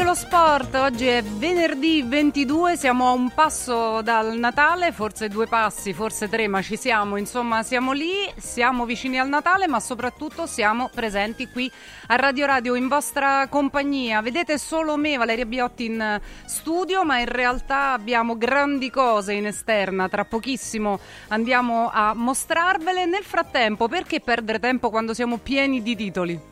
Radio Lo Sport, oggi è venerdì 22, siamo a un passo dal Natale, forse 2 passi, forse 3, ma ci siamo, insomma siamo lì, siamo vicini al Natale, ma soprattutto siamo presenti qui a Radio Radio in vostra compagnia. Vedete solo me, Valeria Biotti, in studio, ma in realtà abbiamo grandi cose in esterna, tra pochissimo andiamo a mostrarvele. Nel frattempo, perché perdere tempo quando siamo pieni di titoli?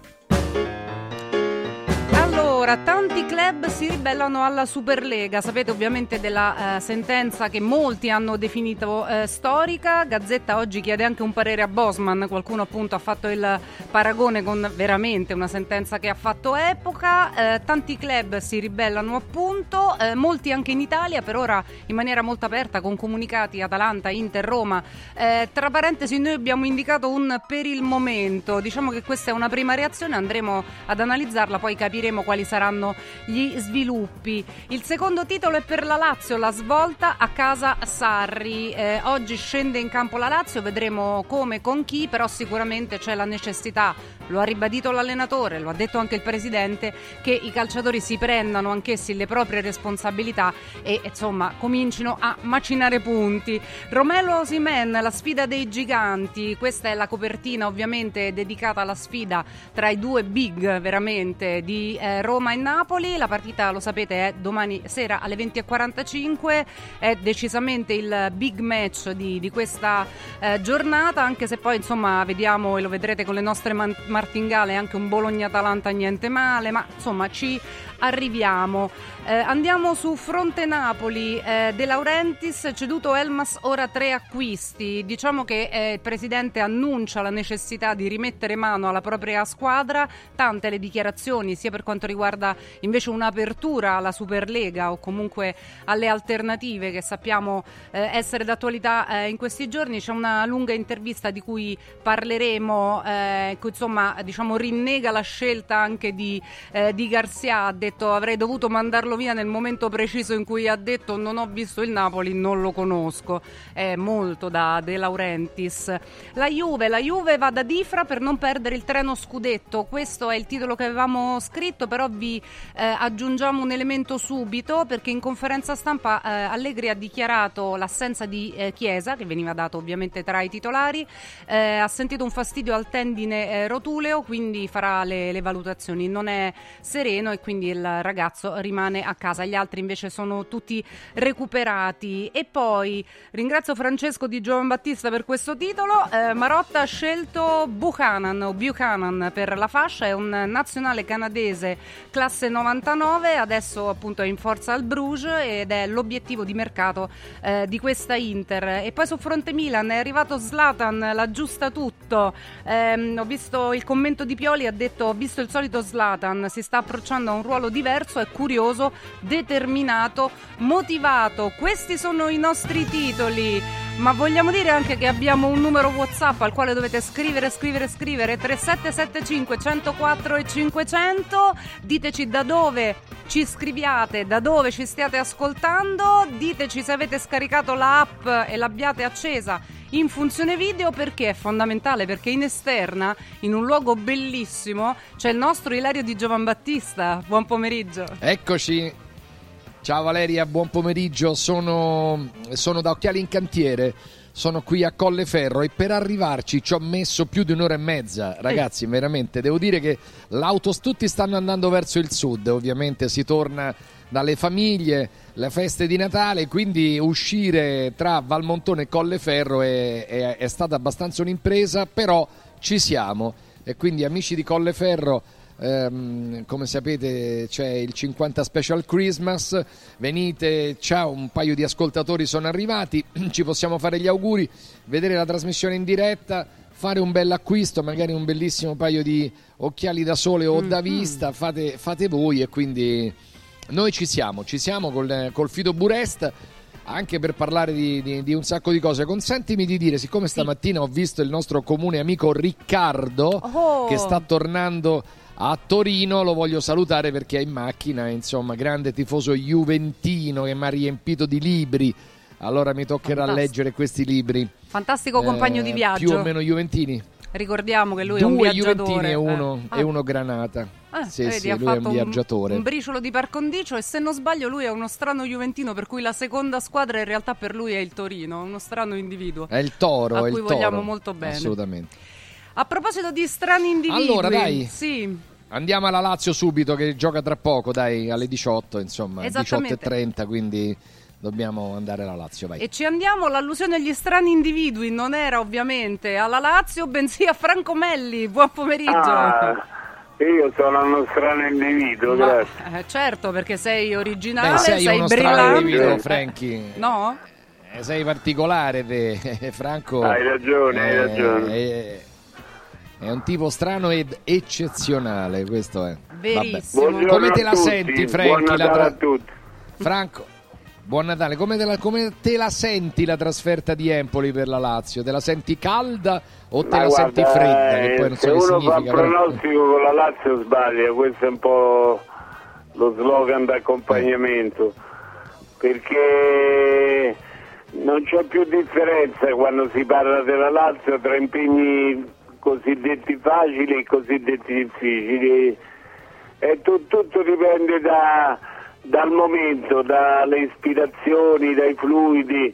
Allora, tanti club si ribellano alla Superlega, sapete ovviamente della sentenza che molti hanno definito storica. Gazzetta oggi chiede anche un parere a Bosman, qualcuno appunto ha fatto il paragone con veramente una sentenza che ha fatto epoca. Tanti club si ribellano appunto, molti anche in Italia, per ora in maniera molto aperta con comunicati Atalanta, Inter, Roma. Tra parentesi noi abbiamo indicato un per il momento, diciamo che questa è una prima reazione, andremo ad analizzarla, poi capiremo quali saranno gli sviluppi. Il secondo titolo è per la Lazio, la svolta a casa Sarri. Oggi scende in campo la Lazio, vedremo come, con chi, però sicuramente c'è la necessità, lo ha ribadito l'allenatore, lo ha detto anche il presidente, che i calciatori si prendano anch'essi le proprie responsabilità e insomma comincino a macinare punti. Romelu Osimhen, la sfida dei giganti, questa è la copertina ovviamente dedicata alla sfida tra i due big veramente di Roma e Napoli. La partita, lo sapete, è domani sera alle 20:45, è decisamente il big match di questa giornata, anche se poi insomma vediamo e lo vedrete con le nostre martingale anche un Bologna-Atalanta niente male, ma insomma ci arriviamo. Andiamo su fronte Napoli, De Laurentiis, ceduto Elmas, ora 3 acquisti. Diciamo che il presidente annuncia la necessità di rimettere mano alla propria squadra, tante le dichiarazioni sia per quanto riguarda invece un'apertura alla Superlega o comunque alle alternative che sappiamo essere d'attualità in questi giorni. C'è una lunga intervista di cui parleremo, insomma diciamo rinnega la scelta anche di Garcia, ha detto avrei dovuto mandarlo via nel momento preciso in cui ha detto non ho visto il Napoli, non lo conosco. È molto da De Laurentiis. La Juve va da Difra per non perdere il treno scudetto, questo è il titolo che avevamo scritto, però vi aggiungiamo un elemento subito, perché in conferenza stampa Allegri ha dichiarato l'assenza di Chiesa, che veniva dato ovviamente tra i titolari, ha sentito un fastidio al tendine rotuleo, quindi farà le valutazioni, non è sereno e quindi il ragazzo rimane a casa, gli altri invece sono tutti recuperati. E poi ringrazio Francesco di Giovan Battista per questo titolo. Marotta ha scelto Buchanan per la fascia, è un nazionale canadese classe 99, adesso appunto è in forza al Bruges ed è l'obiettivo di mercato di questa Inter. E poi su fronte Milan è arrivato Zlatan, l'aggiusta tutto. Ho visto il commento di Pioli, ha detto ho visto il solito Zlatan, si sta approcciando a un ruolo diverso, è curioso, determinato, motivato. Questi sono i nostri titoli, ma vogliamo dire anche che abbiamo un numero WhatsApp al quale dovete scrivere 3775 104 e 500. Diteci da dove ci scriviate, da dove ci stiate ascoltando, diteci se avete scaricato l'app e l'abbiate accesa in funzione video, perché è fondamentale, perché in esterna, in un luogo bellissimo, c'è il nostro Ilario di Giovan Battista. Buon pomeriggio. Eccoci. Ciao Valeria, buon pomeriggio. Sono da Occhiali in Cantiere, sono qui a Colleferro e per arrivarci ci ho messo più di un'ora e mezza, ragazzi. Veramente devo dire che tutti stanno andando verso il sud, ovviamente si torna dalle famiglie, le feste di Natale, quindi uscire tra Valmontone e Colleferro è stata abbastanza un'impresa, però ci siamo. E quindi amici di Colleferro, come sapete c'è il 50 Special Christmas, venite, ciao, un paio di ascoltatori sono arrivati, ci possiamo fare gli auguri, vedere la trasmissione in diretta, fare un bel acquisto, magari un bellissimo paio di occhiali da sole o da vista, fate voi. E quindi noi ci siamo col Fido Burest, anche per parlare di un sacco di cose. Consentimi di dire, siccome stamattina ho visto il nostro comune amico Riccardo che sta tornando a Torino, lo voglio salutare perché è in macchina, insomma, grande tifoso juventino che mi ha riempito di libri, allora mi toccherà leggere questi libri. Fantastico compagno di viaggio. Più o meno juventini. Ricordiamo che lui è un 2 viaggiatore. juventini e uno Granata. Sì, vedi, sì, ha lui è un fatto viaggiatore. un briciolo di par condicio, e se non sbaglio lui è uno strano juventino, per cui la seconda squadra in realtà per lui è il Torino, uno strano individuo. È il Toro, a è cui il Toro. vogliamo molto bene. Assolutamente. A proposito di strani individui, Allora, dai. sì. Andiamo alla Lazio subito, che gioca tra poco, dai, alle 18, insomma, 18:30, quindi dobbiamo andare alla Lazio, vai. E ci andiamo, l'allusione agli strani individui non era ovviamente alla Lazio, bensì a Franco Melli. Buon pomeriggio. Io sono uno strano individuo, grazie. Certo, perché sei originale, sei uno brillante. strano individuo, Franchi. No? Sei particolare, Franco. Hai ragione. È un tipo strano ed eccezionale, questo è. Verissimo. Vabbè. Come te la senti, Franchi? Buon Natale a tutti. Franco, buon Natale. Come te la senti la trasferta di Empoli per la Lazio? Te la senti calda o te la senti fredda? Che poi non so se che uno significa. fa un pronostico con la Lazio sbaglia, questo è un po' lo slogan d'accompagnamento, perché non c'è più differenza quando si parla della Lazio tra impegni cosiddetti facili e cosiddetti difficili, e tutto dipende dal momento, dalle ispirazioni, dai fluidi.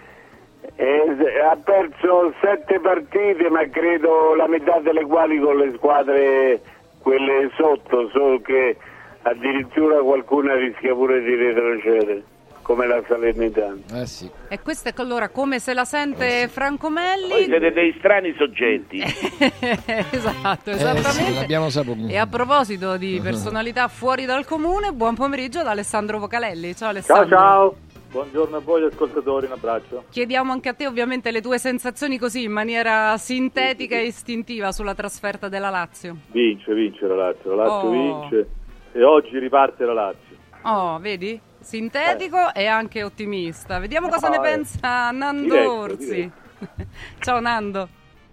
Ha perso 7 partite, ma credo la metà delle quali con le squadre quelle sotto, solo che addirittura qualcuna rischia pure di retrocedere, come la Salernitana. Sì. E questo è allora come se la sente Franco Melli. Voi siete dei strani soggetti. Esatto, esattamente. Sì, l'abbiamo saputo. E a proposito di personalità fuori dal comune, buon pomeriggio da Alessandro Vocalelli. Ciao Alessandro. Ciao. Buongiorno a voi ascoltatori, un abbraccio. Chiediamo anche a te ovviamente le tue sensazioni così in maniera sintetica e istintiva sulla trasferta della Lazio. Vince la Lazio vince e oggi riparte la Lazio. Oh, vedi? Sintetico e anche ottimista. Vediamo cosa ne pensa Nando Orsi. Ciao Nando.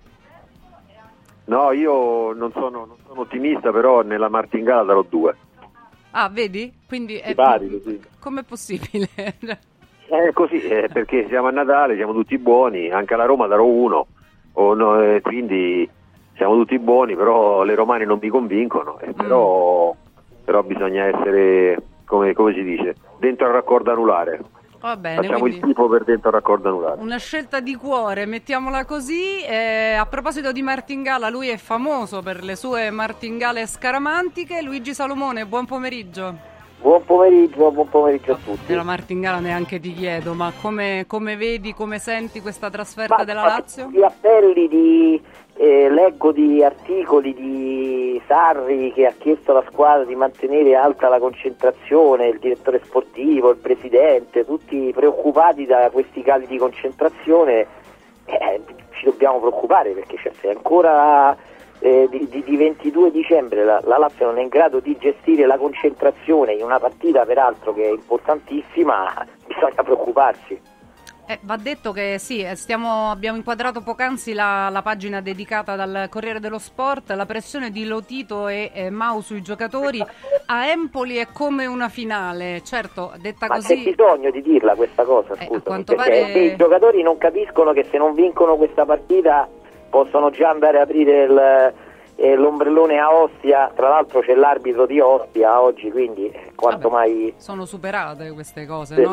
No, io non sono ottimista, però nella martingala darò 2. Ah, vedi? Quindi è com'è possibile? È così, perché siamo a Natale, siamo tutti buoni, anche alla Roma darò 1, quindi siamo tutti buoni, però le romane non mi convincono, però bisogna essere, come si dice, dentro al raccordo anulare. Va bene, facciamo il tipo per dentro al raccordo anulare. Una scelta di cuore, mettiamola così. A proposito di martingala, lui è famoso per le sue martingale scaramantiche. Luigi Salomone, buon pomeriggio. Buon pomeriggio a tutti. Della martingala neanche ti chiedo, ma come vedi, come senti questa trasferta della Lazio? Gli appelli leggo di articoli di Sarri che ha chiesto alla squadra di mantenere alta la concentrazione, il direttore sportivo, il presidente, tutti preoccupati da questi cali di concentrazione. Ci dobbiamo preoccupare, perché se ancora di 22 dicembre la Lazio non è in grado di gestire la concentrazione in una partita peraltro che è importantissima, bisogna preoccuparsi. Va detto che sì, abbiamo inquadrato poc'anzi la pagina dedicata dal Corriere dello Sport. La pressione di Lotito e Mau sui giocatori a Empoli è come una finale, certo, detta ma così. Ma c'è bisogno di dirla questa cosa, scusa, quanto perché pare... i giocatori non capiscono che se non vincono questa partita possono già andare a aprire l'ombrellone a Ostia. Tra l'altro c'è l'arbitro di Ostia oggi, quindi quanto mai... Sono superate queste cose, sì. No?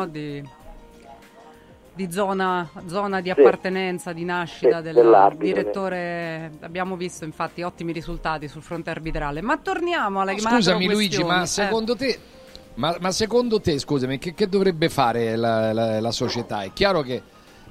Di zona di appartenenza, di nascita del direttore. Sì. Abbiamo visto infatti ottimi risultati sul fronte arbitrale. Ma torniamo alle macro Scusami questioni. Luigi, ma secondo te... Ma secondo te, scusami, che dovrebbe fare la società? È chiaro che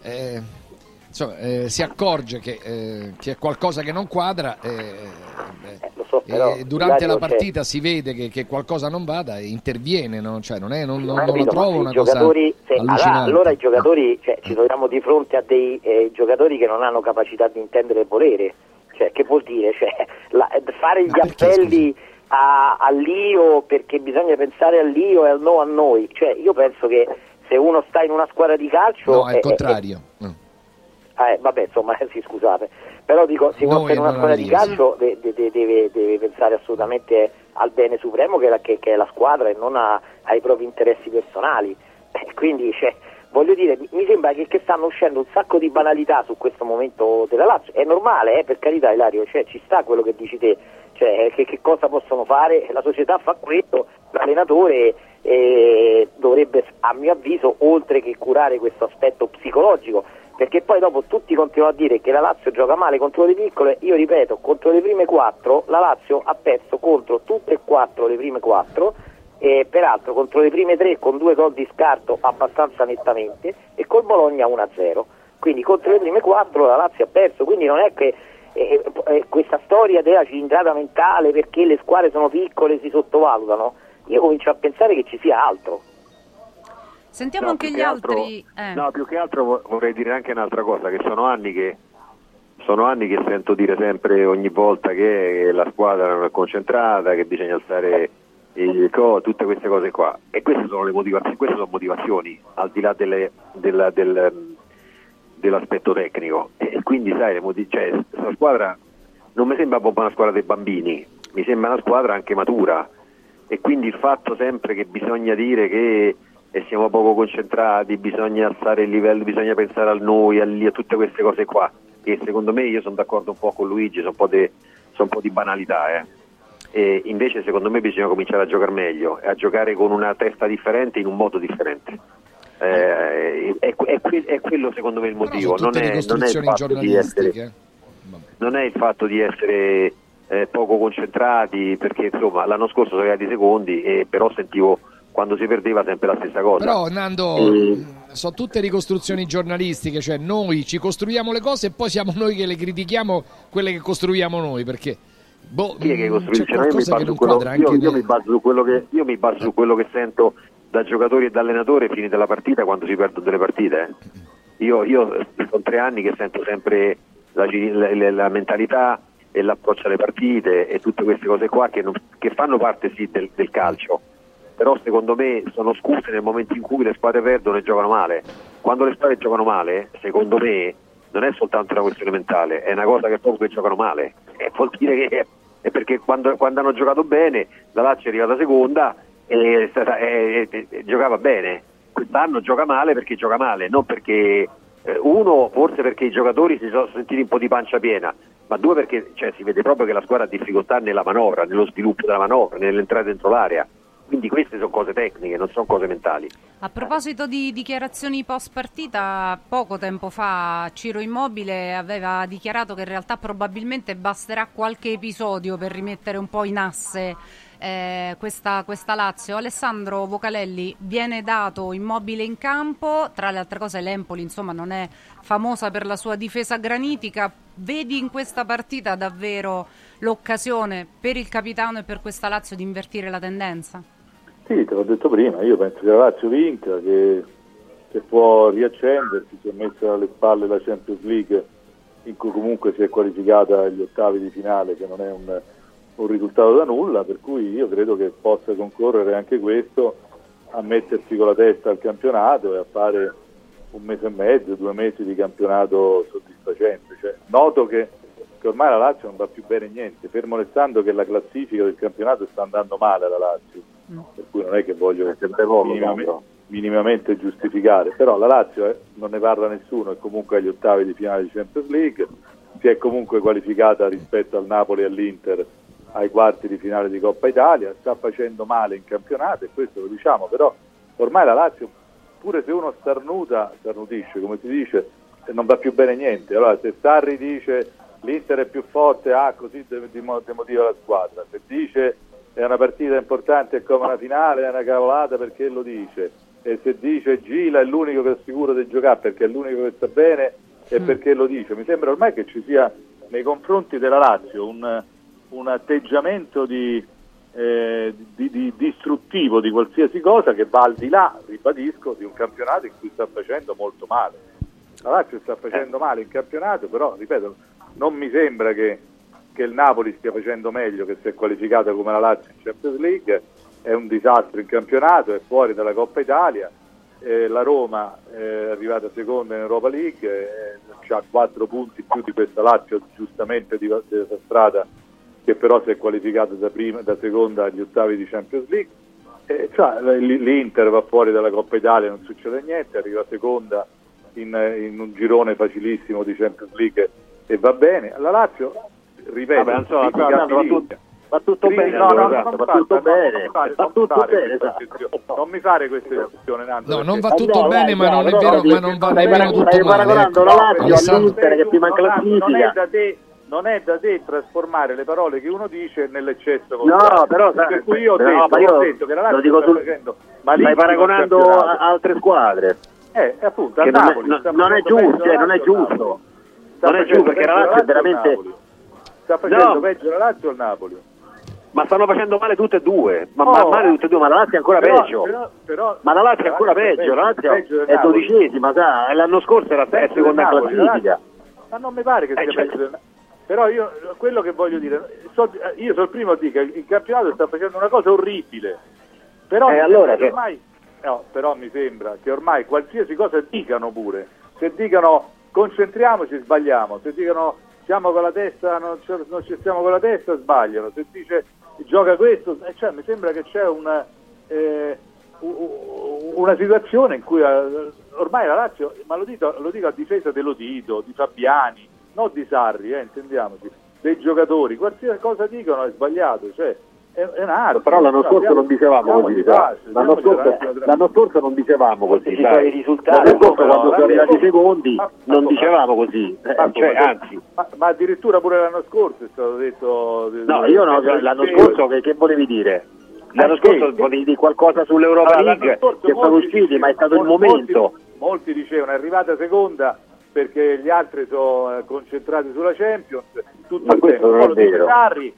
si accorge che c'è qualcosa che non quadra, lo so, però, durante la partita si vede che qualcosa non vada e interviene, no? Cioè non la trovo una cosa allucinante. Allora i giocatori, ci troviamo di fronte a dei giocatori che non hanno capacità di intendere il volere. Che vuol dire? Fare gli appelli all'io, perché bisogna pensare all'io e al no a noi. Io penso che se uno sta in una squadra di calcio... No, è il contrario. Vabbè, insomma, sì, scusate, però dico, si può in una squadra di calcio deve pensare assolutamente al bene supremo che è la squadra, e non ai propri interessi personali. Quindi voglio dire, mi sembra che stanno uscendo un sacco di banalità su questo momento della Lazio. È normale, per carità, Ilario, cioè ci sta quello che dici te, cioè che cosa possono fare? La società fa questo, l'allenatore dovrebbe, a mio avviso, oltre che curare questo aspetto psicologico, perché poi dopo tutti continuano a dire che la Lazio gioca male contro le piccole. Io ripeto, contro le prime 4 la Lazio ha perso contro tutte e 4 le prime 4, e peraltro contro le prime 3 con 2 gol di scarto abbastanza nettamente, e col Bologna 1-0. Quindi contro le prime 4 la Lazio ha perso, quindi non è che questa storia della cilindrata mentale perché le squadre sono piccole si sottovalutano. Io comincio a pensare che ci sia altro. Sentiamo anche gli altri. No, più che altro vorrei dire anche un'altra cosa, che sono anni che sento dire sempre, ogni volta, che la squadra non è concentrata, che bisogna alzare tutte queste cose qua, e queste sono le motivazioni, queste sono motivazioni al di là dell'aspetto tecnico, e quindi sai, questa squadra non mi sembra proprio una squadra dei bambini, mi sembra una squadra anche matura, e quindi il fatto sempre che bisogna dire che siamo poco concentrati, bisogna alzare il livello, bisogna pensare a noi, a tutte queste cose qua, che secondo me, io sono d'accordo un po' con Luigi, sono un po' di banalità, E invece secondo me bisogna cominciare a giocare meglio, a giocare con una testa differente, in un modo differente. È quello secondo me il motivo, non è il fatto di essere poco concentrati, perché insomma l'anno scorso sono arrivati secondi, però sentivo quando si perdeva sempre la stessa cosa. Però Nando, sono tutte ricostruzioni giornalistiche, cioè noi ci costruiamo le cose e poi siamo noi che le critichiamo, quelle che costruiamo noi, perché chi è che costruisce? Io mi baso su quello che sento da giocatori e da allenatore finita la partita, quando si perdono delle partite. Io sono 3 anni che sento sempre la mentalità e l'approccio alle partite e tutte queste cose qua che fanno parte sì del calcio, però secondo me sono scuse nel momento in cui le squadre perdono e giocano male. Quando le squadre giocano male, secondo me, non è soltanto una questione mentale, è una cosa che proprio che giocano male, e vuol dire che è perché quando hanno giocato bene, la Lazio è arrivata seconda e giocava bene. Quest'anno gioca male perché gioca male, non perché uno, forse perché i giocatori si sono sentiti un po' di pancia piena, ma 2 perché si vede proprio che la squadra ha difficoltà nella manovra, nello sviluppo della manovra, nell'entrata dentro l'area. Quindi queste sono cose tecniche, non sono cose mentali. A proposito di dichiarazioni post partita, poco tempo fa Ciro Immobile aveva dichiarato che in realtà probabilmente basterà qualche episodio per rimettere un po' in asse questa Lazio. Alessandro Vocalelli, viene dato Immobile in campo, tra le altre cose l'Empoli insomma non è famosa per la sua difesa granitica. Vedi in questa partita davvero l'occasione per il capitano e per questa Lazio di invertire la tendenza? Sì, te l'ho detto prima, io penso che la Lazio vinca, che può riaccendersi, si è messa alle spalle la Champions League, in cui comunque si è qualificata agli ottavi di finale, che non è un risultato da nulla, per cui io credo che possa concorrere anche questo a mettersi con la testa al campionato e a fare 1 mese e mezzo, 2 mesi di campionato soddisfacente. Noto che ormai la Lazio non va più bene niente, fermo restando che la classifica del campionato sta andando male alla Lazio, per cui non è che voglio minimamente giustificare, però la Lazio non ne parla nessuno, è comunque agli ottavi di finale di Champions League, si è comunque qualificata rispetto al Napoli e all'Inter ai quarti di finale di Coppa Italia, sta facendo male in campionato, e questo lo diciamo, però ormai la Lazio, pure se uno starnutisce, come si dice, non va più bene niente. Allora se Sarri dice l'Inter è più forte, così demotiva la squadra, se dice è una partita importante come una finale, è una cavolata perché lo dice, e se dice Gila è l'unico che è sicuro di giocare perché è l'unico che sta bene e perché lo dice. Mi sembra ormai che ci sia nei confronti della Lazio un atteggiamento distruttivo di qualsiasi cosa, che va al di là, ribadisco, di un campionato in cui sta facendo molto male. La Lazio sta facendo male in campionato, però ripeto, non mi sembra che il Napoli stia facendo meglio, che si è qualificata come la Lazio in Champions League, è un disastro in campionato, è fuori dalla Coppa Italia, la Roma è arrivata seconda in Europa League, ha 4 punti più di questa Lazio giustamente disastrata, che però si è qualificata da seconda agli ottavi di Champions League, L'Inter va fuori dalla Coppa Italia, non succede niente, arriva seconda in un girone facilissimo di Champions League e va bene. La Lazio, ripeto, va tutto bene, non mi fare queste discussioni, Nando. No, non va tutto bene, ma non è vero, ma non va nemmeno tutto male. Paragonando la Lazio all'Inter che prima in classifica. Non è da te trasformare le parole che uno dice nell'eccesso. No, però per cui io ho detto che la Lazio sta facendo stai paragonando a altre squadre. Appunto, che Napoli, non è giusto, non è giusto. Non è giusto perché la Lazio è veramente sta facendo peggio la Lazio o il Napoli? Ma stanno facendo male tutte e due, male tutte e due, ma la Lazio è ancora peggio. Ma la Lazio è ancora peggio, la Lazio è 12ª, sa, l'anno scorso era seconda in classifica. Ma non mi pare che sia peggio del Napoli. Però io quello che voglio dire, io sono il primo a dire che il campionato sta facendo una cosa orribile. Però però mi sembra che ormai qualsiasi cosa dicano pure, se dicano concentriamoci sbagliamo, se dicono siamo con la testa, non ci stiamo con la testa, sbagliano, se dice gioca questo, cioè mi sembra che c'è una situazione in cui ormai la Lazio, ma lo dico a difesa dello Tito, di Fabiani, non di Sarri, intendiamoci, dei giocatori, qualsiasi cosa dicono è sbagliato, cioè è un'arte. Però l'anno scorso non dicevamo così, l'anno scorso non dicevamo così, i risultati. L'anno scorso quando siamo arrivati secondi non dicevamo così, anzi. Ma addirittura pure l'anno scorso è stato detto. No, io no, l'anno scorso che volevi dire? L'anno scorso volevi dire qualcosa sull'Europa League, che sono usciti, ma è stato il momento. Molti dicevano è arrivata seconda perché gli altri sono concentrati sulla Champions, tutto il tempo. Non è vero. Sarri,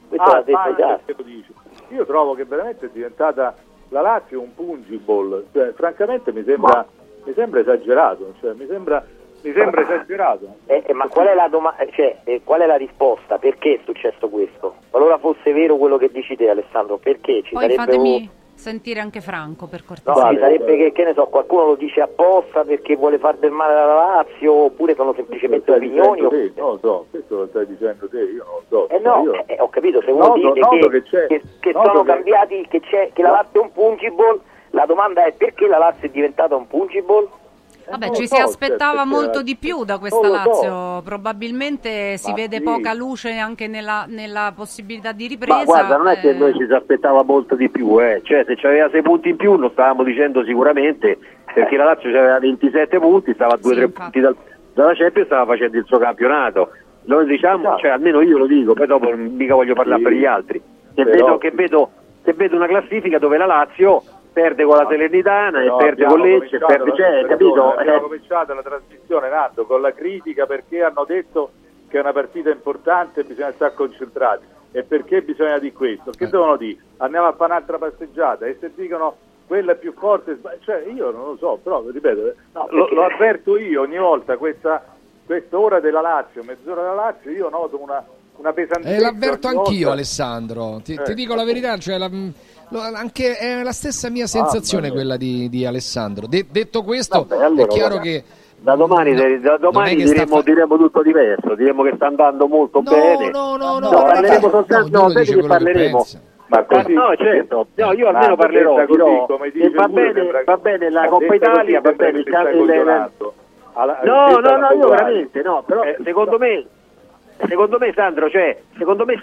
io trovo che veramente è diventata la Lazio un pungible, cioè francamente mi sembra esagerato, cioè mi sembra esagerato. Ma qual è la qual è la risposta? Perché è successo questo? Qualora fosse vero quello che dici te, Alessandro, perché ci poi sarebbe fatemi sentire anche Franco, per cortesia. No, sarebbe che ne so, qualcuno lo dice apposta perché vuole far del male alla Lazio, oppure sono semplicemente opinioni. Non lo so, questo lo stai dicendo te, io non lo so. No, ho capito, se uno dice che sono cambiati, che la Lazio è un pungible, la domanda è perché la Lazio è diventata un pungible? Vabbè, ci si aspettava molto di più da questa Lazio, probabilmente si vede poca luce anche nella possibilità di ripresa. Ma guarda, non è che noi ci si aspettava molto di più, cioè se c'aveva 6 punti in più lo stavamo dicendo sicuramente, perché la Lazio aveva 27 punti, stava a 2-3 punti dalla Champions, stava facendo il suo campionato. Lo diciamo, cioè almeno io lo dico, poi dopo mica voglio parlare per gli altri. Che vedo una classifica dove la Lazio perde con la Salernitana e perde con Lecce, capito? Abbiamo cominciato la trasmissione, Nando, con la critica perché hanno detto che è una partita importante e bisogna stare concentrati, e perché bisogna di questo, che devono dire? Andiamo a fare un'altra passeggiata, e se dicono quella è più forte, cioè io non lo so, però ripeto, lo avverto io ogni volta quest'ora della Lazio, mezz'ora della Lazio, io noto una pesantezza. L'avverto anch'io, Alessandro, ti dico la verità, cioè anche è la stessa mia sensazione quella di Alessandro. Detto questo, allora, è chiaro che da domani diremo tutto diverso, diremo che sta andando molto bene. Parleremo soltanto, sai che parleremo. Ma così, certo, io almeno parlerò, va bene la Coppa Italia, va bene il campionato. Io veramente no, però secondo me Sandro, secondo me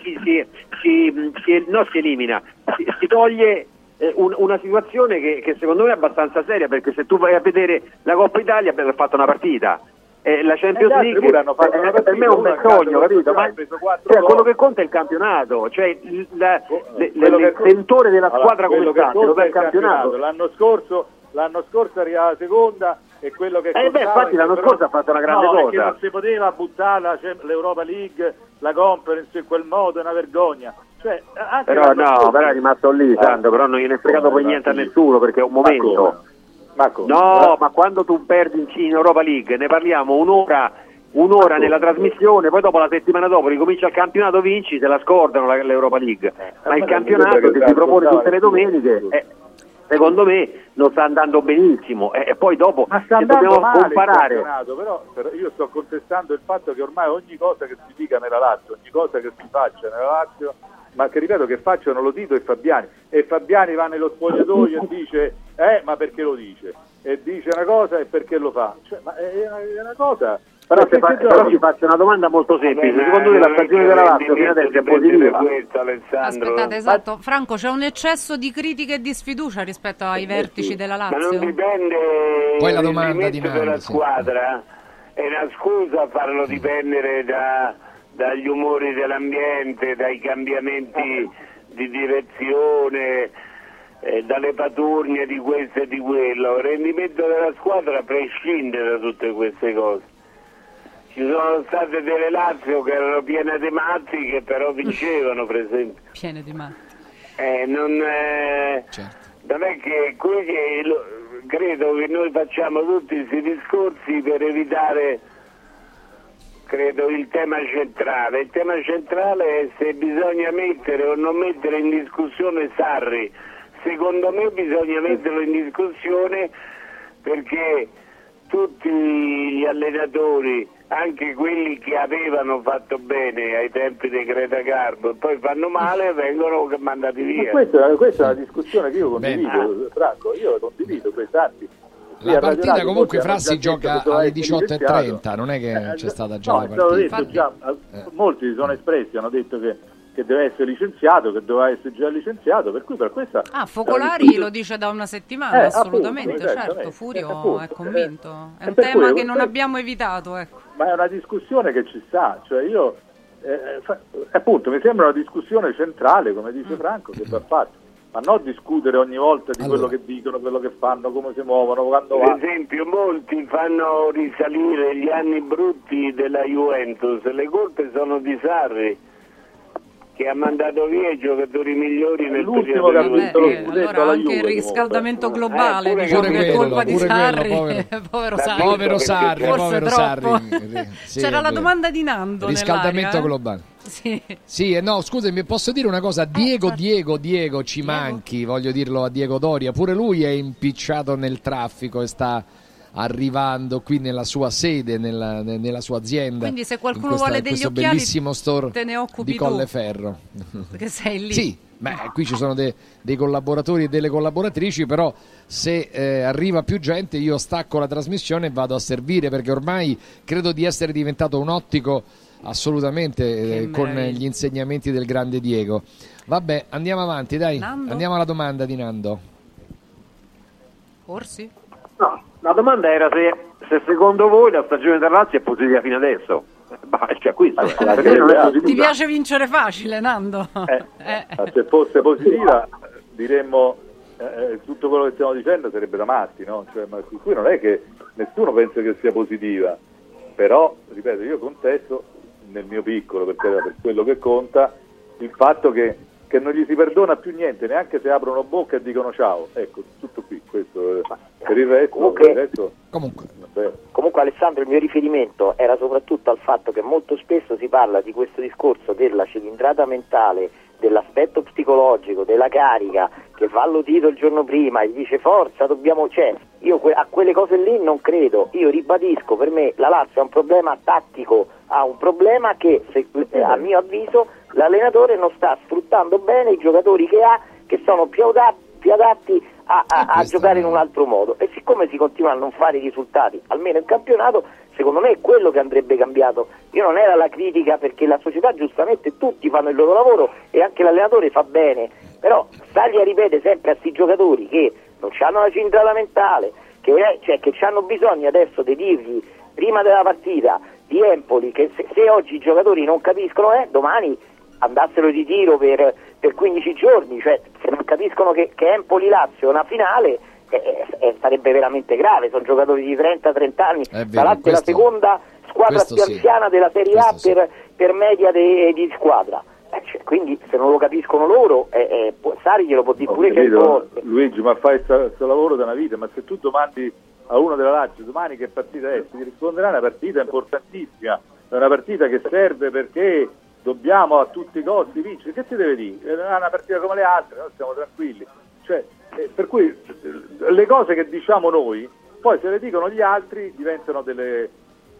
si elimina, si toglie una situazione che secondo me è abbastanza seria, perché se tu vai a vedere la Coppa Italia abbiamo fatto una partita, la Champions League per me è un bel sogno, capito? Ma quello che conta è il campionato, cioè il sentore della squadra come sta, il campionato. L'anno scorso arrivava la seconda, e quello che infatti l'anno scorso ha fatto una grande cosa, perché non si poteva buttare l'Europa League, la Conference in quel modo, è una vergogna, cioè, però è rimasto lì, Sandro, però non gliene è fregato poi niente a nessuno, perché è un momento. Ma quando tu perdi in Europa League ne parliamo un'ora nella trasmissione, poi dopo la settimana dopo ricomincia il campionato, vinci, se la scordano l'Europa League, ma il campionato che si propone tutte le domeniche secondo me non sta andando benissimo, e poi dopo dobbiamo comparare. Però io sto contestando il fatto che ormai ogni cosa che si dica nella Lazio, ogni cosa che si faccia nella Lazio ma che ripeto che facciano Lotito e Fabiani, e Fabiani va nello spogliatoio e dice ma perché lo dice, e dice una cosa e perché lo fa, cioè, ma è una cosa. Però ti faccio una domanda molto semplice: secondo te la stagione della Lazio fino adesso è positiva? Aspettate, esatto, Franco, c'è un eccesso di critiche e di sfiducia rispetto ai vertici della Lazio? Ma non dipende. Poi la domanda di Nando, della squadra è una scusa farlo dipendere dagli umori dell'ambiente, dai cambiamenti di direzione, dalle paturnie di questo e di quello. Il rendimento della squadra prescinde da tutte queste cose. Ci sono state delle Lazio che erano piene di matti, che però vincevano, per esempio. Piene di matti. Non è che qui credo che noi facciamo tutti questi discorsi per evitare, credo, il tema centrale. Il tema centrale è se bisogna mettere o non mettere in discussione Sarri. Secondo me bisogna metterlo in discussione perché tutti gli allenatori, anche quelli che avevano fatto bene ai tempi dei Greta Garbo e poi fanno male, vengono mandati via. Questa è una discussione che io condivido, Franco, io condivido quest'anni. La partita comunque Fra si gioca alle 18:30, non è che c'è stata già la partita. Molti si sono espressi, hanno detto che deve essere licenziato, che doveva essere già licenziato, per cui per questa... Focolari lo dice da una settimana, assolutamente, appunto, certo, Furio appunto, è convinto, è un per tema cui, che non abbiamo evitato, ecco. Ma è una discussione che ci sta, cioè io, appunto, mi sembra una discussione centrale, come dice Franco, che va fatto, ma non discutere ogni volta di quello che dicono, quello che fanno, come si muovono, quando vanno. Per esempio, molti fanno risalire gli anni brutti della Juventus, le colpe sono di Sarri, che ha mandato via i giocatori migliori nel l'ultimo periodo. Allora anche il riscaldamento globale, diciamo che è colpa di Sarri. Povero Sarri. Sì, c'era la domanda di Nando. Riscaldamento globale. Sì, no, scusami, posso dire una cosa? Diego ci manchi, voglio dirlo a Diego Doria, pure lui è impicciato nel traffico e sta arrivando qui nella sua sede, nella sua azienda. Quindi se qualcuno vuole degli occhiali, bellissimo store te ne occupi di Colleferro. Perché sei lì. Sì, qui ci sono dei collaboratori e delle collaboratrici, però se arriva più gente io stacco la trasmissione e vado a servire, perché ormai credo di essere diventato un ottico assolutamente con gli insegnamenti del grande Diego. Vabbè, andiamo avanti, dai. Nando? Andiamo alla domanda di Nando. Orsi? No, la domanda era se secondo voi la stagione del Lazio è positiva fino adesso. Cioè, ti piace vincere facile, Nando? Se fosse positiva diremmo tutto quello che stiamo dicendo sarebbe da matti, no? Cioè, ma qui non è che nessuno pensa che sia positiva, però ripeto, io contesto nel mio piccolo, perché per quello che conta, il fatto che non gli si perdona più niente, neanche se aprono bocca e dicono ciao. Ecco, tutto qui, questo. Per il resto comunque Alessandro, il mio riferimento era soprattutto al fatto che molto spesso si parla di questo discorso della cilindrata mentale, dell'aspetto psicologico, della carica, che va Lotito il giorno prima e dice forza, dobbiamo, io a quelle cose lì non credo. Io ribadisco, per me la Lazio ha un problema tattico, ha un problema che a mio avviso l'allenatore non sta sfruttando bene i giocatori che ha, che sono più adatti a giocare in un altro modo, e siccome si continua a non fare i risultati, almeno in campionato, secondo me è quello che andrebbe cambiato. Io non era la critica, perché la società giustamente tutti fanno il loro lavoro e anche l'allenatore fa bene, però stargli a ripetere sempre a questi giocatori che non hanno la cilindrata mentale, che hanno bisogno adesso di dirgli prima della partita di Empoli che se oggi i giocatori non capiscono, domani andassero di tiro per 15 giorni, cioè se non capiscono che Empoli-Lazio è una finale, sarebbe veramente grave. Sono giocatori di 30-30 anni, la Lazio è la seconda squadra più anziana della Serie A per media di squadra, quindi se non lo capiscono loro, Sarri glielo può dire pure 100 volte. Luigi, ma fai questo lavoro da una vita, ma se tu domandi a uno della Lazio domani che partita è, ti risponderà una partita importantissima, è una partita che serve perché dobbiamo a tutti i costi vincere. Che ti deve dire? È una partita come le altre, noi stiamo tranquilli. Cioè, per cui le cose che diciamo noi, poi se le dicono gli altri diventano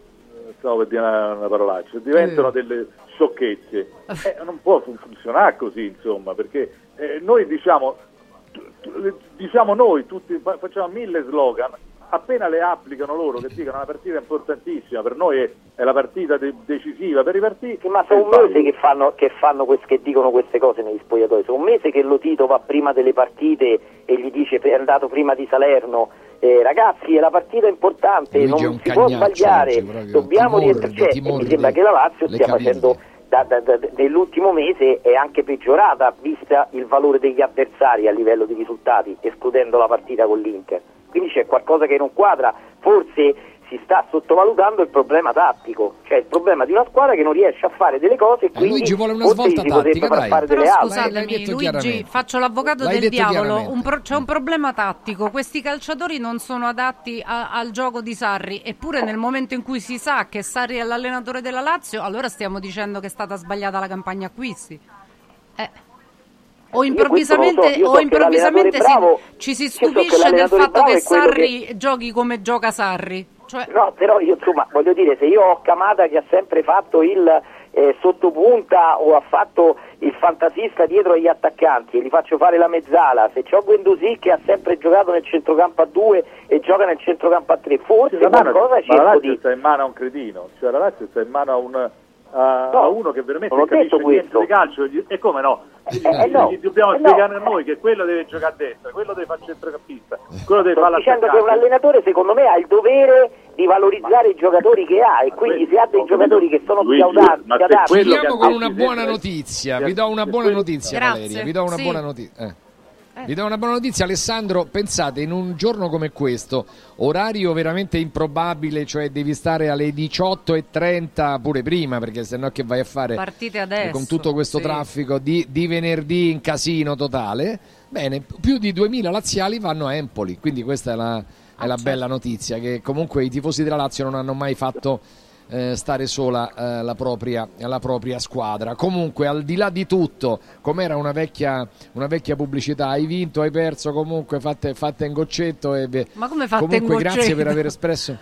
stavo per dire una parolaccia, diventano delle sciocchezze. Non può funzionare così, insomma, perché noi diciamo noi tutti facciamo 1000 slogan, appena le applicano loro che dicono una partita importantissima, per noi è la partita decisiva per i partiti. Sì, ma sono un mese che dicono queste cose negli spogliatoi, sono un mese che lo Tito va prima delle partite e gli dice è andato prima di Salerno, ragazzi è la partita importante, Luigi non si può sbagliare, oggi, dobbiamo rientrare, e mi sembra che la Lazio stia facendo nell'ultimo mese è anche peggiorata vista il valore degli avversari a livello di risultati, escludendo la partita con l'Inter. Quindi c'è qualcosa che non quadra, forse si sta sottovalutando il problema tattico, cioè il problema di una squadra che non riesce a fare delle cose e quindi Luigi vuole una svolta tattica, dai. fare Però delle altre. scusatemi Luigi, faccio l'avvocato del diavolo, c'è un problema tattico, questi calciatori non sono adatti al gioco di Sarri, eppure nel momento in cui si sa che Sarri è l'allenatore della Lazio, allora stiamo dicendo che è stata sbagliata la campagna acquisti. O improvvisamente ci si stupisce del fatto che Sarri giochi come gioca Sarri. Cioè... No, però io insomma voglio dire, se io ho Camata che ha sempre fatto il sottopunta o ha fatto il fantasista dietro agli attaccanti e gli faccio fare la mezzala, se c'ho Guendouzi che ha sempre giocato nel centrocampo a 2 e gioca nel centrocampo a 3, forse qualcosa cerco di... Ma la Lazio sta in mano a un cretino, cioè la Lazio sta in mano a uno che veramente capisce niente di calcio, e come no? Gli dobbiamo spiegare a noi che quello deve giocare a destra, quello deve fare il centrocampista, quello deve fare l'attaccante. Dicendo che un allenatore secondo me ha il dovere di valorizzare i giocatori che ha, e quindi se ha dei giocatori che sono più adatti. Chiudiamo con una buona notizia, vi do una buona notizia. Grazie. Valeria, vi do una buona notizia. Vi do una buona notizia, Alessandro, pensate, in un giorno come questo, orario veramente improbabile, cioè devi stare alle 18:30 pure prima, perché sennò che vai a fare partite adesso, con tutto questo traffico di venerdì in casino totale. Bene, più di 2000 laziali vanno a Empoli, quindi questa è la bella notizia, che comunque i tifosi della Lazio non hanno mai fatto stare sola la propria squadra. Comunque, al di là di tutto, com'era una vecchia pubblicità, hai vinto, hai perso, comunque fatte in goccetto. Ma come fatte comunque, in goccetto? grazie per aver espresso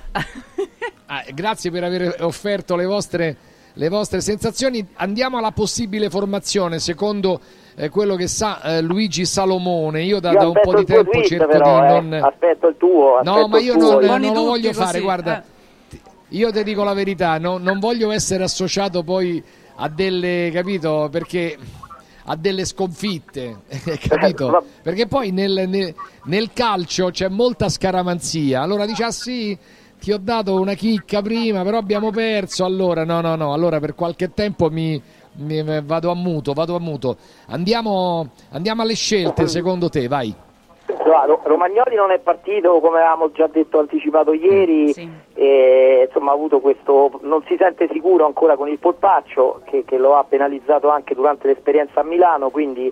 grazie per aver offerto le vostre sensazioni. Andiamo alla possibile formazione secondo quello che sa Luigi Salomone. Io da un po' di tempo cerco però, di non aspetto il tuo, no, ma io non lo voglio così, fare, guarda. Io ti dico la verità, non voglio essere associato poi a delle, capito? Perché a delle sconfitte, capito? Perché poi nel calcio c'è molta scaramanzia. Allora dici, sì, ti ho dato una chicca prima, però abbiamo perso. Allora no, allora per qualche tempo mi vado a muto. Andiamo alle scelte, secondo te, vai. Romagnoli non è partito, come avevamo già detto, anticipato ieri, insomma ha avuto questo, non si sente sicuro ancora con il polpaccio che lo ha penalizzato anche durante l'esperienza a Milano, quindi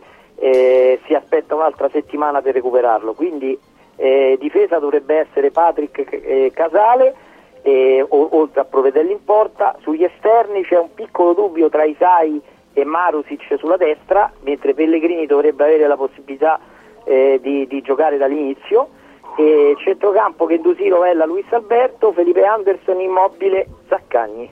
si aspetta un'altra settimana per recuperarlo, quindi difesa dovrebbe essere Patrick Casale, oltre a Provedelli in porta. Sugli esterni c'è un piccolo dubbio tra Isai e Marusic sulla destra, mentre Pellegrini dovrebbe avere la possibilità di giocare dall'inizio. Centrocampo che Guendouzi, Rovella, Luis Alberto, Felipe Anderson, Immobile, Zaccagni.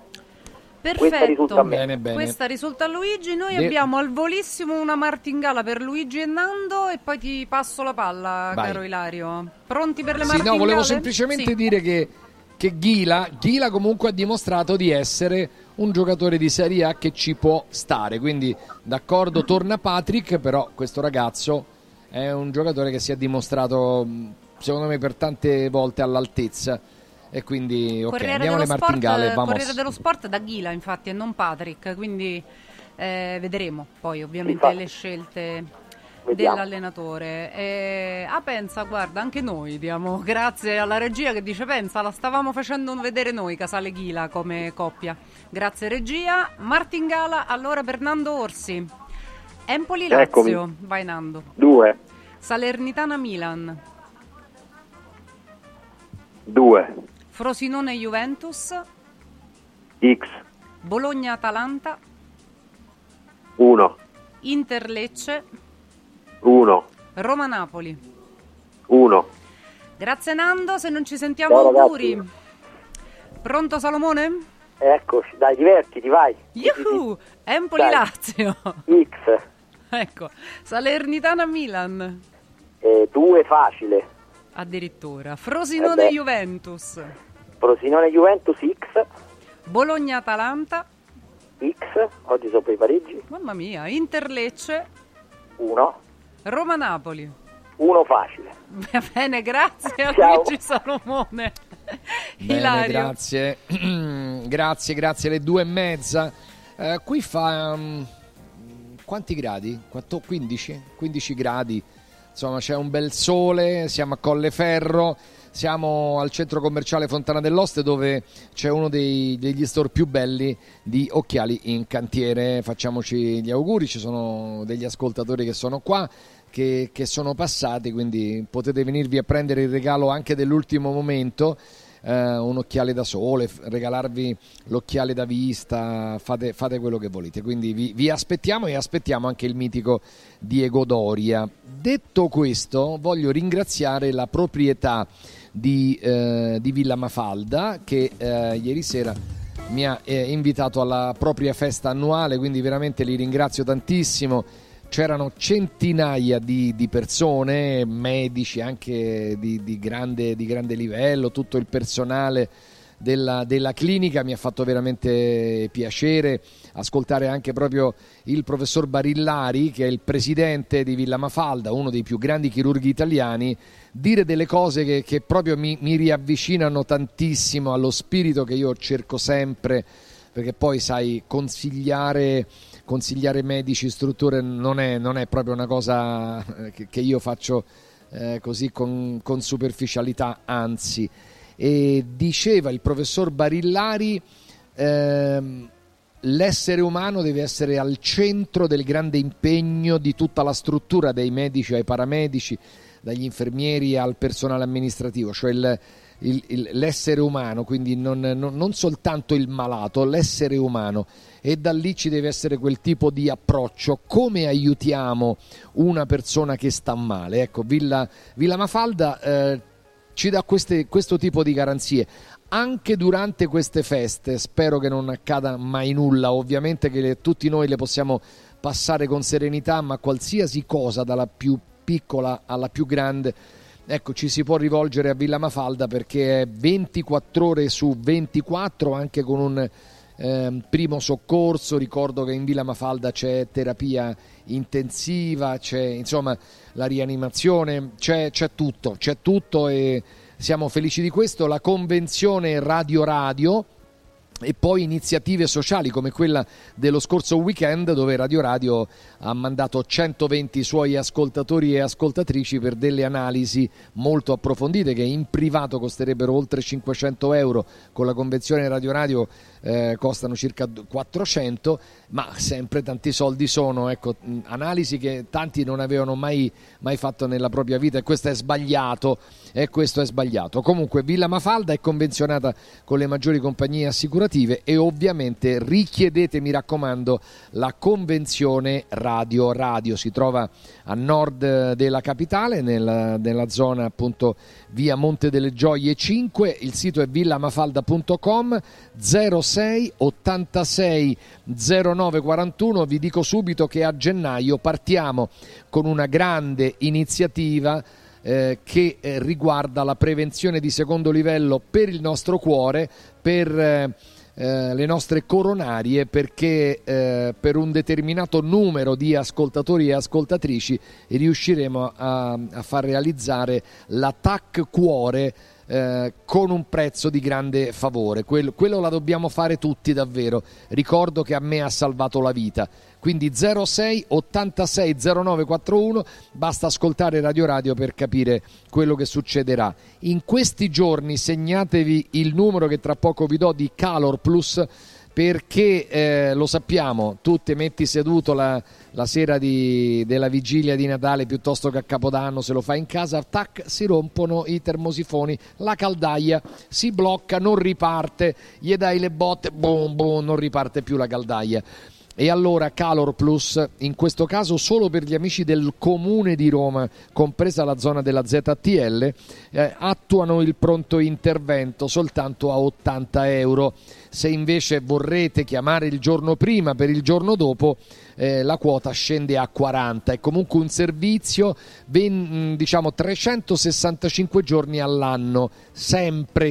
Perfetto, bene. Questa risulta a Luigi. Noi abbiamo al volissimo una martingala per Luigi e Nando, e poi ti passo la palla. Vai. Caro Ilario, pronti per le martingale? No, volevo semplicemente dire che Ghila comunque ha dimostrato di essere un giocatore di Serie A che ci può stare, quindi d'accordo, torna Patrick, però questo ragazzo è un giocatore che si è dimostrato, secondo me, per tante volte all'altezza, e quindi andiamo alle martingale. Corriere dello Sport da Ghila, infatti, e non Patrick, quindi vedremo poi ovviamente le scelte dell'allenatore. Pensa, guarda, anche noi diamo grazie alla regia che dice pensa, la stavamo facendo vedere noi Casale Ghila come coppia. Grazie regia. Martingala allora per Nando Orsi. Empoli Lazio. Eccomi. Vai Nando. 2. Salernitana Milan. 2. Frosinone Juventus. X. Bologna Atalanta. 1. Inter Lecce. 1. Roma Napoli. 1. Grazie Nando, se non ci sentiamo auguri. Pronto Salomone? Eccoci, dai, divertiti, vai. Yuhu! Empoli Dai. Lazio. X. Ecco, Salernitana Milan. 2 facile. Addirittura. Frosinone Juventus. Frosinone Juventus X. Bologna Atalanta. X. Oggi sono per i pareggi. Mamma mia. Inter Lecce. 1. Roma Napoli. 1 facile. Bene, grazie a Ciao. Luigi Salomone. Bene, Ilario. grazie. grazie, le 2:30. Qui fa quanti gradi? 15 gradi. Insomma, c'è un bel sole, siamo a Colleferro, siamo al centro commerciale Fontana dell'Oste, dove c'è uno degli store più belli di occhiali in cantiere. Facciamoci gli auguri, ci sono degli ascoltatori che sono qua, che sono passati, quindi potete venirvi a prendere il regalo anche dell'ultimo momento, un occhiale da sole, regalarvi l'occhiale da vista, fate quello che volete, quindi vi aspettiamo, e aspettiamo anche il mitico Diego Doria. Detto questo, voglio ringraziare la proprietà di Villa Mafalda, che ieri sera mi ha invitato alla propria festa annuale, quindi veramente li ringrazio tantissimo. C'erano centinaia di persone, medici anche di grande livello, tutto il personale della clinica. Mi ha fatto veramente piacere ascoltare anche proprio il professor Barillari, che è il presidente di Villa Mafalda, uno dei più grandi chirurghi italiani, dire delle cose che proprio mi riavvicinano tantissimo allo spirito che io cerco sempre, perché poi sai, consigliare medici, strutture non è proprio una cosa che io faccio così con superficialità, anzi. E diceva il professor Barillari, l'essere umano deve essere al centro del grande impegno di tutta la struttura, dai medici ai paramedici, dagli infermieri al personale amministrativo, cioè l'essere umano, quindi non soltanto il malato, l'essere umano, e da lì ci deve essere quel tipo di approccio. Come aiutiamo una persona che sta male? Ecco, Villa Mafalda ci dà questo tipo di garanzie anche durante queste feste. Spero che non accada mai nulla, ovviamente che tutti noi le possiamo passare con serenità, ma qualsiasi cosa, dalla più piccola alla più grande, ecco, ci si può rivolgere a Villa Mafalda, perché è 24 ore su 24, anche con un primo soccorso. Ricordo che in Villa Mafalda c'è terapia intensiva, c'è insomma la rianimazione, c'è tutto e siamo felici di questo. La convenzione Radio e poi iniziative sociali come quella dello scorso weekend, dove Radio ha mandato 120 suoi ascoltatori e ascoltatrici per delle analisi molto approfondite, che in privato costerebbero oltre 500 euro, con la convenzione Radio costano circa 400, ma sempre tanti soldi sono, ecco, analisi che tanti non avevano mai fatto nella propria vita, e questo è sbagliato. Comunque Villa Mafalda è convenzionata con le maggiori compagnie assicurative, e ovviamente richiedete, mi raccomando, la convenzione Radio. Si trova a nord della capitale, nella zona appunto via Monte delle Gioie 5. Il sito è villamafalda.com. 06 86 09 41. Vi dico subito che a gennaio partiamo con una grande iniziativa che riguarda la prevenzione di secondo livello per il nostro cuore, per le nostre coronarie, perché per un determinato numero di ascoltatori e ascoltatrici riusciremo a far realizzare la TAC Cuore con un prezzo di grande favore. Quello la dobbiamo fare tutti, davvero. Ricordo che a me ha salvato la vita. Quindi 06 86 09 41, basta ascoltare Radio per capire quello che succederà. In questi giorni segnatevi il numero che tra poco vi do di Calor Plus, perché lo sappiamo, tu ti metti seduto la sera della vigilia di Natale piuttosto che a Capodanno, se lo fai in casa, tac, si rompono i termosifoni, la caldaia si blocca, non riparte, gli dai le botte, boom, non riparte più la caldaia. E allora Calor Plus, in questo caso solo per gli amici del Comune di Roma, compresa la zona della ZTL, attuano il pronto intervento soltanto a €80. Se invece vorrete chiamare il giorno prima per il giorno dopo, la quota scende a 40. È comunque un servizio 365 giorni all'anno, sempre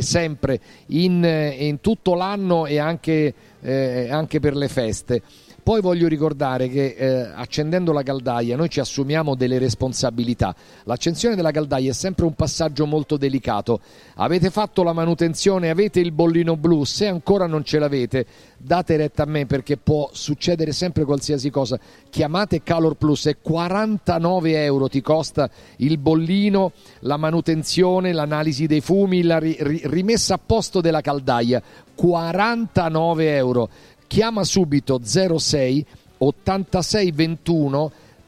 in tutto l'anno e anche per le feste. Poi voglio ricordare che accendendo la caldaia noi ci assumiamo delle responsabilità. L'accensione della caldaia è sempre un passaggio molto delicato. Avete fatto la manutenzione, avete il bollino blu, se ancora non ce l'avete date retta a me, perché può succedere sempre qualsiasi cosa. Chiamate Calor Plus e €49 ti costa il bollino, la manutenzione, l'analisi dei fumi, la rimessa a posto della caldaia. €49. Chiama subito 06 86 21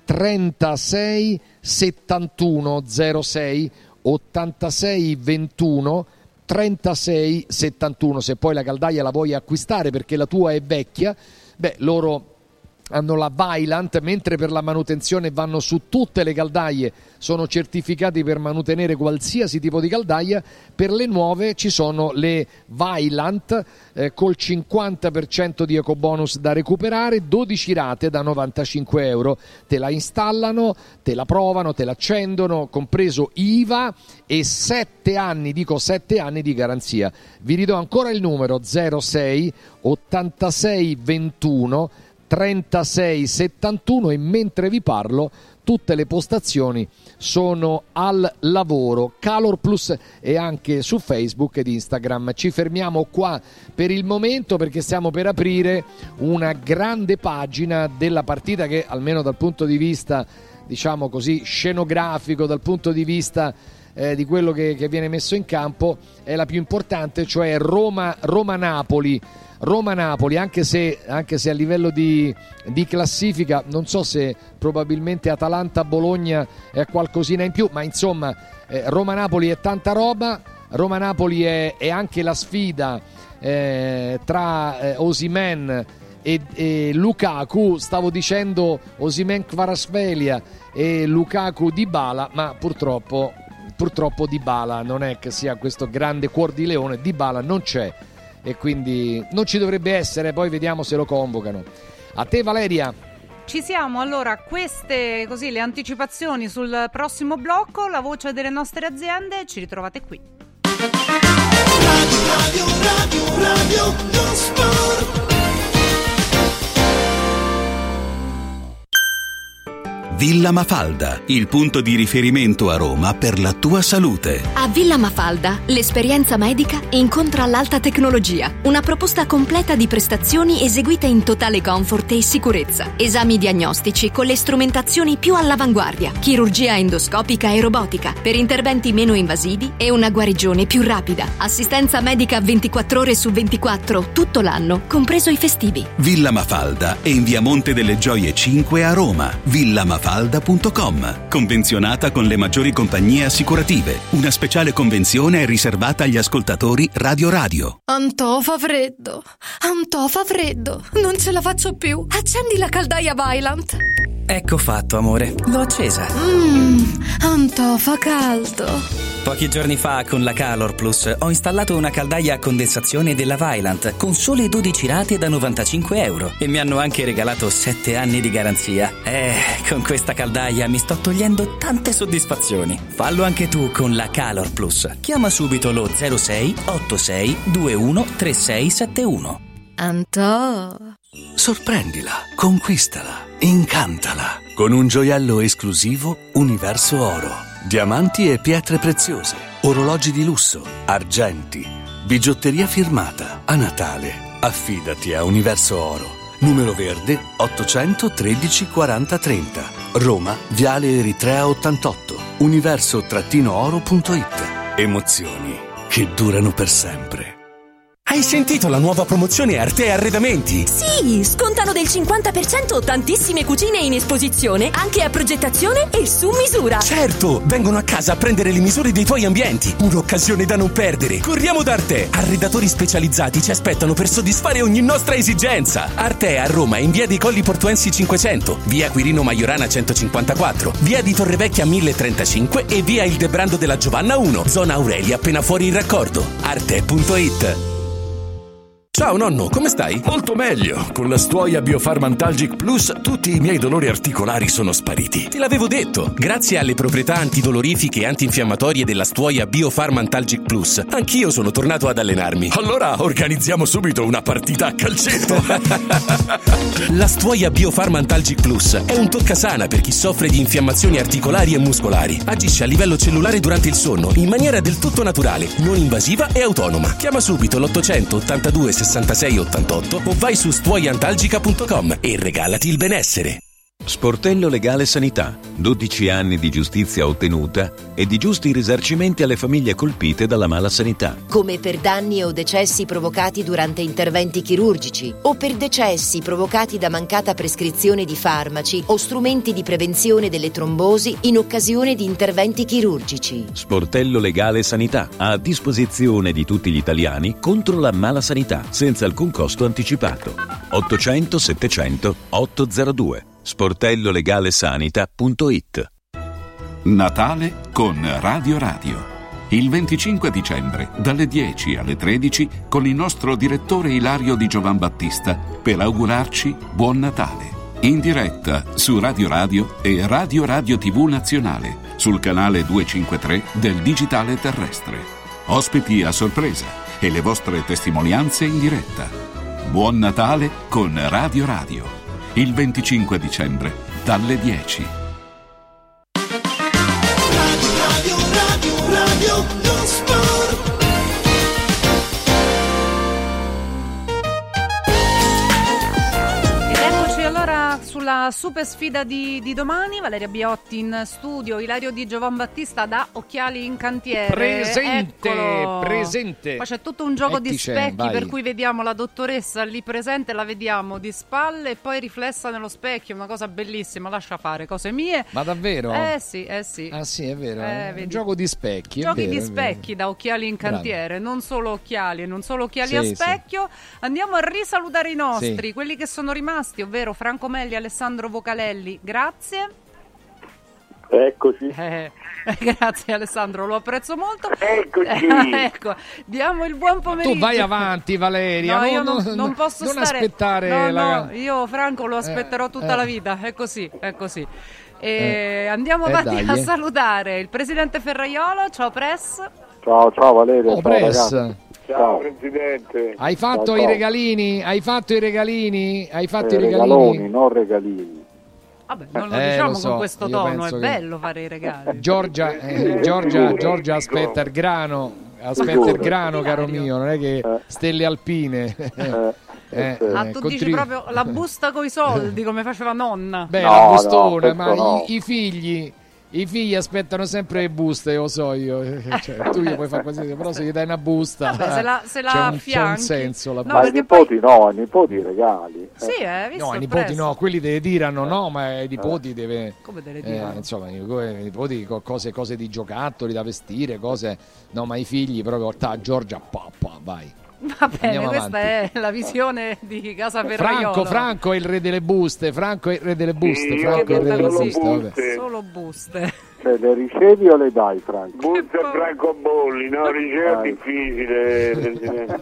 36 71, 06 86 21 36 71. Se poi la caldaia la vuoi acquistare perché la tua è vecchia, loro hanno la Vaillant, mentre per la manutenzione vanno su tutte le caldaie, sono certificati per mantenere qualsiasi tipo di caldaia. Per le nuove ci sono le Vaillant col 50% di ecobonus da recuperare, 12 rate da €95. Te la installano, te la provano, te l'accendono, compreso IVA, e 7 anni di garanzia. Vi ridò ancora il numero: 06 86 21 36 71, e mentre vi parlo tutte le postazioni sono al lavoro. Calor Plus è anche su Facebook ed Instagram. Ci fermiamo qua per il momento perché stiamo per aprire una grande pagina della partita che, almeno dal punto di vista diciamo così scenografico, dal punto di vista di quello che viene messo in campo, è la più importante, cioè Roma-Napoli. Roma-Napoli, anche se a livello di classifica non so se probabilmente Atalanta-Bologna è qualcosina in più, ma insomma Roma-Napoli è tanta roba. Roma-Napoli è anche la sfida tra Osimhen e Lukaku. Stavo dicendo Osimhen Kvaratskhelia e Lukaku Dybala, ma purtroppo Dybala non è che sia questo grande cuor di leone. Dybala non c'è e quindi non ci dovrebbe essere, poi vediamo se lo convocano. A te Valeria. Ci siamo, allora queste così le anticipazioni sul prossimo blocco, la voce delle nostre aziende, ci ritrovate qui. Radio lo Sport. Villa Mafalda, il punto di riferimento a Roma per la tua salute. A Villa Mafalda l'esperienza medica incontra l'alta tecnologia. Una proposta completa di prestazioni eseguite in totale comfort e sicurezza. Esami diagnostici con le strumentazioni più all'avanguardia. Chirurgia endoscopica e robotica per interventi meno invasivi e una guarigione più rapida. Assistenza medica 24 ore su 24 tutto l'anno, compreso i festivi. Villa Mafalda è in via Monte delle Gioie 5 a Roma. villamafalda.com. Convenzionata con le maggiori compagnie assicurative. Una speciale convenzione è riservata agli ascoltatori Radio. Antò fa freddo, non ce la faccio più. Accendi la caldaia Vaillant. Ecco fatto, amore, l'ho accesa. Antò fa caldo. Pochi giorni fa con la Calor Plus ho installato una caldaia a condensazione della Vaillant con sole 12 rate da €95 e mi hanno anche regalato 7 anni di garanzia. Con questa caldaia mi sto togliendo tante soddisfazioni. Fallo anche tu con la Calor Plus. Chiama subito lo 06 86 21 3671. Antò. Sorprendila, conquistala, incantala con un gioiello esclusivo Universo Oro. Diamanti e pietre preziose, orologi di lusso, argenti, bigiotteria firmata. A Natale affidati a Universo Oro. Numero verde 813 40 30. Roma, Viale Eritrea 88. Universo-oro.it. Emozioni che durano per sempre. Hai sentito la nuova promozione Arte Arredamenti? Sì, scontano del 50% tantissime cucine in esposizione, anche a progettazione e su misura. Certo, vengono a casa a prendere le misure dei tuoi ambienti. Un'occasione da non perdere. Corriamo da Arte. Arredatori specializzati ci aspettano per soddisfare ogni nostra esigenza. Arte a Roma in via dei Colli Portuensi 500, via Quirino Maiorana 154, via di Torrevecchia 1035 e via Ildebrando della Giovanna 1, zona Aurelia appena fuori il raccordo. Arte.it. Ciao nonno, come stai? Molto meglio. Con la Stuoia Biofarm Antalgic Plus tutti i miei dolori articolari sono spariti. Te l'avevo detto. Grazie alle proprietà antidolorifiche e antinfiammatorie della Stuoia Biofarm Antalgic Plus, anch'io sono tornato ad allenarmi. Allora organizziamo subito una partita a calcetto. La Stuoia Biofarm Antalgic Plus è un toccasana per chi soffre di infiammazioni articolari e muscolari. Agisce a livello cellulare durante il sonno in maniera del tutto naturale, non invasiva e autonoma. Chiama subito l'882 66 88 o vai su stuoiantalgica.com e regalati il benessere. Sportello Legale Sanità. 12 anni di giustizia ottenuta e di giusti risarcimenti alle famiglie colpite dalla mala sanità. Come per danni o decessi provocati durante interventi chirurgici o per decessi provocati da mancata prescrizione di farmaci o strumenti di prevenzione delle trombosi in occasione di interventi chirurgici. Sportello Legale Sanità, a disposizione di tutti gli italiani contro la mala sanità, senza alcun costo anticipato. 800 700 802. sportellolegalesanita.it. Natale con Radio Radio. Il 25 dicembre dalle 10 alle 13 con il nostro direttore Ilario Di Giovan Battista per augurarci buon Natale. In diretta su Radio Radio e Radio Radio TV Nazionale sul canale 253 del digitale terrestre. Ospiti a sorpresa e le vostre testimonianze in diretta. Buon Natale con Radio Radio. Il 25 dicembre dalle 10. Radio lo sport. Ed eccoci allora sulla super sfida di domani. Valeria Biotti in studio, Ilario Di Giovan Battista da Occhiali in Cantiere. Presente, Eccolo. presente. Poi c'è tutto un gioco di specchi, vai. per cui vediamo la dottoressa lì presente, la vediamo di spalle e poi riflessa nello specchio, una cosa bellissima, lascia fare, cose mie. Ma davvero? Sì. Ah sì, è vero. Vedi. Un gioco di specchi. Giochi è vero, di specchi da Occhiali in Cantiere, non solo occhiali Sì, a sì. specchio. Andiamo a risalutare i nostri, Sì. quelli che sono rimasti, ovvero Franco Melli, Alessandro Vocalelli, grazie. Eccoci. Grazie Alessandro, lo apprezzo molto. Eccoci. Ecco, diamo il buon pomeriggio. Tu vai avanti, Valeria. No, io non posso non stare. aspettare No, io Franco lo aspetterò tutta la vita. È così. E andiamo avanti dai, a salutare il presidente Ferraiolo. Ciao Press. Ciao Valeria. Oh, ciao, Press. ragazzi. Ciao Presidente. Hai fatto Ciao. i regalini? Hai fatto i regalini? Regaloni, non regalini. Vabbè, non lo diciamo lo so, con questo io tono, è penso che- bello fare i regali. Giorgia aspetta il grano. Caro mio, non è che stelle alpine. Tu dici proprio la busta coi soldi come faceva nonna. Beh, No, la bustona, no, ma questo no. i figli aspettano sempre le buste, lo so io. Cioè, tu gli puoi fare così, però se gli dai una busta, Vabbè, se la c'è un affianchi. senso. La No, Ma busta. ai perché nipoti regali. Sì, visto No, i il nipoti Press. no, quelli te le tirano, no, ma ai nipoti deve... Come te le tirano? insomma, i nipoti cose di giocattoli da vestire, cose... No, ma i figli proprio, Giorgia, vai. Va bene, Andiamo questa avanti. è la visione di Casa Ferraiolo. Franco è il re delle buste, Franco è il re delle buste, Sì, Franco è il re delle solo buste, vabbè. buste. Solo buste. Cioè, le ricevi o le dai, Franco? Busta e francobolli, no? Riceve difficile, Presidente.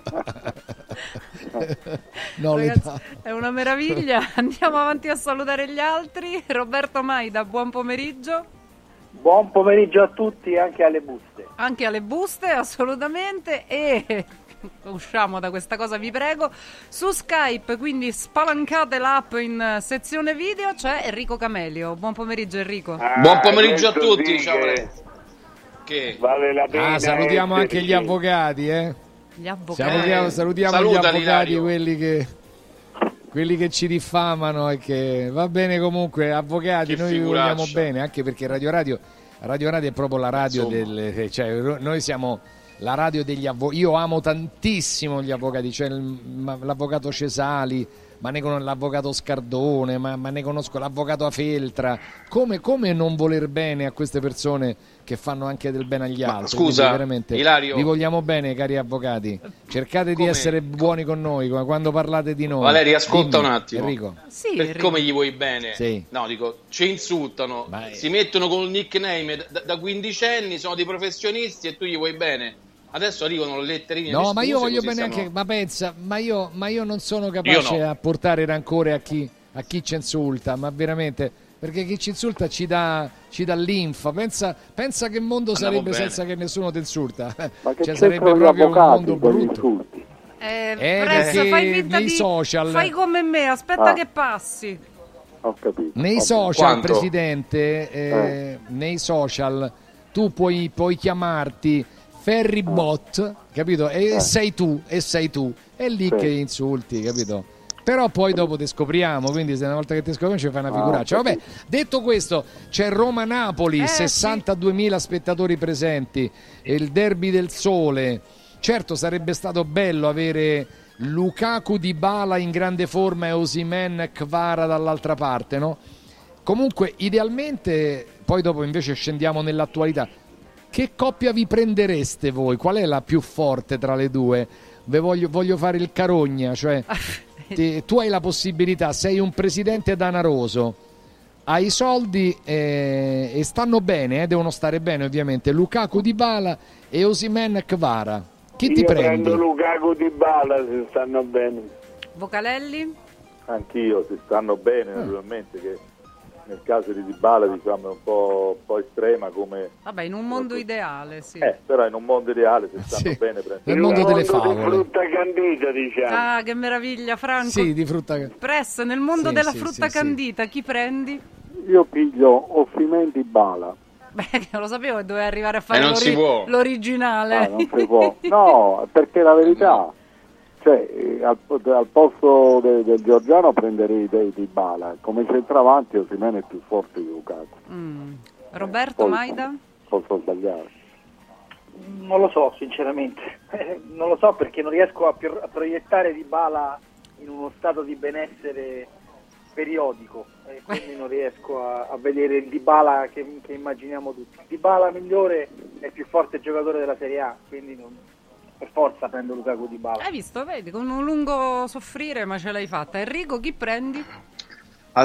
No, le Ragazzi, è una meraviglia. Andiamo avanti a salutare gli altri. Roberto Maida, buon pomeriggio. Buon pomeriggio a tutti e anche alle buste. Anche alle buste, assolutamente. E usciamo da questa cosa, vi prego. Su Skype, quindi spalancate l'app in sezione video, c'è Enrico Camelio. Buon pomeriggio Enrico. Buon pomeriggio a tutti, sì ciao. che vale la pena. Salutiamo anche gli avvocati, Gli avvocati. Salutiamo gli Salutali, avvocati, Ilario. quelli che ci diffamano e che va bene comunque, avvocati, Che noi vi figuraccia. vogliamo bene, anche perché Radio Radio è proprio la radio Insomma. cioè noi siamo la radio degli avvocati. Io amo tantissimo gli avvocati, c'è l'avvocato Cesali, ma ne conosco l'avvocato Scardone, ma ne conosco l'avvocato Afeltra. Come non voler bene a queste persone che fanno anche del bene agli altri? Scusa, veramente, Ilario, vi vogliamo bene, cari avvocati. Cercate di essere buoni con noi quando parlate di noi. Valeria, ascolta un attimo. Enrico. Sì, Enrico. Come gli vuoi bene? Sì. No, dico, ci insultano, si mettono con il nickname da quindicenni, sono dei professionisti e tu gli vuoi bene. Adesso arrivano le letterine. No, ma io voglio bene anche. Ma pensa, ma io non sono capace a portare rancore a chi ci insulta, ma veramente, perché chi ci insulta ci dà linfa. Pensa che mondo sarebbe bene senza che nessuno ti insulta. Ma che sarebbe proprio un mondo brutto. Insulti? Presso, fai finta nei di social. Fai come me, aspetta che passi. Ho capito. Nei social, Presidente, nei social tu puoi chiamarti Ferribot, capito? E sei tu, è lì che insulti, capito? Però poi dopo ti scopriamo, quindi se una volta che ti scopriamo ci fai una figuraccia. Vabbè, detto questo, c'è Roma-Napoli, 62.000 spettatori presenti, il derby del sole. Certo, sarebbe stato bello avere Lukaku, Dybala in grande forma e Osimhen, Kvara dall'altra parte, no? Comunque, idealmente, poi dopo invece scendiamo nell'attualità. Che coppia vi prendereste voi? Qual è la più forte tra le due? Voglio fare il carogna, cioè tu hai la possibilità, sei un presidente danaroso, hai i soldi e stanno bene, devono stare bene ovviamente, Lukaku, Dybala e Osimhen, Kvara. Chi ti prendi? Prendo Lukaku, Dybala se stanno bene. Vocalelli? Anch'io, se stanno bene naturalmente, che nel caso di Dybala diciamo è un po' estrema come... Vabbè, in un mondo ideale, sì. Però in un mondo ideale se stanno bene prende. Nel mondo delle favole. Di frutta candita, diciamo. Ah, che meraviglia, Franco. Sì, di frutta Presso, nel mondo della frutta candita, chi prendi? Io piglio Osimhen, Dybala. Beh, lo sapevo che doveva arrivare a fare l'originale. Non si può. No, perché la verità... Cioè, al posto del Giorgiano prenderei Dybala. Come centravanti Osimhen è più forte di Lukaku. Roberto Maida? Posso sbagliare? Non lo so, sinceramente. Non lo so perché non riesco a proiettare Dybala in uno stato di benessere periodico. Quindi non riesco a vedere il Dybala che immaginiamo tutti. Dybala migliore è il più forte giocatore della Serie A, quindi per forza prendo Lukaku, Dybala. Hai visto, vedi, con un lungo soffrire ma ce l'hai fatta. Enrico, chi prendi? Al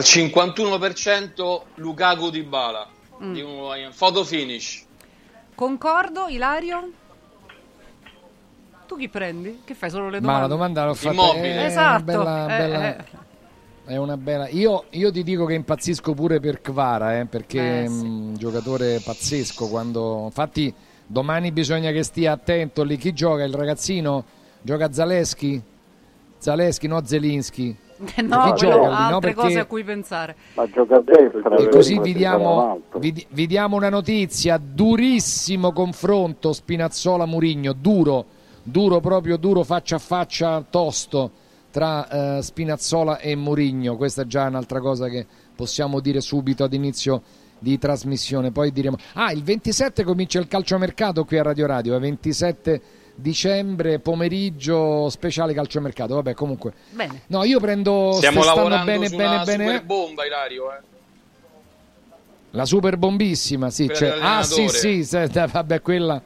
51% Lukaku, Dybala. Di un photo finish. Concordo. Ilario? Tu chi prendi? Che fai, solo le domande? Ma la domanda l'ho fatta. Immobile. Esatto. È una bella. Io ti dico che impazzisco pure per Kvara, perché è un giocatore pazzesco. Infatti domani bisogna che stia attento lì. Chi gioca? Il ragazzino? Gioca Zalewski, no Zelinski. No, chi gioca lì? Altre Perché... cose a cui pensare. Ma gioca a destra. E così vi diamo una notizia: durissimo confronto Spinazzola-Mourinho, duro, proprio duro, faccia a faccia, tosto tra Spinazzola e Mourinho. Questa è già un'altra cosa che possiamo dire subito ad inizio di trasmissione. Poi diremo il 27 comincia il calciomercato qui a Radio Radio, 27 dicembre pomeriggio speciale calciomercato. Vabbè, comunque bene. No, io prendo, stiamo lavorando bene su bene una bene super bomba, Ilario, la super bombissima, sì, sì, vabbè, quella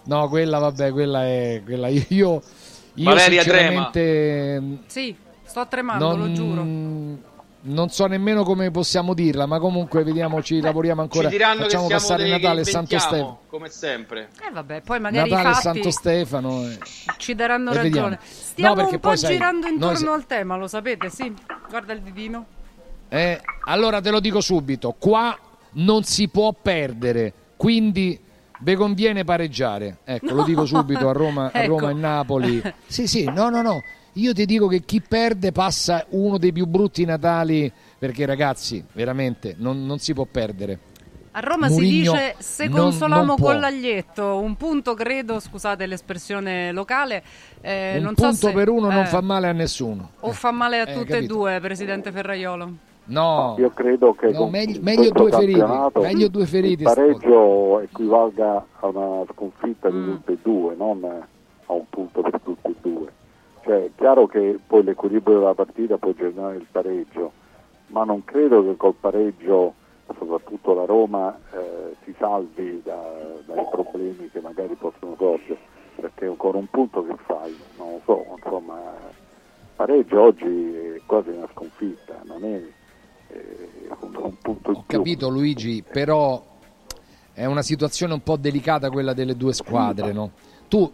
è io Valeria sinceramente trema. Sì, sto tremando, lo giuro. Non so nemmeno come possiamo dirla, ma comunque vediamoci, lavoriamo ancora. Ci diranno facciamo che passare Natale e Santo Stefano, come sempre. Vabbè, poi magari Natale e fatti Santo Stefano ci daranno ragione. Vediamo. Stiamo perché un po' poi, girando intorno al tema, lo sapete? Sì, guarda il ditino. Allora te lo dico subito, qua non si può perdere, quindi vi conviene pareggiare. Ecco, lo dico subito a Roma e Napoli. Sì, no. Io ti dico che chi perde passa uno dei più brutti Natali, perché ragazzi, veramente non si può perdere. A Roma Mourinho si dice se consolamo con l'aglietto, un punto credo, scusate l'espressione locale, un non punto so se, per uno non fa male a nessuno. O fa male a tutte capito. e due, presidente Ferraiolo? No, io credo che meglio due feriti. Il pareggio equivalga a una sconfitta di tutti e due, non a un punto per tutti e due. Cioè, è chiaro che poi l'equilibrio della partita può generare il pareggio, ma non credo che col pareggio soprattutto la Roma si salvi dai problemi che magari possono sorgere, perché con un punto che fai? Non lo so, insomma, pareggio oggi è quasi una sconfitta, non è un punto in Ho più. capito Luigi, però è una situazione un po' delicata quella delle due squadre, no? Tu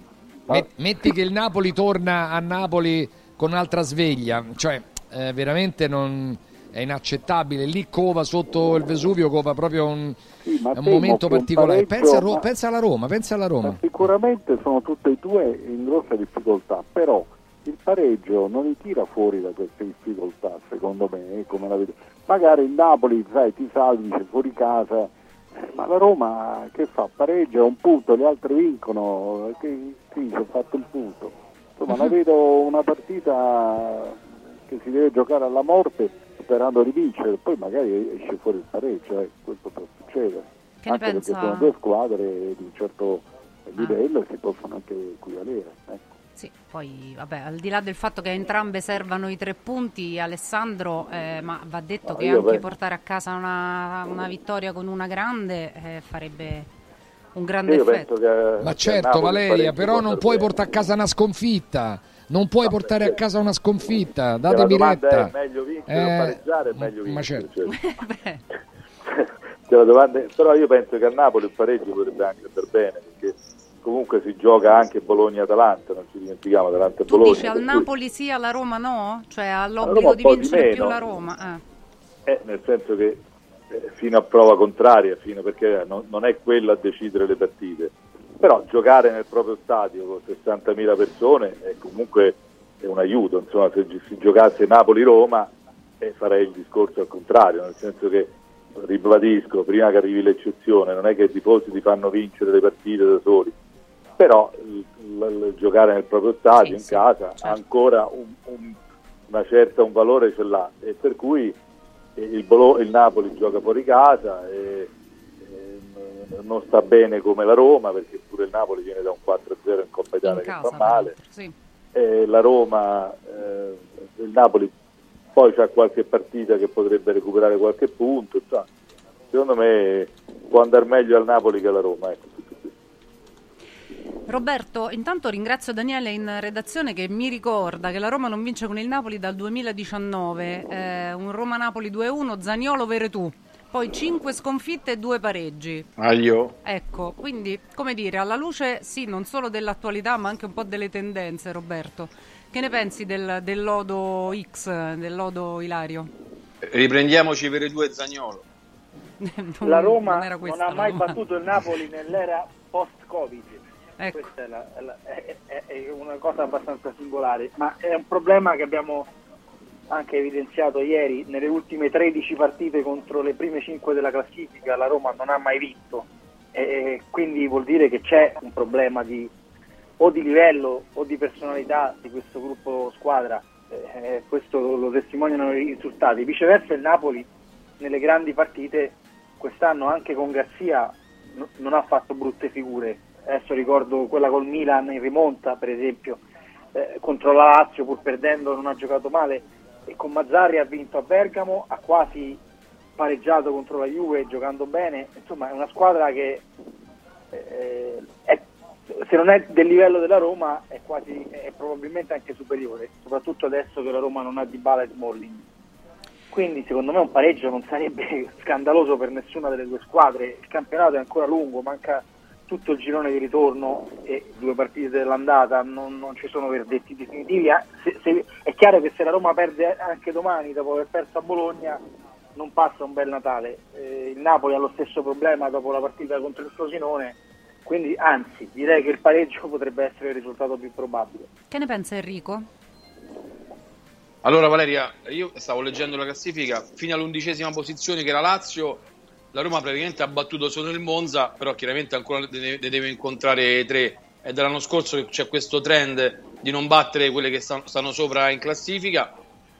metti che il Napoli torna a Napoli con un'altra sveglia, cioè veramente non è inaccettabile, lì cova sotto il Vesuvio, cova proprio un momento particolare. Pensa alla Roma. Ma sicuramente sono tutte e due in grossa difficoltà, però il pareggio non li tira fuori da queste difficoltà, secondo me, come la vedo. Magari il Napoli, sai, ti salvi, sei fuori casa, ma la Roma che fa? Pareggia un punto, gli altri vincono, sì, si è fatto il punto. Insomma, la vedo una partita che si deve giocare alla morte sperando di vincere, poi magari esce fuori il pareggio, questo può succedere. Che anche ne perché pensa? sono due squadre di un certo livello e si possono anche equivalere. Sì, poi vabbè, al di là del fatto che entrambe servano i 3 punti, Alessandro, ma va detto che anche portare a casa una vittoria con una grande farebbe un grande effetto. Ma certo Valeria, però non puoi portare a casa una sconfitta, non puoi portare a casa una sconfitta, datemi retta. È meglio vincere o pareggiare, è meglio vincere. Ma certo. La domanda è, però io penso che a Napoli il pareggio potrebbe anche andare bene, perché comunque si gioca anche Bologna-Atalanta, non ci dimentichiamo, Atalanta e Tu Bologna. dici al Napoli sì, alla Roma no? Cioè ha Roma l'obbligo un di po' vincere di più meno. la Roma. Nel senso che fino a prova contraria, perché non è quello a decidere le partite, però giocare nel proprio stadio con 60.000 persone è comunque un aiuto. Insomma, se si giocasse Napoli-Roma farei il discorso al contrario, nel senso che, ribadisco, prima che arrivi l'eccezione, non è che i tifosi ti fanno vincere le partite da soli, però giocare nel proprio stadio, in casa, certo, ancora un valore ce l'ha, e per cui il Napoli gioca fuori casa e non sta bene come la Roma, perché pure il Napoli viene da un 4-0 in Coppa Italia che fa male, sì. La Roma, il Napoli poi c'ha qualche partita che potrebbe recuperare qualche punto, insomma, secondo me può andare meglio al Napoli che alla Roma, ecco. Roberto, intanto ringrazio Daniele in redazione che mi ricorda che la Roma non vince con il Napoli dal 2019, un Roma-Napoli 2-1, Zaniolo Veretù, poi 5 sconfitte e 2 pareggi. Ecco, quindi come dire, alla luce sì, non solo dell'attualità ma anche un po' delle tendenze, Roberto. Che ne pensi del lodo X, del lodo Ilario? Riprendiamoci Veretù e Zaniolo. La Roma non ha mai battuto il Napoli nell'era post-Covid. Ecco. Questa è una cosa abbastanza singolare, ma è un problema che abbiamo anche evidenziato ieri. Nelle ultime 13 partite contro le prime 5 della classifica la Roma non ha mai vinto, e quindi vuol dire che c'è un problema o di livello o di personalità di questo gruppo squadra, questo lo testimoniano i risultati. Viceversa il Napoli nelle grandi partite quest'anno anche con Garzia non ha fatto brutte figure. Adesso ricordo quella col Milan in rimonta, per esempio, contro la Lazio pur perdendo non ha giocato male, e con Mazzarri ha vinto a Bergamo, ha quasi pareggiato contro la Juve giocando bene. Insomma è una squadra che se non è del livello della Roma è probabilmente anche superiore, soprattutto adesso che la Roma non ha Dybala e Smalling. Quindi secondo me un pareggio non sarebbe scandaloso per nessuna delle due squadre. Il campionato è ancora lungo, manca tutto il girone di ritorno e 2 partite dell'andata, non ci sono verdetti definitivi. È chiaro che se la Roma perde anche domani dopo aver perso a Bologna non passa un bel Natale. Il Napoli ha lo stesso problema dopo la partita contro il Frosinone, quindi anzi direi che il pareggio potrebbe essere il risultato più probabile. Che ne pensa Enrico? Allora Valeria, io stavo leggendo la classifica, fino all'11ª posizione che era Lazio, la Roma praticamente ha battuto solo il Monza, però chiaramente ancora ne deve incontrare 3. È dall'anno scorso che c'è questo trend di non battere quelle che stanno sopra in classifica.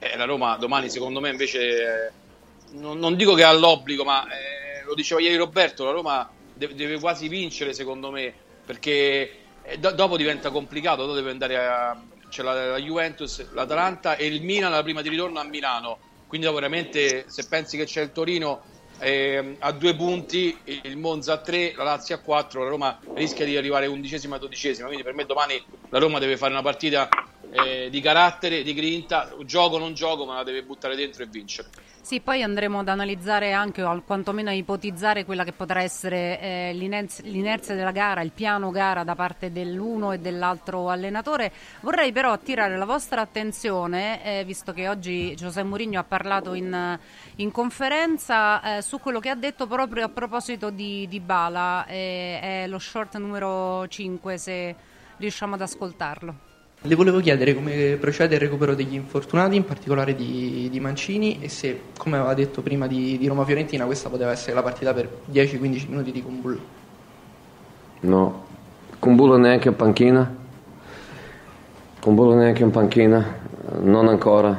La Roma domani secondo me invece non dico che ha l'obbligo, ma lo diceva ieri Roberto, la Roma deve quasi vincere secondo me, perché dopo diventa complicato, dopo deve andare c'è la Juventus, l'Atalanta e il Milan la prima di ritorno a Milano, quindi dopo veramente se pensi che c'è il Torino a 2 punti, il Monza a 3, la Lazio a 4, la Roma rischia di arrivare 11ª, 12ª, quindi per me domani la Roma deve fare una partita di carattere, di grinta, gioco non gioco, ma la deve buttare dentro e vincere. Sì, poi andremo ad analizzare anche, o quantomeno a ipotizzare quella che potrà essere l'inerzia della gara, il piano gara da parte dell'uno e dell'altro allenatore. Vorrei però attirare la vostra attenzione, visto che oggi José Mourinho ha parlato in conferenza, su quello che ha detto proprio a proposito di Dybala, è lo short numero 5, se riusciamo ad ascoltarlo. Le volevo chiedere come procede il recupero degli infortunati, in particolare di Mancini, e se, come aveva detto prima di Roma-Fiorentina, questa poteva essere la partita per 10-15 minuti di Kumbulla. No, Kumbulla neanche in panchina, non ancora.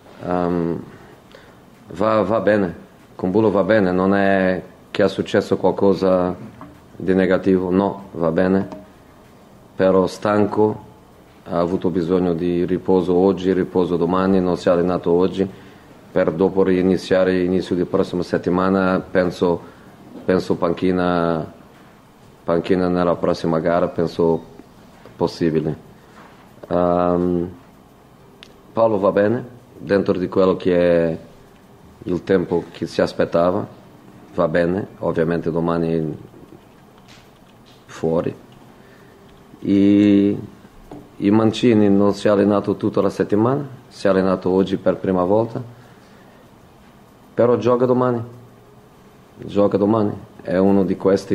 Va bene, Kumbulla va bene, non è che è successo qualcosa di negativo, no, va bene, però stanco. Ha avuto bisogno di riposo oggi, riposo domani, non si è allenato oggi, per dopo riniziare inizio di prossima settimana penso panchina nella prossima gara, penso possibile. Paolo va bene, dentro di quello che è il tempo che si aspettava, va bene, ovviamente domani fuori. I Mancini non si è allenato tutta la settimana, si è allenato oggi per prima volta, però gioca domani, è uno di questi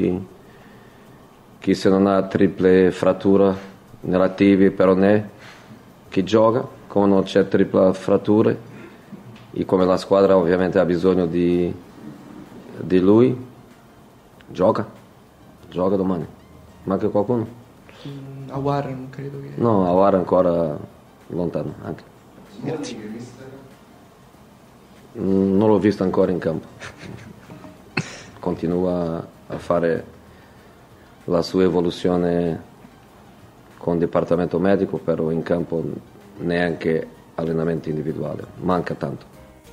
che se non ha triple fratture relativi però ne che gioca, come non c'è tripla fratture e come la squadra ovviamente ha bisogno di lui, gioca domani. Manca qualcuno? Aouar non credo che... No, Aouar ancora lontano anche. Grazie. Non l'ho visto ancora in campo. Continua a fare la sua evoluzione con il dipartimento medico, però in campo neanche allenamento individuale. Manca tanto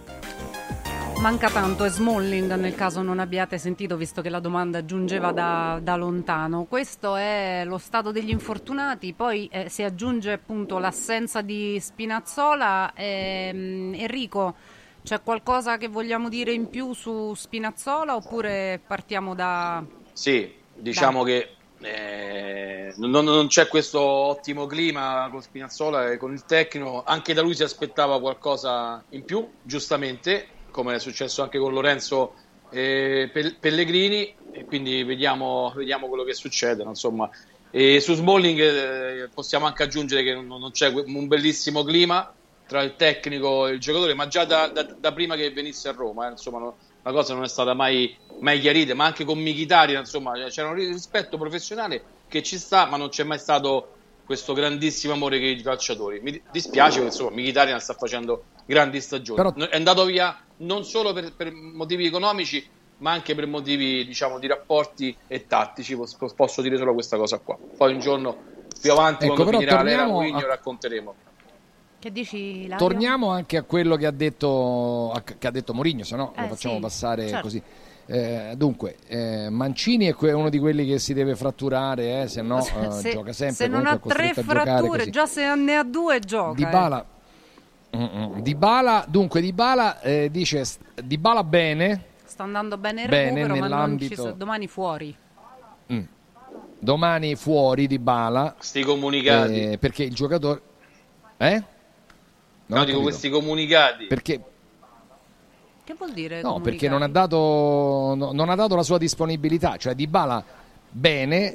e Smalling, nel caso non abbiate sentito, visto che la domanda giungeva da lontano. Questo è lo stato degli infortunati, poi si aggiunge appunto l'assenza di Spinazzola. Enrico, c'è qualcosa che vogliamo dire in più su Spinazzola oppure partiamo da... Sì, diciamo che non c'è questo ottimo clima con Spinazzola e con il tecnico, anche da lui si aspettava qualcosa in più, giustamente, come è successo anche con Lorenzo Pellegrini, e quindi vediamo quello che succede, insomma. E su Smalling possiamo anche aggiungere che non c'è un bellissimo clima tra il tecnico e il giocatore, ma già da prima che venisse a Roma, insomma, la cosa non è stata mai chiarita, ma anche con Mkhitaryan, insomma, c'era un rispetto professionale che ci sta, ma non c'è mai stato questo grandissimo amore che i calciatori. Mi dispiace perché insomma Mkhitaryan sta facendo grandi stagioni, però è andato via non solo per motivi economici, ma anche per motivi, diciamo, di rapporti e tattici. Posso dire solo questa cosa qua. Poi un giorno più avanti, quando finirà l'era Mourinho, racconteremo. Che dici, Lario? Torniamo anche a quello che ha detto Mourinho, se no lo facciamo passare certo. Così. Dunque, Mancini è uno di quelli che si deve fratturare, se no gioca sempre. Se non ha 3 fratture, già se ne ha 2 gioca. Dybala dice Dybala bene. Sta andando bene il recupero, nell'ambito... ma domani fuori. Domani fuori Dybala. Sti comunicati. Perché il giocatore... No, dico questi comunicati. Perché... Che vuol dire? No, perché non ha dato la sua disponibilità, cioè Dybala bene,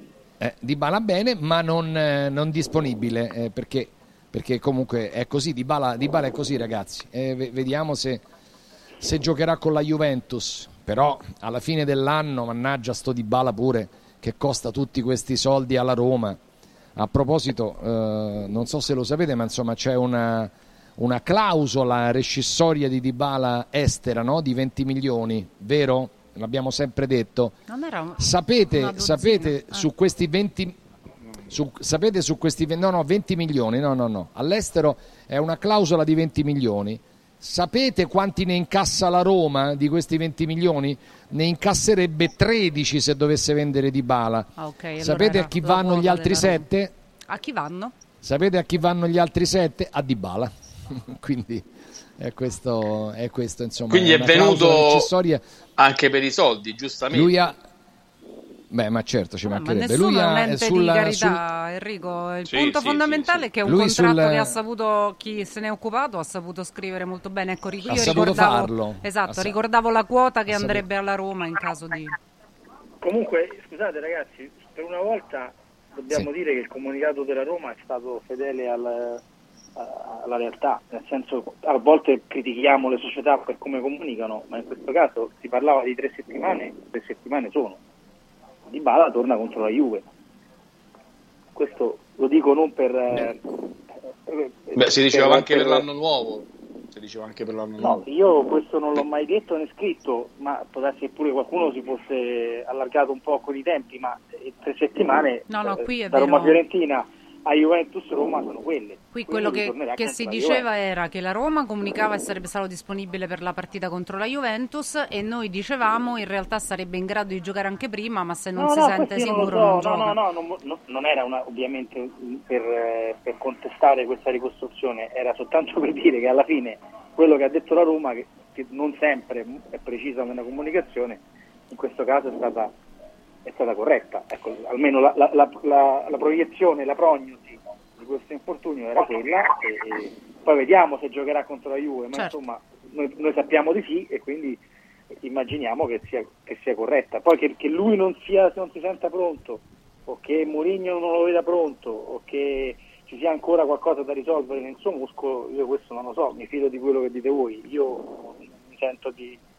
ma non disponibile, perché comunque è così, Dybala è così, ragazzi. Vediamo se giocherà con la Juventus, però alla fine dell'anno, mannaggia sto Dybala pure, che costa tutti questi soldi alla Roma. A proposito, non so se lo sapete, ma insomma c'è una una clausola rescissoria di Dybala estera, no? Di 20 milioni, vero? L'abbiamo sempre detto. Non era sapete su questi 20 su questi 20 milioni, no, all'estero è una clausola di 20 milioni. Sapete quanti ne incassa la Roma di questi 20 milioni? Ne incasserebbe 13 se dovesse vendere Dybala. Okay, sapete allora a chi vanno gli altri 7? A chi vanno? Sapete a chi vanno gli altri 7? A Dybala. Quindi è questo insomma. Quindi è venuto anche per i soldi, giustamente. Beh, ma certo, ci mancherebbe. Ma nessuno lui è un ente di carità, Enrico. Il punto fondamentale è che è un contratto che ha saputo, chi se ne è occupato ha saputo scrivere molto bene. Ecco, io ricordavo, ricordavo la quota che andrebbe alla Roma in caso di... Comunque, scusate ragazzi, per una volta dobbiamo dire che il comunicato della Roma è stato fedele alla realtà, nel senso, a volte critichiamo le società per come comunicano, ma in questo caso si parlava di 3 settimane, 3 settimane sono. Dybala torna contro la Juve. Questo lo dico non per... si diceva anche per l'anno nuovo. No, io questo non l'ho mai detto né scritto, ma può darsi che pure qualcuno si fosse allargato un po' con i tempi, ma 3 settimane qui è da vero. Roma-Fiorentina a Juventus-Roma sono quelle. Qui quello che si diceva era che la Roma comunicava e sarebbe stato disponibile per la partita contro la Juventus, e noi dicevamo in realtà sarebbe in grado di giocare anche prima, ma se non si sente sicuro non gioca. Non era ovviamente per contestare questa ricostruzione, era soltanto per dire che alla fine quello che ha detto la Roma, che non sempre è precisa nella comunicazione, in questo caso è stata corretta. Ecco, almeno la proiezione, la prognosi di questo infortunio era quella, e poi vediamo se giocherà contro la Juve, ma insomma noi sappiamo di sì, e quindi immaginiamo che sia corretta. Poi che lui non si senta pronto, o che Mourinho non lo veda pronto, o che ci sia ancora qualcosa da risolvere nel suo muscolo, io questo non lo so, mi fido di quello che dite voi. Io mi sento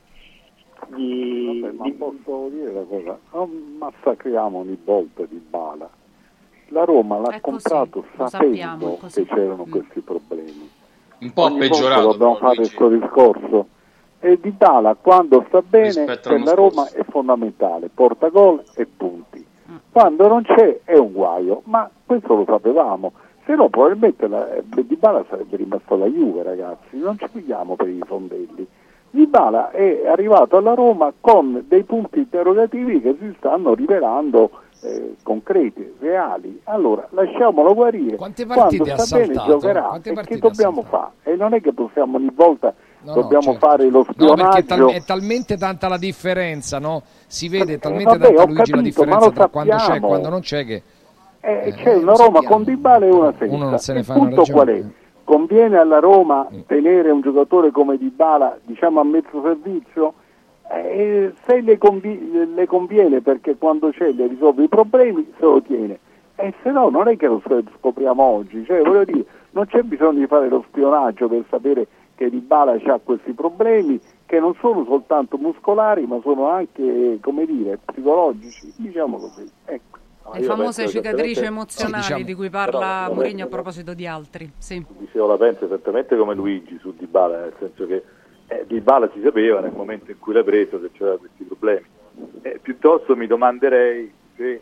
ma posso dire una cosa, non massacriamo ogni volta Dybala. La Roma l'ha comprato sapendo che c'erano questi problemi. Un po' ogni peggiorato. Dobbiamo fare questo discorso. E Dybala quando sta bene per la Roma è fondamentale, porta gol e punti. Quando non c'è è un guaio, ma questo lo sapevamo. Se no probabilmente Dybala sarebbe rimasto alla Juve, ragazzi. Non ci pigliamo per i fondelli. Dybala è arrivato alla Roma con dei punti interrogativi che si stanno rivelando concreti, reali. Allora lasciamolo guarire. Quante partite quando sta bene giocherà. E che dobbiamo fare? E non è che possiamo ogni volta fare lo spionaggio. No, perché è talmente tanta la differenza, no? Si vede talmente tanta, Luigi, la differenza tra quando c'è e quando non c'è, che c'è una Roma con Dybala e una senza. Uno non se ne Il fa una punto ragione. qual è? Conviene alla Roma tenere un giocatore come Dybala, diciamo, a mezzo servizio? Se le conviene, perché quando c'è le risolve i problemi, se lo tiene. E se no non è che lo scopriamo oggi, cioè voglio dire, non c'è bisogno di fare lo spionaggio per sapere che Dybala ha questi problemi, che non sono soltanto muscolari, ma sono anche, come dire, psicologici, diciamo così. Ecco. Le famose cicatrici emozionali di cui parla Mourinho a proposito di altri. Sì. Dicevo, la penso esattamente come Luigi su Dybala, nel senso che Dybala si sapeva nel momento in cui l'ha preso che c'era questi problemi. Piuttosto mi domanderei se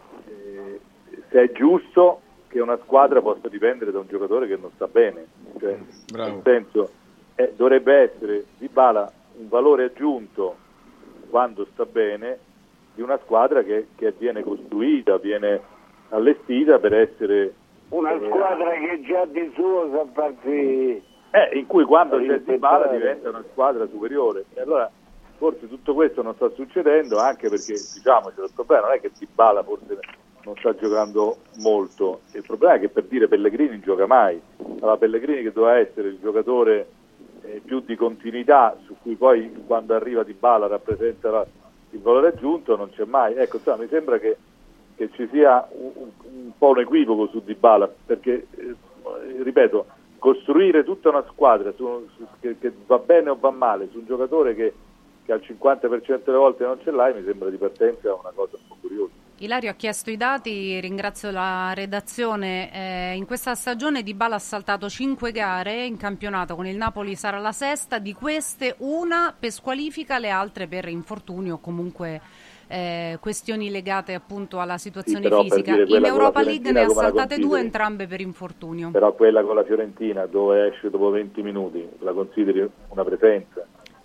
è giusto che una squadra possa dipendere da un giocatore che non sta bene, cioè, nel senso dovrebbe essere Dybala un valore aggiunto quando sta bene di una squadra che viene costruita, viene allestita per essere una squadra che già di suo sa farsi in cui quando c'è Dybala diventa una squadra superiore. E allora forse tutto questo non sta succedendo, anche perché, diciamoci, il problema non è che Dybala forse non sta giocando molto, il problema è che, per dire, Pellegrini non gioca mai. Allora Pellegrini, che doveva essere il giocatore più di continuità, su cui poi quando arriva Dybala rappresenta il valore aggiunto, non c'è mai. Ecco, insomma, mi sembra che ci sia un po' un equivoco su Dybala, perché ripeto, costruire tutta una squadra che va bene o va male su un giocatore che al 50% delle volte non ce l'hai, mi sembra di partenza una cosa un po' curiosa. Ilario ha chiesto i dati, ringrazio la redazione. In questa stagione Dybala ha saltato 5 gare in campionato, con il Napoli sarà la sesta, di queste una per squalifica, le altre per infortunio o comunque questioni legate appunto alla situazione fisica. In Europa League ne ha saltate 2, entrambe per infortunio. Però quella con la Fiorentina, dove esce dopo 20 minuti, la consideri una presenza?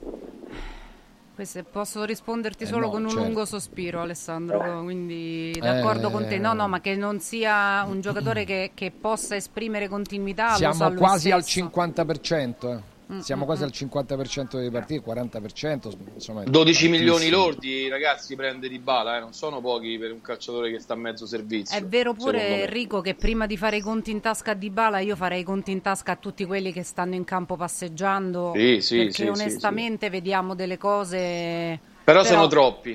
Posso risponderti solo con un lungo sospiro, Alessandro, quindi d'accordo con te. No, ma che non sia un giocatore che possa esprimere continuità. Siamo lo quasi al stesso. 50%. Siamo quasi al 50% delle partite, 40%. Insomma, 12 milioni lordi, ragazzi, prende Dybala, non sono pochi per un calciatore che sta a mezzo servizio. È vero pure, Enrico, che prima di fare i conti in tasca a Dybala io farei i conti in tasca a tutti quelli che stanno in campo passeggiando, perché onestamente vediamo delle cose... Però sono troppi.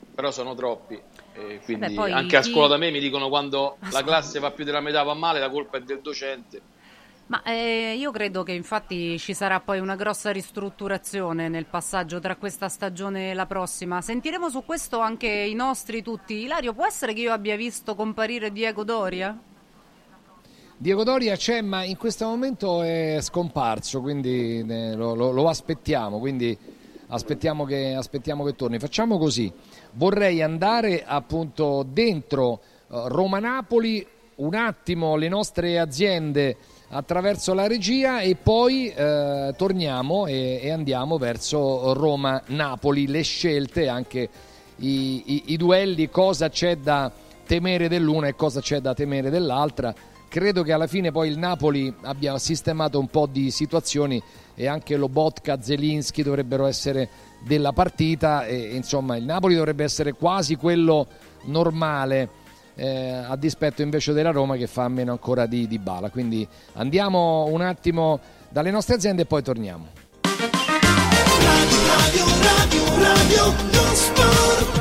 Quindi poi anche a scuola da me mi dicono, quando la classe va più della metà va male, la colpa è del docente. Ma io credo che infatti ci sarà poi una grossa ristrutturazione nel passaggio tra questa stagione e la prossima. Sentiremo su questo anche i nostri tutti. Ilario, può essere che io abbia visto comparire Diego Doria? Diego Doria c'è, ma in questo momento è scomparso, quindi lo aspettiamo, quindi aspettiamo che torni. Facciamo così, vorrei andare appunto dentro Roma-Napoli, un attimo le nostre aziende attraverso la regia, e poi torniamo e andiamo verso Roma-Napoli, le scelte, anche i duelli, cosa c'è da temere dell'una e cosa c'è da temere dell'altra. Credo che alla fine poi il Napoli abbia sistemato un po' di situazioni, e anche Lobotka, Zelinski dovrebbero essere della partita, e insomma il Napoli dovrebbe essere quasi quello normale, a dispetto invece della Roma che fa meno ancora di Dybala. Quindi andiamo un attimo dalle nostre aziende e poi torniamo. Radio lo sport.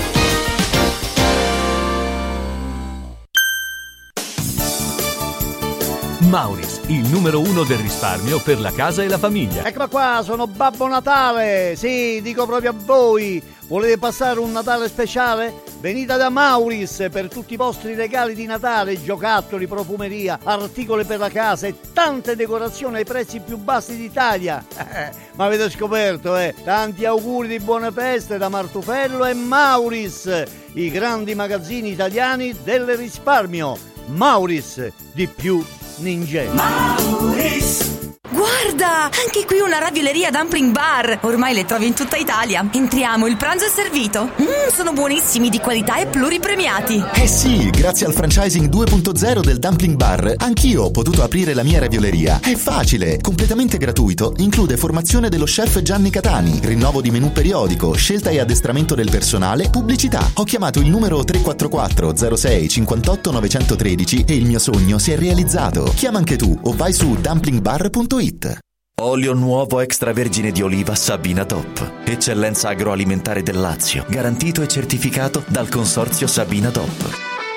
Mauris, il numero 1 del risparmio per la casa e la famiglia. Eccola qua, sono Babbo Natale. Sì, dico proprio a voi. Volete passare un Natale speciale? Venite da Mauris per tutti i vostri regali di Natale, giocattoli, profumeria, articoli per la casa e tante decorazioni ai prezzi più bassi d'Italia. Ma avete scoperto, Tanti auguri di buone feste da Martufello e Mauris, i grandi magazzini italiani del risparmio. Mauris, di più ninja. Mauris! Guarda, anche qui una ravioleria Dumpling Bar. Ormai le trovi in tutta Italia. Entriamo, il pranzo è servito. Sono buonissimi, di qualità e pluripremiati. Eh sì, grazie al franchising 2.0 del Dumpling Bar, anch'io ho potuto aprire la mia ravioleria. È facile, completamente gratuito, include formazione dello chef Gianni Catani, rinnovo di menù periodico, scelta e addestramento del personale, pubblicità. Ho chiamato il numero 344 06 58 913 e il mio sogno si è realizzato. Chiama anche tu o vai su dumplingbar.it. Olio nuovo extravergine di oliva Sabina DOP. Eccellenza agroalimentare del Lazio. Garantito e certificato dal consorzio Sabina DOP.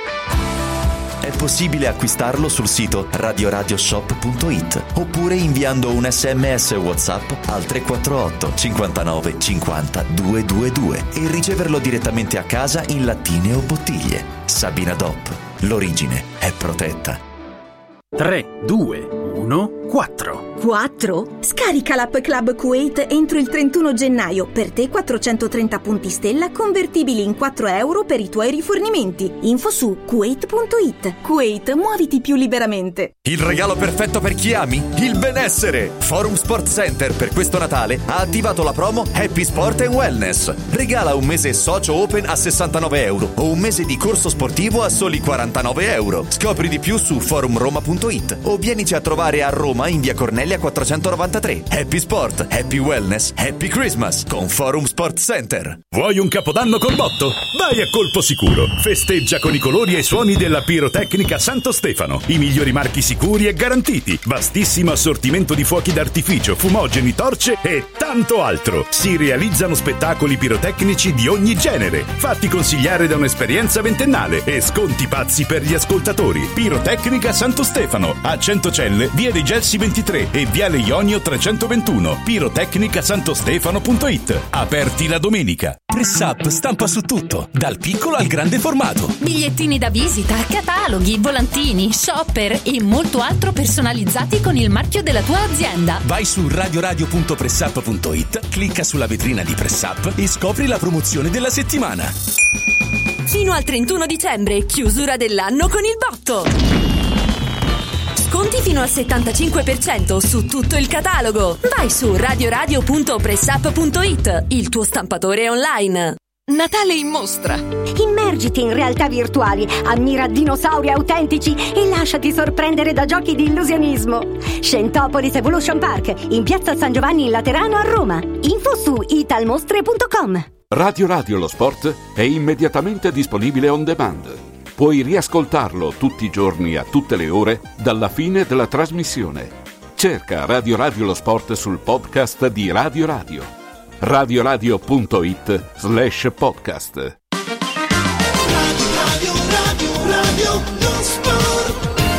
È possibile acquistarlo sul sito radioradioshop.it oppure inviando un SMS WhatsApp al 348 59 50 222 e riceverlo direttamente a casa in lattine o bottiglie. Sabina DOP. L'origine è protetta. 3, 2, 1, 4. 4? Scarica l'app Club Kuwait entro il 31 gennaio. Per te 430 punti stella convertibili in 4 euro per i tuoi rifornimenti. Info su kuwait.it. Kuwait, muoviti più liberamente. Il regalo perfetto per chi ami? Il benessere! Forum Sport Center per questo Natale ha attivato la promo Happy Sport and Wellness. Regala un mese socio open a 69 euro o un mese di corso sportivo a soli 49 euro. Scopri di più su forumroma.it o vienici a trovare a Roma in via Cornelia 493. Happy Sport, Happy Wellness, Happy Christmas con Forum Sport Center. Vuoi un capodanno col botto? Vai a Colpo Sicuro. Festeggia con i colori e i suoni della pirotecnica Santo Stefano. I migliori marchi sicuri e garantiti. Vastissimo assortimento di fuochi d'artificio, fumogeni, torce e tanto altro. Si realizzano spettacoli pirotecnici di ogni genere. Fatti consigliare da un'esperienza ventennale e sconti pazzi per gli ascoltatori. Pirotecnica Santo Stefano a Centocelle, via dei Gelsi 23 e e Viale Ionio 321, pirotecnicasantostefano.it. Aperti la domenica. Press Up stampa su tutto, dal piccolo al grande formato. Bigliettini da visita, cataloghi, volantini, shopper e molto altro personalizzati con il marchio della tua azienda. Vai su radioradio.pressup.it, clicca sulla vetrina di Press Up e scopri la promozione della settimana. Fino al 31 dicembre, chiusura dell'anno con il botto. Sconti fino al 75% su tutto il catalogo. Vai su radioradio.pressup.it, il tuo stampatore online. Natale in mostra. Immergiti in realtà virtuali, ammira dinosauri autentici e lasciati sorprendere da giochi di illusionismo. Scientopolis Evolution Park, in piazza San Giovanni in Laterano a Roma. Info su italmostre.com. Radio Radio lo sport è immediatamente disponibile on demand. Puoi riascoltarlo tutti i giorni a tutte le ore dalla fine della trasmissione. Cerca Radio Radio lo sport sul podcast di Radio Radio. radioradio.it/podcast. Radio lo sport.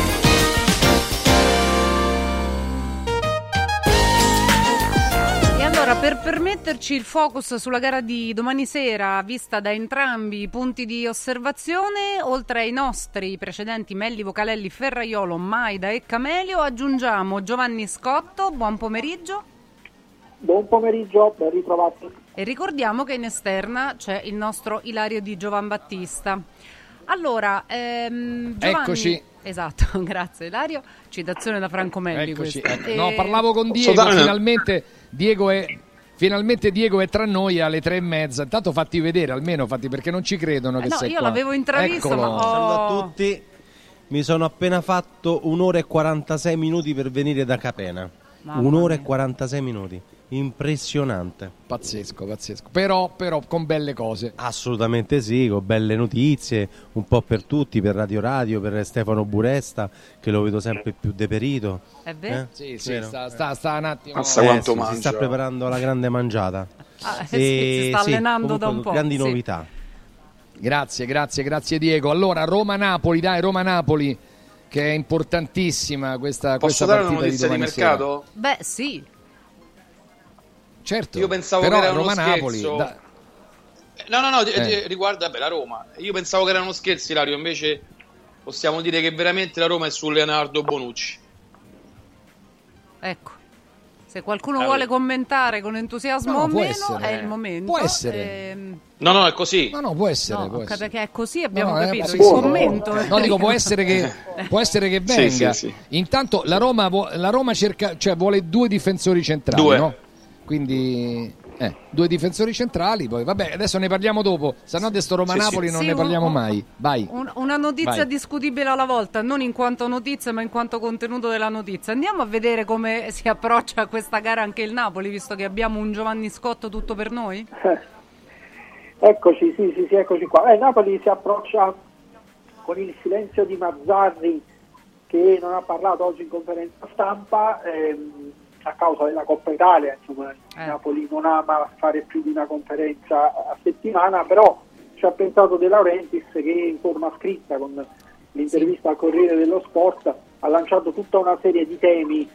E allora, per permetterci il focus sulla gara di domani sera, vista da entrambi i punti di osservazione, oltre ai nostri precedenti Melli, Vocalelli, Ferraiolo, Maida e Camelio, aggiungiamo Giovanni Scotto. Buon pomeriggio. Buon pomeriggio, ben ritrovati. E ricordiamo che in esterna c'è il nostro Ilario Di Giovanbattista. Allora, Giovanni... Eccoci. Esatto, grazie Ilario. Citazione da Franco Melli. Eccoci. Questa. No, parlavo con Diego, finalmente Diego è tra noi alle 3:30. Intanto fatti vedere, almeno fatti, perché non ci credono che sei io qua. l'avevo intravisto, Eccolo. ma Salve a tutti. Mi sono appena fatto 1 ora e 46 minuti per venire da Capena. 1 ora e 46 minuti. Impressionante. Pazzesco. Però con belle cose. Assolutamente sì, con belle notizie, un po' per tutti, per Radio Radio, per Stefano Buresta, che lo vedo sempre più deperito. È vero? Sì, sta un attimo. Si sta preparando la grande mangiata. Si sta allenando da un po'. Grandi novità. Grazie Diego. Allora, Roma-Napoli, Roma-Napoli, che è importantissima questa dare una partita notizia di mercato? Sera. Beh, sì. Certo. Io pensavo però che era uno Roma-Napoli, scherzo. No, riguarda la Roma. Io pensavo che era uno scherzo, Ilario, invece possiamo dire che veramente la Roma è su Leonardo Bonucci. Ecco. Se qualcuno vuole commentare con entusiasmo o meno, è il momento. Può essere. No, è così. No, può essere. Perché è così, abbiamo capito. Il buono. commento. No, dico, può essere che venga. Sì. Intanto la Roma cerca, cioè vuole 2 difensori centrali, no? Quindi 2 difensori centrali, poi vabbè, adesso ne parliamo dopo, se no di sto Roma-Napoli non ne parliamo mai. Vai. Una notizia discutibile alla volta, non in quanto notizia ma in quanto contenuto della notizia. Andiamo a vedere come si approccia a questa gara anche il Napoli, visto che abbiamo un Giovanni Scotto tutto per noi. Eccoci, sì, eccoci qua. Napoli si approccia con il silenzio di Mazzarri, che non ha parlato oggi in conferenza stampa, a causa della Coppa Italia. Insomma, Napoli non ama fare più di una conferenza a settimana, però ci ha pensato De Laurentiis, che in forma scritta con l'intervista al Corriere dello Sport ha lanciato tutta una serie di temi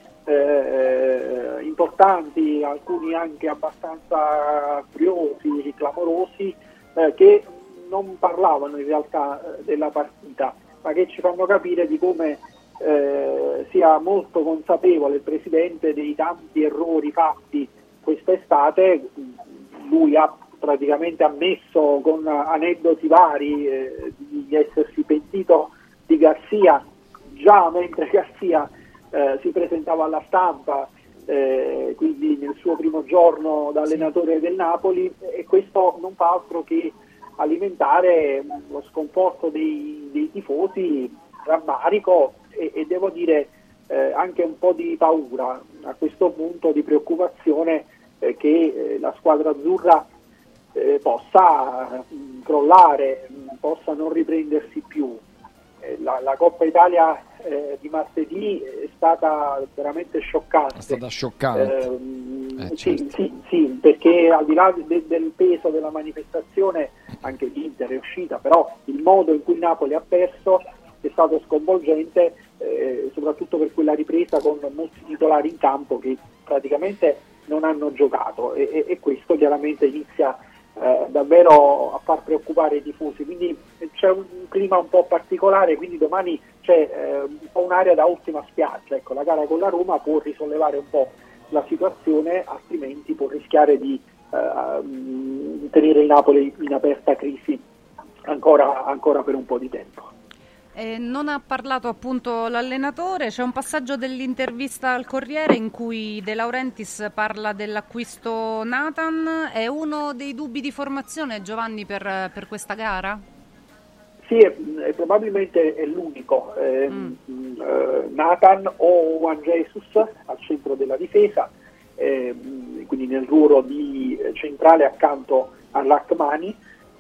importanti, alcuni anche abbastanza curiosi, clamorosi, che non parlavano in realtà della partita, ma che ci fanno capire di come sia molto consapevole il Presidente dei tanti errori fatti quest'estate. Lui ha praticamente ammesso con aneddoti vari di essersi pentito di Garcia già mentre Garcia si presentava alla stampa, quindi nel suo primo giorno da allenatore del Napoli, e questo non fa altro che alimentare lo sconforto dei tifosi, rammarico e devo dire anche un po' di paura a questo punto, di preoccupazione che la squadra azzurra possa crollare, possa non riprendersi più. La Coppa Italia di martedì è stata veramente scioccante. È stata scioccante. Certo. Sì, perché al di là del peso della manifestazione, anche l'Inter è uscita, però il modo in cui Napoli ha perso è stato sconvolgente, soprattutto per quella ripresa con molti titolari in campo che praticamente non hanno giocato e questo chiaramente inizia davvero a far preoccupare i tifosi, quindi c'è un clima un po' particolare, quindi domani c'è un po' un'area da ultima spiaggia, ecco, la gara con la Roma può risollevare un po' la situazione, altrimenti può rischiare di tenere il Napoli in aperta crisi ancora per un po' di tempo. Non ha parlato appunto l'allenatore, c'è un passaggio dell'intervista al Corriere in cui De Laurentiis parla dell'acquisto Nathan. È uno dei dubbi di formazione, Giovanni, per questa gara? Sì, probabilmente è l'unico. Nathan o Juan Jesus al centro della difesa, quindi nel ruolo di centrale accanto a Rachmani.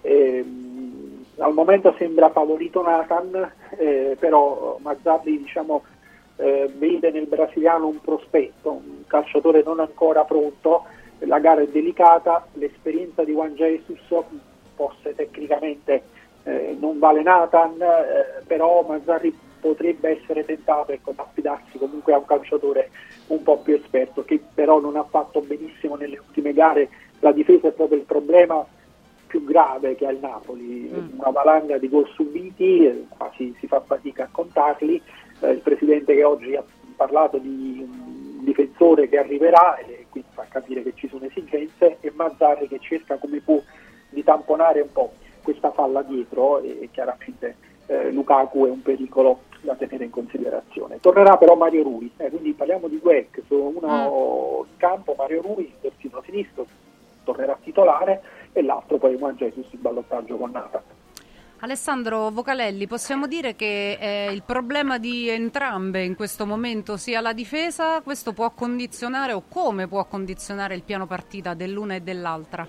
Al momento sembra favorito Nathan, però Mazzarri vede nel brasiliano un prospetto, un calciatore non ancora pronto, la gara è delicata, l'esperienza di Juan Jesus forse tecnicamente non vale Nathan, però Mazzarri potrebbe essere tentato ad affidarsi comunque a un calciatore un po' più esperto, che però non ha fatto benissimo nelle ultime gare. La difesa è proprio il problema più grave che ha il Napoli, una valanga di gol subiti, quasi si fa fatica a contarli. Il presidente che oggi ha parlato di un difensore che arriverà e quindi fa capire che ci sono esigenze, e Mazzarri che cerca come può di tamponare un po' questa falla dietro, e chiaramente Lukaku è un pericolo da tenere in considerazione. Tornerà però Mario Rui, quindi parliamo di due ex, uno in campo, Mario Rui, terzino sinistro, tornerà titolare, e l'altro poi Juan Jesus in ballottaggio con Nathan. Alessandro Vocalelli, possiamo dire che il problema di entrambe in questo momento sia la difesa, questo può condizionare, o come può condizionare il piano partita dell'una e dell'altra?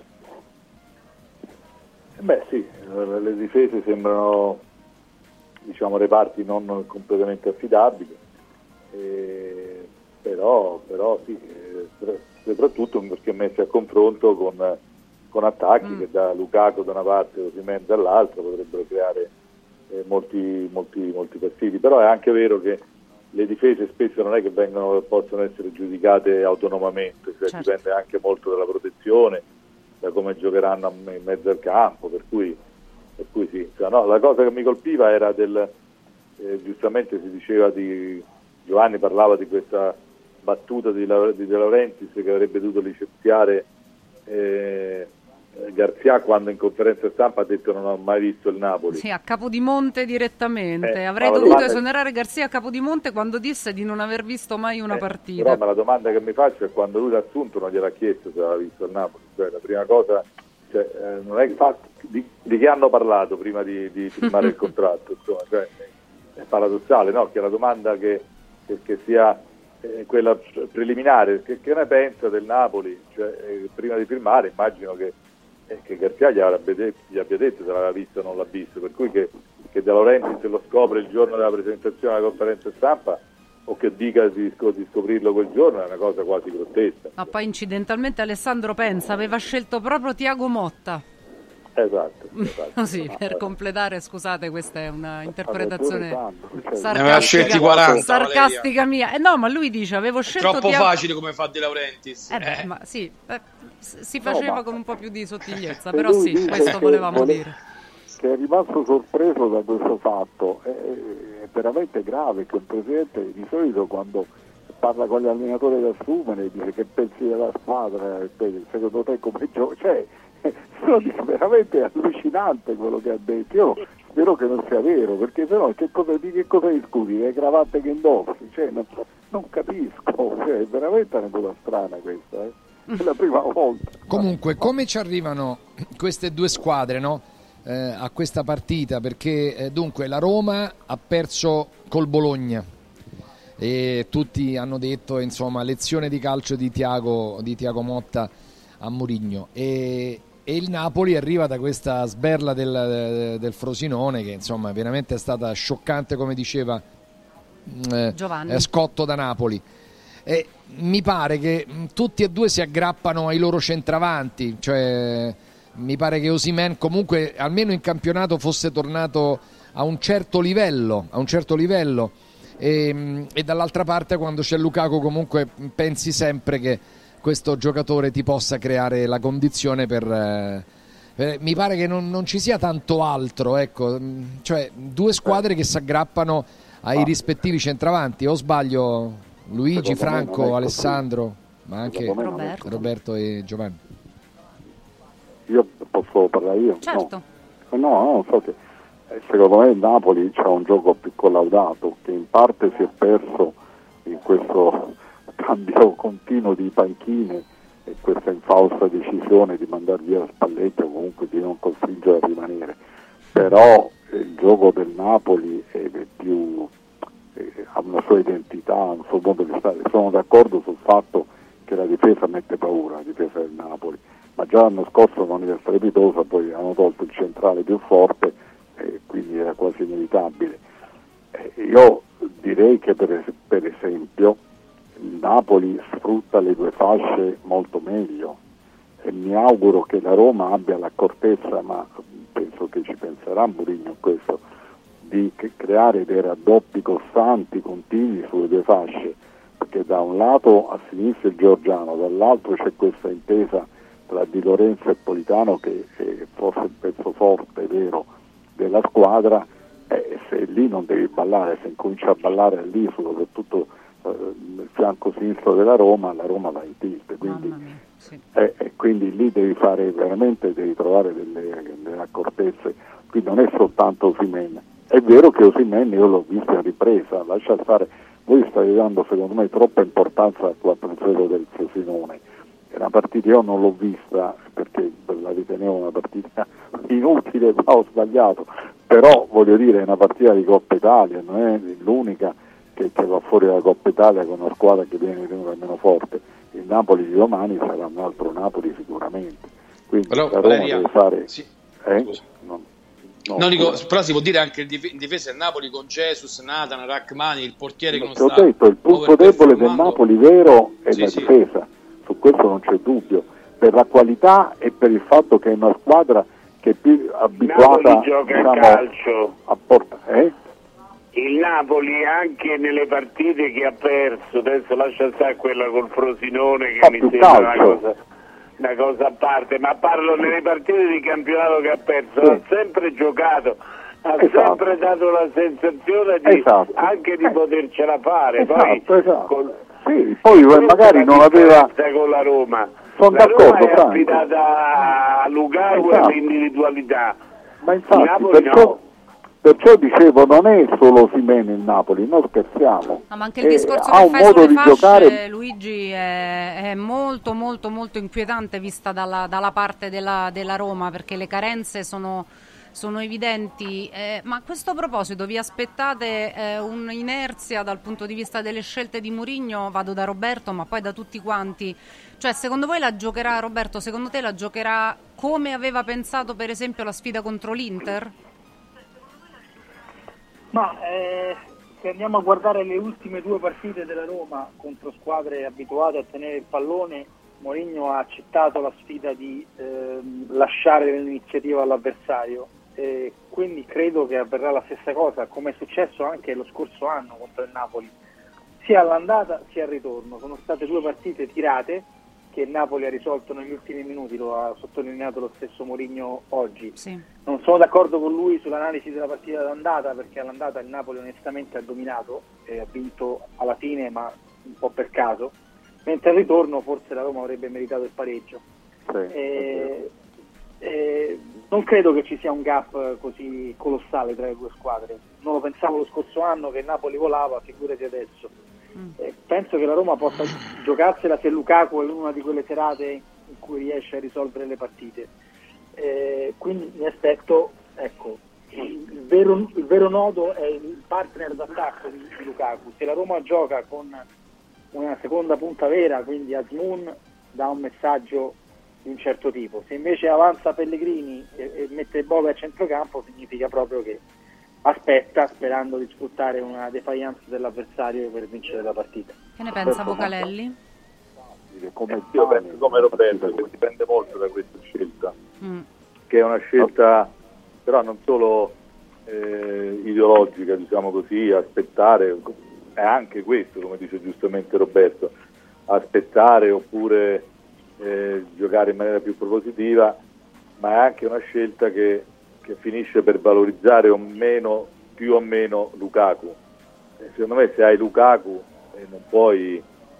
Beh sì, le difese sembrano reparti non completamente affidabili, però sì, soprattutto perché messi a confronto con attacchi che da Lukaku da una parte e Osimhen dall'altra potrebbero creare molti fastidi. Però è anche vero che le difese spesso non è che possono essere giudicate autonomamente, cioè certo, dipende anche molto dalla protezione, da come giocheranno in mezzo al campo, per cui sì. La cosa che mi colpiva era giustamente si diceva Giovanni parlava di questa battuta di De Laurentiis che avrebbe dovuto licenziare Garzia quando in conferenza stampa ha detto non ho mai visto il Napoli. Sì, a Capodimonte direttamente. Avrei dovuto esonerare Garzia a Capodimonte quando disse di non aver visto mai una partita. Però la domanda che mi faccio è quando lui l'ha assunto non gliel'ha chiesto se aveva visto il Napoli. Cioè, la prima cosa, non è di che hanno parlato prima di firmare il contratto, insomma, cioè, è paradossale, no? Che la domanda che sia quella preliminare, che ne pensa del Napoli, cioè, prima di firmare immagino che Garzia gli abbia detto se l'aveva visto o non l'ha visto, per cui che De Laurentiis lo scopre il giorno della presentazione della conferenza stampa o che dica di scoprirlo quel giorno è una cosa quasi grottesca. Ma poi incidentalmente Alessandro pensa aveva scelto proprio Thiago Motta. Esatto. Così, per completare, scusate, questa è una interpretazione sarcastica mia. No, ma lui dice avevo scelto troppo facile come fa De Laurentiis. Ma sì, si faceva con un po' più di sottigliezza, però sì, questo volevamo dire. Che è rimasto sorpreso da questo fatto è veramente grave, che un presidente di solito quando parla con gli allenatori da assumere dice che pensi della squadra, secondo te come gioca, cioè è veramente allucinante quello che ha detto. Io spero che non sia vero, perché sennò di che cosa discuti? Le cravatte che indossi? Cioè, non capisco, è veramente una cosa strana questa, è la prima volta. Comunque, come ci arrivano queste due squadre, no? A questa partita? Perché dunque la Roma ha perso col Bologna e tutti hanno detto, insomma, lezione di calcio di Thiago Motta a Mourinho, e il Napoli arriva da questa sberla del Frosinone che insomma veramente è stata scioccante, come diceva Scotto da Napoli. Mi pare che tutti e due si aggrappano ai loro centravanti, cioè mi pare che Osimhen comunque almeno in campionato fosse tornato a un certo livello, e dall'altra parte quando c'è Lukaku comunque pensi sempre che questo giocatore ti possa creare la condizione per mi pare che non ci sia tanto altro, ecco, cioè due squadre che si aggrappano ai rispettivi centravanti, o sbaglio? Luigi, Franco, Alessandro, ma anche Roberto e Giovanni. Io posso parlare io? Certo. No, so che secondo me il Napoli c'ha un gioco più collaudato che in parte si è perso in questo cambio continuo di panchine e questa infausta decisione di mandare via Spalletti o comunque di non costringere a rimanere, però il gioco del Napoli è più ha una sua identità, un suo modo di stare. Sono d'accordo sul fatto che la difesa mette paura, la difesa del Napoli, ma già l'anno scorso non era strepitosa, poi hanno tolto il centrale più forte e quindi era quasi inevitabile. Io direi che per esempio il Napoli sfrutta le due fasce molto meglio e mi auguro che la Roma abbia l'accortezza, ma penso che ci penserà Mourinho in questo, di creare dei raddoppi costanti, continui sulle due fasce, perché da un lato a sinistra il Giorgiano, dall'altro c'è questa intesa tra Di Lorenzo e Politano che è forse il pezzo forte, vero, della squadra, se lì non devi ballare, se incomincia a ballare lì, soprattutto nel fianco sinistro della Roma, la Roma va in tilt, quindi, quindi lì devi fare veramente, devi trovare delle accortezze, quindi non è soltanto Osimhen. È vero che Osimhen io l'ho visto a ripresa, lascia stare, voi state dando secondo me troppa importanza al 4-0 del Frosinone. È una partita, io non l'ho vista perché la ritenevo una partita inutile, ma ho sbagliato, però voglio dire è una partita di Coppa Italia, non è l'unica che va fuori dalla Coppa Italia con una squadra che viene ritenuta meno forte. Il Napoli di domani sarà un altro Napoli sicuramente, quindi però, la Roma Valeria, deve fare però si può dire anche in difesa del Napoli con Jesus, Nathan, Rachmani, il portiere che non sta. Ho detto, il punto debole del Napoli vero è la difesa, su questo non c'è dubbio, per la qualità e per il fatto che è una squadra che è più abituata a calcio. A portare. Il Napoli anche nelle partite che ha perso, adesso lascia stare quella col Frosinone che mi sembra una cosa a parte, ma parlo nelle partite di campionato che ha perso, ha sempre giocato, ha sempre dato la sensazione di anche di potercela fare. Poi magari non aveva con la Roma. Sono la d'accordo, Roma è affidata a Lukaku e all'individualità. Ma infatti Napoli perciò dicevo non è solo Osimhen il Napoli, non scherziamo. No, ma anche il discorso che fai sulle fasce, giocare... Luigi, è molto molto molto inquietante vista dalla parte della Roma, perché le carenze sono evidenti, ma a questo proposito vi aspettate un'inerzia dal punto di vista delle scelte di Mourinho? Vado da Roberto ma poi da tutti quanti, cioè secondo voi la giocherà Roberto, secondo te la giocherà come aveva pensato per esempio la sfida contro l'Inter? Ma se andiamo a guardare le ultime due partite della Roma contro squadre abituate a tenere il pallone, Mourinho ha accettato la sfida di lasciare l'iniziativa all'avversario, quindi credo che avverrà la stessa cosa, come è successo anche lo scorso anno contro il Napoli, sia all'andata sia al ritorno. Sono state due partite tirate che il Napoli ha risolto negli ultimi minuti, lo ha sottolineato lo stesso Mourinho oggi. Sì. Non sono d'accordo con lui sull'analisi della partita d'andata, perché all'andata il Napoli onestamente ha dominato e ha vinto alla fine, ma un po' per caso, mentre al ritorno forse la Roma avrebbe meritato il pareggio. Non credo che ci sia un gap così colossale tra le due squadre, non lo pensavo lo scorso anno che il Napoli volava, figurati adesso. Penso che la Roma possa giocarsela se Lukaku è una di quelle serate in cui riesce a risolvere le partite, quindi mi aspetto, ecco, il vero nodo è il partner d'attacco di Lukaku. Se la Roma gioca con una seconda punta vera, quindi Azmoun, dà un messaggio di un certo tipo. Se invece avanza Pellegrini e mette Bove a centrocampo, significa proprio che aspetta, sperando di sfruttare una defiance dell'avversario per vincere la partita. Che ne pensa Vocalelli? Io penso come Roberto, che dipende molto da questa scelta, che è una scelta però non solo ideologica, diciamo così, aspettare, è anche questo, come dice giustamente Roberto, aspettare oppure giocare in maniera più propositiva, ma è anche una scelta che finisce per valorizzare più o meno Lukaku. Secondo me se hai Lukaku non puoi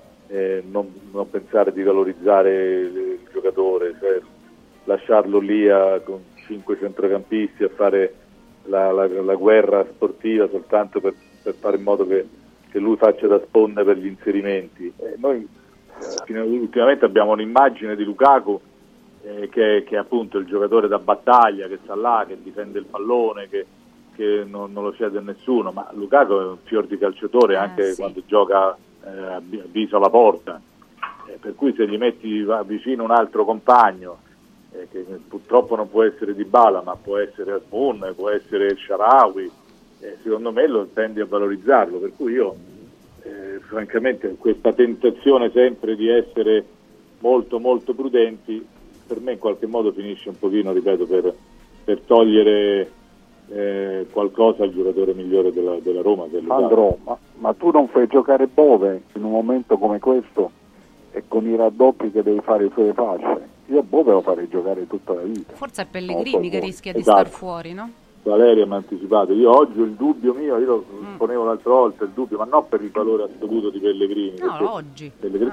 non pensare di valorizzare il giocatore, cioè lasciarlo lì con 5 centrocampisti a fare la guerra sportiva soltanto per fare in modo che lui faccia da sponda per gli inserimenti. Noi ultimamente abbiamo un'immagine di Lukaku che è appunto il giocatore da battaglia, che sta là, che difende il pallone, che non lo cede a nessuno, ma Lukaku è un fior di calciatore anche quando gioca a viso alla porta, per cui se gli metti vicino un altro compagno, che purtroppo non può essere Dybala, ma può essere Asmoun, può essere El Shaarawy, secondo me lo tendi a valorizzarlo, per cui io francamente questa tentazione sempre di essere molto molto prudenti per me in qualche modo finisce un pochino, ripeto, per togliere qualcosa al giocatore migliore della Roma, che è Andro, ma tu non fai giocare Bove in un momento come questo e con i raddoppi che devi fare sulle fasce? Io Bove lo farei giocare tutta la vita. Forse è Pellegrini che rischia di star fuori, no? Valeria mi ha anticipato, io oggi il dubbio mio, io lo ponevo l'altra volta il dubbio, ma non per il valore assoluto di Pellegrini, oggi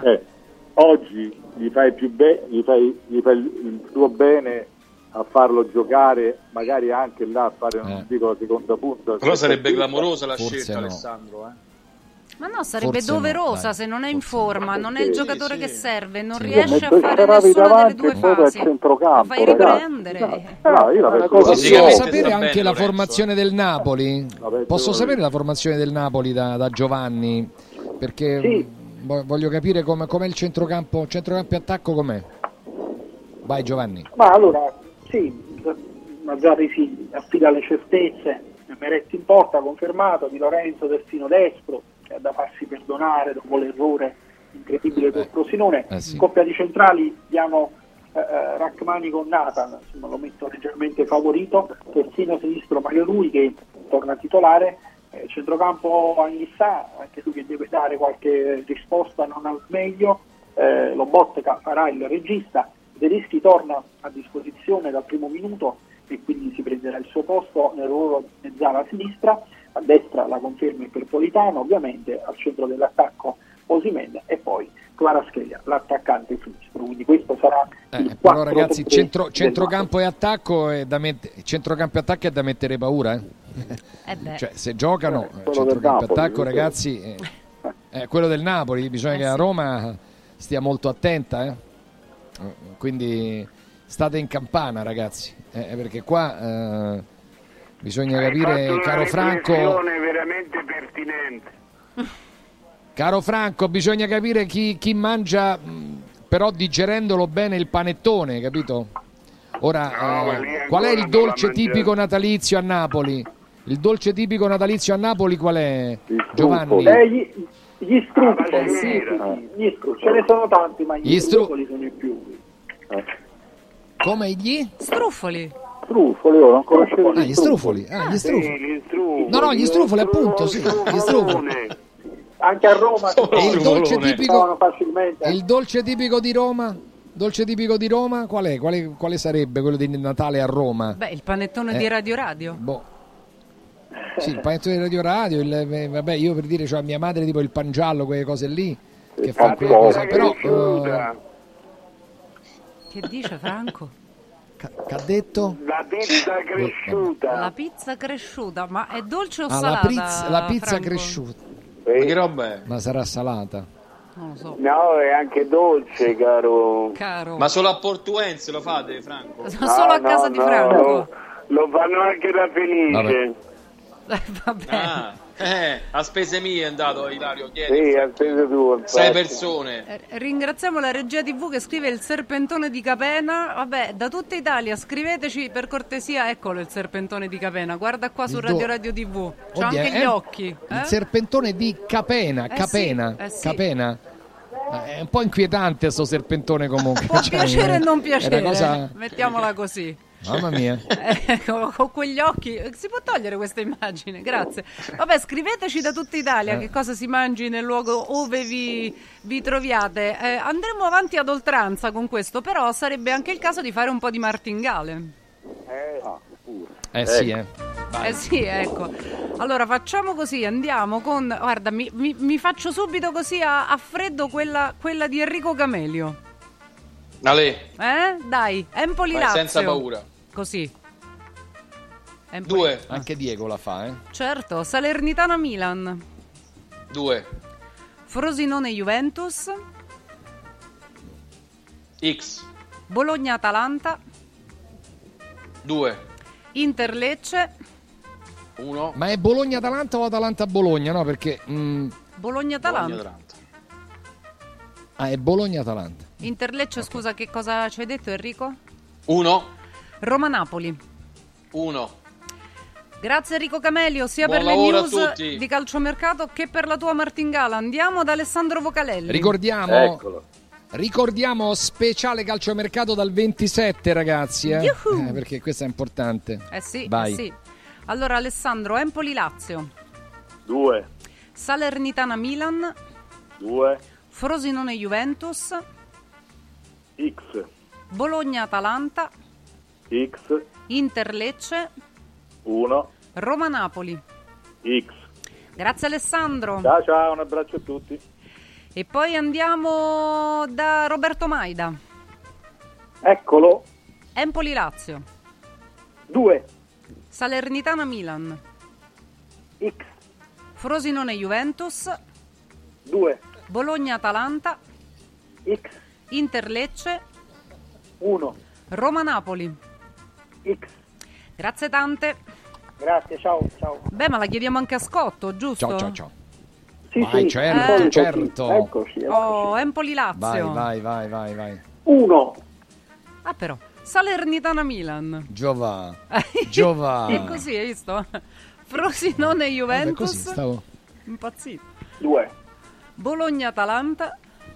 oggi gli fai gli fai il tuo bene a farlo giocare, magari anche là a fare non dico la seconda punta, però sarebbe clamorosa la scelta, no. Alessandro, Ma no, sarebbe Forse doverosa, no, se non è in forma, non è il giocatore che serve, non Sì. riesce a Come fare davanti nessuna delle due e poi fasi. al centrocampo, Lo fai riprendere. io la penso Posso sapere anche la formazione del Napoli? Posso sapere la formazione del Napoli da Giovanni? Perché voglio capire com'è il centrocampo e attacco com'è. Vai Giovanni. Ma allora, sì, Mazzarri si affida alle certezze, Meretti in porta, confermato, Di Lorenzo terzino destro, che è da farsi perdonare dopo l'errore incredibile del Frosinone. Sì. In coppia di centrali diamo Rachmani con Nathan, insomma, lo metto leggermente favorito, terzino sinistro Mario Rui che torna titolare, centrocampo Anghissà, anche lui che deve dare qualche risposta non al meglio, Lobotka farà il regista, Tedeschi torna a disposizione dal primo minuto e quindi si prenderà il suo posto nel ruolo di mezzala a sinistra, a destra la conferma il Perpolitano, ovviamente al centro dell'attacco Osimhen e poi Kvaratskhelia, l'attaccante sinistro, quindi questo sarà il però ragazzi centrocampo e attacco è da mettere paura, cioè se giocano centrocampo e attacco ragazzi quello del Napoli, bisogna che la Roma stia molto attenta, quindi state in campana ragazzi, perché qua bisogna capire, caro Franco, veramente pertinente. Caro Franco, bisogna capire chi mangia però digerendolo bene il panettone, capito? Ora qual è il dolce tipico natalizio a Napoli? Il dolce tipico natalizio a Napoli qual è, Giovanni? Gli struffoli, gli struffoli, ce ne sono tanti, ma gli struffoli sono i più. Come gli? Struffoli. Struffoli, io non conoscevo gli struffoli. Gli struffoli. No, gli struffoli appunto, sì, gli struffoli. Anche a Roma il dolce tipico facilmente. Il dolce tipico di Roma? Dolce tipico di Roma qual è? Quale sarebbe quello di Natale a Roma? Beh, il panettone di Radio. Boh. Sì, il panettone di Radio, vabbè, io per dire, cioè mia madre tipo il pangiallo, quelle cose lì che fa quelle cose, però che dice Franco? Che ha detto? La pizza cresciuta. La pizza cresciuta, ma è dolce o salata? La pizza Franco? cresciuta. Ma che roba è? Ma sarà salata? Non lo so. No, è anche dolce, caro. Ma solo a Portuense lo fate, Franco? Solo a casa di Franco. Lo fanno anche da Felice. Vabbè. A spese mie è andato Ilario, chiedi. Sì, a spese tue. 6 persone. Ringraziamo la regia TV che scrive il serpentone di Capena. Vabbè, da tutta Italia scriveteci per cortesia, eccolo il serpentone di Capena. Guarda qua su Radio TV. C'ha anche gli occhi. Il serpentone di Capena, Capena. È un po' inquietante sto serpentone comunque. Può piacere e non piacere. Cosa... Mettiamola così. Mamma mia. Con quegli occhi. Si può togliere questa immagine? Grazie. Vabbè, scriveteci da tutta Italia che cosa si mangi nel luogo ove vi troviate. Andremo avanti ad oltranza con questo, però sarebbe anche il caso di fare un po' di martingale. Sì, ecco. Allora facciamo così, andiamo con... Guarda, mi faccio subito così a freddo quella di Enrico Camelio. Ale. Dai, Empoli Lazio. Senza paura. Così. 2. Anche Diego la fa, Certo. Salernitana Milan. 2. Frosinone Juventus. X. Bologna Atalanta. 2. Inter Lecce. 1. Ma è Bologna Atalanta o Atalanta Bologna? No, perché Bologna Atalanta. È Bologna Atalanta. Inter Lecce, scusa, che cosa ci hai detto, Enrico? 1. Roma Napoli. 1. Grazie Enrico Camelio, sia Buon per le lavoro news a tutti. di calciomercato che per la tua martingala. Andiamo ad Alessandro Vocalelli. Ricordiamo speciale calciomercato dal 27, ragazzi, perché questo è importante. Sì, Vai. sì. Allora Alessandro, Empoli Lazio. 2. Salernitana Milan. 2. Frosinone Juventus. X. Bologna Atalanta. X. Inter Lecce. 1. Roma Napoli. X. Grazie Alessandro. Ciao, un abbraccio a tutti. E poi andiamo da Roberto Maida. Eccolo. Empoli Lazio. 2. Salernitana Milan. X. Frosinone Juventus. 2. Bologna Atalanta. X. Inter Lecce. 1. Roma Napoli. X. Grazie tante. Grazie, ciao. Beh, ma la chiediamo anche a Scotto, giusto? Ciao. Sì, Vai, certo. Eccoci. Empoli Lazio. Vai. 1. Ah, però. Salernitana Milan. Giova. È così, hai visto? Frosinone Juventus. Così stavo. Impazzito. 2. Bologna Atalanta.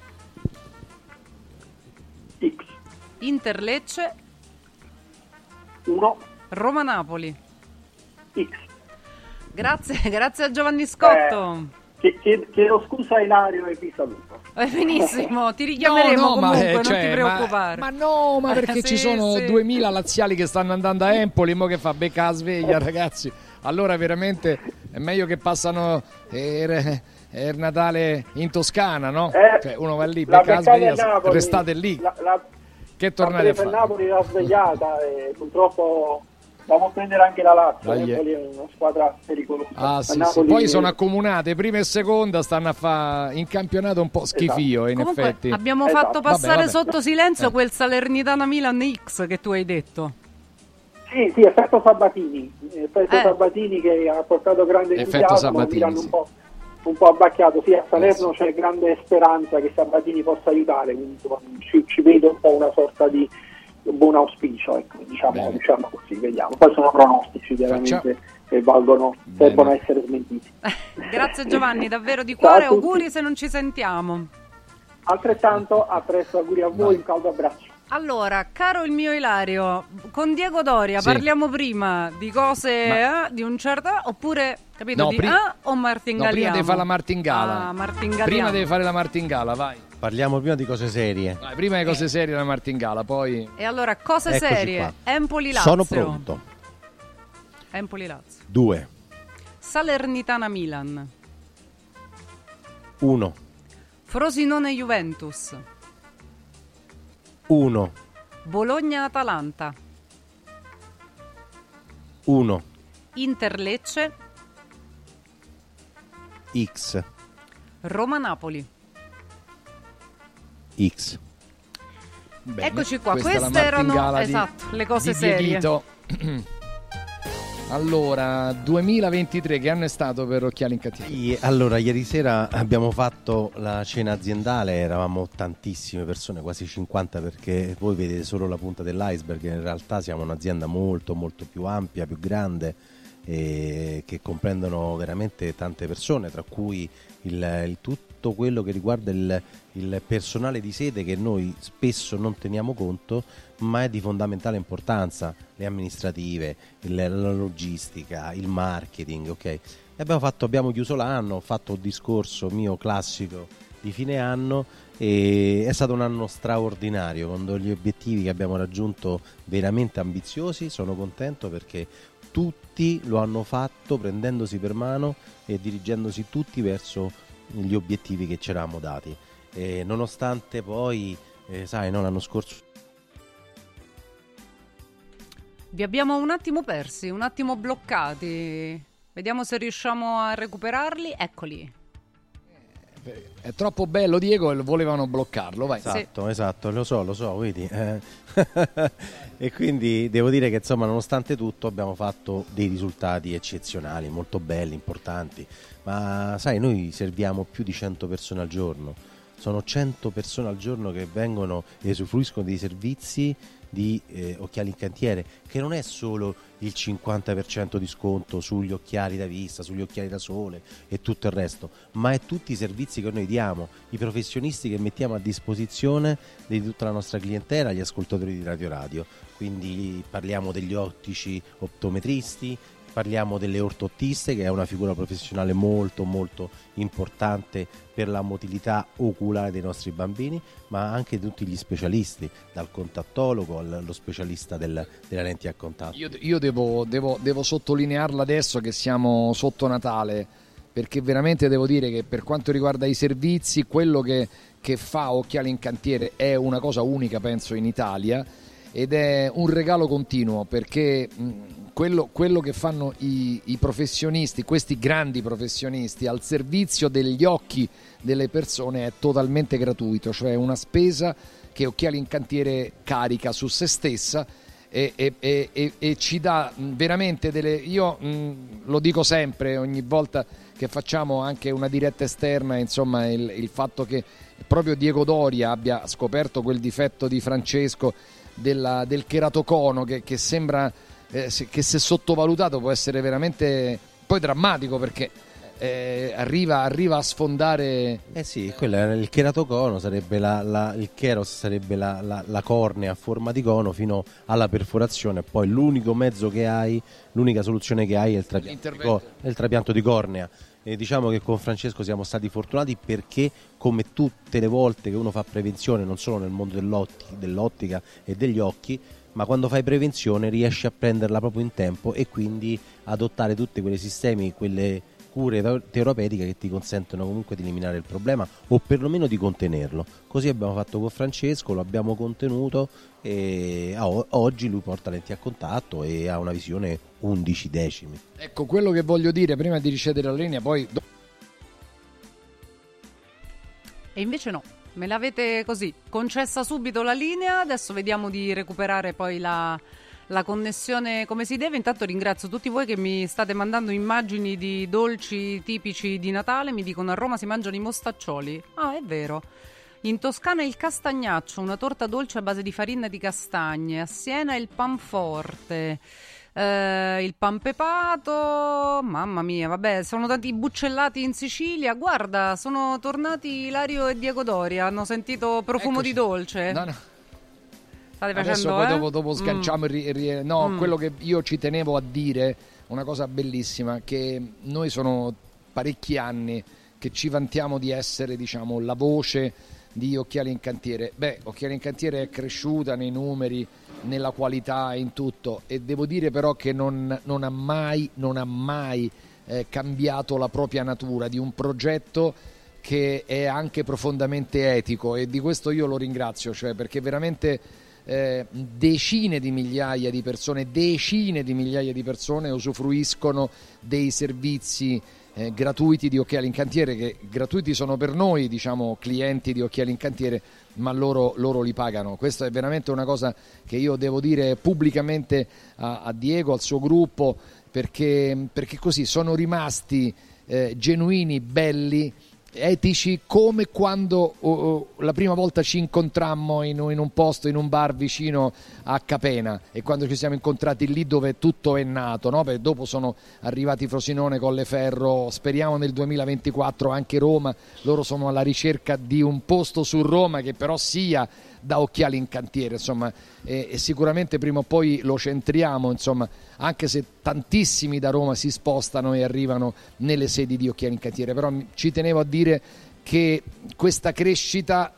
X. Inter Lecce. 1. Roma Napoli. X. Grazie a Giovanni Scotto. Chiedo scusa a Ilario e vi saluto. Benissimo, ti richiameremo comunque, non ti preoccupare. Ma perché ci sono 2000 laziali che stanno andando a Empoli, mo che fa becca la sveglia, ragazzi. Allora veramente è meglio che passano il Natale in Toscana, no? Cioè uno va lì, becca la sveglia, restate lì. Che tornate a fare? Napoli era svegliata e purtroppo dobbiamo prendere anche la Lazio. Napoli è una squadra pericolosa. Sì. Poi sono accomunate, prima e seconda, stanno a fare in campionato un po' schifio, in Comunque, effetti. abbiamo fatto passare sotto silenzio quel Salernitana Milan X che tu hai detto. Sì, effetto Sabatini. Sabatini che ha portato grande entusiasmo, Milan un po' abbacchiato. Sì, a Salerno c'è grande speranza che Sabatini possa aiutare, quindi ci vedo un po' una sorta di buon auspicio, ecco, diciamo così, vediamo. Poi sono pronostici chiaramente che debbono essere smentiti. Grazie Giovanni, davvero di cuore, auguri se non ci sentiamo. Altrettanto, a presto, auguri a voi, un caldo abbraccio. Allora, caro il mio Ilario, con Diego Doria parliamo prima di cose di un certo oppure, capito, o martingaliamo? No, prima devi fare la martingala. Martingaliamo. Prima devi fare la martingala, vai. Parliamo prima di cose serie. Prima di cose serie la martingala, poi... E allora, cose Eccoci serie. qua. Empoli Lazio. Sono pronto. Empoli Lazio. 2. Salernitana Milan. 1. Frosinone Juventus. 1. Bologna Atalanta. 1. Inter Lecce. X. Roma Napoli. X. Bene, eccoci qua, queste erano le cose serie. Allora, 2023 che anno è stato per Occhiali in Cantiere? Allora, ieri sera abbiamo fatto la cena aziendale, eravamo tantissime persone, quasi 50, perché voi vedete solo la punta dell'iceberg, in realtà siamo un'azienda molto molto più ampia, più grande, che comprendono veramente tante persone, tra cui tutto quello che riguarda il personale di sede, che noi spesso non teniamo conto, ma è di fondamentale importanza, le amministrative, la logistica, il marketing, ok? E abbiamo chiuso l'anno, ho fatto un discorso mio classico di fine anno e è stato un anno straordinario, con degli obiettivi che abbiamo raggiunto veramente ambiziosi. Sono contento perché tutti lo hanno fatto prendendosi per mano e dirigendosi tutti verso gli obiettivi che ci eravamo dati, e nonostante poi sai, no, l'anno scorso vi abbiamo un attimo persi, un attimo bloccati, vediamo se riusciamo a recuperarli. Eccoli. È troppo bello, Diego, e volevano bloccarlo, vai. Esatto, lo so, vedi. E quindi devo dire che insomma, nonostante tutto, abbiamo fatto dei risultati eccezionali, molto belli, importanti. Ma sai, noi serviamo più di 100 persone al giorno. Sono 100 persone al giorno che vengono e usufruiscono dei servizi di Occhiali in Cantiere, che non è solo il 50% di sconto sugli occhiali da vista, sugli occhiali da sole e tutto il resto, ma è tutti i servizi che noi diamo, i professionisti che mettiamo a disposizione di tutta la nostra clientela, gli ascoltatori di Radio. Quindi parliamo degli ottici optometristi, parliamo delle ortottiste, che è una figura professionale molto molto importante per la motilità oculare dei nostri bambini, ma anche di tutti gli specialisti, dal contattologo allo specialista delle lenti a contatto. Io devo sottolinearla adesso che siamo sotto Natale, perché veramente devo dire che per quanto riguarda i servizi, quello che fa Occhiali in Cantiere è una cosa unica, penso, in Italia, ed è un regalo continuo, perché quello che fanno i professionisti, questi grandi professionisti, al servizio degli occhi delle persone, è totalmente gratuito, cioè una spesa che Occhiali in Cantiere carica su se stessa e ci dà veramente delle... Io lo dico sempre, ogni volta che facciamo anche una diretta esterna, insomma, il fatto che proprio Diego Doria abbia scoperto quel difetto di Francesco del keratocono che sembra che, se sottovalutato, può essere veramente poi drammatico, perché arriva a sfondare. Sì, quello è il keratocono, sarebbe il keros sarebbe la cornea a forma di cono fino alla perforazione, e poi l'unico mezzo che hai, l'unica soluzione che hai è il trapianto di cornea. E diciamo che con Francesco siamo stati fortunati, perché come tutte le volte che uno fa prevenzione, non solo nel mondo dell'ottica e degli occhi, ma quando fai prevenzione riesci a prenderla proprio in tempo e quindi adottare tutti quei sistemi, quelle cure terapeutiche che ti consentono comunque di eliminare il problema o perlomeno di contenerlo. Così abbiamo fatto con Francesco, lo abbiamo contenuto e oggi lui porta lenti a contatto e ha una visione 11 decimi. Ecco, quello che voglio dire prima di ricevere la linea, poi... E invece no, me l'avete così concessa subito la linea. Adesso vediamo di recuperare poi la connessione come si deve. Intanto ringrazio tutti voi che mi state mandando immagini di dolci tipici di Natale. Mi dicono: a Roma si mangiano i mostaccioli. Ah, è vero. In Toscana il castagnaccio, una torta dolce a base di farina di castagne. A Siena il panforte, il pan pepato. Mamma mia, vabbè, sono tanti buccellati in Sicilia. Guarda, sono tornati Ilario e Diego Doria, hanno sentito profumo di dolce. No. State adesso facendo, poi dopo sganciamo quello che io ci tenevo a dire, una cosa bellissima, che noi sono parecchi anni che ci vantiamo di essere, diciamo, la voce di Occhiali in Cantiere. Occhiali in Cantiere è cresciuta nei numeri, nella qualità, in tutto, e devo dire però che non ha mai cambiato la propria natura di un progetto che è anche profondamente etico, e di questo io lo ringrazio, cioè, perché veramente decine di migliaia di persone usufruiscono dei servizi gratuiti di Occhiali in Cantiere, che gratuiti sono per noi, diciamo, clienti di Occhiali in Cantiere, ma loro li pagano. Questa è veramente una cosa che io devo dire pubblicamente a Diego, al suo gruppo, perché così sono rimasti genuini, belli, etici come quando la prima volta ci incontrammo in un posto, in un bar vicino a Capena, e quando ci siamo incontrati lì dove tutto è nato, no? Perché dopo sono arrivati Frosinone, Colleferro, speriamo nel 2024 anche Roma. Loro sono alla ricerca di un posto su Roma che però sia da Occhiali in Cantiere, insomma, e sicuramente prima o poi lo centriamo, insomma, anche se tantissimi da Roma si spostano e arrivano nelle sedi di Occhiali in Cantiere. Però ci tenevo a dire che questa crescita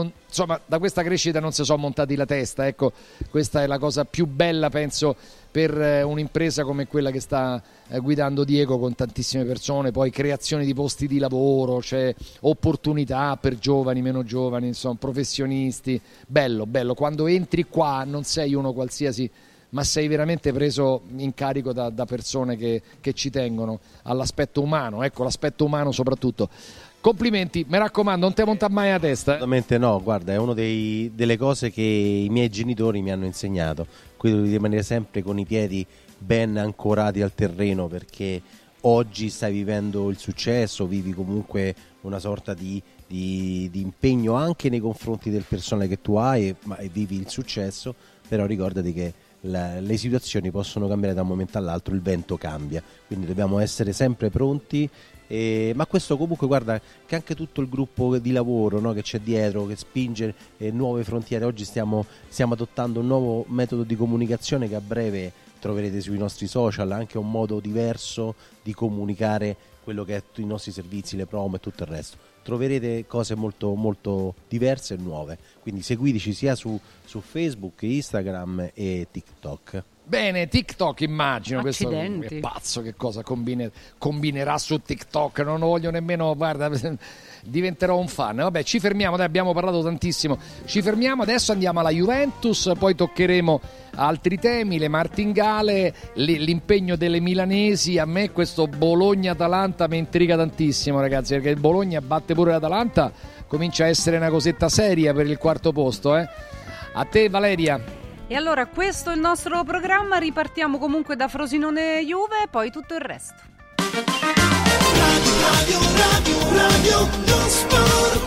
da questa crescita non si sono montati la testa, ecco, questa è la cosa più bella, penso, per un'impresa come quella che sta guidando Diego, con tantissime persone, poi creazione di posti di lavoro, c'è opportunità per giovani, meno giovani, insomma, professionisti. Bello, quando entri qua non sei uno qualsiasi, ma sei veramente preso in carico da persone che ci tengono all'aspetto umano, ecco, l'aspetto umano soprattutto. Complimenti, mi raccomando, non te monta mai la testa. Assolutamente no, guarda, è una delle cose che i miei genitori mi hanno insegnato, quello di rimanere sempre con i piedi ben ancorati al terreno, perché oggi stai vivendo il successo, vivi comunque una sorta di impegno anche nei confronti del personale che tu hai e vivi il successo, però ricordati che le situazioni possono cambiare da un momento all'altro, il vento cambia, quindi dobbiamo essere sempre pronti. Ma questo comunque, guarda, che anche tutto il gruppo di lavoro, no, che c'è dietro, che spinge nuove frontiere. Oggi stiamo adottando un nuovo metodo di comunicazione che a breve troverete sui nostri social, anche un modo diverso di comunicare quello che è i nostri servizi, le promo e tutto il resto. Troverete cose molto, molto diverse e nuove, quindi seguiteci sia su Facebook, Instagram e TikTok. Bene, TikTok immagino. Accidenti. Questo è pazzo, che cosa combinerà su TikTok, non lo voglio nemmeno, guarda, diventerò un fan. Vabbè, ci fermiamo, dai, abbiamo parlato tantissimo, ci fermiamo, adesso andiamo alla Juventus, poi toccheremo altri temi, le martingale, l'impegno delle milanesi. A me questo Bologna-Atalanta mi intriga tantissimo, ragazzi, perché il Bologna batte pure l'Atalanta, comincia a essere una cosetta seria per il quarto posto, A te, Valeria. E allora questo è il nostro programma, ripartiamo comunque da Frosinone Juve, poi tutto il resto. Radio non sport.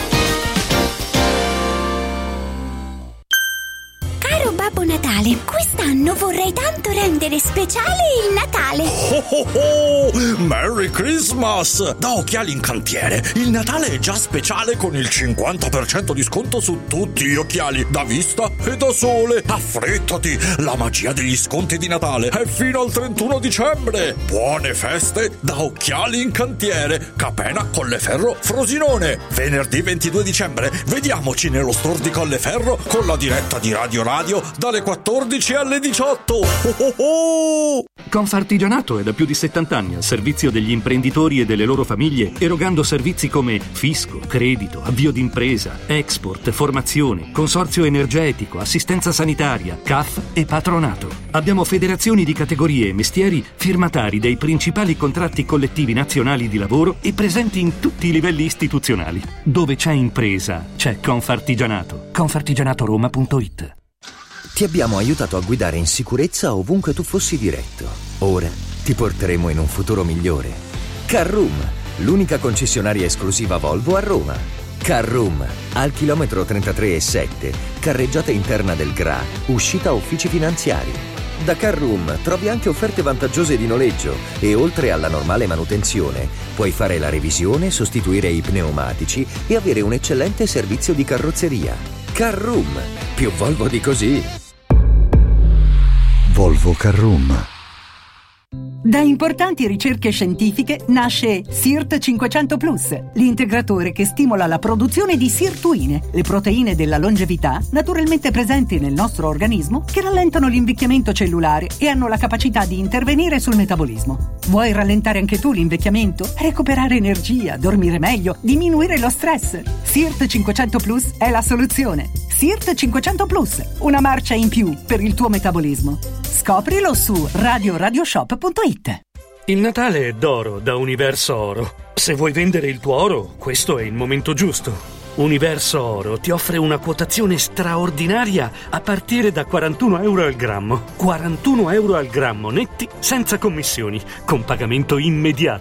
Caro Babbo Natale, quest'anno vorrei tanto rendere speciale il Natale. Oh oh oh! Merry Christmas! Da Occhiali in Cantiere, il Natale è già speciale con il 50% di sconto su tutti gli occhiali, da vista e da sole. Affrettati! La magia degli sconti di Natale è fino al 31 dicembre. Buone feste da Occhiali in Cantiere, Capena, Colleferro, Frosinone. Venerdì 22 dicembre, vediamoci nello store di Colleferro con la diretta di Radio dalle 14 alle 18. Oh oh oh! Confartigianato è da più di 70 anni al servizio degli imprenditori e delle loro famiglie, erogando servizi come fisco, credito, avvio d'impresa, export, formazione, consorzio energetico, assistenza sanitaria, CAF e patronato. Abbiamo federazioni di categorie e mestieri firmatari dei principali contratti collettivi nazionali di lavoro e presenti in tutti i livelli istituzionali. Dove c'è impresa, c'è Confartigianato. Confartigianatoroma.it. Ti abbiamo aiutato a guidare in sicurezza ovunque tu fossi diretto. Ora ti porteremo in un futuro migliore. Carroom, l'unica concessionaria esclusiva Volvo a Roma. Carroom, al chilometro 33,7, carreggiata interna del GRA, uscita uffici finanziari. Da Carroom trovi anche offerte vantaggiose di noleggio e oltre alla normale manutenzione puoi fare la revisione, sostituire i pneumatici e avere un eccellente servizio di carrozzeria. Carroom, più Volvo di così. Volvo Carroom. Da importanti ricerche scientifiche nasce SIRT 500 Plus, l'integratore che stimola la produzione di sirtuine, le proteine della longevità naturalmente presenti nel nostro organismo che rallentano l'invecchiamento cellulare e hanno la capacità di intervenire sul metabolismo. Vuoi rallentare anche tu l'invecchiamento? Recuperare energia, dormire meglio, diminuire lo stress? SIRT 500 Plus è la soluzione. SIRT 500 Plus, una marcia in più per il tuo metabolismo. Scoprilo su radioshop.it. Il Natale è d'oro da Universo Oro. Se vuoi vendere il tuo oro, questo è il momento giusto. Universo Oro ti offre una quotazione straordinaria a partire da 41 euro al grammo. 41 euro al grammo netti, senza commissioni, con pagamento immediato.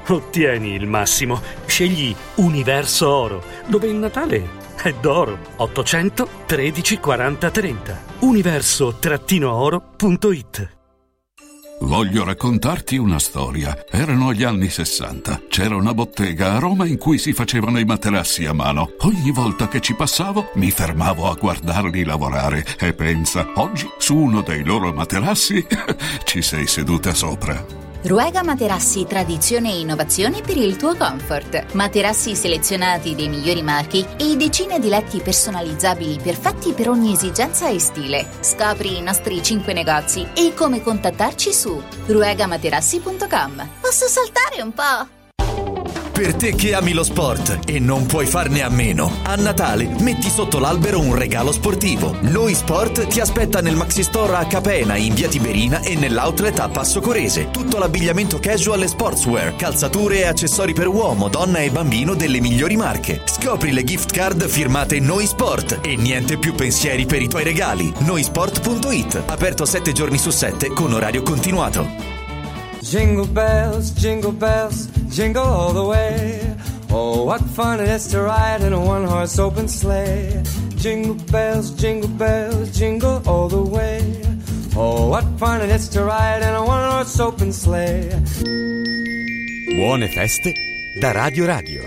Ottieni il massimo. Scegli Universo Oro, dove il Natale è d'oro. 800 13 40 30. Universo-oro.it. Voglio raccontarti una storia. Erano gli anni 60. C'era una bottega a Roma in cui si facevano i materassi a mano. Ogni volta che ci passavo mi fermavo a guardarli lavorare e pensa, oggi su uno dei loro materassi ci sei seduta sopra. Ruega Materassi, tradizione e innovazione per il tuo comfort. Materassi selezionati dei migliori marchi e decine di letti personalizzabili perfetti per ogni esigenza e stile. Scopri i nostri 5 negozi e come contattarci su ruegamaterassi.com. Posso saltare un po'? Per te che ami lo sport e non puoi farne a meno, a Natale metti sotto l'albero un regalo sportivo. Noi Sport ti aspetta nel Maxi Store a Capena in via Tiberina e nell'outlet a Passo Corese. Tutto l'abbigliamento casual e sportswear, calzature e accessori per uomo, donna e bambino delle migliori marche. Scopri le gift card firmate Noi Sport e niente più pensieri per i tuoi regali. Noisport.it, aperto 7 giorni su 7 con orario continuato. Jingle bells, jingle all the way. Oh, what fun it is to ride in a one-horse open sleigh. Jingle bells, jingle all the way. Oh, what fun it is to ride in a one-horse open sleigh. Buone feste da Radio Radio.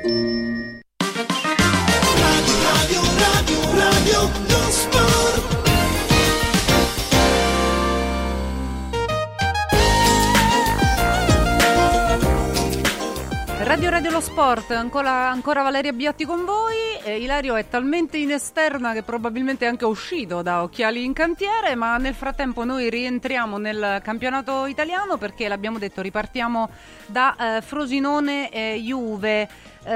Radio lo sport. Radio lo Sport, ancora Valeria Biotti con voi. Ilario è talmente in esterna che probabilmente è anche uscito da Occhiali in Cantiere, ma nel frattempo noi rientriamo nel campionato italiano perché l'abbiamo detto, ripartiamo da Frosinone Juve.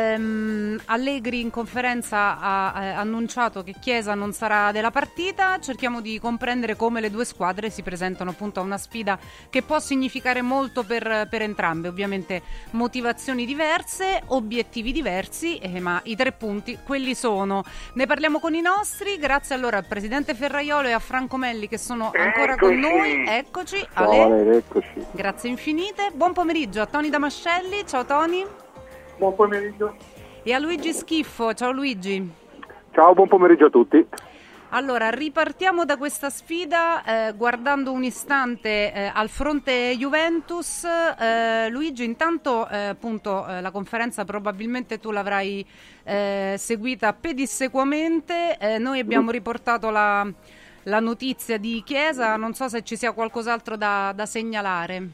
Allegri in conferenza ha annunciato che Chiesa non sarà della partita. Cerchiamo di comprendere come le due squadre si presentano appunto a una sfida che può significare molto per entrambe, ovviamente motivazioni diverse, obiettivi diversi, ma i 3 punti quelli sono. Ne parliamo con i nostri, grazie allora al presidente Ferraiolo e a Franco Melli che sono ancora con noi. Eccoci. Ciao, eccoci. Grazie infinite. Buon pomeriggio a Tony Damascelli. Ciao Tony. Buon pomeriggio. E a Luigi Schiffo. Ciao Luigi. Ciao, buon pomeriggio a tutti. Allora, ripartiamo da questa sfida guardando un istante al fronte Juventus. Luigi, intanto appunto la conferenza probabilmente tu l'avrai seguita pedissequamente. Noi abbiamo riportato la notizia di Chiesa, non so se ci sia qualcos'altro da segnalare.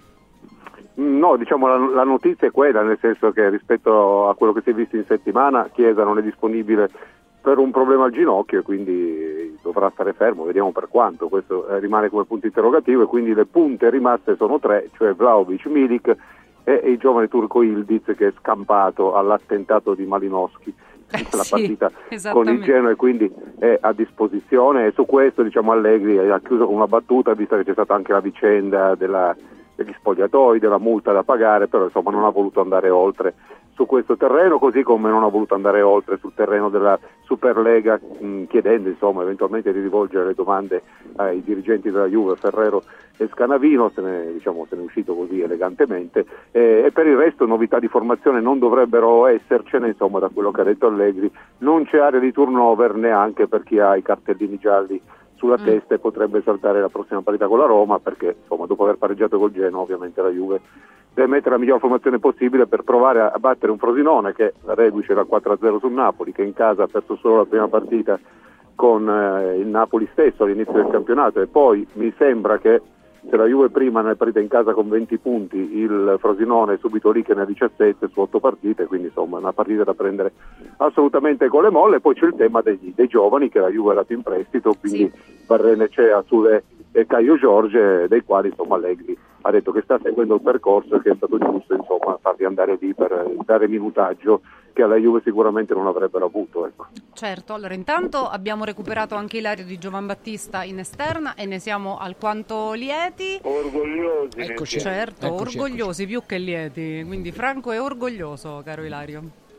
No, diciamo la notizia è quella, nel senso che rispetto a quello che si è visto in settimana, Chiesa non è disponibile per un problema al ginocchio e quindi dovrà stare fermo, vediamo per quanto, questo rimane come punto interrogativo e quindi le punte rimaste sono 3, cioè Vlahovic, Milik e il giovane turco Ildiz che è scampato all'attentato di Malinowski nella partita con il Genoa e quindi è a disposizione e su questo diciamo Allegri ha chiuso con una battuta, visto che c'è stata anche la vicenda degli spogliatoi, della multa da pagare, però insomma non ha voluto andare oltre su questo terreno, così come non ha voluto andare oltre sul terreno della Superlega, chiedendo insomma eventualmente di rivolgere le domande ai dirigenti della Juve, Ferrero e Scanavino, se ne è uscito così elegantemente, e per il resto novità di formazione non dovrebbero essercene, insomma da quello che ha detto Allegri non c'è area di turnover neanche per chi ha i cartellini gialli sulla testa e potrebbe saltare la prossima partita con la Roma perché insomma dopo aver pareggiato col Genoa ovviamente la Juve deve mettere la miglior formazione possibile per provare a battere un Frosinone che reduce da 4-0 sul Napoli, che in casa ha perso solo la prima partita con il Napoli stesso all'inizio del campionato e poi mi sembra che se la Juve prima ne è partita in casa con 20 punti, il Frosinone è subito lì che ne ha 17 su 8 partite, quindi insomma è una partita da prendere assolutamente con le molle. Poi c'è il tema dei giovani che la Juve ha dato in prestito, quindi Barrenechea, Sule e Caio Giorge, dei quali insomma Allegri ha detto che sta seguendo il percorso e che è stato giusto insomma farli andare lì per dare minutaggio che alla Juve sicuramente non avrebbero avuto. Ecco. Certo, allora intanto abbiamo recuperato anche Ilario di Giovanbattista in esterna e ne siamo alquanto lieti. Orgogliosi. Eccoci. Certo, orgogliosi più che lieti, quindi Franco è orgoglioso, caro Ilario.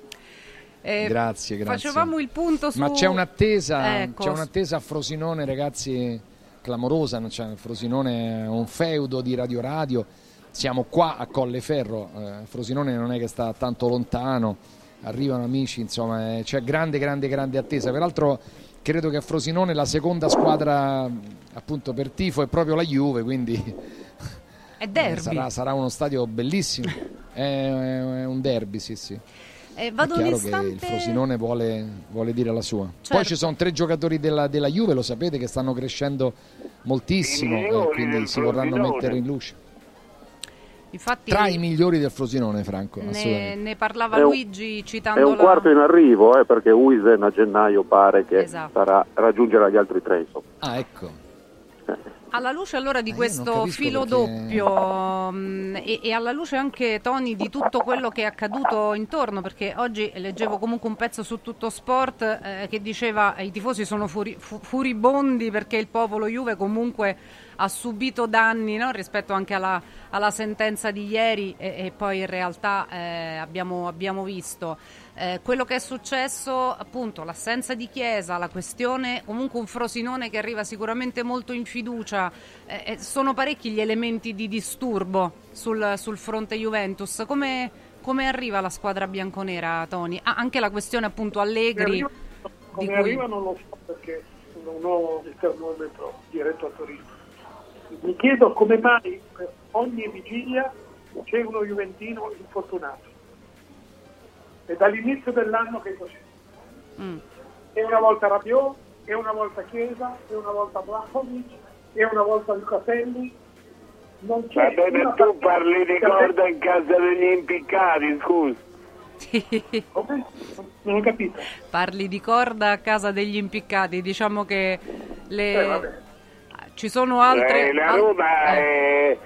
Grazie. Facevamo il punto su... Ma c'è un'attesa, ecco. C'è un'attesa a Frosinone, ragazzi, clamorosa. Frosinone è un feudo di Radio. siamo qua a Colleferro, Frosinone non è che sta tanto lontano, arrivano amici, insomma c'è grande attesa. Peraltro credo che a Frosinone la seconda squadra appunto per tifo è proprio la Juve, quindi è derby. Sarà uno stadio bellissimo, è un derby, sì. Vado è chiaro un istante... che il Frosinone vuole dire la sua. Certo. Poi ci sono 3 giocatori della Juve, lo sapete, che stanno crescendo moltissimo, quindi si vorranno mettere in luce. Infatti, tra i migliori del Frosinone, Franco. Ne parlava Luigi citando è un quarto in arrivo, perché Huijsen a gennaio pare che raggiungerà gli altri 3. Ah, ecco. Alla luce allora di questo filo doppio e alla luce anche, Tony, di tutto quello che è accaduto intorno, perché oggi leggevo comunque un pezzo su Tutto Sport che diceva i tifosi sono furibondi perché il popolo Juve comunque ha subito danni, no? Rispetto anche alla sentenza di ieri e poi in realtà abbiamo visto quello che è successo, appunto l'assenza di Chiesa, la questione, comunque un Frosinone che arriva sicuramente molto in fiducia, sono parecchi gli elementi di disturbo sul fronte Juventus. Come arriva la squadra bianconera, Tony? Anche la questione appunto Allegri. Come arriva non lo so, perché non ho il termometro diretto a Torino. Mi chiedo come mai per ogni vigilia c'è uno juventino infortunato. È dall'inizio dell'anno che è così. E una volta Rabiot, e una volta Chiesa, e una volta Vlahovic, e una volta Lucatelli. Non c'è. Ma tu parli di corda in casa degli impiccati, scusa. Come? Non ho capito. Parli di corda a casa degli impiccati, diciamo che ci sono altre... La Roma è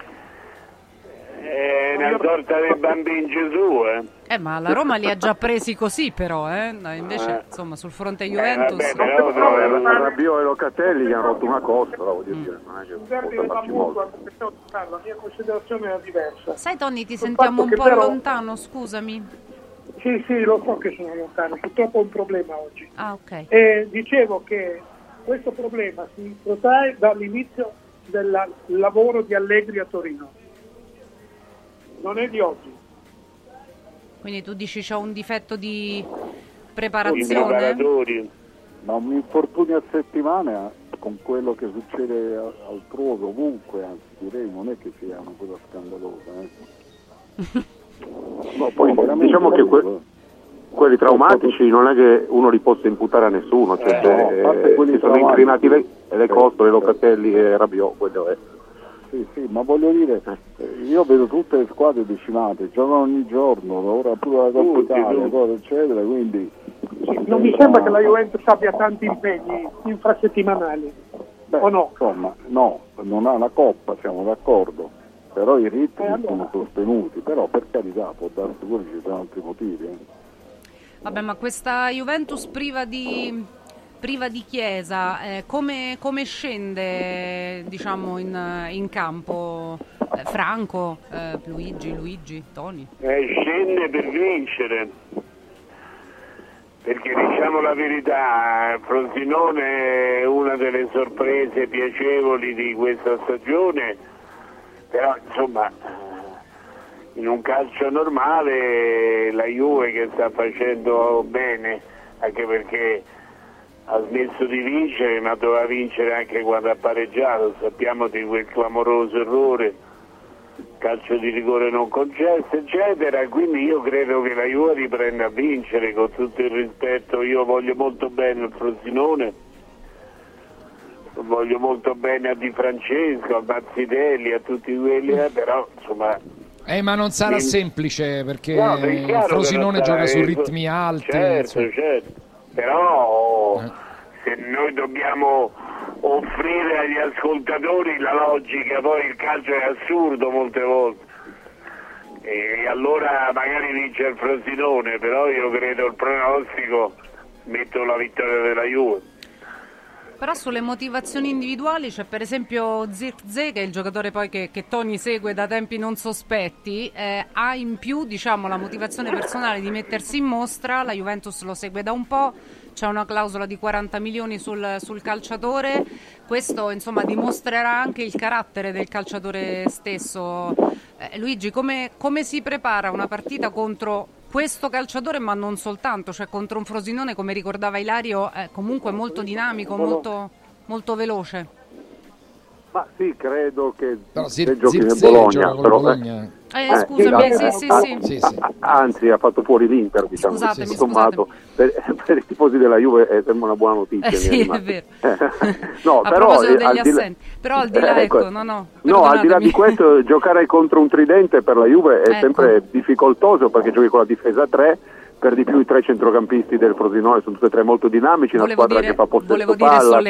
una sorta di bambino Gesù, ma la Roma li ha già presi così, però, invece, insomma, sul fronte Juventus... Rabiot e Locatelli gli hanno rotto una costola, voglio dire. Non è che il derby dell'Hamburgo, la mia considerazione era diversa. Sai, Tony, ti sentiamo un po' lontano, scusami. Sì, lo so che sono lontano, purtroppo ho un problema oggi. Ah, ok. E dicevo che questo problema si protrae dall'inizio del lavoro di Allegri a Torino. Non è di oggi. Quindi tu dici c'è un difetto di preparazione? Ma un infortunio a settimana con quello che succede altrove, ovunque, anzi direi non è che sia una cosa scandalosa. No, poi diciamo che quelli traumatici non è che uno li possa imputare a nessuno, cioè si sono incrinati le costole, Locatelli e Rabiot, quello è. Sì, ma voglio dire, io vedo tutte le squadre decimate, giocano ogni giorno, ora pure la Coppa Italia, cose eccetera, quindi... Non mi sembra che la Juventus abbia tanti impegni infrasettimanali, o no? Insomma, no, non ha la Coppa, siamo d'accordo, però i ritmi sono sostenuti, però per carità può darsi pure ci sono altri motivi. Vabbè, ma questa Juventus priva di Chiesa, come scende, diciamo, in campo Franco, Luigi, Tony? Scende per vincere, perché diciamo la verità, Frosinone è una delle sorprese piacevoli di questa stagione, però insomma in un calcio normale la Juve che sta facendo bene, anche perché ha smesso di vincere, ma doveva vincere anche quando ha pareggiato. Sappiamo di quel clamoroso errore, calcio di rigore non concesso, eccetera. Quindi io credo che la Juve riprenda a vincere, con tutto il rispetto. Io voglio molto bene il Frosinone, voglio molto bene a Di Francesco, a Mazzitelli, a tutti quelli, però insomma... ma non sarà semplice, perché il Frosinone gioca su ritmi alti. Certo. Però se noi dobbiamo offrire agli ascoltatori la logica, poi il calcio è assurdo molte volte, e allora magari vince il Frosinone, però io credo il pronostico metto la vittoria della Juve. Però sulle motivazioni individuali c'è per esempio Zirkzee, che è il giocatore poi che Tony segue da tempi non sospetti, ha in più, diciamo, la motivazione personale di mettersi in mostra. La Juventus lo segue da un po', c'è una clausola di 40 milioni sul calciatore. Questo insomma dimostrerà anche il carattere del calciatore stesso. Luigi, come si prepara una partita contro questo calciatore, ma non soltanto, cioè contro un Frosinone, come ricordava Ilario, comunque molto dinamico, molto veloce? Ma sì, credo che se giochi nel Bologna, Bologna. Scusami, sì. Anzi, ha fatto fuori l'Inter, diciamo. Scusatemi. Sommato, per i tifosi della Juve sembra una buona notizia. Sì, è vero. No, a però, proposito degli assenti, però al di là, ecco, no, al di là di questo, giocare contro un tridente per la Juve è sempre difficoltoso, perché giochi con la difesa 3. Per di più i 3 centrocampisti del Frosinone sono tutti e 3 molto dinamici, una squadra che fa possesso palla.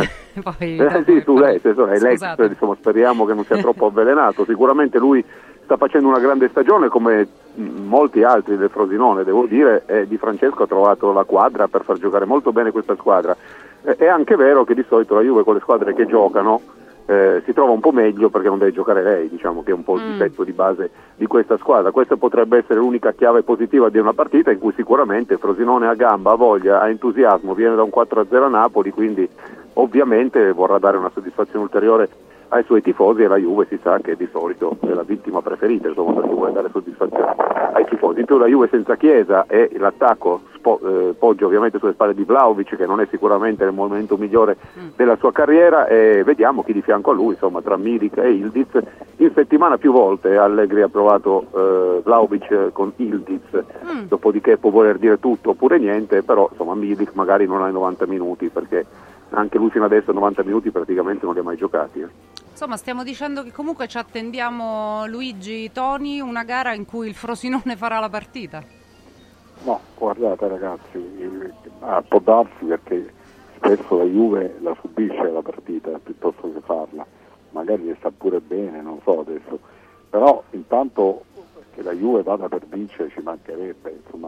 Sì, Solé, è l'ex, insomma, speriamo che non sia troppo avvelenato. Sicuramente lui sta facendo una grande stagione, come molti altri del Frosinone, devo dire, e Di Francesco ha trovato la quadra per far giocare molto bene questa squadra. È anche vero che di solito la Juve con le squadre che giocano si trova un po' meglio, perché non deve giocare lei, diciamo che è un po' il difetto di base di questa squadra. Questa potrebbe essere l'unica chiave positiva di una partita in cui sicuramente Frosinone ha gamba, ha voglia, ha entusiasmo, viene da un 4-0 a Napoli, quindi ovviamente vorrà dare una soddisfazione ulteriore ai suoi tifosi, e la Juve si sa che di solito è la vittima preferita, insomma, perché vuole dare soddisfazione ai tifosi. In più la Juve senza Chiesa, e l'attacco poggia ovviamente sulle spalle di Vlahovic, che non è sicuramente nel momento migliore della sua carriera, e vediamo chi di fianco a lui, insomma, tra Milik e Ildiz. In settimana più volte Allegri ha provato Vlahovic con Ildiz, dopodiché può voler dire tutto oppure niente, però insomma Milik magari non ha i 90 minuti, perché anche lui fino adesso 90 minuti praticamente non li ha mai giocati. Insomma, stiamo dicendo che comunque ci attendiamo, Luigi, Toni, una gara in cui il Frosinone farà la partita. No, guardate ragazzi, può darsi, perché spesso la Juve la subisce la partita piuttosto che farla, magari le sta pure bene, non so adesso, però intanto che la Juve vada per vincere ci mancherebbe, insomma,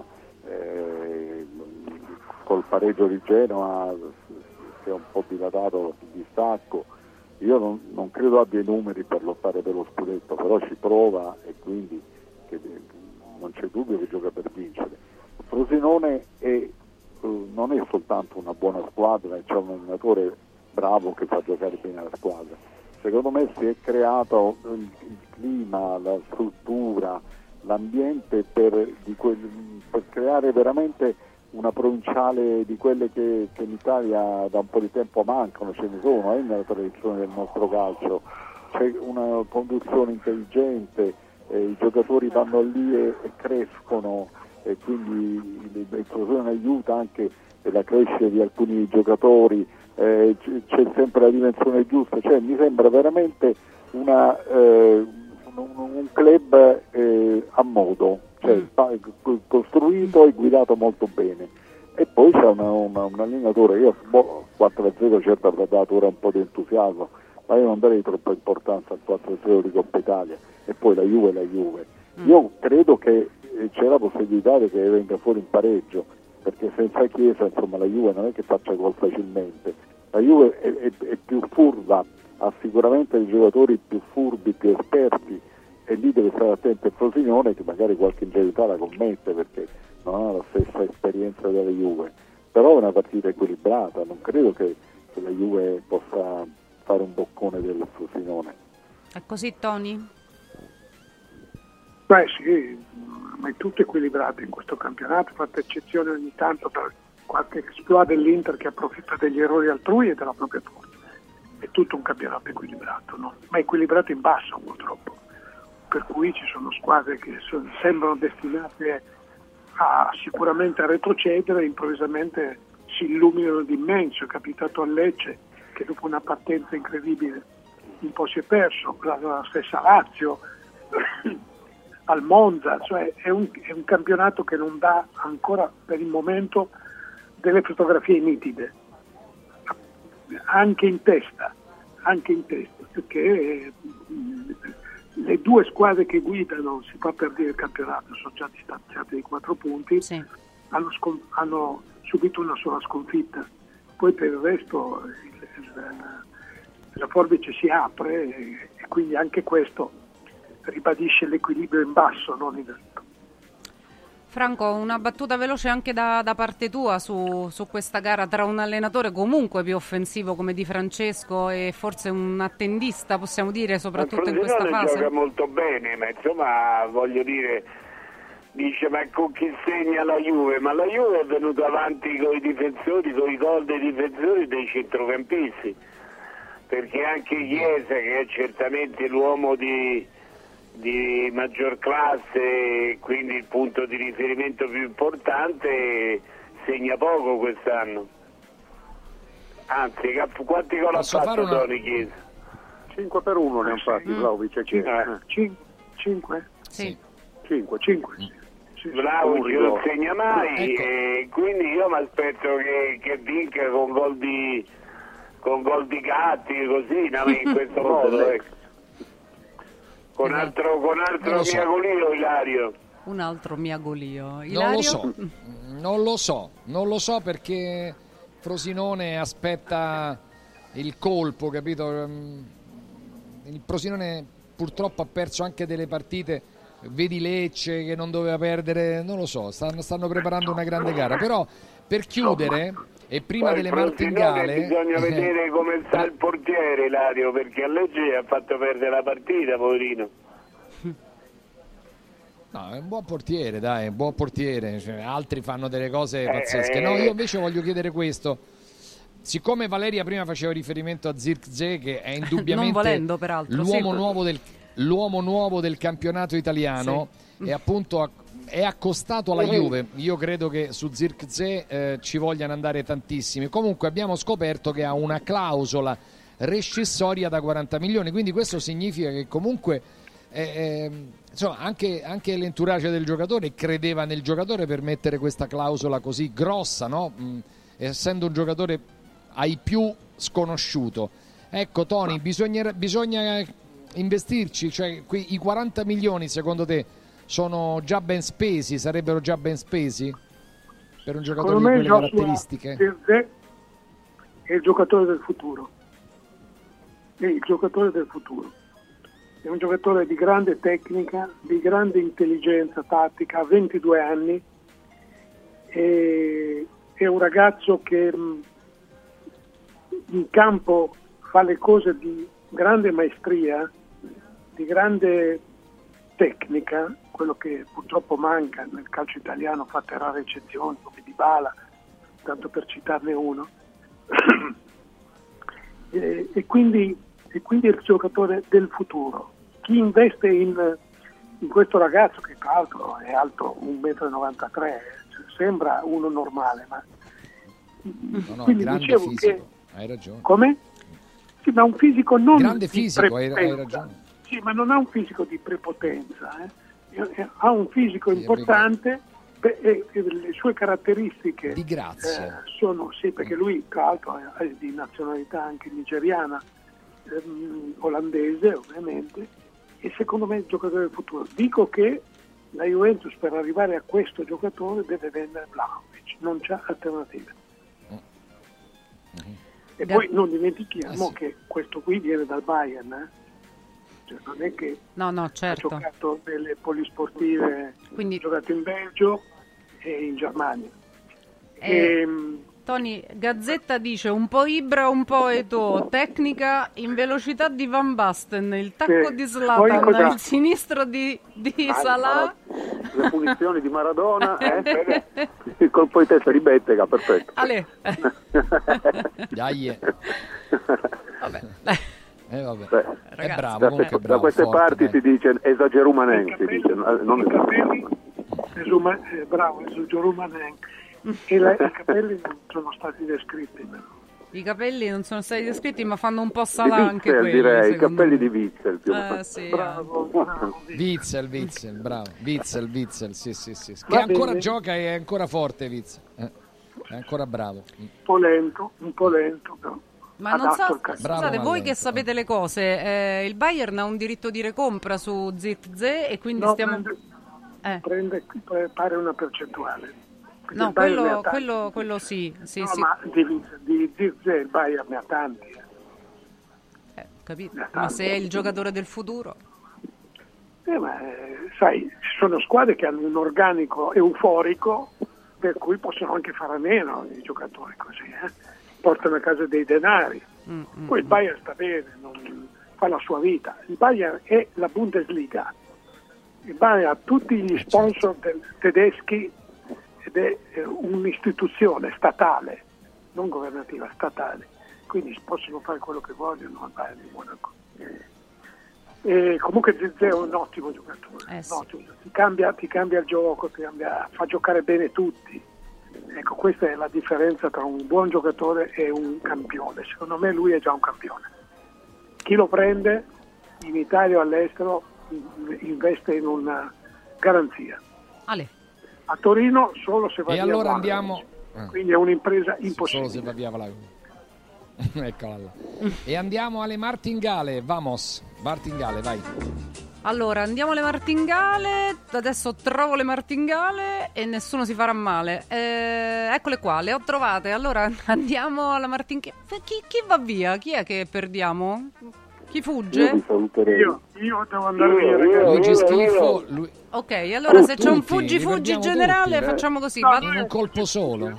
col pareggio di Genoa si è un po' dilatato il distacco. Io non credo abbia i numeri per lottare per lo scudetto, però ci prova, e quindi non c'è dubbio che gioca per vincere. Frosinone non è soltanto una buona squadra, c'è un allenatore bravo che fa giocare bene la squadra. Secondo me si è creato il clima, la struttura, l'ambiente per creare veramente una provinciale di quelle che in Italia da un po' di tempo mancano, ce ne sono, nella tradizione del nostro calcio. C'è una conduzione intelligente, i giocatori vanno lì e crescono, e quindi il Frosinone aiuta anche la crescita di alcuni giocatori, c'è sempre la dimensione giusta, cioè mi sembra veramente un club a modo, cioè costruito e guidato molto bene. E poi c'è un allenatore, io 4-0 certo avrà dato ora un po' di entusiasmo, ma io non darei troppa importanza al 4-0 di Coppa Italia, e poi la Juve è la Juve. Io credo che c'è la possibilità che venga fuori in pareggio, perché senza Chiesa, insomma, la Juve non è che faccia gol facilmente. La Juve è più furba, ha sicuramente dei giocatori più furbi, più esperti, e lì deve stare attento il Frosinone, che magari qualche ingenuità la commette perché non ha la stessa esperienza della Juve. Però è una partita equilibrata, non credo che la Juve possa fare un boccone del Frosinone. È così, Toni? Beh sì, ma è tutto equilibrato in questo campionato, fatta eccezione ogni tanto per qualche exploit dell'Inter che approfitta degli errori altrui e della propria forza. È tutto un campionato equilibrato, no? Ma equilibrato in basso purtroppo, per cui ci sono squadre che sembrano destinate sicuramente a retrocedere, improvvisamente si illuminano d'immenso. È capitato a Lecce, che dopo una partenza incredibile un po' si è perso, la stessa Lazio, al Monza, cioè è un campionato che non dà ancora per il momento delle fotografie nitide, anche in testa, perché le due squadre che guidano, si fa per dire, il campionato, sono già distanziate di 4 punti, sì. hanno subito una sola sconfitta, poi per il resto la forbice si apre, e quindi anche questo ribadisce l'equilibrio in basso, non in alto. Franco, una battuta veloce anche da parte tua su questa gara tra un allenatore comunque più offensivo come Di Francesco e forse un attendista, possiamo dire, soprattutto in questa fase. Gioca molto bene, ma insomma, voglio dire, dice ma con chi segna la Juve? Ma la Juve è venuta avanti con i difensori, con i gol dei difensori e dei centrocampisti, perché anche Chiesa, che è certamente l'uomo di maggior classe, quindi il punto di riferimento più importante, segna poco quest'anno. Anzi, quanti gol ha fatto Toni Chiesa? 5-1 ne hanno fatti Vlahovic e Chiesa. 5? Sì. 5. Vlahovic non segna mai, e quindi io mi aspetto che vinca con gol di Gatti, così, in questo modo, ecco. Con altro miagolio, Ilario. Un altro miagolio. Ilario? Non lo so perché Frosinone aspetta il colpo, capito? Il Frosinone purtroppo ha perso anche delle partite, vedi Lecce che non doveva perdere, non lo so, stanno preparando una grande gara, però per chiudere e prima delle martingale bisogna vedere come sta il portiere, Ilario, perché a Lecce ha fatto perdere la partita, poverino. No, è un buon portiere, dai, cioè, altri fanno delle cose pazzesche. No, io invece voglio chiedere questo. Siccome Valeria prima faceva riferimento a Zirkzee, che è indubbiamente non volendo, peraltro, l'uomo nuovo del campionato italiano, e appunto è accostato alla Juve. Io credo che su Zirkzee ci vogliano andare tantissimi. Comunque abbiamo scoperto che ha una clausola rescissoria da 40 milioni, quindi questo significa che comunque insomma, anche l'entourage del giocatore credeva nel giocatore per mettere questa clausola così grossa, no? Essendo un giocatore ai più sconosciuto. Ecco, Tony, bisogna investirci, cioè i 40 milioni secondo te sono già ben spesi, sarebbero già ben spesi per un giocatore di quelle caratteristiche? È il giocatore del futuro. È un giocatore di grande tecnica, di grande intelligenza tattica, ha 22 anni, è un ragazzo che in campo fa le cose di grande maestria, di grande tecnica, quello che purtroppo manca nel calcio italiano, fatte rare eccezioni come Dybala, tanto per citarne uno. E quindi è il giocatore del futuro. Chi investe in questo ragazzo, che tra l'altro è alto 1,93 m, sembra uno normale, ma quindi dicevo fisico. Che hai ragione. Come? Sì, ma un fisico non grande fisico, hai ragione. Sì, ma non ha un fisico di prepotenza, ha un fisico importante e le sue caratteristiche di grazia sono, sì, perché lui tra l'altro è di nazionalità anche nigeriana, olandese ovviamente, e secondo me è il giocatore del futuro. Dico che la Juventus per arrivare a questo giocatore deve vendere Vlahovic, non c'è alternativa. E poi non dimentichiamo che questo qui viene dal Bayern, cioè non è che certo. Ha giocato nelle polisportive, quindi ha giocato in Belgio e in Germania. Tony, Gazzetta dice un po' Ibra, un po' Eto'o, tecnica in velocità di Van Basten, il tacco di Zlatan, il sinistro di Salah, le punizioni di Maradona, il colpo di testa di Bettega, perfetto. Dai. Vabbè. È bravo, comunque bravo. Da queste parti si dice esagerumanen, si dice, non bravo, esagerumanen. E i capelli non sono stati descritti, però. I capelli non sono stati descritti, ma fanno un po' Salah anche quelli, direi, i capelli di Witzel più sì, bravo. Witzel, bravo. Witzel, sì. Che ancora gioca e è ancora forte Witzel. È ancora bravo. Un po' lento però. Ma non so, scusate, voi che sapete le cose, il Bayern ha un diritto di recompra su Zirkzee e quindi prende pare una percentuale. No, quello sì. Ma di Zirkzee il Bayern ne ha tanti. Capito? Ma se è il giocatore del futuro? Ma sai, sono squadre che hanno un organico euforico per cui possono anche fare a meno i giocatori così, portano a casa dei denari. Poi il Bayern sta bene, fa la sua vita. Il Bayern è la Bundesliga, il Bayern ha tutti gli sponsor tedeschi ed è un'istituzione statale, non governativa, statale, quindi possono fare quello che vogliono al Bayern di Monaco. E comunque Zezé è un ottimo giocatore, ottimo. Ti cambia il gioco, fa giocare bene tutti. Ecco, questa è la differenza tra un buon giocatore e un campione. Secondo me lui è già un campione. Chi lo prende in Italia o all'estero investe in una garanzia. A Torino solo se va via. E allora andiamo. Quindi è un'impresa impossibile. Solo se va via Vlahovic. Eccola là. E andiamo alle martingale. Vamos, martingale, vai. Allora, andiamo alle martingale. Adesso trovo le martingale e nessuno si farà male. Eccole qua, le ho trovate. Allora, andiamo alla martingale. Chi va via? Chi è che perdiamo? Chi fugge? Io devo andare via, ragazzi. Luigi Schifo. Ok, allora se c'è un fuggi generale, facciamo così. In un colpo solo.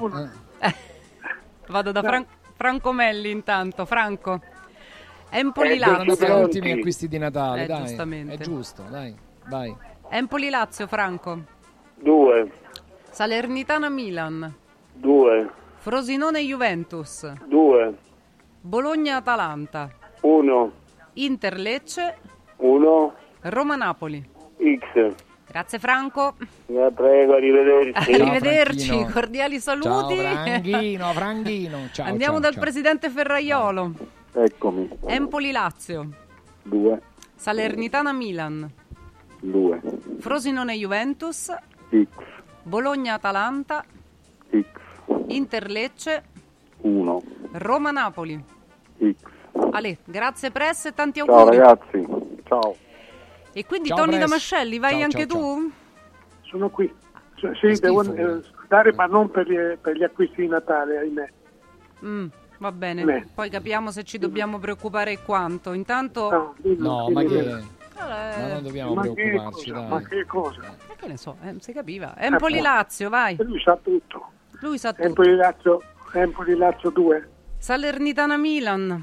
Vado da Franco Melli intanto. Franco. Empoli-Lazio. Per gli ultimi acquisti di Natale, dai. Giustamente. È giusto, dai, vai. Empoli-Lazio, Franco. 2. Salernitana-Milan. 2. Frosinone-Juventus. 2. Bologna-Atalanta. 1. Inter-Lecce. 1. Roma-Napoli. X. Grazie Franco. Prego, arrivederci. Arrivederci, Franchino. Cordiali saluti. Ciao Franchino. Ciao, Andiamo dal presidente Ferraiolo. Eccomi. Empoli-Lazio. 2. Salernitana-Milan. 2. Frosinone-Juventus. X. Bologna-Atalanta. X. Inter-Lecce. 1. Roma-Napoli. X. Ale, grazie Press e tanti Ciao auguri. ragazzi, ciao. E quindi Ciao, Tony Press. Damascelli, vai Ciao, anche ciao, tu? Sono qui. Sì, devo dare, ma non per gli acquisti di Natale, ahimè. Va bene, Beh. poi capiamo se ci dobbiamo preoccupare e quanto. Intanto... No, ma non dobbiamo Ma preoccuparci, che cosa? dai. Ma che cosa? Che ne so, si capiva. Empoli-Lazio, vai. Lui sa tutto. Lui sa tutto. Empoli-Lazio 2. Salernitana-Milan.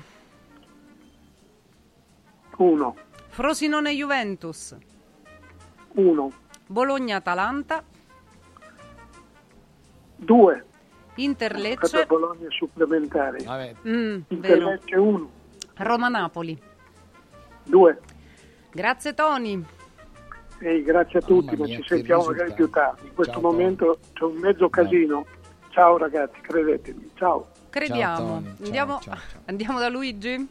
1. Frosinone-Juventus. 1. Bologna-Atalanta. 2. Inter-Lecce. Bologna supplementari. Vero. Inter-Lecce 1. Roma-Napoli. 2. Grazie Tony. Ehi, grazie a tutti, ma ci sentiamo magari più tardi. In questo momento c'è un mezzo casino. Ciao ragazzi, credetemi. Ciao. Crediamo. Andiamo da Luigi.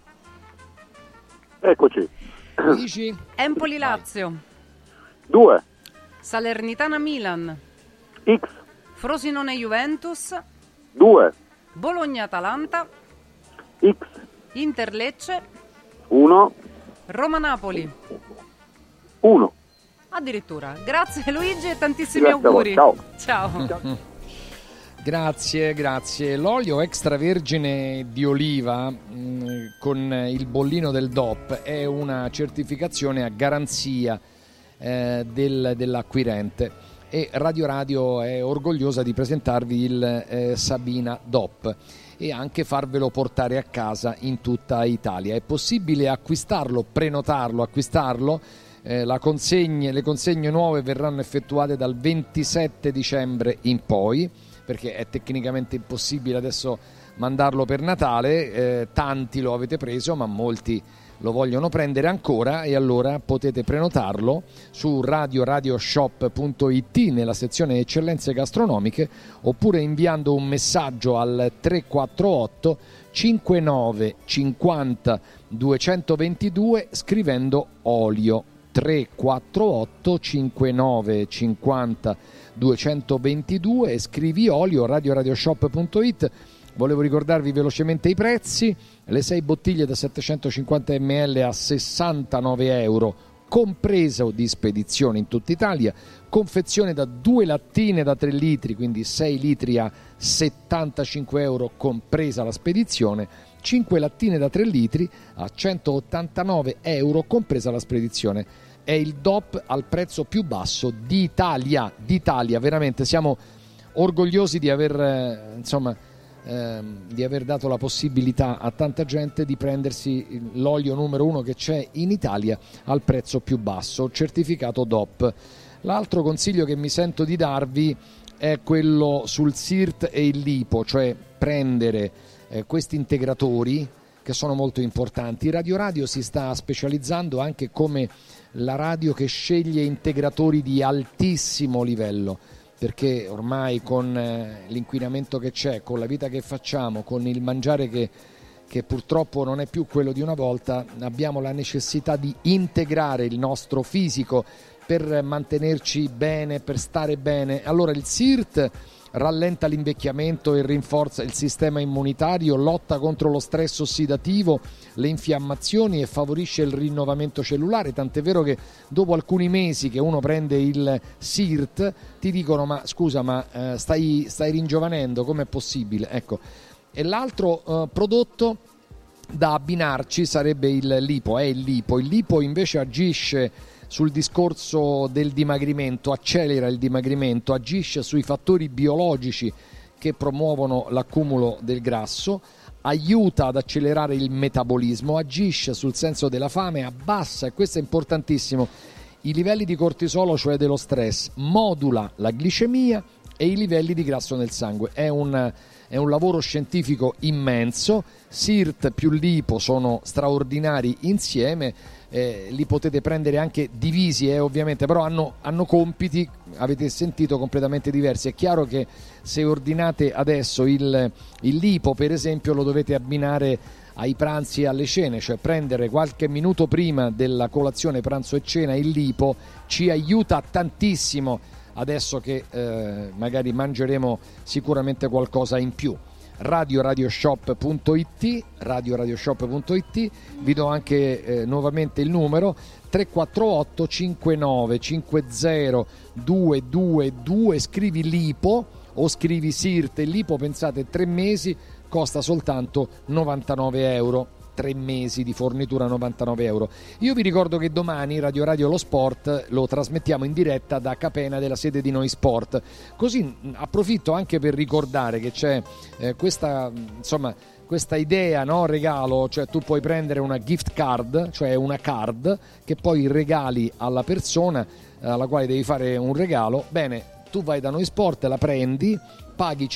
Eccoci. Luigi. Empoli-Lazio. 2. Salernitana-Milan. X. Frosinone-Juventus. 2. Bologna-Atalanta. X. Inter-Lecce. 1. Roma-Napoli. 1. Addirittura. Grazie Luigi e tantissimi Grazie a voi, auguri. ciao. Grazie. L'olio extravergine di oliva con il bollino del DOP è una certificazione a garanzia dell'acquirente e Radio è orgogliosa di presentarvi il Sabina DOP e anche farvelo portare a casa in tutta Italia. È possibile acquistarlo, prenotarlo, acquistarlo. Le consegne nuove verranno effettuate dal 27 dicembre in poi, perché è tecnicamente impossibile adesso mandarlo per Natale. Tanti lo avete preso, ma molti lo vogliono prendere ancora, e allora potete prenotarlo su radioshop.it nella sezione eccellenze gastronomiche, oppure inviando un messaggio al 348 59 50 222 scrivendo olio. 348 59 50 222 e scrivi olio. radioshop.it. Volevo ricordarvi velocemente i prezzi: le 6 bottiglie da 750 ml a 69 euro compreso di spedizione in tutta Italia, confezione da 2 lattine da 3 litri, quindi 6 litri a 75 euro compresa la spedizione, 5 lattine da 3 litri a 189 euro compresa la spedizione. è il DOP al prezzo più basso d'Italia, veramente siamo orgogliosi di aver di aver dato la possibilità a tanta gente di prendersi l'olio numero 1 che c'è in Italia al prezzo più basso, certificato DOP. L'altro consiglio che mi sento di darvi è quello sul SIRT e il lipo, cioè prendere questi integratori che sono molto importanti. Radio si sta specializzando anche come la radio che sceglie integratori di altissimo livello, perché ormai con l'inquinamento che c'è, con la vita che facciamo, con il mangiare che purtroppo non è più quello di una volta, abbiamo la necessità di integrare il nostro fisico per mantenerci bene, per stare bene. Allora il SIRT rallenta l'invecchiamento e rinforza il sistema immunitario, lotta contro lo stress ossidativo, le infiammazioni e favorisce il rinnovamento cellulare, tant'è vero che dopo alcuni mesi che uno prende il SIRT ti dicono ma scusa stai ringiovanendo, com'è possibile? Ecco. E l'altro prodotto da abbinarci sarebbe il lipo, il lipo invece agisce sul discorso del dimagrimento, accelera il dimagrimento, agisce sui fattori biologici che promuovono l'accumulo del grasso, aiuta ad accelerare il metabolismo, agisce sul senso della fame, abbassa, e questo è importantissimo, i livelli di cortisolo, cioè dello stress, modula la glicemia e i livelli di grasso nel sangue. È un lavoro scientifico immenso. SIRT più lipo sono straordinari insieme, li potete prendere anche divisi ovviamente, però hanno compiti, avete sentito, completamente diversi. È chiaro che se ordinate adesso il lipo, per esempio, lo dovete abbinare ai pranzi e alle cene, cioè prendere qualche minuto prima della colazione, pranzo e cena il lipo ci aiuta tantissimo adesso che magari mangeremo sicuramente qualcosa in più. radioradioshop.it, vi do anche nuovamente il numero 348 59 50 222, scrivi lipo o scrivi SIRT. Il lipo, pensate, 3 mesi costa soltanto 99 euro, 3 mesi di fornitura 99 euro. Io vi ricordo che domani Radio lo Sport lo trasmettiamo in diretta da Capena, della sede di Noi Sport, così approfitto anche per ricordare che c'è questa idea, no? Regalo, cioè tu puoi prendere una gift card, cioè una card che poi regali alla persona alla quale devi fare un regalo. Bene, tu vai da Noi Sport, la prendi, paghi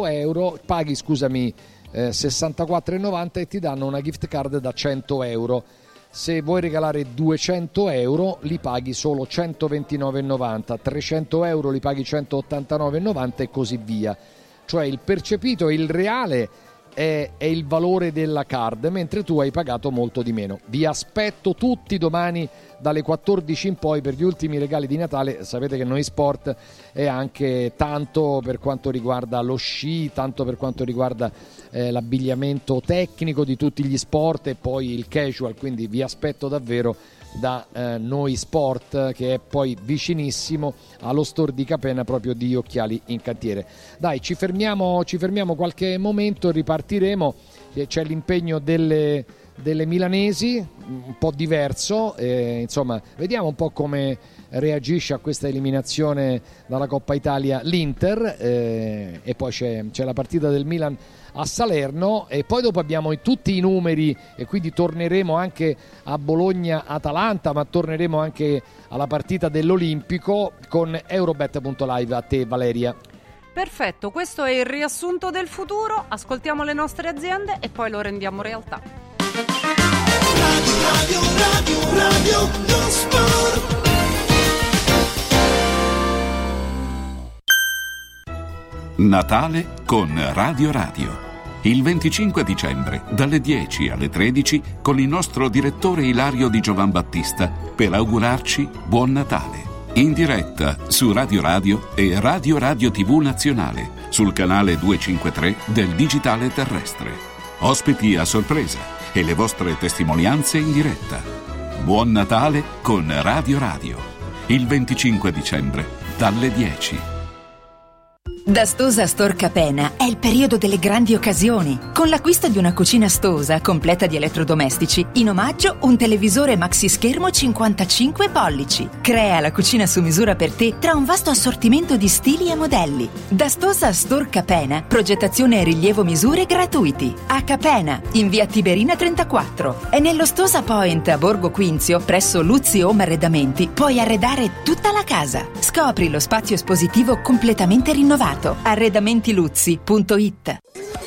64,90 e ti danno una gift card da 100 euro. Se vuoi regalare 200 euro li paghi solo 129,90, 300 euro li paghi 189,90 e così via. Cioè il percepito, il reale è il valore della card, mentre tu hai pagato molto di meno. Vi aspetto tutti domani dalle 14 in poi per gli ultimi regali di Natale. Sapete che Noi Sport è anche tanto per quanto riguarda lo sci, tanto per quanto riguarda l'abbigliamento tecnico di tutti gli sport e poi il casual, quindi vi aspetto davvero da Noi Sport, che è poi vicinissimo allo store di Capena, proprio di Occhiali in Cantiere. Dai, ci fermiamo qualche momento, ripartiremo. C'è l'impegno delle milanesi, un po' diverso, insomma vediamo un po' come reagisce a questa eliminazione dalla Coppa Italia l'Inter, e poi c'è la partita del Milan a Salerno, e poi dopo abbiamo tutti i numeri, e quindi torneremo anche a Bologna-Atalanta, ma torneremo anche alla partita dell'Olimpico con Eurobet.live. A te, Valeria. Perfetto, questo è il riassunto del futuro. Ascoltiamo le nostre aziende e poi lo rendiamo realtà. Radio lo Sport. Natale con Radio. Il 25 dicembre, dalle 10 alle 13, con il nostro direttore Ilario Di Giovanbattista, per augurarci buon Natale. In diretta su Radio e Radio TV Nazionale, sul canale 253 del digitale terrestre. Ospiti a sorpresa e le vostre testimonianze in diretta. Buon Natale con Radio. Il 25 dicembre, dalle 10. Da Stosa Store Capena è il periodo delle grandi occasioni. Con l'acquisto di una cucina Stosa completa di elettrodomestici, in omaggio un televisore maxi schermo 55 pollici. Crea la cucina su misura per te tra un vasto assortimento di stili e modelli. Da Stosa Store Capena, progettazione e rilievo misure gratuiti. A Capena, in via Tiberina 34. E nello Stosa Point a Borgo Quinzio, presso Luzzi Home Arredamenti, puoi arredare tutta la casa. Scopri lo spazio espositivo completamente rinnovato. Arredamentiluzzi.it.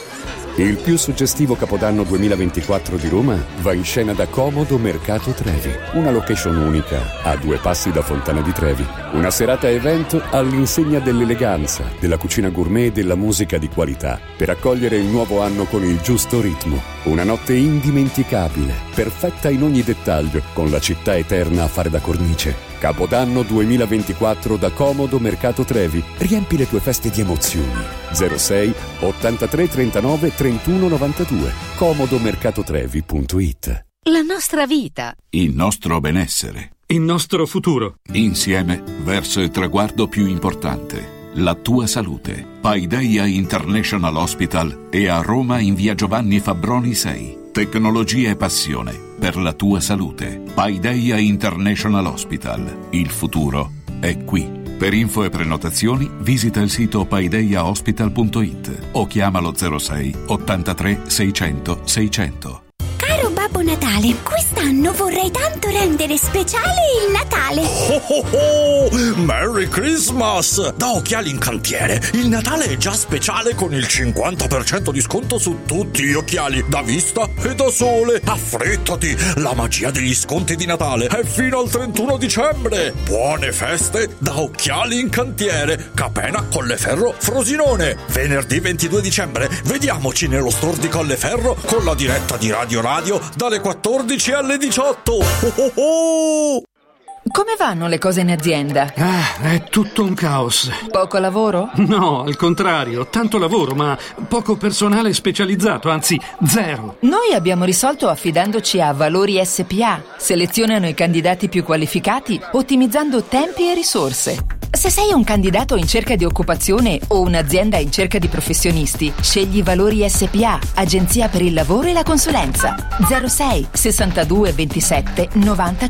Il più suggestivo Capodanno 2024 di Roma va in scena da Comodo Mercato Trevi, una location unica a 2 passi da Fontana di Trevi. Una serata evento all'insegna dell'eleganza, della cucina gourmet e della musica di qualità, per accogliere il nuovo anno con il giusto ritmo. Una notte indimenticabile, perfetta in ogni dettaglio, con la città eterna a fare da cornice. Capodanno 2024 da Comodo Mercato Trevi. Riempi le tue feste di emozioni. 06 83 39 31 92. comodomercatotrevi.it. La nostra vita. Il nostro benessere. Il nostro futuro. Insieme verso il traguardo più importante. La tua salute. Paideia International Hospital è a Roma in via Giovanni Fabbroni 6. Tecnologia e passione per la tua salute. Paideia International Hospital. Il futuro è qui. Per info e prenotazioni visita il sito paideiahospital.it o chiamalo 06 83 600 600. Caro Babbo Natale, quest'anno vorrei tanto rendere speciale il Natale. Oh oh oh! Merry Christmas! Da Occhiali in Cantiere, il Natale è già speciale con il 50% di sconto su tutti gli occhiali, da vista e da sole. Affrettati! La magia degli sconti di Natale è fino al 31 dicembre. Buone feste da Occhiali in Cantiere, Capena, Colleferro, Frosinone. Venerdì 22 dicembre, vediamoci nello store di Colleferro con la diretta di Radio dalle 14 alle 18. Oh oh oh! Come vanno le cose in azienda? È tutto un caos. Poco lavoro? No, al contrario, tanto lavoro, ma poco personale specializzato, anzi zero. Noi abbiamo risolto affidandoci a Valori SPA. Selezionano i candidati più qualificati, ottimizzando tempi e risorse. Se sei un candidato in cerca di occupazione o un'azienda in cerca di professionisti, scegli Valori SPA, agenzia per il lavoro e la consulenza. 06 62 27 90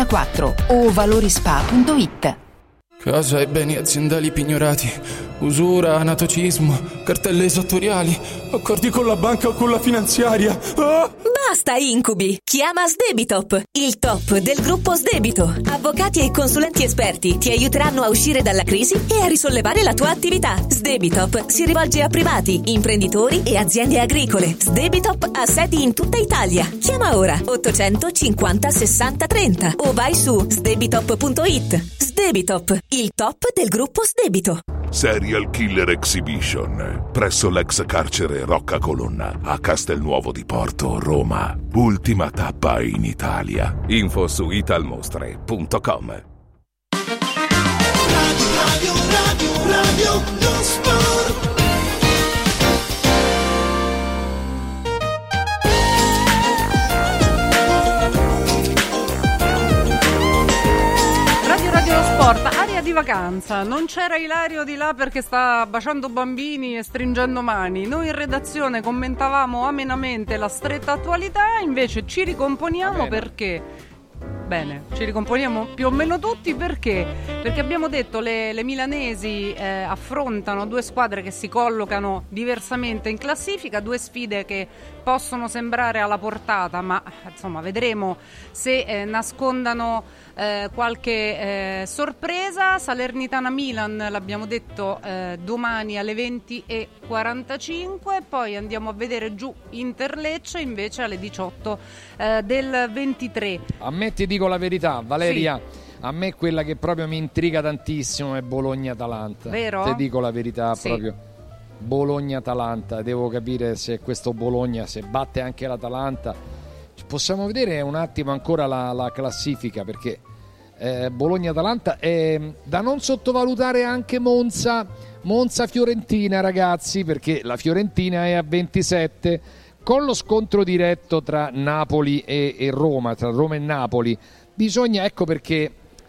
54 o valorispa.it. Casa e beni aziendali pignorati, usura, anatocismo, cartelle esattoriali, accordi con la banca o con la finanziaria. Ah! Basta incubi! Chiama Sdebitop, il top del gruppo Sdebito. Avvocati e consulenti esperti ti aiuteranno a uscire dalla crisi e a risollevare la tua attività. Sdebitop si rivolge a privati, imprenditori e aziende agricole. Sdebitop ha sedi in tutta Italia. Chiama ora 850 60 30 o vai su sdebitop.it. Sdebitop, il top del gruppo Sdebito. Serial Killer Exhibition presso l'ex carcere Rocca Colonna a Castelnuovo di Porto, Roma. Ultima tappa in Italia. Info su italmostre.com. Radio lo sport. Radio lo sport, area di vacanza. Non c'era Ilario di là perché sta baciando bambini e stringendo mani. Noi in redazione commentavamo amenamente la stretta attualità, invece ci ricomponiamo perché... Bene, ci ricomponiamo più o meno tutti perché abbiamo detto le milanesi affrontano due squadre che si collocano diversamente in classifica, due sfide che possono sembrare alla portata, ma insomma vedremo se nascondano qualche sorpresa. Salernitana-Milan, l'abbiamo detto, domani alle 20:45, poi andiamo a vedere giù Inter-Lecce invece alle 18 del 23. A me, ti dico la verità, Valeria, sì. A me quella che proprio mi intriga tantissimo è Bologna-Atalanta. Vero? Ti dico la verità, sì. Proprio Bologna-Atalanta. Devo capire se questo Bologna, se batte anche l'Atalanta. Possiamo vedere un attimo ancora la classifica, perché Bologna-Atalanta è da non sottovalutare anche Monza-Fiorentina, ragazzi, perché la Fiorentina è a 27 con lo scontro diretto tra Napoli e Roma, tra Roma e Napoli. Bisogna, ecco perché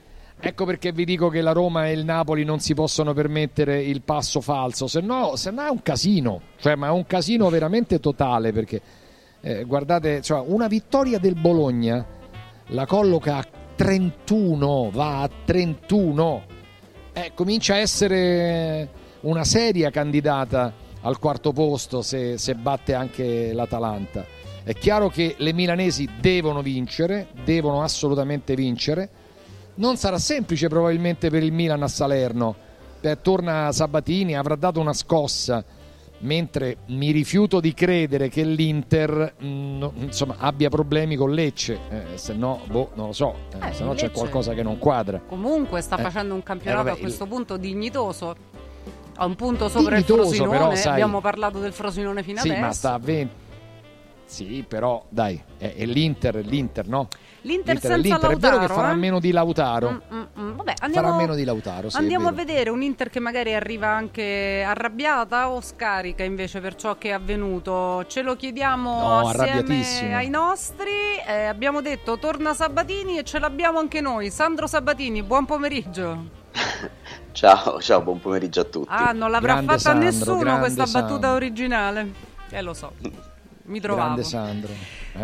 Ecco perché vi dico che la Roma e il Napoli non si possono permettere il passo falso, se no è un casino, cioè, ma è un casino veramente totale, perché guardate, cioè, una vittoria del Bologna la colloca a 31, va a 31, comincia a essere una seria candidata al quarto posto se batte anche l'Atalanta. È chiaro che le milanesi devono vincere, devono assolutamente vincere. Non sarà semplice probabilmente per il Milan a Salerno, torna Sabatini, avrà dato una scossa, mentre mi rifiuto di credere che l'Inter insomma abbia problemi con Lecce, se no non lo so, se no c'è qualcosa che non quadra. Comunque sta facendo un campionato a questo punto dignitoso, a un punto sopra il Frosinone, però, sai, abbiamo parlato del Frosinone fino adesso. Sì, ma sta a 20. Sì, però dai, è l'Inter, no? L'Inter senza Lautaro, è vero che farà meno di Lautaro. Vabbè, farà meno di Lautaro, sì, andiamo a vedere un Inter che magari arriva anche arrabbiata o scarica invece per ciò che è avvenuto. Ce lo chiediamo assieme ai nostri. Abbiamo detto torna Sabatini e ce l'abbiamo anche noi. Sandro Sabatini, buon pomeriggio. Ciao, buon pomeriggio a tutti. Non l'avrà Grande fatta Sandro, nessuno questa Sandro. battuta originale. Lo so. Mi trovavo. Grande Sandro.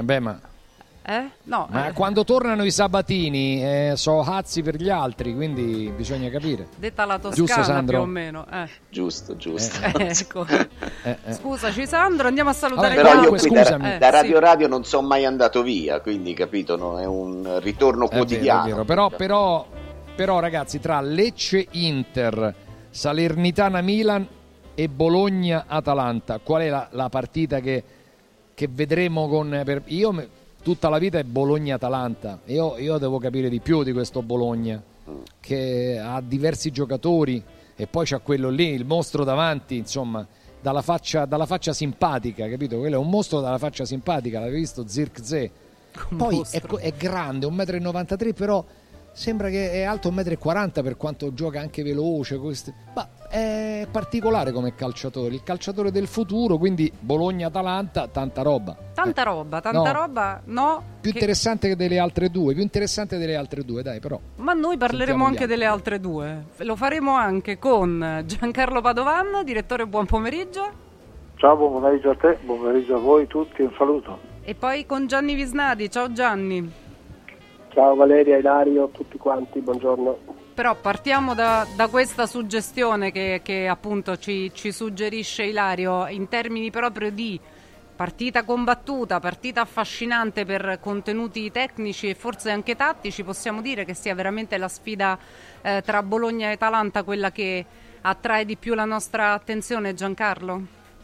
No, ma quando tornano i Sabatini so hazzi per gli altri, quindi bisogna capire. Detta la Giusto, Toscana Sandro? più o meno. Giusto. Ecco. Scusaci Sandro, andiamo a salutare però gli io altri. qui da Radio non sono mai andato via, quindi capito, no? È un ritorno quotidiano. È vero. Però ragazzi, tra Lecce-Inter, Salernitana-Milan e Bologna-Atalanta, qual è la partita che vedremo io tutta la vita è Bologna-Atalanta. Io devo capire di più di questo Bologna, che ha diversi giocatori e poi c'ha quello lì, il mostro davanti, insomma, dalla faccia simpatica, capito? Quello è un mostro dalla faccia simpatica, l'avete visto? Zirkzee. Poi è grande, 1,93 m, però sembra che è alto 1,40 m per quanto gioca anche veloce. Ma è particolare come calciatore, il calciatore del futuro, quindi Bologna-Atalanta, tanta roba. Tanta roba, no. Più interessante che delle altre due, dai, però. Ma noi parleremo anche delle altre due. Lo faremo anche con Giancarlo Padovan, direttore, buon pomeriggio. Ciao, buon pomeriggio a te, buon pomeriggio a voi tutti, un saluto. E poi con Gianni Visnadi, ciao Gianni. Ciao Valeria, Ilario, tutti quanti, buongiorno. Però partiamo da questa suggestione che appunto ci suggerisce Ilario, in termini proprio di partita combattuta, partita affascinante per contenuti tecnici e forse anche tattici. Possiamo dire che sia veramente la sfida tra Bologna e Atalanta quella che attrae di più la nostra attenzione, Giancarlo?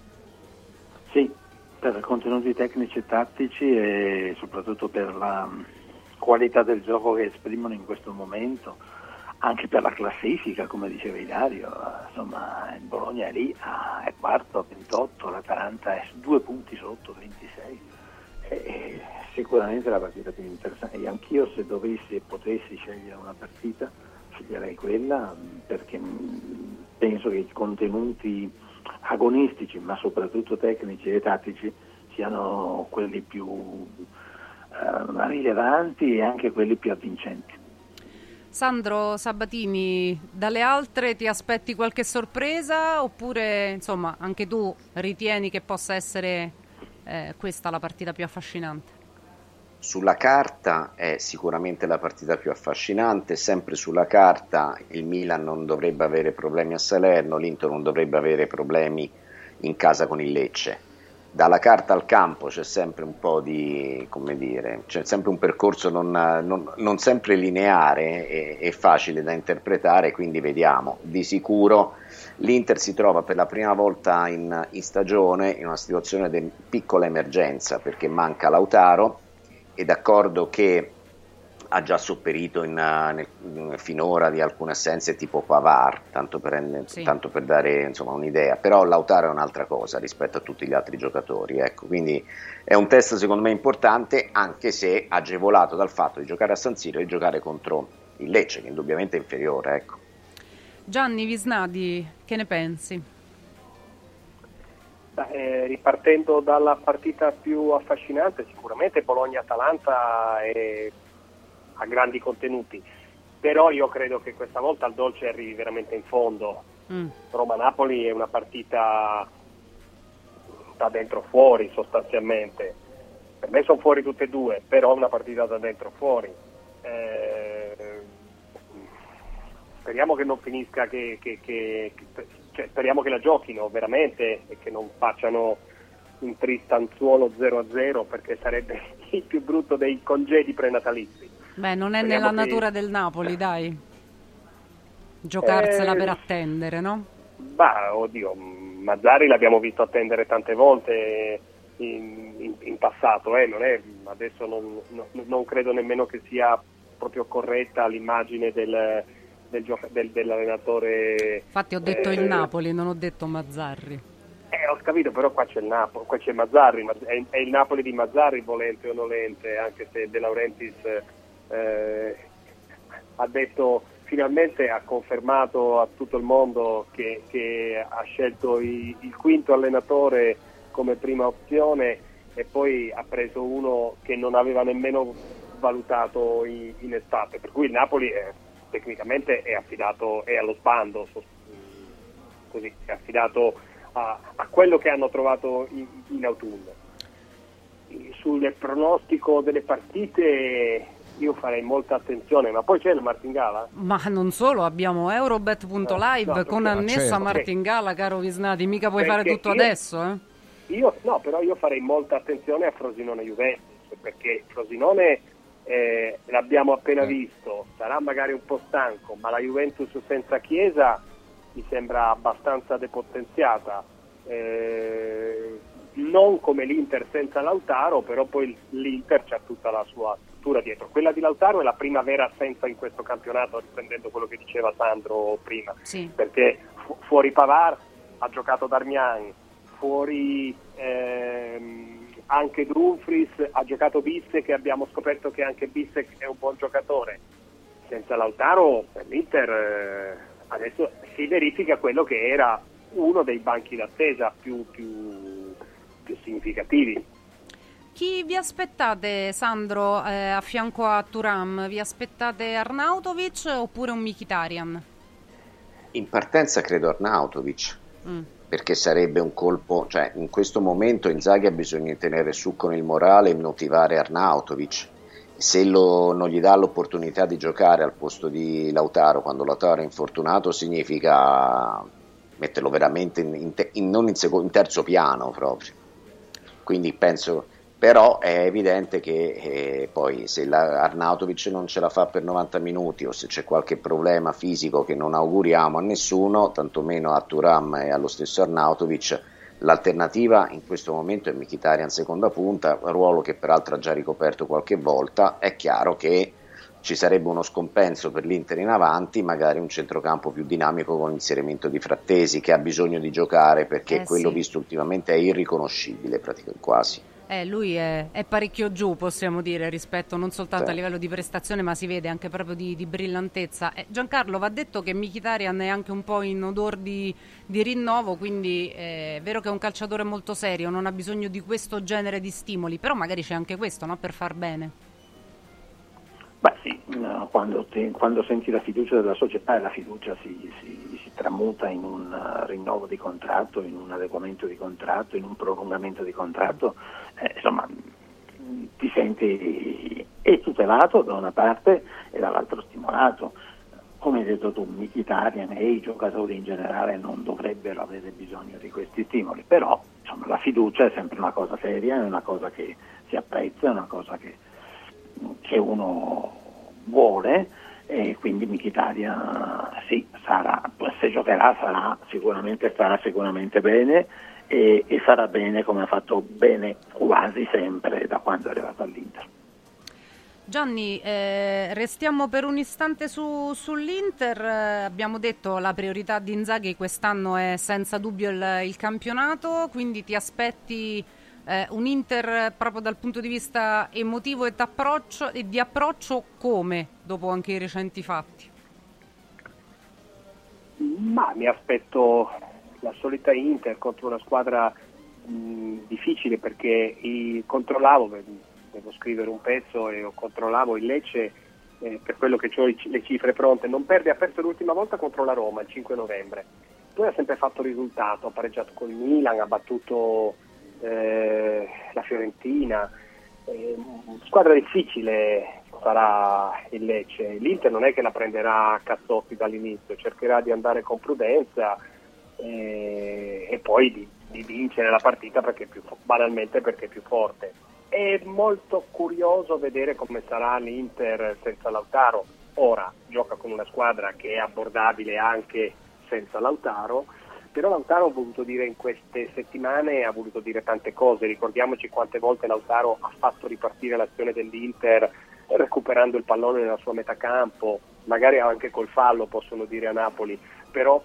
Sì, per contenuti tecnici e tattici e soprattutto per la qualità del gioco che esprimono in questo momento, anche per la classifica, come diceva Ilario. Insomma, il Bologna è lì, è quarto a 28, l'Atalanta è 2 punti sotto, 26. È sicuramente la partita più interessante. E anch'io, se dovessi e potessi scegliere una partita, sceglierei quella, perché penso che i contenuti agonistici, ma soprattutto tecnici e tattici, siano quelli più rilevanti e anche quelli più avvincenti. Sandro Sabatini, dalle altre ti aspetti qualche sorpresa oppure insomma anche tu ritieni che possa essere questa la partita più affascinante? Sulla carta è sicuramente la partita più affascinante, sempre sulla carta il Milan non dovrebbe avere problemi a Salerno, l'Inter non dovrebbe avere problemi in casa con il Lecce. Dalla carta al campo c'è sempre un po' di, come dire, c'è sempre un percorso non sempre lineare e facile da interpretare, quindi vediamo. Di sicuro l'Inter si trova per la prima volta in stagione in una situazione di piccola emergenza, perché manca Lautaro, e d'accordo che ha già sopperito finora di alcune assenze tipo Pavard, tanto per dare insomma un'idea, però Lautaro è un'altra cosa rispetto a tutti gli altri giocatori, ecco, quindi è un test secondo me importante, anche se agevolato dal fatto di giocare a San Siro e giocare contro il Lecce, che indubbiamente è inferiore, ecco. Gianni Visnadi, che ne pensi? Ripartendo dalla partita più affascinante, sicuramente Bologna-Atalanta ha grandi contenuti. però io credo che questa volta il dolce arrivi veramente in fondo. Roma-Napoli è una partita da dentro fuori sostanzialmente. Per me sono fuori tutte e due, però è una partita da dentro fuori. Speriamo che non finisca, cioè, speriamo che la giochino veramente e che non facciano un tristanzuolo 0-0, perché sarebbe il più brutto dei congedi prenatalizi. Beh, non è Speriamo nella che... natura del Napoli, dai. Giocarsela per attendere, no? Bah, oddio, Mazzarri l'abbiamo visto attendere tante volte in passato, adesso non credo nemmeno che sia proprio corretta l'immagine dell'allenatore. Infatti ho detto il Napoli, non ho detto Mazzarri. Ho capito, però qua c'è il Napoli, qua c'è Mazzarri, è il Napoli di Mazzarri, volente o nolente, anche se De Laurentiis ha detto, finalmente ha confermato a tutto il mondo che ha scelto il quinto allenatore come prima opzione, e poi ha preso uno che non aveva nemmeno valutato in estate, per cui il Napoli tecnicamente è affidato, è allo sbando, così, è affidato a quello che hanno trovato in autunno. Sul pronostico delle partite io farei molta attenzione, ma poi c'è il Martingala? Ma non solo, abbiamo Eurobet.live con annessa Martingala, caro Visnati, mica puoi fare tutto adesso, Però io farei molta attenzione a Frosinone-Juventus, perché Frosinone l'abbiamo appena visto, sarà magari un po' stanco, ma la Juventus senza Chiesa mi sembra abbastanza depotenziata, non come l'Inter senza Lautaro, però poi l'Inter c'ha tutta la sua struttura dietro. Quella di Lautaro è la prima vera assenza in questo campionato, riprendendo quello che diceva Sandro prima, perché fuori Pavard ha giocato Darmian, fuori anche Dumfries, ha giocato Bissek, e abbiamo scoperto che anche Bissek è un buon giocatore. Senza Lautaro per l'Inter adesso si verifica quello che era uno dei banchi d'attesa più significativi. Chi vi aspettate, Sandro, a fianco a Thuram? Vi aspettate Arnautovic oppure un Mkhitaryan? In partenza credo Arnautovic, perché sarebbe un colpo, cioè in questo momento Inzaghi ha bisogno di tenere su con il morale e motivare Arnautovic. Se non gli dà l'opportunità di giocare al posto di Lautaro quando Lautaro è infortunato, significa metterlo veramente in terzo piano proprio. Quindi penso, però è evidente che poi se Arnautovic non ce la fa per 90 minuti o se c'è qualche problema fisico che non auguriamo a nessuno, tantomeno a Thuram e allo stesso Arnautovic, l'alternativa in questo momento è Mkhitaryan seconda punta, ruolo che peraltro ha già ricoperto qualche volta. È chiaro che ci sarebbe uno scompenso per l'Inter in avanti, magari un centrocampo più dinamico con l'inserimento di Frattesi, che ha bisogno di giocare perché quello visto ultimamente è irriconoscibile praticamente quasi. Lui è parecchio giù, possiamo dire, rispetto non soltanto a livello di prestazione, ma si vede anche proprio di brillantezza. Giancarlo, va detto che Mkhitaryan è anche un po' in odor di rinnovo, quindi è vero che è un calciatore molto serio, non ha bisogno di questo genere di stimoli, però magari c'è anche questo, no? Per far bene. Beh sì, quando senti la fiducia della società, e la fiducia si tramuta in un rinnovo di contratto, in un adeguamento di contratto, in un prolungamento di contratto, insomma ti senti tutelato da una parte e dall'altro stimolato. Come hai detto tu, Mkhitaryan e i giocatori in generale non dovrebbero avere bisogno di questi stimoli, però insomma, la fiducia è sempre una cosa seria, è una cosa che si apprezza, è una cosa che uno vuole, e quindi Mkhitaryan se giocherà farà sicuramente bene e farà bene come ha fatto bene quasi sempre da quando è arrivato all'Inter. Gianni, restiamo per un istante sull'Inter. Abbiamo detto la priorità di Inzaghi quest'anno è senza dubbio il campionato, quindi ti aspetti un Inter proprio dal punto di vista emotivo e di approccio come, dopo anche i recenti fatti? Ma mi aspetto la solita Inter contro una squadra difficile, perché controllavo, devo scrivere un pezzo e controllavo il Lecce, per quello che ho le cifre pronte, non perde, ha perso l'ultima volta contro la Roma il 5 novembre, poi ha sempre fatto risultato, ha pareggiato col Milan, ha battuto la Fiorentina, squadra difficile sarà il Lecce. L'Inter non è che la prenderà a cazzotti dall'inizio, cercherà di andare con prudenza e poi di vincere la partita banalmente perché è più forte. È molto curioso vedere come sarà l'Inter senza Lautaro. Ora gioca con una squadra che è abbordabile anche senza Lautaro, però Lautaro ha voluto dire in queste settimane, ha voluto dire tante cose. Ricordiamoci quante volte Lautaro ha fatto ripartire l'azione dell'Inter recuperando il pallone nella sua metà campo, magari anche col fallo, possono dire a Napoli, però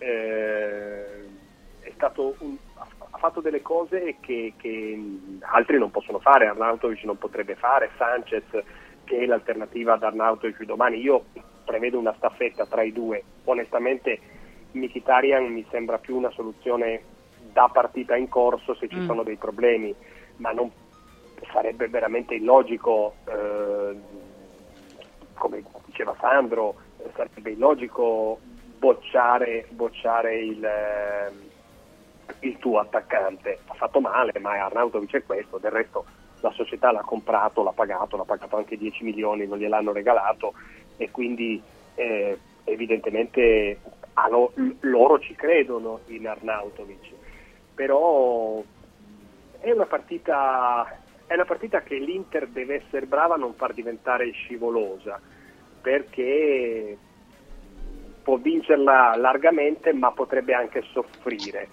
ha fatto delle cose che altri non possono fare. Arnautovic non potrebbe fare, Sanchez, che è l'alternativa ad Arnautovic domani. Io prevedo una staffetta tra i due. Onestamente Mkhitaryan mi sembra più una soluzione da partita in corso se ci sono dei problemi, ma non sarebbe veramente illogico, come diceva Sandro, sarebbe illogico bocciare il tuo attaccante. Ha fatto male, ma Arnautovic è questo, del resto la società l'ha comprato, l'ha pagato anche 10 milioni, non gliel'hanno regalato, e quindi evidentemente loro ci credono in Arnautovic, però è una partita che l'Inter deve essere brava a non far diventare scivolosa, perché può vincerla largamente ma potrebbe anche soffrire.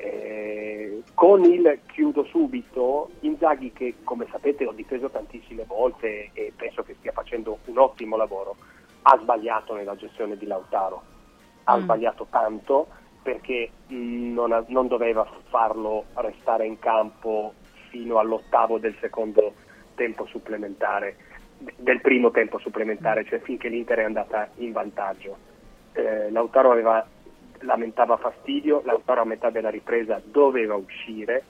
Con il chiudo subito, Inzaghi, che come sapete ho difeso tantissime volte e penso che stia facendo un ottimo lavoro, ha sbagliato nella gestione di Lautaro, ha sbagliato tanto, perché non doveva farlo restare in campo fino all'8º del secondo tempo supplementare, del primo tempo supplementare, cioè finché l'Inter è andata in vantaggio. Lautaro lamentava fastidio, Lautaro a metà della ripresa doveva uscire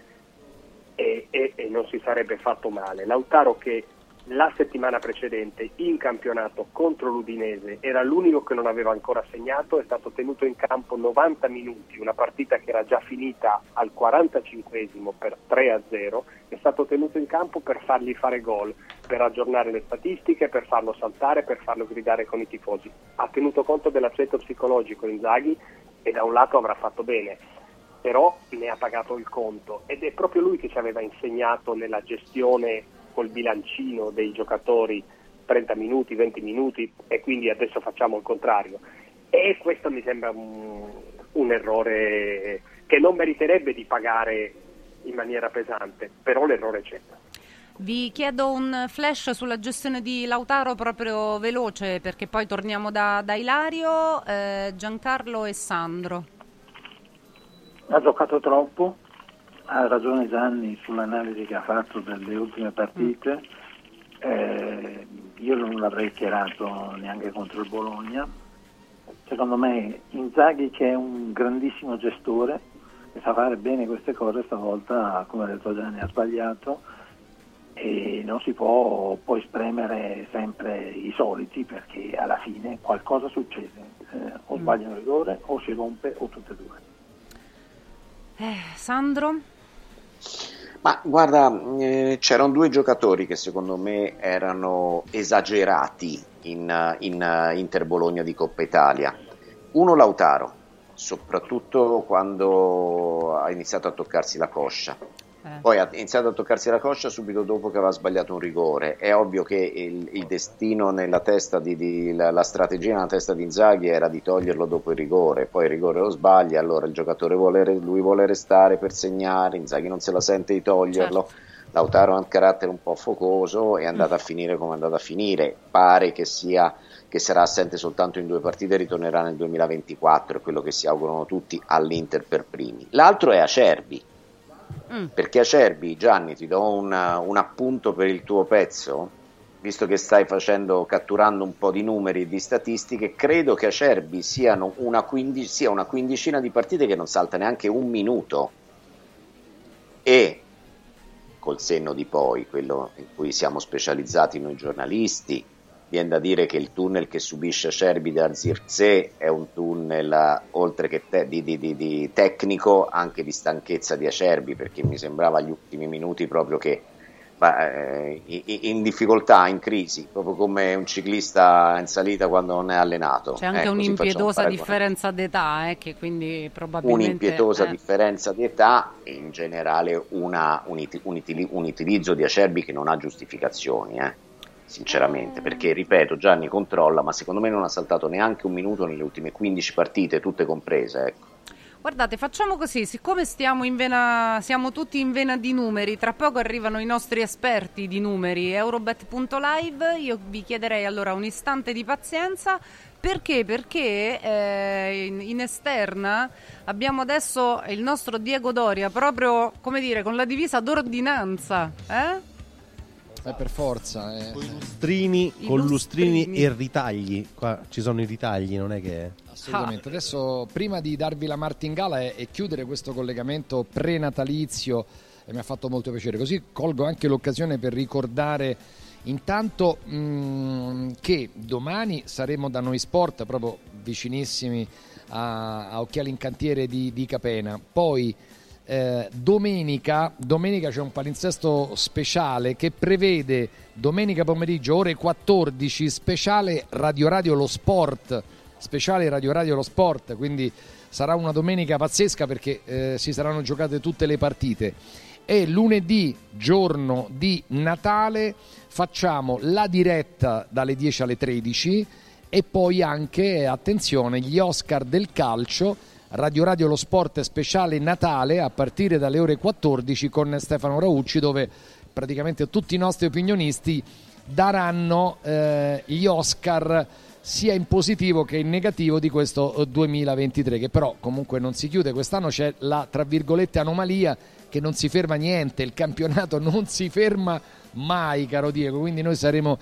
e non si sarebbe fatto male. Lautaro, che la settimana precedente in campionato contro l'Udinese era l'unico che non aveva ancora segnato, è stato tenuto in campo 90 minuti, una partita che era già finita al 45esimo per 3-0, è stato tenuto in campo per fargli fare gol, per aggiornare le statistiche, per farlo saltare, per farlo gridare con i tifosi. Ha tenuto conto dell'aspetto psicologico Inzaghi e da un lato avrà fatto bene, però ne ha pagato il conto, ed è proprio lui che ci aveva insegnato nella gestione col bilancino dei giocatori 30 minuti, 20 minuti, e quindi adesso facciamo il contrario, e questo mi sembra un errore che non meriterebbe di pagare in maniera pesante, però l'errore c'è. Vi chiedo un flash sulla gestione di Lautaro proprio veloce, perché poi torniamo da Ilario, Giancarlo e Sandro. Ha giocato troppo, ha ragione Gianni sull'analisi che ha fatto delle ultime partite. Io non l'avrei tirato neanche contro il Bologna. Secondo me Inzaghi, che è un grandissimo gestore e sa fare bene queste cose, stavolta, come ha detto Gianni, ha sbagliato, e non si può poi spremere sempre i soliti, perché alla fine qualcosa succede, o sbagliano il rigore o si rompe o tutte e due. Sandro? Ma guarda, c'erano due giocatori che secondo me erano esagerati in Inter Bologna di Coppa Italia. Uno, Lautaro, soprattutto quando ha iniziato a toccarsi la coscia. Poi ha iniziato a toccarsi la coscia subito dopo che aveva sbagliato un rigore. È ovvio che il destino nella testa la strategia nella testa di Inzaghi era di toglierlo dopo il rigore, poi il rigore lo sbaglia, allora il giocatore vuole restare per segnare, Inzaghi non se la sente di toglierlo. Certo. Lautaro ha un carattere un po' focoso, è andato a finire come è andato a finire. Pare che sarà assente soltanto in 2 partite e ritornerà nel 2024, è quello che si augurano tutti all'Inter per primi. L'altro è Acerbi. Perché Acerbi, Gianni, ti do un appunto per il tuo pezzo, visto che stai catturando un po' di numeri e di statistiche. Credo che Acerbi sia una quindicina di partite che non salta neanche un minuto, e col senno di poi, quello in cui siamo specializzati noi giornalisti, viene da dire che il tunnel che subisce Acerbi da Zirkzee è un tunnel, oltre che di tecnico, anche di stanchezza di Acerbi, perché mi sembrava agli ultimi minuti proprio che in difficoltà, in crisi, proprio come un ciclista in salita quando non è allenato. C'è anche un'impietosa differenza d'età, che quindi probabilmente... Un'impietosa differenza di età e in generale un utilizzo di Acerbi che non ha giustificazioni, sinceramente, perché ripeto, Gianni controlla, ma secondo me non ha saltato neanche un minuto nelle ultime 15 partite, tutte comprese, ecco. Guardate, facciamo così, siccome siamo tutti in vena di numeri, tra poco arrivano i nostri esperti di numeri, Eurobet.live, io vi chiederei allora un istante di pazienza, perché in esterna abbiamo adesso il nostro Diego Doria, proprio, come dire, con la divisa d'ordinanza, per forza. Con lustrini e ritagli. Qua ci sono i ritagli, non è che... Assolutamente. Adesso, prima di darvi la martingala e chiudere questo collegamento prenatalizio, mi ha fatto molto piacere, così colgo anche l'occasione per ricordare intanto che domani saremo da Noi Sport, proprio vicinissimi a Occhiali in Cantiere di Capena. Poi domenica c'è un palinsesto speciale che prevede domenica pomeriggio ore 14 speciale Radio Lo Sport, quindi sarà una domenica pazzesca perché si saranno giocate tutte le partite, e lunedì, giorno di Natale, facciamo la diretta dalle 10 alle 13 e poi anche, attenzione, gli Oscar del calcio, Radio Lo Sport speciale Natale a partire dalle ore 14 con Stefano Raucci, dove praticamente tutti i nostri opinionisti daranno gli Oscar sia in positivo che in negativo di questo 2023, che però comunque non si chiude. Quest'anno c'è la, tra virgolette, anomalia che non si ferma niente, il campionato non si ferma mai, caro Diego, quindi noi saremo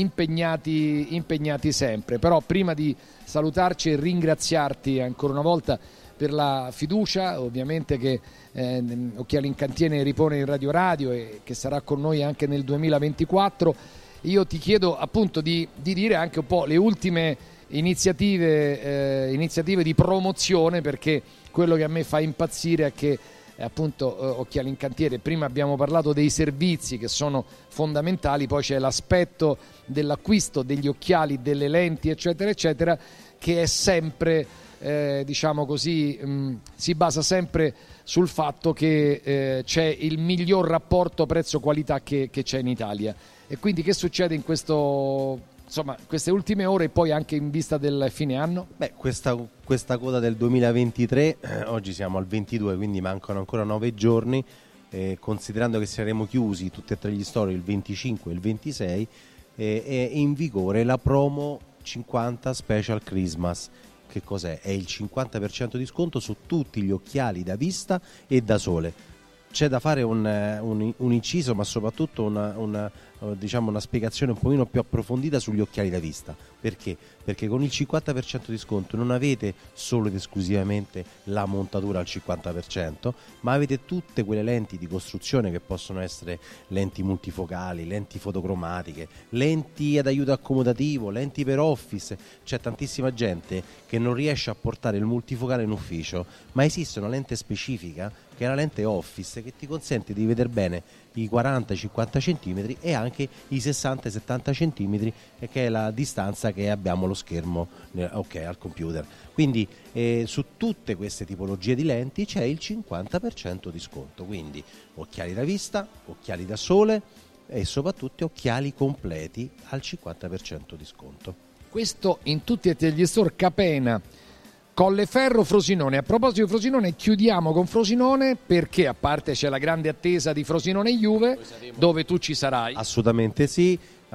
impegnati sempre. Però prima di salutarci e ringraziarti ancora una volta per la fiducia, ovviamente, che Occhiali in Cantiere ripone in Radio e che sarà con noi anche nel 2024, io ti chiedo appunto di dire anche un po' le ultime iniziative di promozione, perché quello che a me fa impazzire è che appunto Occhiali in Cantiere, prima abbiamo parlato dei servizi che sono fondamentali, poi c'è l'aspetto dell'acquisto degli occhiali, delle lenti, eccetera eccetera, che è sempre diciamo così, si basa sempre sul fatto che c'è il miglior rapporto prezzo-qualità che c'è in Italia. E quindi che succede in queste ultime ore e poi anche in vista del fine anno? Beh, questa coda del 2023, oggi siamo al 22, quindi mancano ancora 9 giorni, considerando che saremo chiusi tutti e tre gli store il 25 e il 26, è in vigore la promo 50 Special Christmas. Che cos'è? È il 50% di sconto su tutti gli occhiali da vista e da sole. C'è da fare un inciso, ma soprattutto una spiegazione un pochino più approfondita sugli occhiali da vista. Perché? Perché con il 50% di sconto non avete solo ed esclusivamente la montatura al 50%, ma avete tutte quelle lenti di costruzione che possono essere lenti multifocali, lenti fotocromatiche, lenti ad aiuto accomodativo, lenti per office. C'è tantissima gente che non riesce a portare il multifocale in ufficio, ma esiste una lente specifica che è la lente office, che ti consente di vedere bene i 40-50 cm e anche i 60-70 cm, che è la distanza che abbiamo lo schermo al computer. Quindi su tutte queste tipologie di lenti c'è il 50% di sconto, quindi occhiali da vista, occhiali da sole e soprattutto occhiali completi al 50% di sconto. Questo in tutti e tre gli store Capena, Colleferro, Frosinone. A proposito di Frosinone, chiudiamo con Frosinone perché, a parte, c'è la grande attesa di Frosinone Juve, dove tu ci sarai. Assolutamente sì.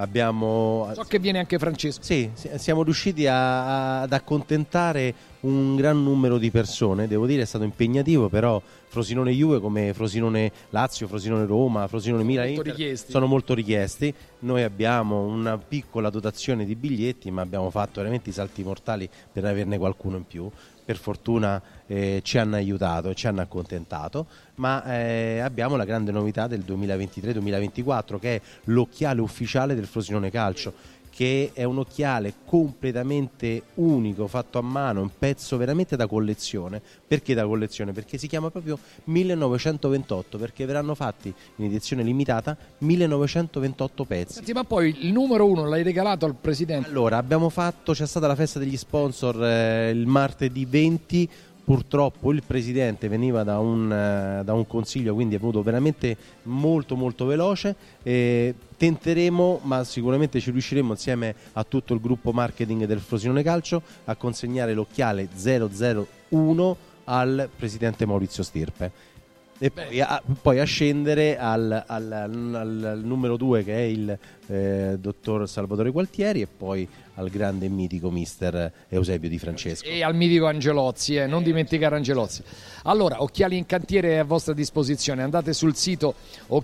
So che viene anche Francesco. Sì, siamo riusciti ad accontentare un gran numero di persone, devo dire è stato impegnativo, però Frosinone Juve, come Frosinone Lazio, Frosinone Roma, Frosinone Milan, Inter sono molto richiesti. Noi abbiamo una piccola dotazione di biglietti, ma abbiamo fatto veramente i salti mortali per averne qualcuno in più. Per fortuna ci hanno aiutato e ci hanno accontentato, ma abbiamo la grande novità del 2023-2024, che è l'occhiale ufficiale del Frosinone Calcio, che è un occhiale completamente unico, fatto a mano, un pezzo veramente da collezione. Perché da collezione? Perché si chiama proprio 1928, perché verranno fatti in edizione limitata 1928 pezzi. Senti, ma poi il numero 1 l'hai regalato al presidente? Allora, c'è stata la festa degli sponsor il martedì 20. Purtroppo il presidente veniva da un consiglio, quindi è venuto veramente molto molto veloce. Tenteremo, ma sicuramente ci riusciremo insieme a tutto il gruppo marketing del Frosinone Calcio a consegnare l'occhiale 001 al presidente Maurizio Stirpe e poi a scendere al numero 2, che è il dottor Salvatore Gualtieri, e poi al grande e mitico mister Eusebio Di Francesco e al mitico Angelozzi, non dimenticare Angelozzi. Allora, Occhiali in Cantiere è a vostra disposizione, andate sul sito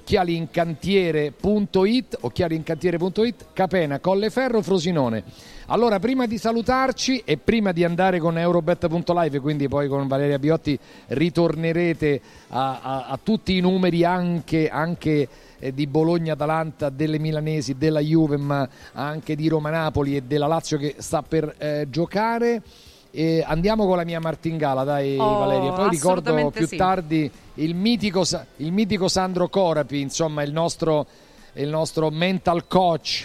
occhialiincantiere.it, Capena, Colleferro, Frosinone. Allora, prima di salutarci e prima di andare con Eurobet.live, quindi poi con Valeria Biotti ritornerete a tutti i numeri anche di Bologna-Atalanta, delle milanesi, della Juve, ma anche di Roma-Napoli e della Lazio che sta per giocare. Andiamo con la mia martingala, dai Valeria. Poi ricordo più tardi il mitico Sandro Corapi, insomma il nostro mental coach.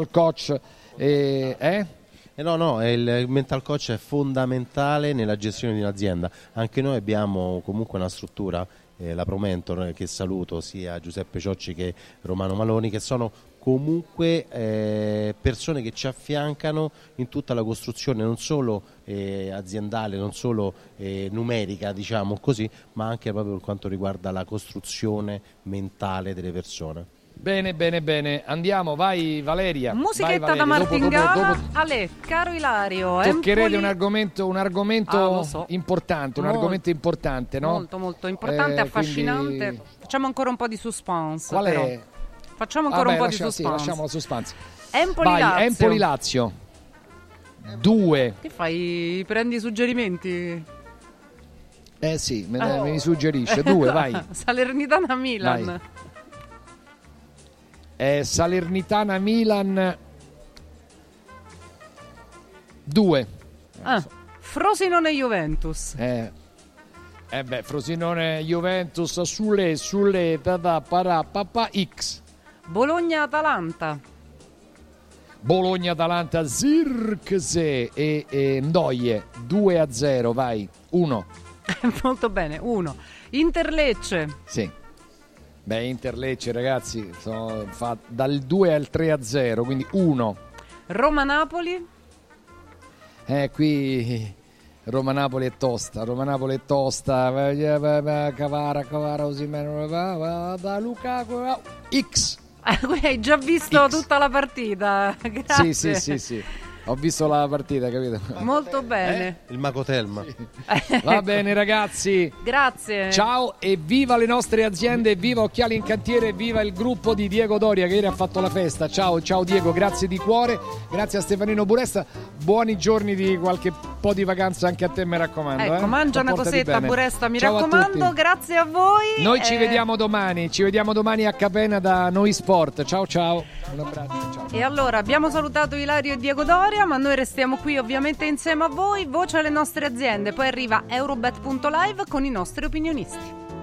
Il mental coach è fondamentale nella gestione di un'azienda. Anche noi abbiamo comunque una struttura, la Promentor, che saluto, sia Giuseppe Ciocci che Romano Maloni, che sono comunque persone che ci affiancano in tutta la costruzione, non solo aziendale, non solo numerica, diciamo così, ma anche proprio per quanto riguarda la costruzione mentale delle persone. Bene, andiamo, vai Valeria. Musichetta vai, Valeria. da martingala. Dopo... Ale, caro Ilario, toccherete un argomento importante, un argomento importante, no? Molto importante, affascinante. Quindi... Facciamo ancora un po' di suspense. Qual è? Facciamo ancora un po' di suspense. Sì, lasciamo la suspense. Empoli-Lazio 2. Che fai? Prendi suggerimenti? Sì, me li suggerisce. 2, vai. Salernitana-Milan. Salernitana-Milan 2. Frosinone-Juventus. Frosinone-Juventus sulle papà X. Bologna-Atalanta. Bologna-Atalanta Zirkzee e Ndoye 2-0, vai. 1. Molto bene, 1. Inter-Lecce. Sì. Inter-Lecce, ragazzi, fa dal 2 al 3-0, quindi 1. Roma-Napoli. Qui Roma-Napoli è tosta. Cavara, Osimhen, da Lukaku, X. Hai già visto tutta la partita? Grazie. Sì. Ho visto la partita, capito? Molto bene. Il Macotelma. Va bene, ragazzi. Grazie. Ciao e viva le nostre aziende, viva Occhiali in Cantiere, viva il gruppo di Diego Doria che ieri ha fatto la festa. Ciao Diego, grazie di cuore. Grazie a Stefanino Buresta. Buoni giorni di qualche po' di vacanza anche a te, mi raccomando. Ecco, mangia una cosetta, Buresta, mi raccomando. Grazie a voi. Noi ci vediamo domani. A Capena da Noi Sport. Ciao. Un abbraccio. Ciao. E allora abbiamo salutato Ilario e Diego Doria, ma noi restiamo qui ovviamente insieme a voi, voce alle nostre aziende. Poi arriva Eurobet.live con i nostri opinionisti.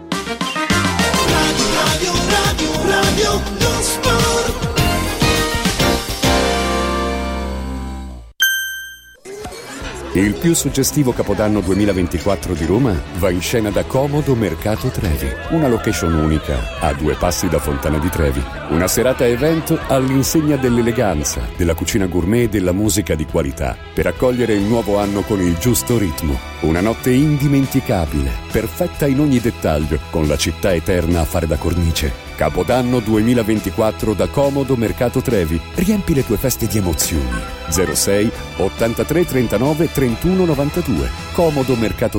Radio lo sport. Il più suggestivo Capodanno 2024 di Roma va in scena da Comodo Mercato Trevi, una location unica a 2 passi da Fontana di Trevi. Una serata evento all'insegna dell'eleganza, della cucina gourmet e della musica di qualità, per accogliere il nuovo anno con il giusto ritmo. Una notte indimenticabile, perfetta in ogni dettaglio, con la città eterna a fare da cornice. Capodanno 2024 da Comodo Mercato Trevi. Riempi le tue feste di emozioni. 06 83 39 31 92.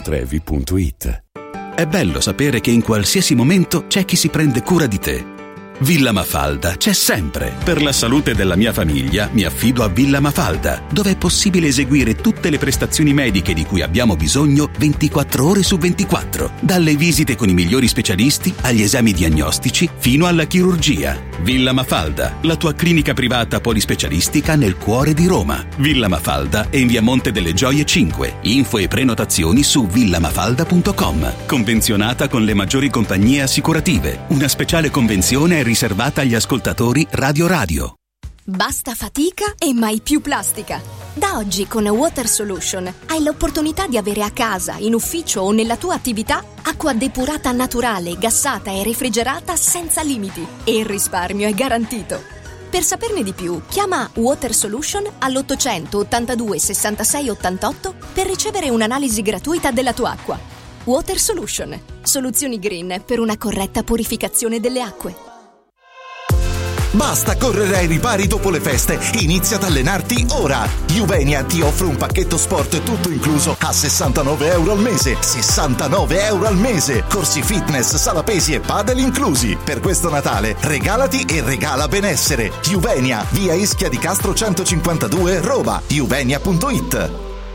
comodomercatotrevi.it. È bello sapere che in qualsiasi momento c'è chi si prende cura di te. Villa Mafalda c'è sempre. Per la salute della mia famiglia mi affido a Villa Mafalda, dove è possibile eseguire tutte le prestazioni mediche di cui abbiamo bisogno 24 ore su 24. Dalle visite con i migliori specialisti agli esami diagnostici fino alla chirurgia. Villa Mafalda, la tua clinica privata polispecialistica nel cuore di Roma. Villa Mafalda è in via Monte delle Gioie 5. Info e prenotazioni su villamafalda.com. Convenzionata con le maggiori compagnie assicurative. Una speciale convenzione è riservata agli ascoltatori Radio. Basta fatica e mai più plastica. Da oggi con Water Solution hai l'opportunità di avere a casa, in ufficio o nella tua attività acqua depurata naturale, gassata e refrigerata senza limiti. E il risparmio è garantito. Per saperne di più, chiama Water Solution all'800 82 66 88 per ricevere un'analisi gratuita della tua acqua. Water Solution. Soluzioni green per una corretta purificazione delle acque. Basta correre ai ripari dopo le feste, inizia ad allenarti ora. Juvenia ti offre un pacchetto sport tutto incluso a €69 al mese. €69 al mese. Corsi fitness, sala pesi e padel inclusi. Per questo Natale regalati e regala benessere. Juvenia, via Ischia di Castro 152, Roma. Juvenia.it.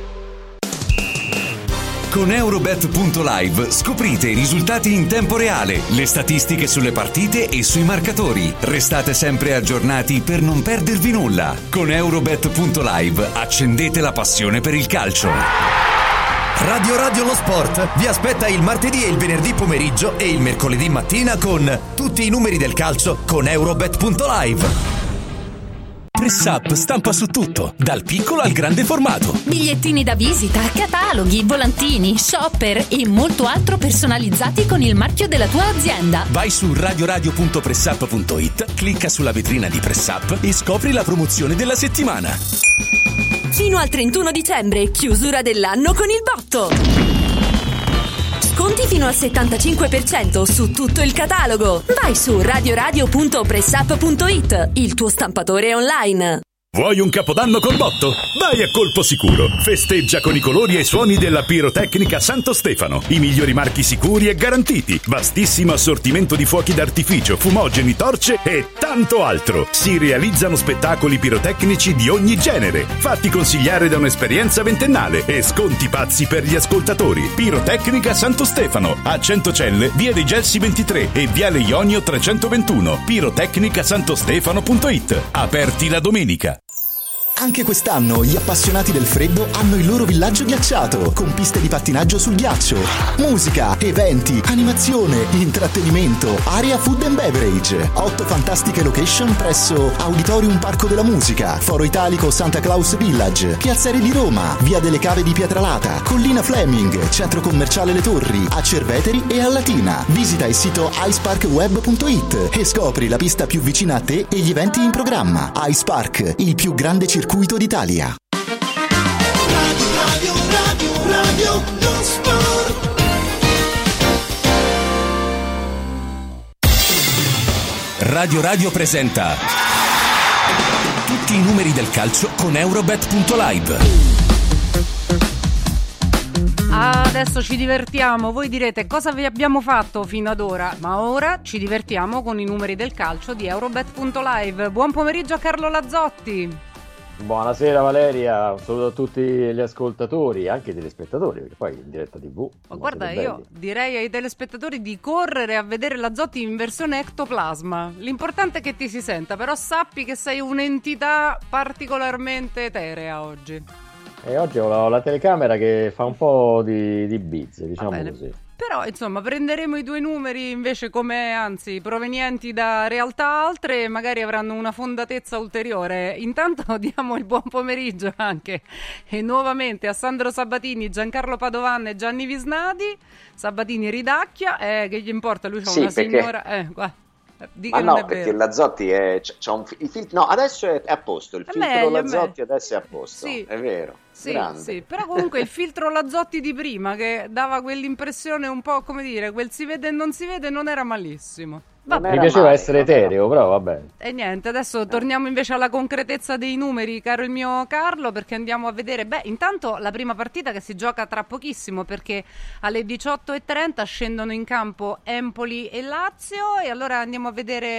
Con Eurobet.live scoprite i risultati in tempo reale, le statistiche sulle partite e sui marcatori. Restate sempre aggiornati per non perdervi nulla. Con Eurobet.live accendete la passione per il calcio. Radio lo Sport vi aspetta il martedì e il venerdì pomeriggio e il mercoledì mattina con tutti i numeri del calcio con Eurobet.live. Press Up stampa su tutto, dal piccolo al grande formato. Bigliettini da visita, cataloghi, volantini, shopper e molto altro personalizzati con il marchio della tua azienda. Vai su radioradio.pressup.it, clicca sulla vetrina di Press Up e scopri la promozione della settimana. Fino al 31 dicembre, chiusura dell'anno con il botto. Sconti fino al 75% su tutto il catalogo. Vai su radioradio.pressup.it, il tuo stampatore online. Vuoi un capodanno col botto? Vai a colpo sicuro. Festeggia con i colori e i suoni della Pirotecnica Santo Stefano. I migliori marchi sicuri e garantiti. Vastissimo assortimento di fuochi d'artificio, fumogeni, torce e tanto altro. Si realizzano spettacoli pirotecnici di ogni genere. Fatti consigliare da un'esperienza ventennale e sconti pazzi per gli ascoltatori. Pirotecnica Santo Stefano. A Centocelle, via dei Gelsi 23 e viale Ionio 321. Pirotecnicasantostefano.it. Aperti la domenica. Anche quest'anno gli appassionati del freddo hanno il loro villaggio ghiacciato, con piste di pattinaggio sul ghiaccio, musica, eventi, animazione, intrattenimento, area food and beverage, 8 fantastiche location presso Auditorium Parco della Musica, Foro Italico Santa Claus Village, Piazzere di Roma, Via delle Cave di Pietralata, Collina Fleming, Centro Commerciale Le Torri, a Cerveteri e a Latina. Visita il sito iceparkweb.it e scopri la pista più vicina a te e gli eventi in programma. Ice Park, il più grande circuito d'Italia. Radio lo sport. Radio presenta tutti i numeri del calcio con Eurobet.live. Adesso ci divertiamo, voi direte cosa vi abbiamo fatto fino ad ora, ma ora ci divertiamo con i numeri del calcio di Eurobet.live. Buon pomeriggio a Carlo Lazzotti. Buonasera Valeria, un saluto a tutti gli ascoltatori, anche i telespettatori, perché poi in diretta TV. Ma guarda, io direi ai telespettatori di correre a vedere Lazzotti in versione ectoplasma. L'importante è che ti si senta, però sappi che sei un'entità particolarmente eterea oggi. E oggi ho la telecamera che fa un po' di bizze, diciamo così. Però insomma prenderemo i due numeri invece come, anzi, provenienti da realtà altre, magari avranno una fondatezza ulteriore. Intanto diamo il buon pomeriggio anche e nuovamente a Sandro Sabatini, Giancarlo Padovan e Gianni Visnadi. Sabatini ridacchia, che gli importa, lui c'ha una signora... Guarda. Ma no, perché Lazzotti c'ha un no, adesso è a posto, il filtro Lazzotti adesso è a posto, sì, è vero. Sì, però comunque il filtro Lazzotti di prima che dava quell'impressione un po', come dire, quel si vede e non si vede, non era malissimo. Mi piaceva essere etereo, però vabbè. E niente, adesso torniamo invece alla concretezza dei numeri, caro il mio Carlo, perché andiamo a vedere, intanto la prima partita che si gioca tra pochissimo, perché alle 18:30 scendono in campo Empoli e Lazio, e allora andiamo a vedere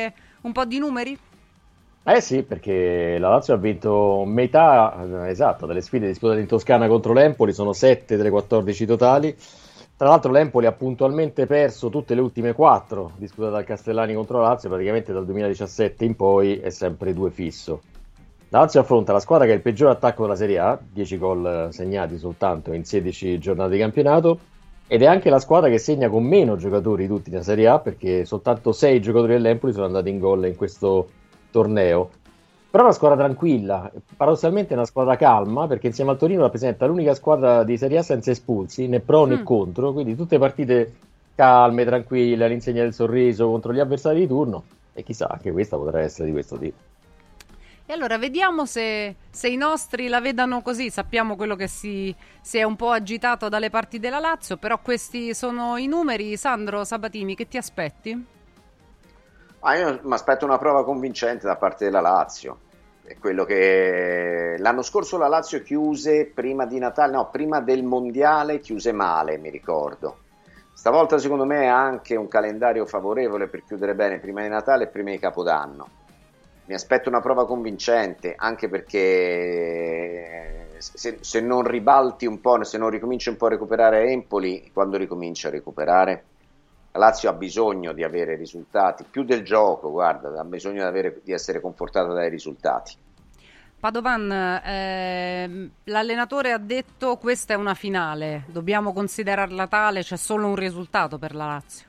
un po' di numeri? Sì, perché la Lazio ha vinto metà, esatto, delle sfide disputate in Toscana contro l'Empoli, sono 7 delle 14 totali. Tra l'altro l'Empoli ha puntualmente perso tutte le ultime 4 disputate dal Castellani contro la Lazio, praticamente dal 2017 in poi è sempre 2 fisso. La Lazio affronta la squadra che è il peggior attacco della Serie A, 10 gol segnati soltanto in 16 giornate di campionato, ed è anche la squadra che segna con meno giocatori tutti nella Serie A, perché soltanto 6 giocatori dell'Empoli sono andati in gol in questo torneo. Però è una squadra tranquilla, paradossalmente è una squadra calma, perché insieme al Torino rappresenta l'unica squadra di Serie A senza espulsi, né pro né contro, quindi tutte partite calme, tranquille, all'insegna del sorriso contro gli avversari di turno, e chissà, anche questa potrà essere di questo tipo. E allora vediamo se i nostri la vedano così. Sappiamo quello che si è un po' agitato dalle parti della Lazio, però questi sono i numeri. Sandro Sabatini, che ti aspetti? Io mi aspetto una prova convincente da parte della Lazio. È quello che l'anno scorso la Lazio chiuse prima di Natale, no, prima del Mondiale chiuse male, mi ricordo. Stavolta secondo me ha anche un calendario favorevole per chiudere bene prima di Natale e prima di Capodanno. Mi aspetto una prova convincente, anche perché se non ribalti un po', se non ricominci un po' a recuperare Empoli, quando ricomincia a recuperare? La Lazio ha bisogno di avere risultati, più del gioco, guarda, ha bisogno di essere confortata dai risultati. Padovan, l'allenatore ha detto questa è una finale, dobbiamo considerarla tale, c'è solo un risultato per la Lazio.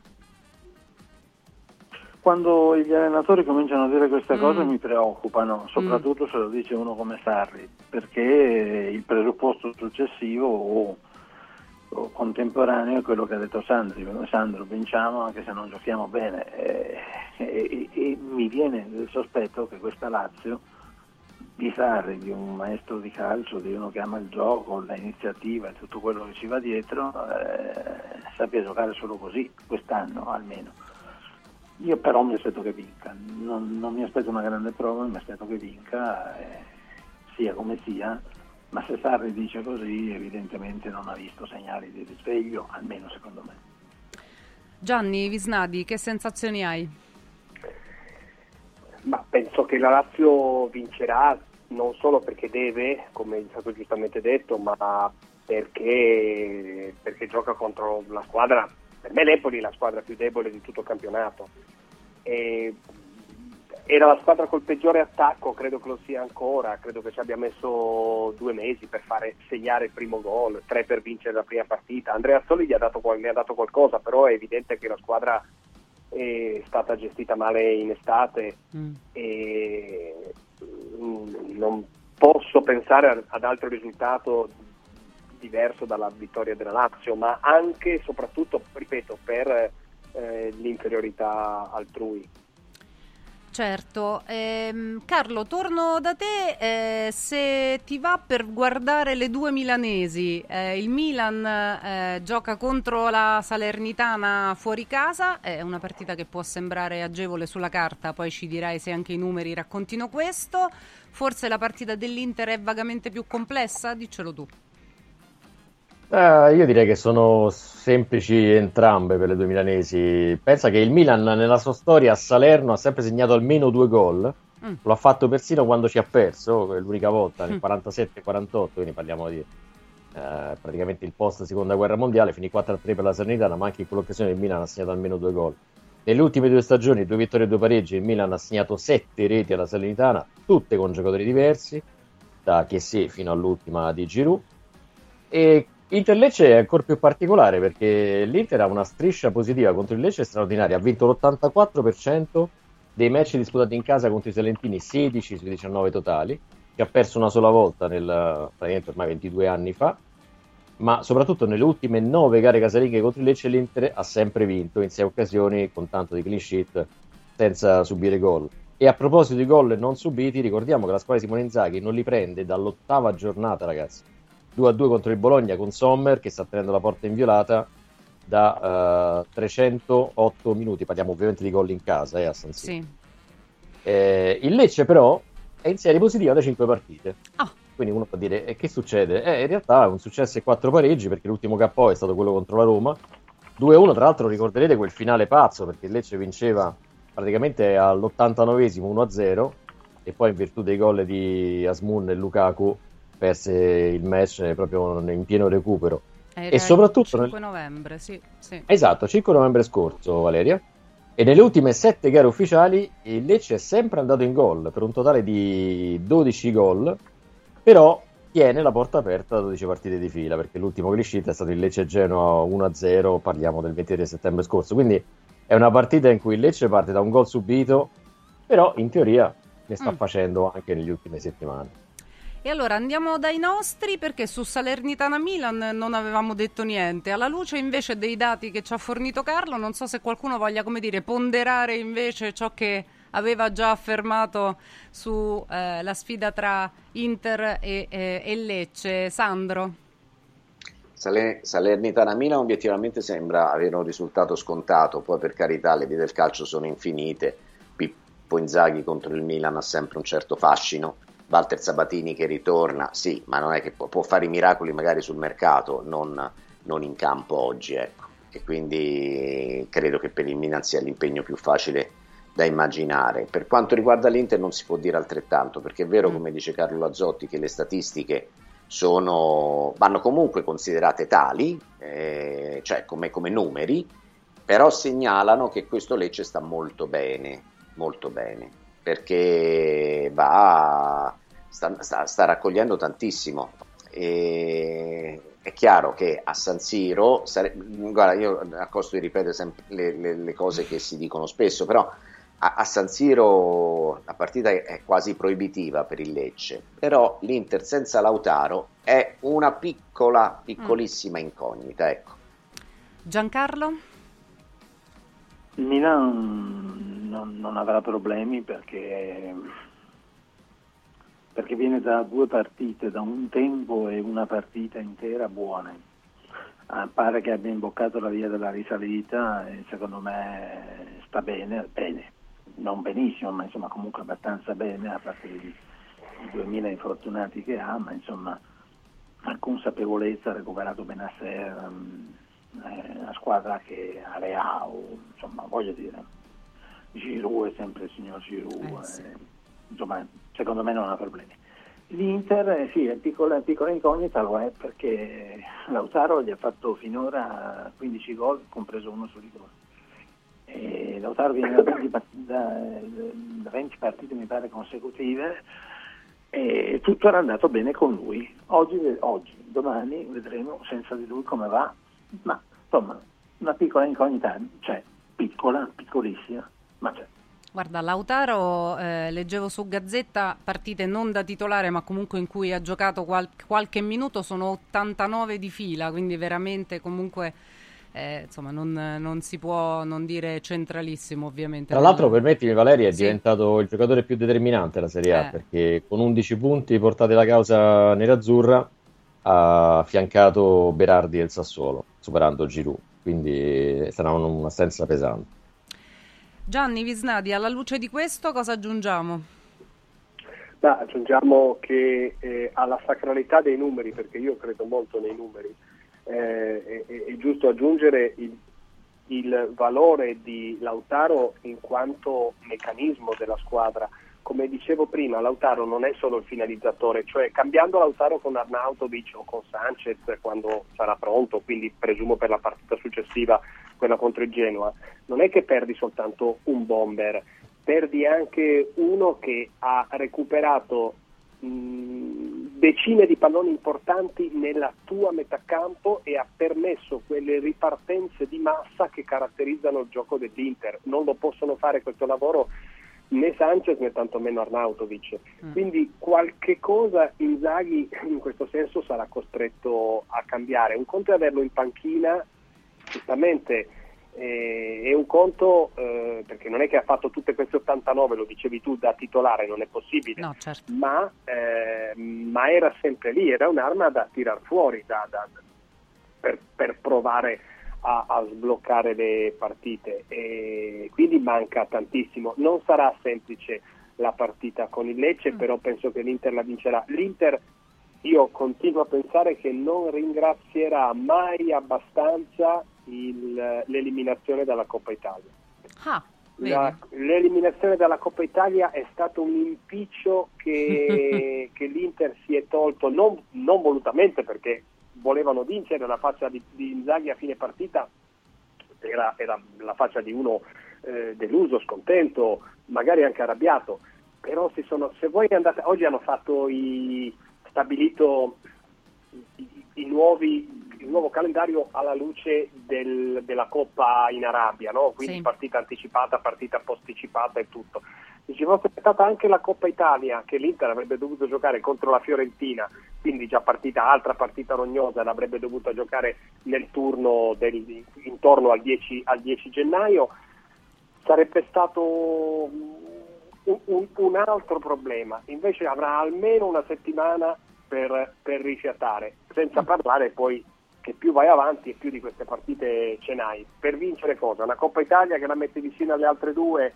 Quando gli allenatori cominciano a dire queste cose mi preoccupano, soprattutto se lo dice uno come Sarri, perché il presupposto successivo o contemporaneo è quello che ha detto Sandro, vinciamo anche se non giochiamo bene, e mi viene il sospetto che questa Lazio di Sarri, di un maestro di calcio, di uno che ama il gioco, l'iniziativa e tutto quello che ci va dietro, sappia giocare solo così, quest'anno almeno. Io però mi aspetto che vinca, non mi aspetto una grande prova, mi aspetto che vinca, sia come sia. Ma se Sarri dice così, evidentemente non ha visto segnali di risveglio, almeno secondo me. Gianni Visnadi, che sensazioni hai? Ma penso che la Lazio vincerà non solo perché deve, come è stato giustamente detto, ma perché gioca contro la squadra, per me l'Empoli è la squadra più debole di tutto il campionato. Era la squadra col peggiore attacco, credo che lo sia ancora, credo che ci abbia messo 2 mesi per segnare il primo gol, 3 per vincere la prima partita. Andrea Soli mi ha dato qualcosa, però è evidente che la squadra è stata gestita male in estate e non posso pensare ad altro risultato diverso dalla vittoria della Lazio, ma anche e soprattutto, ripeto, per l'inferiorità altrui. Certo, Carlo, torno da te, se ti va per guardare le due milanesi, il Milan gioca contro la Salernitana fuori casa, è una partita che può sembrare agevole sulla carta, poi ci dirai se anche i numeri raccontino questo, forse la partita dell'Inter è vagamente più complessa, diccelo tu. Io direi che sono semplici entrambe per le due milanesi. Pensa che il Milan nella sua storia a Salerno ha sempre segnato almeno 2 gol. Lo ha fatto persino quando ci ha perso, l'unica volta nel 47-48, quindi parliamo di praticamente il post seconda guerra mondiale, finì 4-3 per la Salernitana, ma anche in quell'occasione il Milan ha segnato almeno 2 gol. Nelle ultime 2 stagioni, 2 vittorie e 2 pareggi, il Milan ha segnato 7 reti alla Salernitana, tutte con giocatori diversi, da Chiessé fino all'ultima di Giroud. E Inter-Lecce è ancora più particolare perché l'Inter ha una striscia positiva contro il Lecce straordinaria, ha vinto l'84% dei match disputati in casa contro i salentini, 16 sui 19 totali, che ha perso una sola volta praticamente ormai 22 anni fa, ma soprattutto nelle ultime 9 gare casalinghe contro il Lecce l'Inter ha sempre vinto in 6 occasioni con tanto di clean sheet senza subire gol. E a proposito di gol non subiti, ricordiamo che la squadra di Simone Inzaghi non li prende dall'8ª giornata, ragazzi. 2-2 contro il Bologna con Sommer che sta tenendo la porta inviolata da 308 minuti, parliamo ovviamente di gol in casa a San Siro. Sì. Il Lecce però è in serie positiva da 5 partite, quindi uno può dire che succede? In realtà è un successo e 4 pareggi, perché l'ultimo KO è stato quello contro la Roma, 2-1. Tra l'altro ricorderete quel finale pazzo, perché il Lecce vinceva praticamente all'89esimo 1-0 e poi in virtù dei gol di Asmun e Lukaku perse il match proprio in pieno recupero. Era E soprattutto il 5 novembre, sì. Esatto, 5 novembre scorso, Valeria. E nelle ultime 7 gare ufficiali il Lecce è sempre andato in gol per un totale di 12 gol, però tiene la porta aperta da 12 partite di fila, perché l'ultimo clean-sheet è stato il Lecce-Genoa 1-0, parliamo del 23 settembre scorso, quindi è una partita in cui il Lecce parte da un gol subito, però in teoria ne sta facendo anche negli ultime settimane. E allora andiamo dai nostri, perché su Salernitana Milan non avevamo detto niente. Alla luce invece dei dati che ci ha fornito Carlo, non so se qualcuno voglia, come dire, ponderare invece ciò che aveva già affermato su la sfida tra Inter e Lecce. Sandro? Salernitana Milan obiettivamente sembra avere un risultato scontato, poi per carità le vie del calcio sono infinite. Pippo Inzaghi contro il Milan ha sempre un certo fascino. Walter Sabatini che ritorna, sì, ma non è che può fare i miracoli magari sul mercato, non in campo oggi, ecco. E quindi credo che per il Milan sia l'impegno più facile da immaginare. Per quanto riguarda l'Inter non si può dire altrettanto, perché è vero, come dice Carlo Lazzotti, che le statistiche vanno comunque considerate tali, cioè come numeri, però segnalano che questo Lecce sta molto bene, perché sta raccogliendo tantissimo. E è chiaro che a San Siro guarda, io a costo di ripetere sempre le cose che si dicono spesso, però a San Siro la partita è quasi proibitiva per il Lecce, però l'Inter senza Lautaro è una piccolissima incognita, ecco. Giancarlo? Il Milan non avrà problemi perché viene da 2 partite, da un tempo e una partita intera buone. Pare che abbia imboccato la via della risalita e secondo me sta bene, non benissimo, ma insomma comunque abbastanza bene, a parte i 2000 infortunati che ha, ma insomma ha consapevolezza, ha recuperato Benasser, una squadra che ha Leao, insomma voglio dire, Giroud è sempre il signor Giroud, insomma secondo me non ha problemi. L'Inter sì, è piccola incognita, lo è perché Lautaro gli ha fatto finora 15 gol, compreso uno su rigore. E Lautaro viene da 20 partite mi pare consecutive e tutto era andato bene con lui. Oggi, domani vedremo senza di lui come va, ma insomma una piccola incognita c'è, piccolissima, ma c'è. Guarda, Lautaro, leggevo su Gazzetta, partite non da titolare ma comunque in cui ha giocato qualche minuto, sono 89 di fila, quindi veramente comunque insomma non si può non dire centralissimo ovviamente. Tra l'altro, permettimi Valeria, è diventato il giocatore più determinante della Serie A, perché con 11 punti portate la causa nerazzurra ha affiancato Berardi del Sassuolo, superando Giroud, quindi sarà un'assenza pesante. Gianni Visnadi, alla luce di questo cosa aggiungiamo? Aggiungiamo che alla sacralità dei numeri, perché io credo molto nei numeri, è giusto aggiungere il valore di Lautaro in quanto meccanismo della squadra. Come dicevo prima, Lautaro non è solo il finalizzatore, cioè cambiando Lautaro con Arnautovic o con Sanchez quando sarà pronto, quindi presumo per la partita successiva, quella contro il Genoa, non è che perdi soltanto un bomber, perdi anche uno che ha recuperato decine di palloni importanti nella tua metà campo e ha permesso quelle ripartenze di massa che caratterizzano il gioco dell'Inter. Non lo possono fare questo lavoro né Sanchez né tantomeno Arnautovic, quindi qualche cosa Inzaghi in questo senso sarà costretto a cambiare. Un conto è averlo in panchina, giustamente, è un conto perché non è che ha fatto tutte queste 89, lo dicevi tu, da titolare non è possibile, no, certo. ma era sempre lì, era un'arma da tirar fuori per provare a sbloccare le partite, e quindi manca tantissimo. Non sarà semplice la partita con il Lecce, però penso che l'Inter la vincerà. L'Inter, io continuo a pensare che non ringrazierà mai abbastanza l'eliminazione dalla Coppa Italia. L'eliminazione dalla Coppa Italia è stato un impiccio che l'Inter si è tolto non volutamente, perché volevano vincere. La faccia di Inzaghi a fine partita era la faccia di uno deluso, scontento, magari anche arrabbiato. Però se voi andate oggi, hanno stabilito il nuovo calendario alla luce della Coppa in Arabia, no? Quindi partita anticipata, partita posticipata e tutto. Se ci fosse stata anche la Coppa Italia, che l'Inter avrebbe dovuto giocare contro la Fiorentina, quindi già altra partita rognosa, l'avrebbe dovuta giocare nel turno intorno al 10 gennaio, sarebbe stato un altro problema. Invece avrà almeno una settimana per rifiatare, senza parlare poi che più vai avanti e più di queste partite ce n'hai. Per vincere cosa? Una Coppa Italia che la mette vicino alle altre due,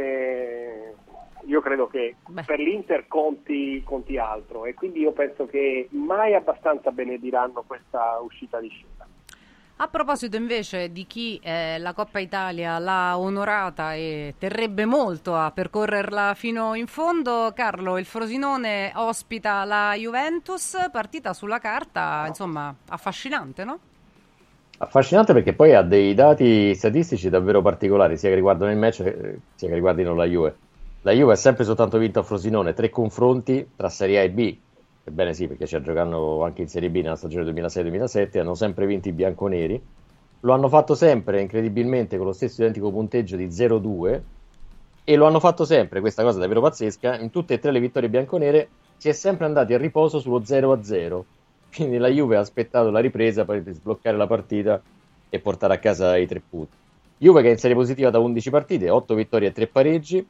io credo che per l'Inter conti altro, e quindi io penso che mai abbastanza benediranno questa uscita di scena. A proposito invece di chi la Coppa Italia l'ha onorata e terrebbe molto a percorrerla fino in fondo, Carlo, il Frosinone ospita la Juventus, partita sulla carta, insomma, affascinante, no? Affascinante, perché poi ha dei dati statistici davvero particolari, sia che riguardano il match sia che riguardino la Juve. La Juve ha sempre soltanto vinto a Frosinone 3 confronti tra Serie A e B. Ebbene sì, perché ci giocando anche in Serie B nella stagione 2006-2007, hanno sempre vinto i bianconeri. Lo hanno fatto sempre, incredibilmente, con lo stesso identico punteggio di 0-2, e lo hanno fatto sempre, questa cosa davvero pazzesca, in tutte e 3 le vittorie bianconere si è sempre andati a riposo sullo 0-0. Quindi la Juve ha aspettato la ripresa per sbloccare la partita e portare a casa i 3 punti. Juve che è in serie positiva da 11 partite, 8 vittorie e 3 pareggi,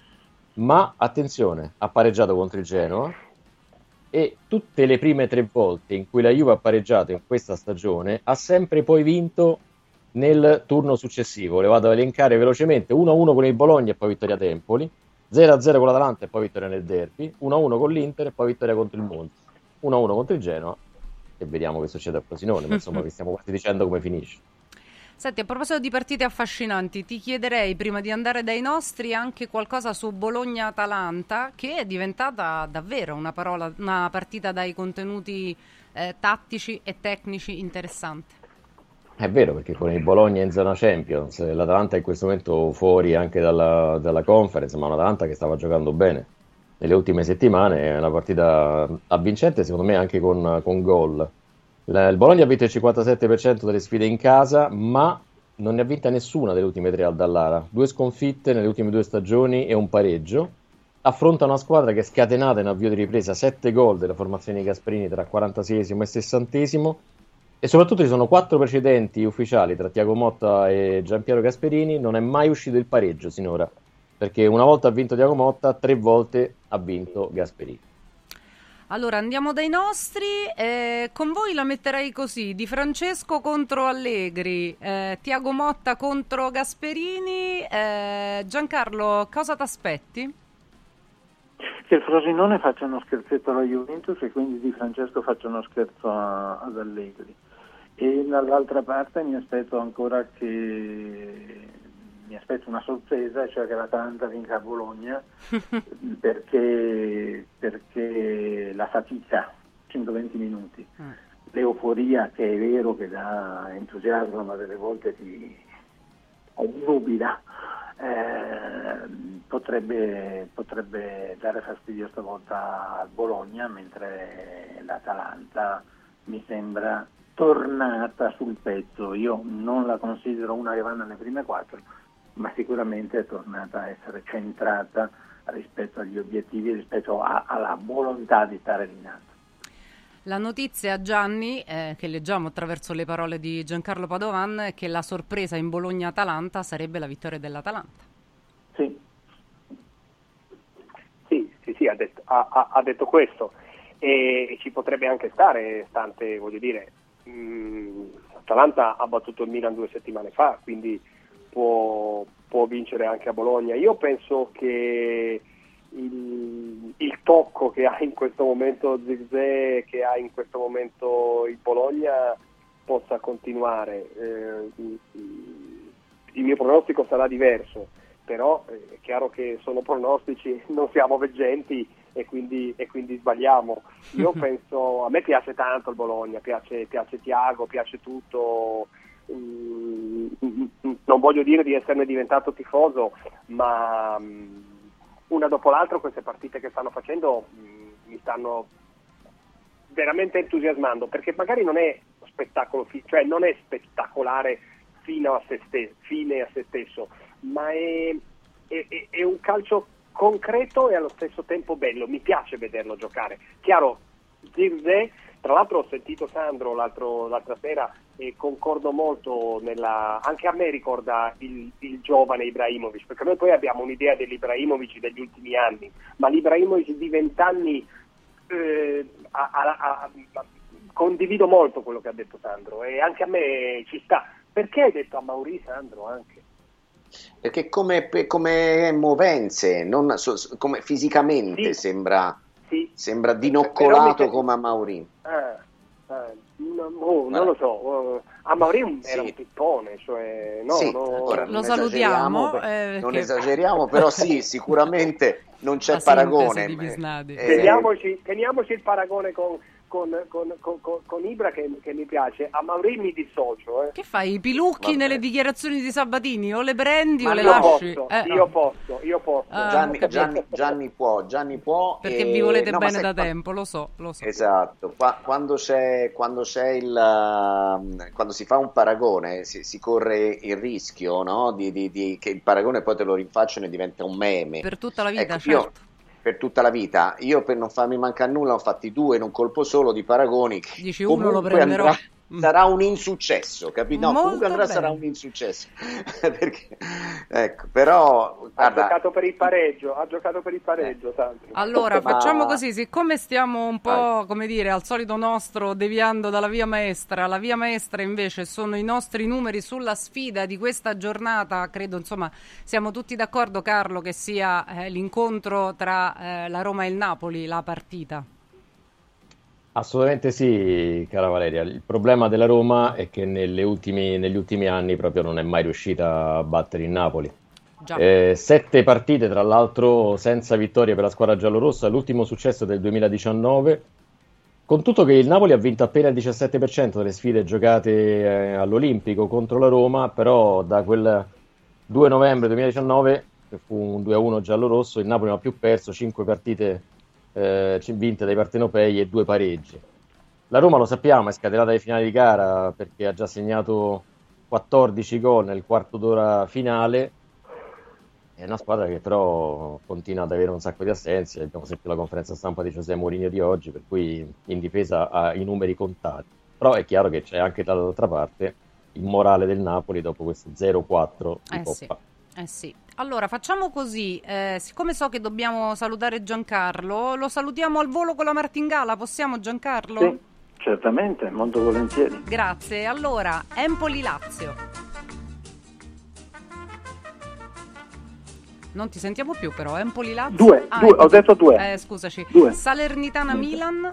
ma attenzione, ha pareggiato contro il Genoa, e tutte le prime 3 volte in cui la Juve ha pareggiato in questa stagione ha sempre poi vinto nel turno successivo. Le vado ad elencare velocemente: 1-1 con il Bologna e poi vittoria a Empoli, 0-0 con l'Atalanta e poi vittoria nel derby, 1-1 con l'Inter e poi vittoria contro il Monza, 1-1 contro il Genoa, e vediamo che succede a Frosinone, ma insomma vi stiamo quasi dicendo come finisce. Senti, a proposito di partite affascinanti, ti chiederei, prima di andare dai nostri, anche qualcosa su Bologna-Atalanta, che è diventata davvero una partita dai contenuti tattici e tecnici interessanti. È vero, perché con il Bologna in zona Champions, l'Atalanta in questo momento fuori anche dalla Conference, ma un'Atalanta che stava giocando bene nelle ultime settimane. È una partita avvincente, secondo me, anche con gol. Il Bologna ha vinto il 57% delle sfide in casa, ma non ne ha vinta nessuna delle ultime 3 al Dallara. 2 sconfitte nelle ultime 2 stagioni e un pareggio. Affronta una squadra che è scatenata in avvio di ripresa, 7 gol della formazione di Gasperini tra 46esimo e 60esimo, e soprattutto ci sono 4 precedenti ufficiali tra Thiago Motta e Gianpiero Gasperini. Non è mai uscito il pareggio sinora, perché una volta ha vinto Thiago Motta, 3 volte ha vinto Gasperini. Allora andiamo dai nostri, con voi la metterei così: Di Francesco contro Allegri, Thiago Motta contro Gasperini. Giancarlo, cosa ti aspetti? Che il Frosinone faccia uno scherzetto alla Juventus e quindi Di Francesco faccia uno scherzo ad Allegri, e dall'altra parte mi aspetto una sorpresa, cioè che l'Atalanta vinca a Bologna, perché la fatica, 120 minuti, l'euforia, che è vero che dà entusiasmo ma delle volte ti obnubila, potrebbe dare fastidio stavolta al Bologna, mentre l'Atalanta mi sembra tornata sul pezzo. Io non la considero una che va nelle prime 4, ma sicuramente è tornata a essere centrata rispetto agli obiettivi, rispetto alla volontà di stare in alto. La notizia, Gianni, che leggiamo attraverso le parole di Giancarlo Padovan, è che la sorpresa in Bologna-Atalanta sarebbe la vittoria dell'Atalanta. Sì, ha detto questo, e ci potrebbe anche stare, stante, voglio dire, Atalanta ha battuto il Milan 2 settimane fa, quindi può vincere anche a Bologna. Io penso che il tocco che ha in questo momento Zirkzee, che ha in questo momento il Bologna, possa continuare. Il mio pronostico sarà diverso, però è chiaro che sono pronostici, non siamo veggenti e quindi sbagliamo. Io penso, a me piace tanto il Bologna, piace Thiago, piace tutto. Non voglio dire di esserne diventato tifoso, ma una dopo l'altra queste partite che stanno facendo mi stanno veramente entusiasmando, perché magari non è spettacolo, cioè non è spettacolare fine a se stesso, ma è un calcio concreto e allo stesso tempo bello. Mi piace vederlo giocare. Chiaro, Zirkzee, tra l'altro ho sentito Sandro l'altra sera e concordo molto anche a me ricorda il giovane Ibrahimovic, perché noi poi abbiamo un'idea dell'Ibrahimovic degli ultimi anni, ma l'Ibrahimovic di 20 anni condivido molto quello che ha detto Sandro e anche a me ci sta. Perché hai detto a Mauri, Sandro, anche? Perché come movenze, come fisicamente sì. sembra dinoccolato come a Mauri. Non lo so, a Mauri era un pippone, cioè lo salutiamo. Non esageriamo, però sì, sicuramente non c'è paragone. Teniamoci il paragone con Ibra che mi piace. A Mauri mi dissocio. Che fai? I pilucchi nelle dichiarazioni di Sabatini? O le prendi o le io lasci? Posso. Gianni può. Perché vi volete bene da tempo, lo so. Esatto. Quando si fa un paragone si corre il rischio, no? di che il paragone poi te lo rinfacciano e diventa un meme. Per tutta la vita, ecco, certo. Per tutta la vita. Io, per non farmi mancare nulla, ho fatti 2 in un colpo solo di paragoni. Dici, uno lo prenderò. Sarà un insuccesso, capito? No, Molto comunque andrà, bene. sarà un insuccesso. Perché, ecco, però ha giocato per il pareggio, Sandro. Allora, facciamo così, siccome stiamo un po', come dire, al solito nostro, deviando dalla via maestra, la via maestra invece sono i nostri numeri sulla sfida di questa giornata. Credo, insomma, siamo tutti d'accordo, Carlo, che sia l'incontro tra la Roma e il Napoli, la partita. Assolutamente sì, cara Valeria. Il problema della Roma è che negli ultimi anni proprio non è mai riuscita a battere il Napoli. 7 partite, tra l'altro, senza vittorie per la squadra giallorossa, l'ultimo successo del 2019, con tutto che il Napoli ha vinto appena il 17% delle sfide giocate all'Olimpico contro la Roma, però da quel 2 novembre 2019, che fu un 2-1 giallorosso, il Napoli non ha più perso 5 partite vinte dai partenopei e 2 pareggi. La Roma, lo sappiamo, è scatenata ai finali di gara perché ha già segnato 14 gol nel quarto d'ora finale. È una squadra che però continua ad avere un sacco di assenze. Abbiamo sentito la conferenza stampa di José Mourinho di oggi, per cui in difesa ha i numeri contati. Però è chiaro che c'è anche dall'altra parte il morale del Napoli dopo questo 0-4 di Coppa. Sì. Allora, facciamo così, siccome so che dobbiamo salutare Giancarlo, lo salutiamo al volo con la martingala, possiamo, Giancarlo? Sì, certamente, molto volentieri. Grazie. Allora, Empoli-Lazio. Non ti sentiamo più però, Empoli-Lazio? 2, ho detto 2. Scusaci. 2. Salernitana-Milan.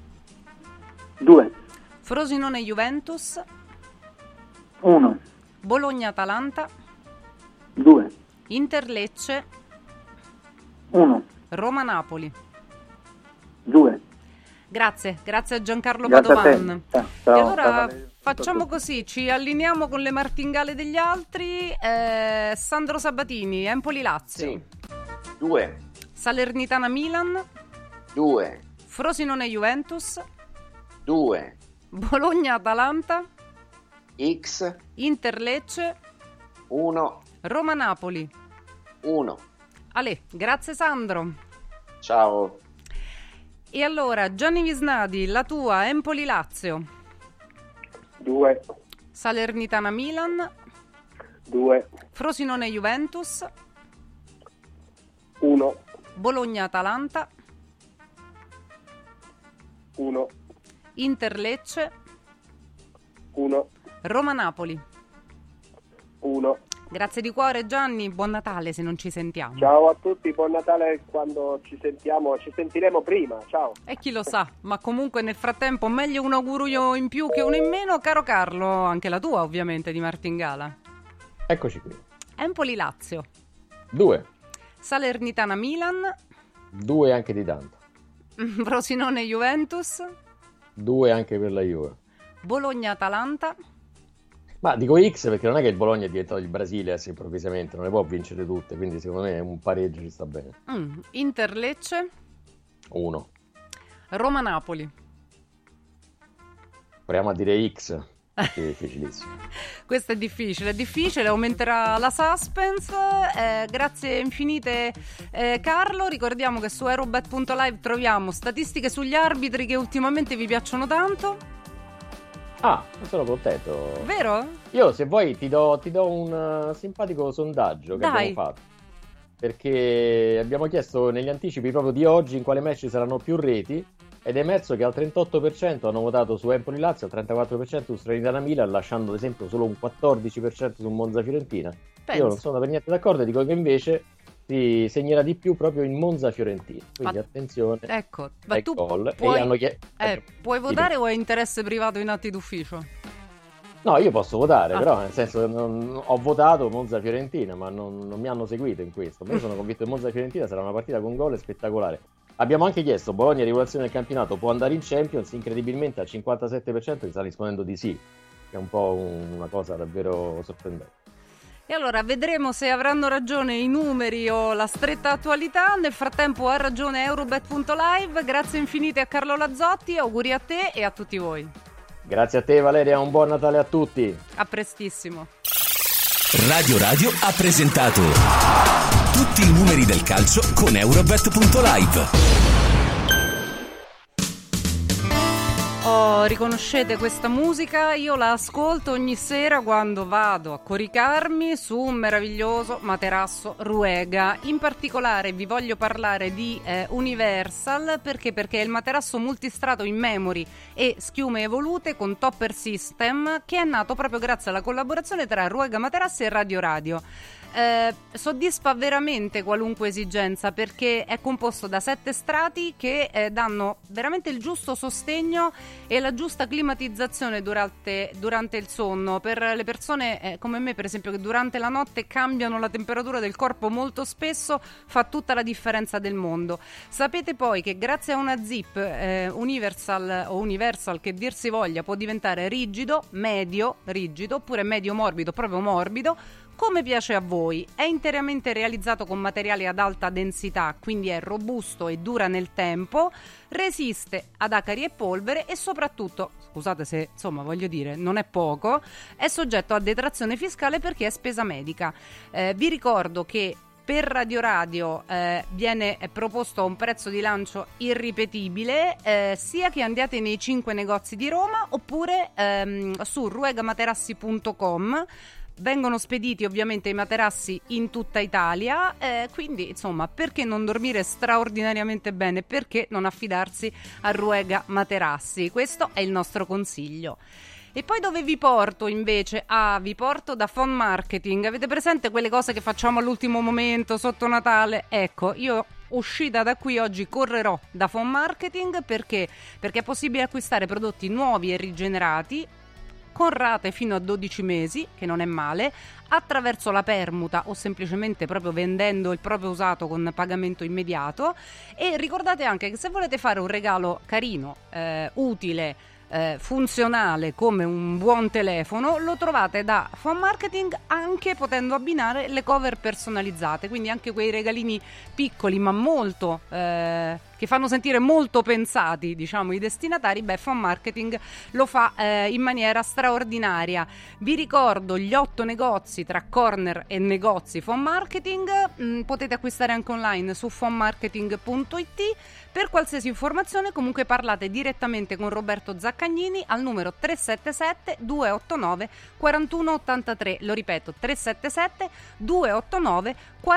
2. Frosinone-Juventus. 1. Bologna-Atalanta. 2. Inter-Lecce. 1. Roma-Napoli. 2. Grazie a Giancarlo Grazie Padovan. Ciao, e allora ciao, facciamo così, ci allineiamo con le martingale degli altri. Sandro Sabatini, Empoli-Lazio. Sì. 2. Salernitana-Milan. 2. Frosinone-Juventus. 2. Bologna-Atalanta. X. Inter-Lecce. 1. Roma-Napoli. 1. Ale, grazie Sandro. Ciao. E allora, Gianni Visnadi, la tua, Empoli-Lazio. 2. Salernitana-Milan. 2. Frosinone-Juventus. 1. Bologna-Atalanta. 1. Inter-Lecce. 1. Roma-Napoli. 1. Grazie di cuore Gianni, buon Natale se non ci sentiamo. Ciao a tutti, buon Natale quando ci sentiamo, ci sentiremo prima, ciao. E chi lo sa, ma comunque nel frattempo meglio un augurio in più che uno in meno, caro Carlo, anche la tua ovviamente di martingala. Eccoci qui. Empoli-Lazio. 2. Salernitana Milan. 2 anche di tanto. Frosinone Juventus. 2 anche per la Juve. Bologna Atalanta. Ma dico X perché non è che il Bologna è diventato il Brasile improvvisamente, non le può vincere tutte, quindi secondo me un pareggio ci sta bene. Inter Lecce. 1. Roma Napoli. Proviamo a dire X. È difficilissimo. Questo è difficile, aumenterà la suspense. Grazie infinite Carlo. Ricordiamo che su aerobet.live troviamo statistiche sugli arbitri che ultimamente vi piacciono tanto. Sono contento. Vero? Io se vuoi ti do un simpatico sondaggio che abbiamo fatto, perché abbiamo chiesto negli anticipi proprio di oggi in quale match ci saranno più reti, ed è emerso che al 38% hanno votato su Empoli Lazio, al 34% su Salernitana Milan, lasciando ad esempio solo un 14% su Monza Fiorentina. Io non sono per niente d'accordo e dico che invece si segnerà di più proprio in Monza Fiorentina, quindi attenzione. Ecco, ma tu puoi votare o hai interesse privato in atti d'ufficio? No, io posso votare, però nel senso ho votato Monza Fiorentina, ma non mi hanno seguito in questo. Ma io sono convinto che Monza Fiorentina sarà una partita con gol spettacolare. Abbiamo anche chiesto Bologna rivoluzione del campionato, può andare in Champions? Incredibilmente al 57% sta rispondendo di sì, che è un po' una cosa davvero sorprendente. E allora vedremo se avranno ragione i numeri o la stretta attualità. Nel frattempo ha ragione Eurobet.live. Grazie infinite a Carlo Lazzotti, auguri a te e a tutti voi. Grazie a te Valeria, un buon Natale a tutti. A prestissimo. Radio ha presentato tutti i numeri del calcio con Eurobet.live. Riconoscete questa musica? Io la ascolto ogni sera quando vado a coricarmi su un meraviglioso materasso Ruega. In particolare vi voglio parlare di Universal perché è il materasso multistrato in memory e schiume evolute con Topper System, che è nato proprio grazie alla collaborazione tra Ruega Materassi e Radio. Soddisfa veramente qualunque esigenza perché è composto da 7 strati che danno veramente il giusto sostegno e la giusta climatizzazione durante il sonno. Per le persone come me, per esempio, che durante la notte cambiano la temperatura del corpo molto spesso, fa tutta la differenza del mondo. Sapete poi che grazie a una zip Universal che dir si voglia può diventare rigido, medio rigido oppure medio morbido, proprio morbido, come piace a voi. È interamente realizzato con materiali ad alta densità, quindi è robusto e dura nel tempo, resiste ad acari e polvere e soprattutto, scusate se insomma voglio dire non è poco, è soggetto a detrazione fiscale perché è spesa medica. Vi ricordo che per Radio viene proposto a un prezzo di lancio irripetibile, sia che andiate nei 5 negozi di Roma oppure su ruegamaterassi.com. Vengono spediti ovviamente i materassi in tutta Italia, quindi insomma perché non dormire straordinariamente bene, perché non affidarsi a Ruega Materassi? Questo è il nostro consiglio. E poi dove vi porto invece? Vi porto da Phone Marketing. Avete presente quelle cose che facciamo all'ultimo momento sotto Natale? Ecco, io uscita da qui oggi correrò da Phone Marketing perché è possibile acquistare prodotti nuovi e rigenerati con rate fino a 12 mesi, che non è male, attraverso la permuta o semplicemente proprio vendendo il proprio usato con pagamento immediato. E ricordate anche che se volete fare un regalo carino, utile, funzionale come un buon telefono, lo trovate da Phone Marketing anche potendo abbinare le cover personalizzate, quindi anche quei regalini piccoli ma molto che fanno sentire molto pensati, diciamo, i destinatari. Phone Marketing lo fa in maniera straordinaria. Vi ricordo gli 8 negozi tra corner e negozi Phone Marketing, potete acquistare anche online su phonemarketing.it. Per qualsiasi informazione comunque parlate direttamente con Roberto Zaccagnini al numero 377 289 4183, lo ripeto 377 289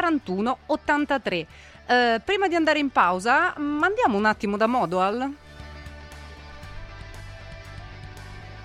4183. Prima di andare in pausa mandiamo un attimo da Modoal.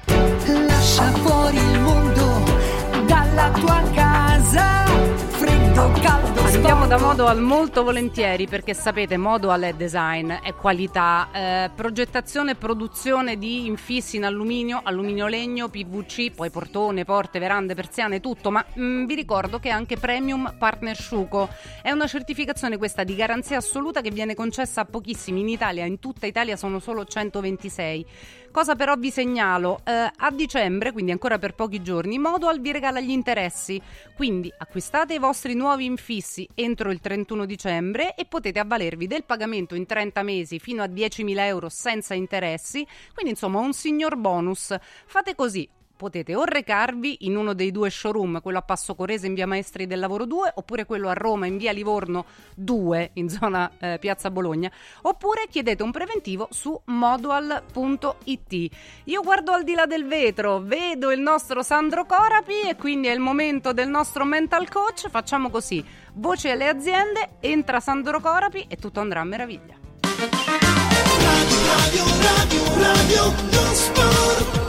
Lascia fuori il mondo dalla tua casa, freddo caldo, caldo. Andiamo da Modoal molto volentieri, perché sapete, Modoal è design, è qualità, progettazione e produzione di infissi in alluminio, legno, PVC, poi portone, porte, verande, persiane, tutto, ma vi ricordo che è anche Premium Partner Sciuco. È una certificazione questa di garanzia assoluta che viene concessa a pochissimi in Italia, in tutta Italia sono solo 126. Cosa però vi segnalo, a dicembre, quindi ancora per pochi giorni, Modoal vi regala gli interessi, quindi acquistate i vostri nuovi infissi entro il 31 dicembre e potete avvalervi del pagamento in 30 mesi fino a 10.000 euro senza interessi, quindi insomma un signor bonus. Fate così. Potete o recarvi in uno dei due showroom, quello a Passo Corese in via Maestri del Lavoro 2, oppure quello a Roma in via Livorno 2 in zona Piazza Bologna, oppure chiedete un preventivo su modoal.it. Io guardo al di là del vetro, vedo il nostro Sandro Corapi e quindi è il momento del nostro mental coach. Facciamo così: voce alle aziende, entra Sandro Corapi e tutto andrà a meraviglia. Radio lo sport.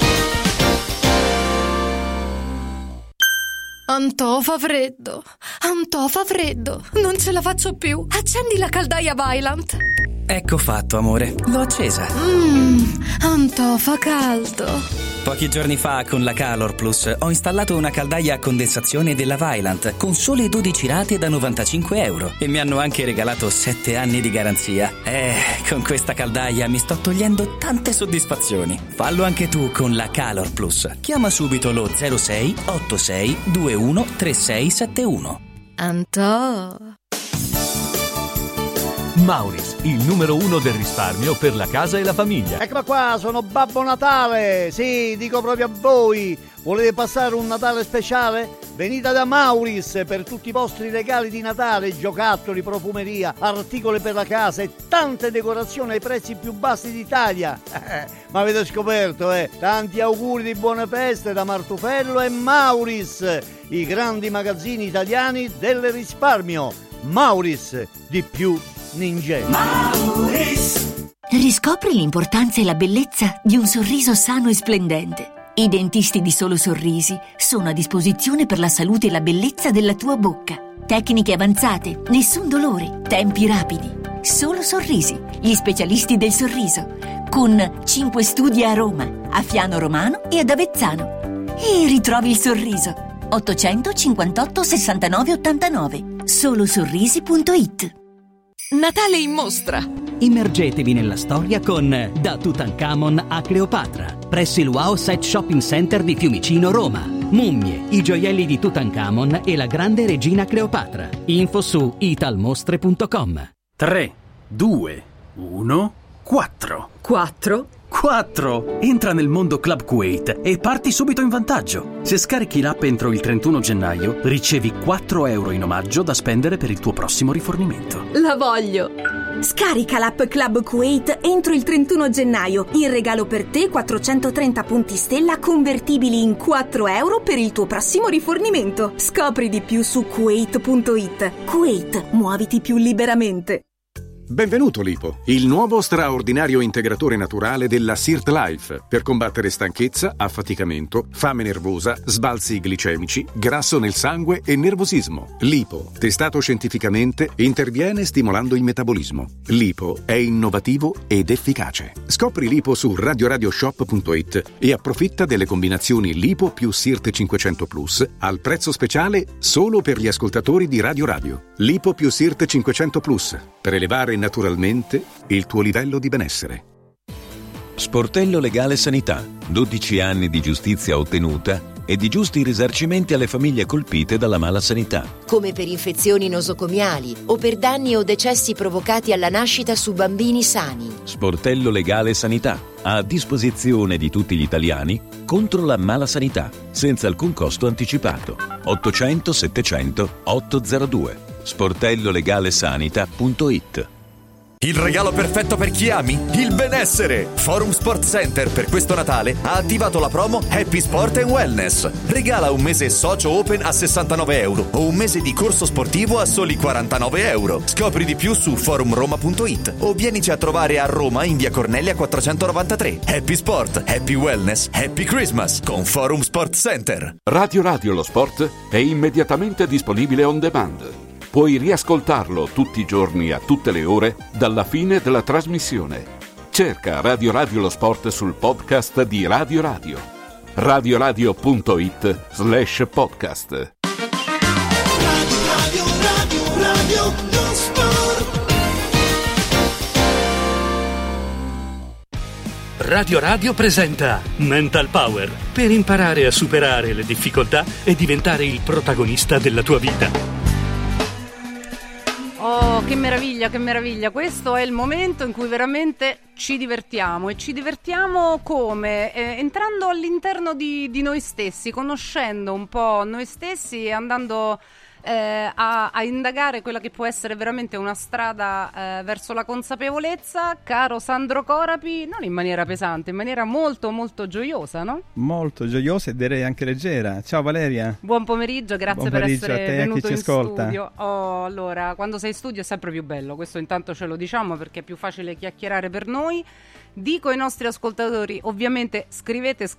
Antò fa freddo, non ce la faccio più. Accendi la caldaia Vaillant. Ecco fatto, amore, l'ho accesa. Antò fa caldo. Pochi giorni fa con la Calor Plus ho installato una caldaia a condensazione della Vaillant con sole 12 rate da 95 euro e mi hanno anche regalato 7 anni di garanzia. Con questa caldaia mi sto togliendo tante soddisfazioni. Fallo anche tu con la Calor Plus. Chiama subito lo 06 86 21 3671. Antò. Mauris, il numero 1 del risparmio per la casa e la famiglia. Eccola qua, sono Babbo Natale. Sì, dico proprio a voi. Volete passare un Natale speciale? Venite da Mauris per tutti i vostri regali di Natale, giocattoli, profumeria, articoli per la casa e tante decorazioni ai prezzi più bassi d'Italia. Ma avete scoperto, Tanti auguri di buone feste da Martufello e Mauris, i grandi magazzini italiani del risparmio. Mauris, di più ninja. Mauris. Riscopri l'importanza e la bellezza di un sorriso sano e splendente. I dentisti di Solo Sorrisi sono a disposizione per la salute e la bellezza della tua bocca. Tecniche avanzate, nessun dolore, tempi rapidi. Solo Sorrisi, gli specialisti del sorriso, con 5 studi a Roma, a Fiano Romano e ad Avezzano. E ritrovi il sorriso. 858 69 89. Solosorrisi.it. Natale in mostra! Immergetevi nella storia con Da Tutankhamon a Cleopatra, presso il Wow Site Shopping Center di Fiumicino, Roma. Mummie, i gioielli di Tutankhamon e la grande regina Cleopatra. Info su italmostre.com. 3, 2, 1, 4. 4. Entra nel mondo Club Kuwait e parti subito in vantaggio. Se scarichi l'app entro il 31 gennaio, ricevi 4 euro in omaggio da spendere per il tuo prossimo rifornimento. La voglio! Scarica l'app Club Kuwait entro il 31 gennaio. In regalo per te 430 punti stella convertibili in 4 euro per il tuo prossimo rifornimento. Scopri di più su kuwait.it. Kuwait, muoviti più liberamente. Benvenuto Lipo, il nuovo straordinario integratore naturale della Sirt Life per combattere stanchezza, affaticamento, fame nervosa, sbalzi glicemici, grasso nel sangue e nervosismo. Lipo, testato scientificamente, interviene stimolando il metabolismo. Lipo è innovativo ed efficace. Scopri Lipo su radioradioshop.it e approfitta delle combinazioni Lipo più Sirt 500 Plus al prezzo speciale solo per gli ascoltatori di Radio Radio. Lipo più Sirt 500 Plus per elevare naturalmente il tuo livello di benessere. Sportello Legale Sanità. 12 anni di giustizia ottenuta e di giusti risarcimenti alle famiglie colpite dalla mala sanità. Come per infezioni nosocomiali o per danni o decessi provocati alla nascita su bambini sani. Sportello Legale Sanità. A disposizione di tutti gli italiani contro la mala sanità, senza alcun costo anticipato. 800 700 802. sportellolegalesanita.it. Il regalo perfetto per chi ami? Il benessere! Forum Sport Center per questo Natale ha attivato la promo Happy Sport and Wellness. Regala un mese socio open a €69 o un mese di corso sportivo a soli €49. Scopri di più su forumroma.it o vienici a trovare a Roma in via Cornelia 493. Happy Sport, Happy Wellness, Happy Christmas con Forum Sport Center. Radio lo Sport è immediatamente disponibile on demand. Puoi riascoltarlo tutti i giorni a tutte le ore dalla fine della trasmissione. Cerca Radio lo Sport sul podcast di Radio. radioradio.it/podcast. Radio lo Sport. Radio presenta Mental Power per imparare a superare le difficoltà e diventare il protagonista della tua vita. Oh, che meraviglia, che meraviglia. Questo è il momento in cui veramente ci divertiamo. E ci divertiamo come? Entrando all'interno di noi stessi, conoscendo un po' noi stessi e andando a indagare quella che può essere veramente una strada verso la consapevolezza. Caro Sandro Corapi, non in maniera pesante, in maniera molto molto gioiosa, no? Molto gioiosa e direi anche leggera. Ciao Valeria. Buon pomeriggio, grazie per essere venuto in ascolta. Studio. Oh, allora, quando sei in studio è sempre più bello, questo intanto ce lo diciamo perché è più facile chiacchierare per noi. Dico ai nostri ascoltatori, ovviamente scrivete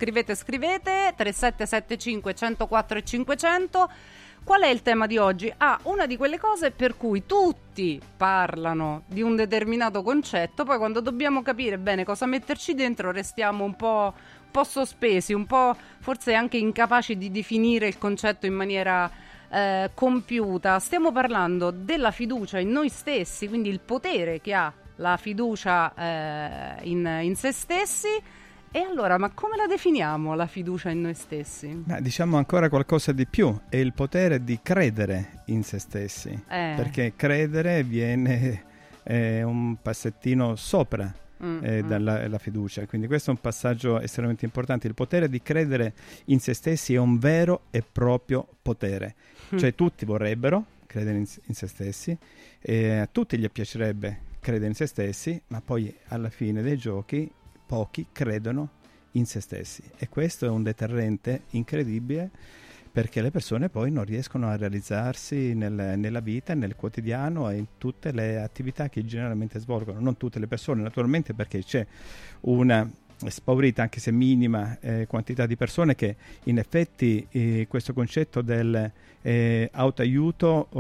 3775 104 e 500. Qual è il tema di oggi? Una di quelle cose per cui tutti parlano di un determinato concetto, poi quando dobbiamo capire bene cosa metterci dentro restiamo un po' sospesi, un po' forse anche incapaci di definire il concetto in maniera compiuta. Stiamo parlando della fiducia in noi stessi, quindi il potere che ha la fiducia in se stessi. E allora, ma come la definiamo la fiducia in noi stessi? Diciamo ancora qualcosa di più, è il potere di credere in se stessi, perché credere viene un passettino sopra dalla fiducia, quindi questo è un passaggio estremamente importante. Il potere di credere in se stessi è un vero e proprio potere, cioè tutti vorrebbero credere in se stessi, a tutti gli piacerebbe credere in se stessi, ma poi alla fine dei giochi pochi credono in se stessi e questo è un deterrente incredibile, perché le persone poi non riescono a realizzarsi nella vita, nel quotidiano e in tutte le attività che generalmente svolgono. Non tutte le persone naturalmente, perché c'è una spaurita, anche se minima, quantità di persone che in effetti questo concetto del autoaiuto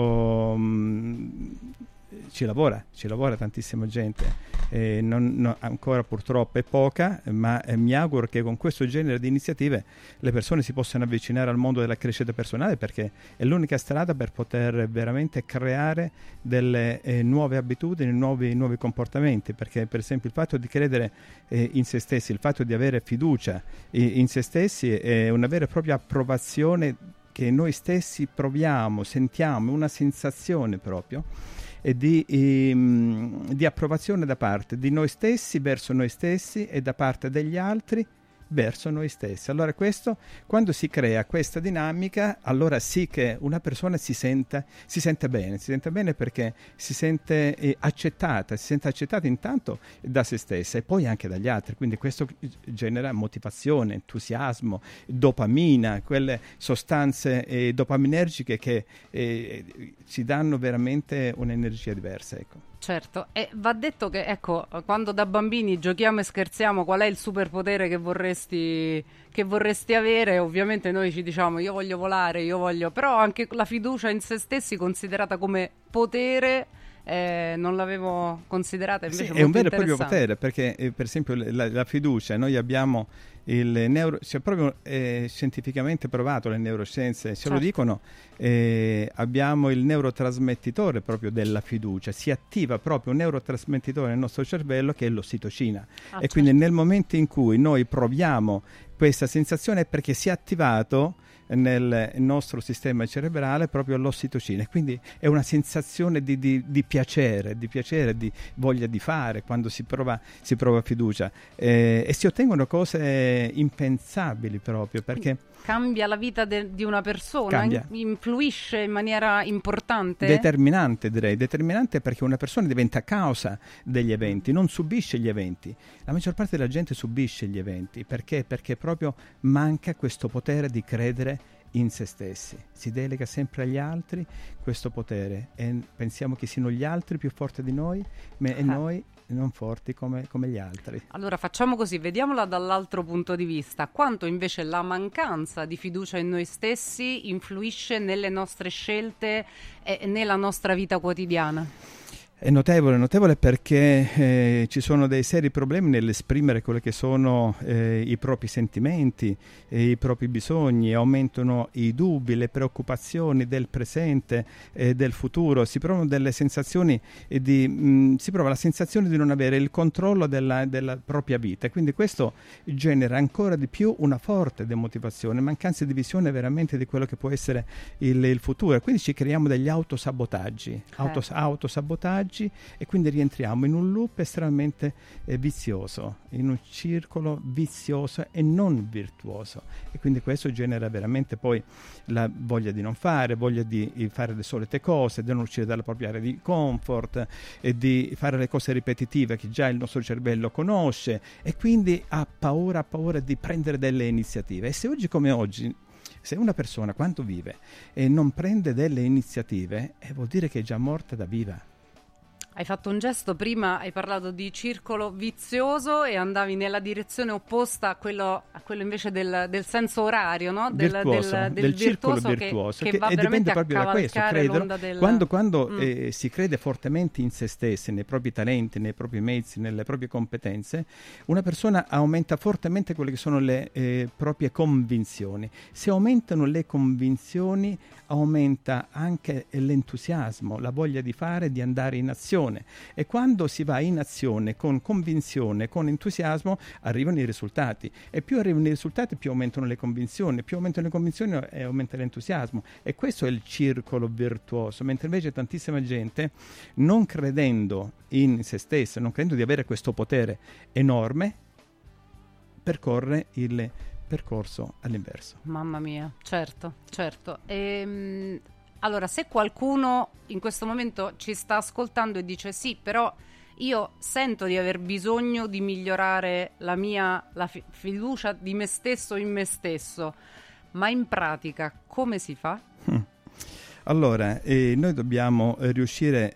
ci lavora tantissima gente, ancora purtroppo è poca, ma mi auguro che con questo genere di iniziative le persone si possano avvicinare al mondo della crescita personale, perché è l'unica strada per poter veramente creare delle nuove abitudini, nuovi comportamenti, perché per esempio il fatto di credere in se stessi, il fatto di avere fiducia in se stessi è una vera e propria approvazione che noi stessi proviamo, sentiamo, una sensazione proprio e di approvazione da parte di noi stessi verso noi stessi e da parte degli altri verso noi stessi. Allora questo, quando si crea questa dinamica, allora sì che una persona si sente bene perché si sente accettata intanto da se stessa e poi anche dagli altri, quindi questo genera motivazione, entusiasmo, dopamina, quelle sostanze dopaminergiche che ci danno veramente un'energia diversa, ecco. Certo, e va detto che, ecco, quando da bambini giochiamo e scherziamo qual è il superpotere che vorresti avere, ovviamente noi ci diciamo io voglio volare, però anche la fiducia in se stessi considerata come potere, non l'avevo considerata invece molto è un vero e proprio potere, perché per esempio la fiducia, noi abbiamo c'è proprio scientificamente provato, le neuroscienze ce lo dicono, abbiamo il neurotrasmettitore proprio della fiducia, si attiva proprio un neurotrasmettitore nel nostro cervello che è l'ossitocina, e quindi nel momento in cui noi proviamo questa sensazione è perché si è attivato nel nostro sistema cerebrale proprio l'ossitocina, quindi è una sensazione di piacere, di voglia di fare quando si prova fiducia, e si ottengono cose impensabili proprio, perché cambia la vita di una persona, influisce in maniera importante? Determinante, direi, determinante, perché una persona diventa causa degli eventi, non subisce gli eventi. La maggior parte della gente subisce gli eventi, perché proprio manca questo potere di credere in se stessi, si delega sempre agli altri questo potere e pensiamo che siano gli altri più forti di noi e noi non forti come gli altri. Allora facciamo così, vediamola dall'altro punto di vista, quanto invece la mancanza di fiducia in noi stessi influisce nelle nostre scelte e nella nostra vita quotidiana. È notevole perché ci sono dei seri problemi nell'esprimere quelli che sono i propri sentimenti, i propri bisogni, aumentano i dubbi, le preoccupazioni del presente e del futuro, si provano delle sensazioni si prova la sensazione di non avere il controllo della propria vita, e quindi questo genera ancora di più una forte demotivazione, mancanza di visione veramente di quello che può essere il futuro, e quindi ci creiamo degli autosabotaggi. E quindi rientriamo in un loop estremamente vizioso, in un circolo vizioso e non virtuoso, e quindi questo genera veramente poi la voglia di non fare, voglia di fare le solite cose, di non uscire dalla propria area di comfort e di fare le cose ripetitive che già il nostro cervello conosce, e quindi ha paura di prendere delle iniziative. E se oggi come oggi, se una persona quando vive e non prende delle iniziative, vuol dire che è già morta da viva. Hai fatto un gesto prima, hai parlato di circolo vizioso e andavi nella direzione opposta a quello invece del senso orario, no? Del circolo virtuoso che va dipende proprio da questo, credo. Quando si crede fortemente in se stessi, nei propri talenti, nei propri mezzi, nelle proprie competenze, una persona aumenta fortemente quelle che sono le proprie convinzioni. Se aumentano le convinzioni, aumenta anche l'entusiasmo, la voglia di fare, di andare in azione. E quando si va in azione con convinzione, con entusiasmo, arrivano i risultati, e più arrivano i risultati più aumentano le convinzioni, e aumenta l'entusiasmo, e questo è il circolo virtuoso. Mentre invece tantissima gente, non credendo in se stessa, non credendo di avere questo potere enorme, percorre il percorso all'inverso. Mamma mia, certo. Allora, se qualcuno in questo momento ci sta ascoltando e dice sì, però io sento di aver bisogno di migliorare la fiducia di me stesso in me stesso, ma in pratica come si fa? Allora, noi dobbiamo riuscire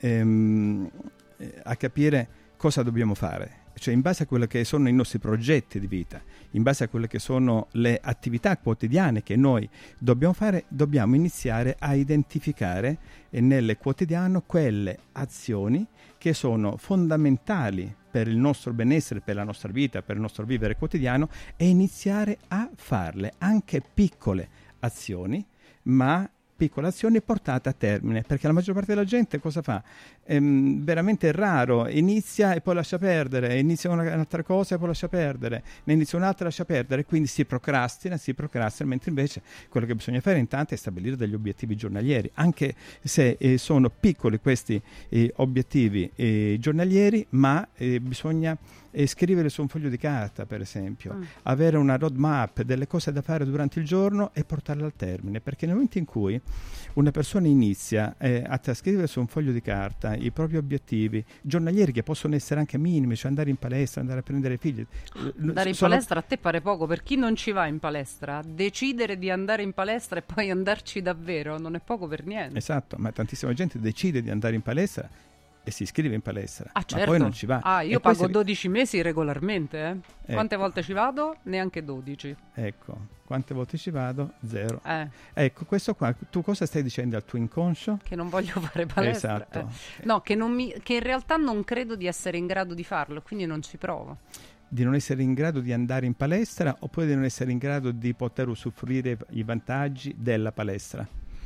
a capire cosa dobbiamo fare. Cioè, in base a quello che sono i nostri progetti di vita, in base a quelle che sono le attività quotidiane che noi dobbiamo fare, dobbiamo iniziare a identificare nel quotidiano quelle azioni che sono fondamentali per il nostro benessere, per la nostra vita, per il nostro vivere quotidiano, e iniziare a farle, anche piccole azioni, ma piccole azioni portate a termine, perché la maggior parte della gente cosa fa? Veramente raro, inizia e poi lascia perdere, inizia un'altra cosa e poi lascia perdere, ne inizia un'altra e lascia perdere, quindi si procrastina, mentre invece quello che bisogna fare intanto è stabilire degli obiettivi giornalieri, anche se sono piccoli questi obiettivi giornalieri, ma bisogna scrivere su un foglio di carta, per esempio, avere una roadmap delle cose da fare durante il giorno e portarle al termine, perché nel momento in cui una persona inizia a trascrivere su un foglio di carta i propri obiettivi giornalieri, che possono essere anche minimi, cioè andare in palestra, andare a prendere figli. Andare in palestra a te pare poco, per chi non ci va in palestra, decidere di andare in palestra e poi andarci davvero non è poco per niente. Esatto, ma tantissima gente decide di andare in palestra e si iscrive in palestra, certo. Ma poi non ci va. Io pago 12 mesi regolarmente. Quante volte ci vado? Neanche 12. Ecco, quante volte ci vado? 0. Ecco, questo qua, tu cosa stai dicendo al tuo inconscio? Che non voglio fare palestra. Esatto. No, che in realtà non credo di essere in grado di farlo, quindi non ci provo. Di non essere in grado di andare in palestra, oppure di non essere in grado di poter usufruire i vantaggi della palestra?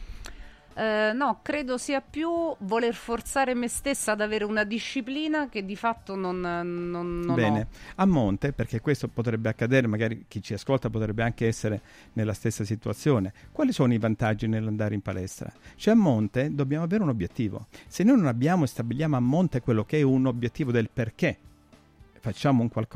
No, credo sia più voler forzare me stessa ad avere una disciplina che di fatto non Bene. ho. A monte, perché questo potrebbe accadere, magari chi ci ascolta potrebbe anche essere nella stessa situazione. Quali sono i vantaggi nell'andare in palestra? Cioè, a monte dobbiamo avere un obiettivo. Se noi non abbiamo e stabiliamo a monte quello che è un obiettivo del perché facciamo un qualcosa,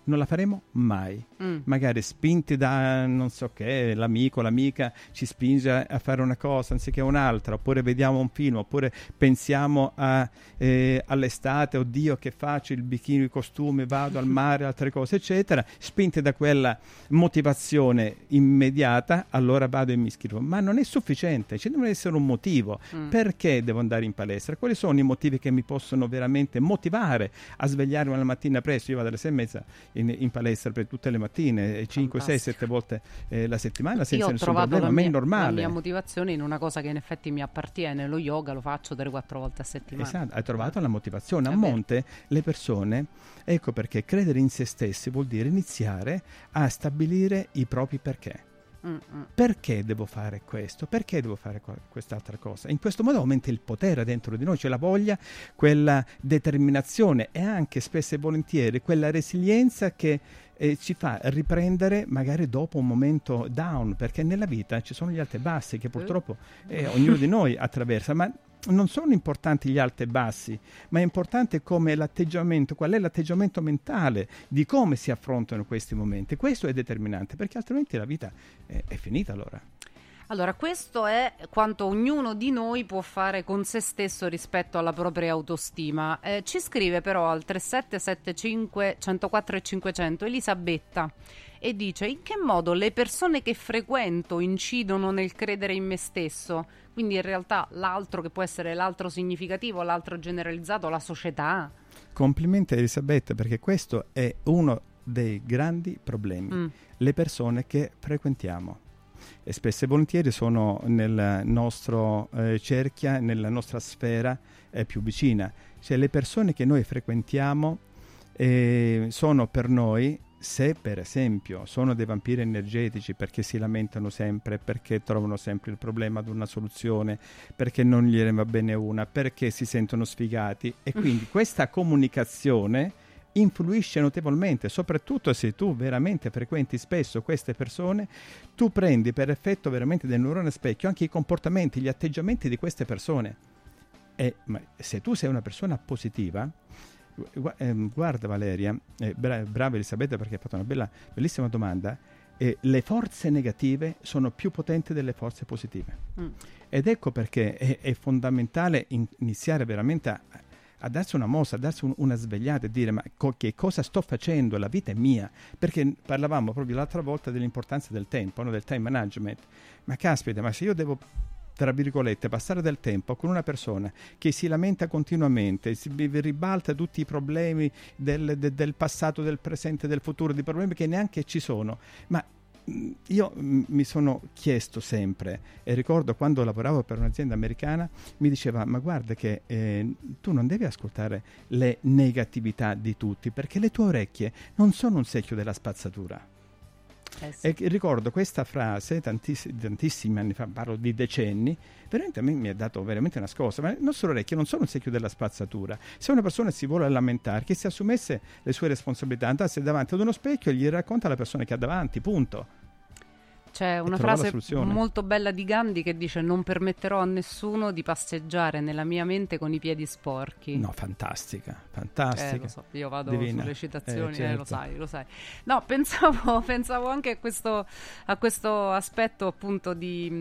non la faremo mai. Magari spinti da non so che, l'amico, l'amica ci spinge a fare una cosa anziché un'altra, oppure vediamo un film, oppure pensiamo all'estate, oddio che faccio, il bikini, i costumi, vado al mare, altre cose eccetera, spinti da quella motivazione immediata, allora vado e mi iscrivo. Ma non è sufficiente, ci deve essere un motivo. Perché devo andare in palestra? Quali sono i motivi che mi possono veramente motivare a svegliarmi la mattina presto? Io vado alle 6:30 in palestra per tutte le mattine, 5, 6, 7 volte la settimana senza nessun problema. A me è normale. La mia motivazione in una cosa che in effetti mi appartiene, lo yoga, lo faccio 3-4 volte a settimana. Esatto, hai trovato la motivazione. A monte le persone, ecco perché credere in se stessi vuol dire iniziare a stabilire i propri perché. Perché devo fare questo? Perché devo fare quest'altra cosa? In questo modo aumenta il potere dentro di noi, cioè la voglia, quella determinazione e anche spesso e volentieri quella resilienza che ci fa riprendere magari dopo un momento down, perché nella vita ci sono gli alti e bassi che purtroppo ognuno di noi attraversa, ma non sono importanti gli alti e bassi, ma è importante come l'atteggiamento, qual è l'atteggiamento mentale di come si affrontano questi momenti. Questo è determinante, perché altrimenti la vita è finita allora. Allora, questo è quanto ognuno di noi può fare con se stesso rispetto alla propria autostima. Ci scrive però al 3775 104 e 500 Elisabetta e dice: in che modo le persone che frequento incidono nel credere in me stesso? Quindi in realtà l'altro, che può essere l'altro significativo, l'altro generalizzato, la società. Complimenti a Elisabetta, perché questo è uno dei grandi problemi. Le persone che frequentiamo. E spesso e volentieri sono nel nostro cerchia, nella nostra sfera più vicina. Cioè le persone che noi frequentiamo sono per noi, se per esempio sono dei vampiri energetici perché si lamentano sempre, perché trovano sempre il problema ad una soluzione, perché non gli va bene una, perché si sentono sfigati, e quindi questa comunicazione influisce notevolmente, soprattutto se tu veramente frequenti spesso queste persone. Tu prendi per effetto veramente del neurone specchio anche i comportamenti, gli atteggiamenti di queste persone, ma se tu sei una persona positiva, guarda Valeria, brava Elisabetta, perché hai fatto una bellissima domanda. Le forze negative sono più potenti delle forze positive, ed ecco perché è fondamentale iniziare veramente a darsi una mossa, a darsi una svegliata e dire: ma che cosa sto facendo? La vita è mia. Perché parlavamo proprio l'altra volta dell'importanza del tempo, no? Del time management. Ma caspita, ma se io devo, tra virgolette, passare del tempo con una persona che si lamenta continuamente, si ribalta tutti i problemi del passato, del presente, del futuro, di problemi che neanche ci sono, ma io mi sono chiesto sempre, e ricordo quando lavoravo per un'azienda americana, mi diceva: ma guarda che tu non devi ascoltare le negatività di tutti, perché le tue orecchie non sono un secchio della spazzatura. Sì. E ricordo questa frase tantissimi anni fa, parlo di decenni, veramente a me mi ha dato veramente una scossa. Ma le nostre orecchie non sono un secchio della spazzatura. Se una persona si vuole lamentare, che si assumesse le sue responsabilità, andasse davanti ad uno specchio e gli racconta la persona che ha davanti, punto. C'è una frase molto bella di Gandhi che dice: non permetterò a nessuno di passeggiare nella mia mente con i piedi sporchi. No, fantastica. Lo so, io vado divina. Sulle citazioni, certo. Lo sai. No, pensavo anche a questo aspetto, appunto,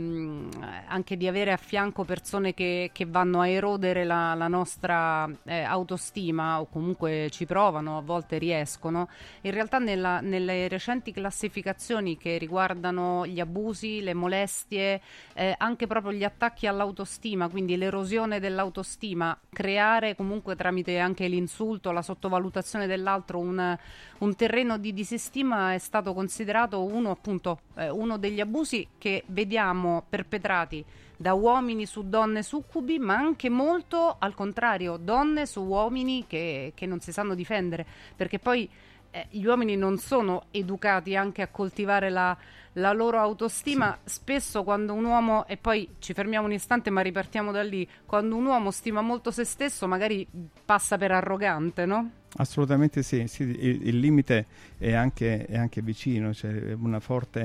anche di avere a fianco persone che vanno a erodere la nostra autostima, o comunque ci provano, a volte riescono. In realtà nelle recenti classificazioni che riguardano gli abusi, le molestie, anche proprio gli attacchi all'autostima, quindi l'erosione dell'autostima, creare comunque tramite anche l'insulto, la sottovalutazione dell'altro un terreno di disistima, è stato considerato uno degli abusi che vediamo perpetrati da uomini su donne succubi, ma anche molto al contrario, donne su uomini che non si sanno difendere, perché poi gli uomini non sono educati anche a coltivare la loro autostima. Sì. Spesso quando un uomo, e poi ci fermiamo un istante ma ripartiamo da lì, quando un uomo stima molto se stesso magari passa per arrogante, no? Assolutamente sì, il limite è anche vicino, c'è una forte,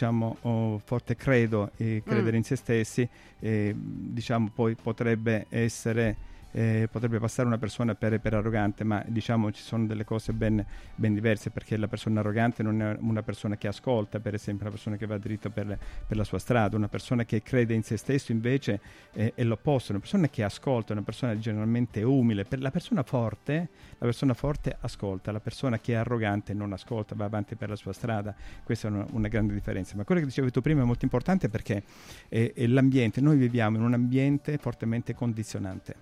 forte credo e credere in se stessi, diciamo poi potrebbe essere potrebbe passare una persona per arrogante, ma diciamo ci sono delle cose ben diverse, perché la persona arrogante non è una persona che ascolta, per esempio, una persona che va dritto per la sua strada. Una persona che crede in se stesso invece è l'opposto, una persona che ascolta, una persona generalmente umile. Per la persona forte ascolta, la persona che è arrogante non ascolta, va avanti per la sua strada. Questa è una grande differenza. Ma quello che dicevi tu prima è molto importante, perché è l'ambiente. Noi viviamo in un ambiente fortemente condizionante.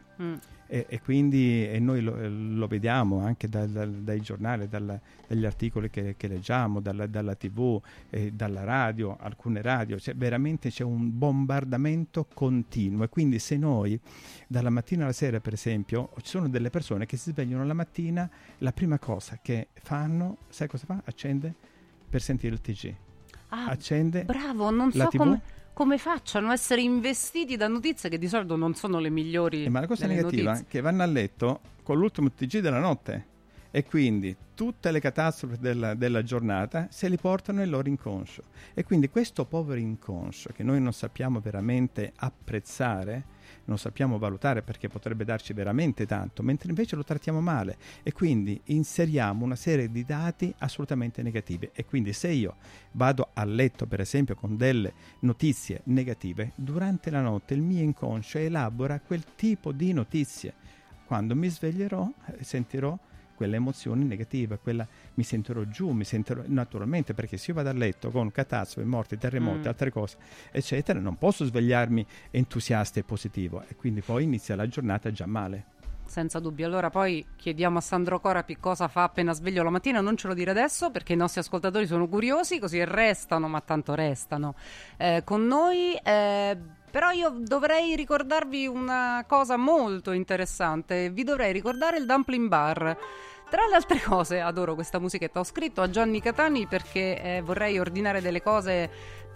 E quindi noi lo vediamo anche dai giornali, dagli articoli che leggiamo, dalla TV, dalla radio, alcune radio. Veramente c'è un bombardamento continuo, e quindi se noi dalla mattina alla sera, per esempio, ci sono delle persone che si svegliano la mattina, la prima cosa che fanno, sai cosa fa? Accende per sentire il TG. Accende, bravo, non la so TV, come facciano a essere investiti da notizie che di solito non sono le migliori. Ma la cosa negativa è che vanno a letto con l'ultimo TG della notte, e quindi tutte le catastrofi della giornata se li portano nel loro inconscio, e quindi questo povero inconscio che noi non sappiamo veramente apprezzare, non sappiamo valutare, perché potrebbe darci veramente tanto, mentre invece lo trattiamo male, e quindi inseriamo una serie di dati assolutamente negativi. E quindi se io vado a letto, per esempio, con delle notizie negative, durante la notte il mio inconscio elabora quel tipo di notizie. Quando mi sveglierò sentirò quelle emozioni negative, mi sentirò giù, naturalmente, perché se io vado a letto con catastrofi, morti, terremoti, altre cose, eccetera, non posso svegliarmi entusiasta e positivo, e quindi poi inizia la giornata già male. Senza dubbio. Allora poi chiediamo a Sandro Corapi cosa fa appena sveglio la mattina. Non ce lo dire adesso, perché i nostri ascoltatori sono curiosi, così restano, ma tanto restano con noi. Però io dovrei ricordarvi una cosa molto interessante. Vi dovrei ricordare il Dumpling Bar. Tra le altre cose, adoro questa musichetta. Ho scritto a Gianni Catani perché vorrei ordinare delle cose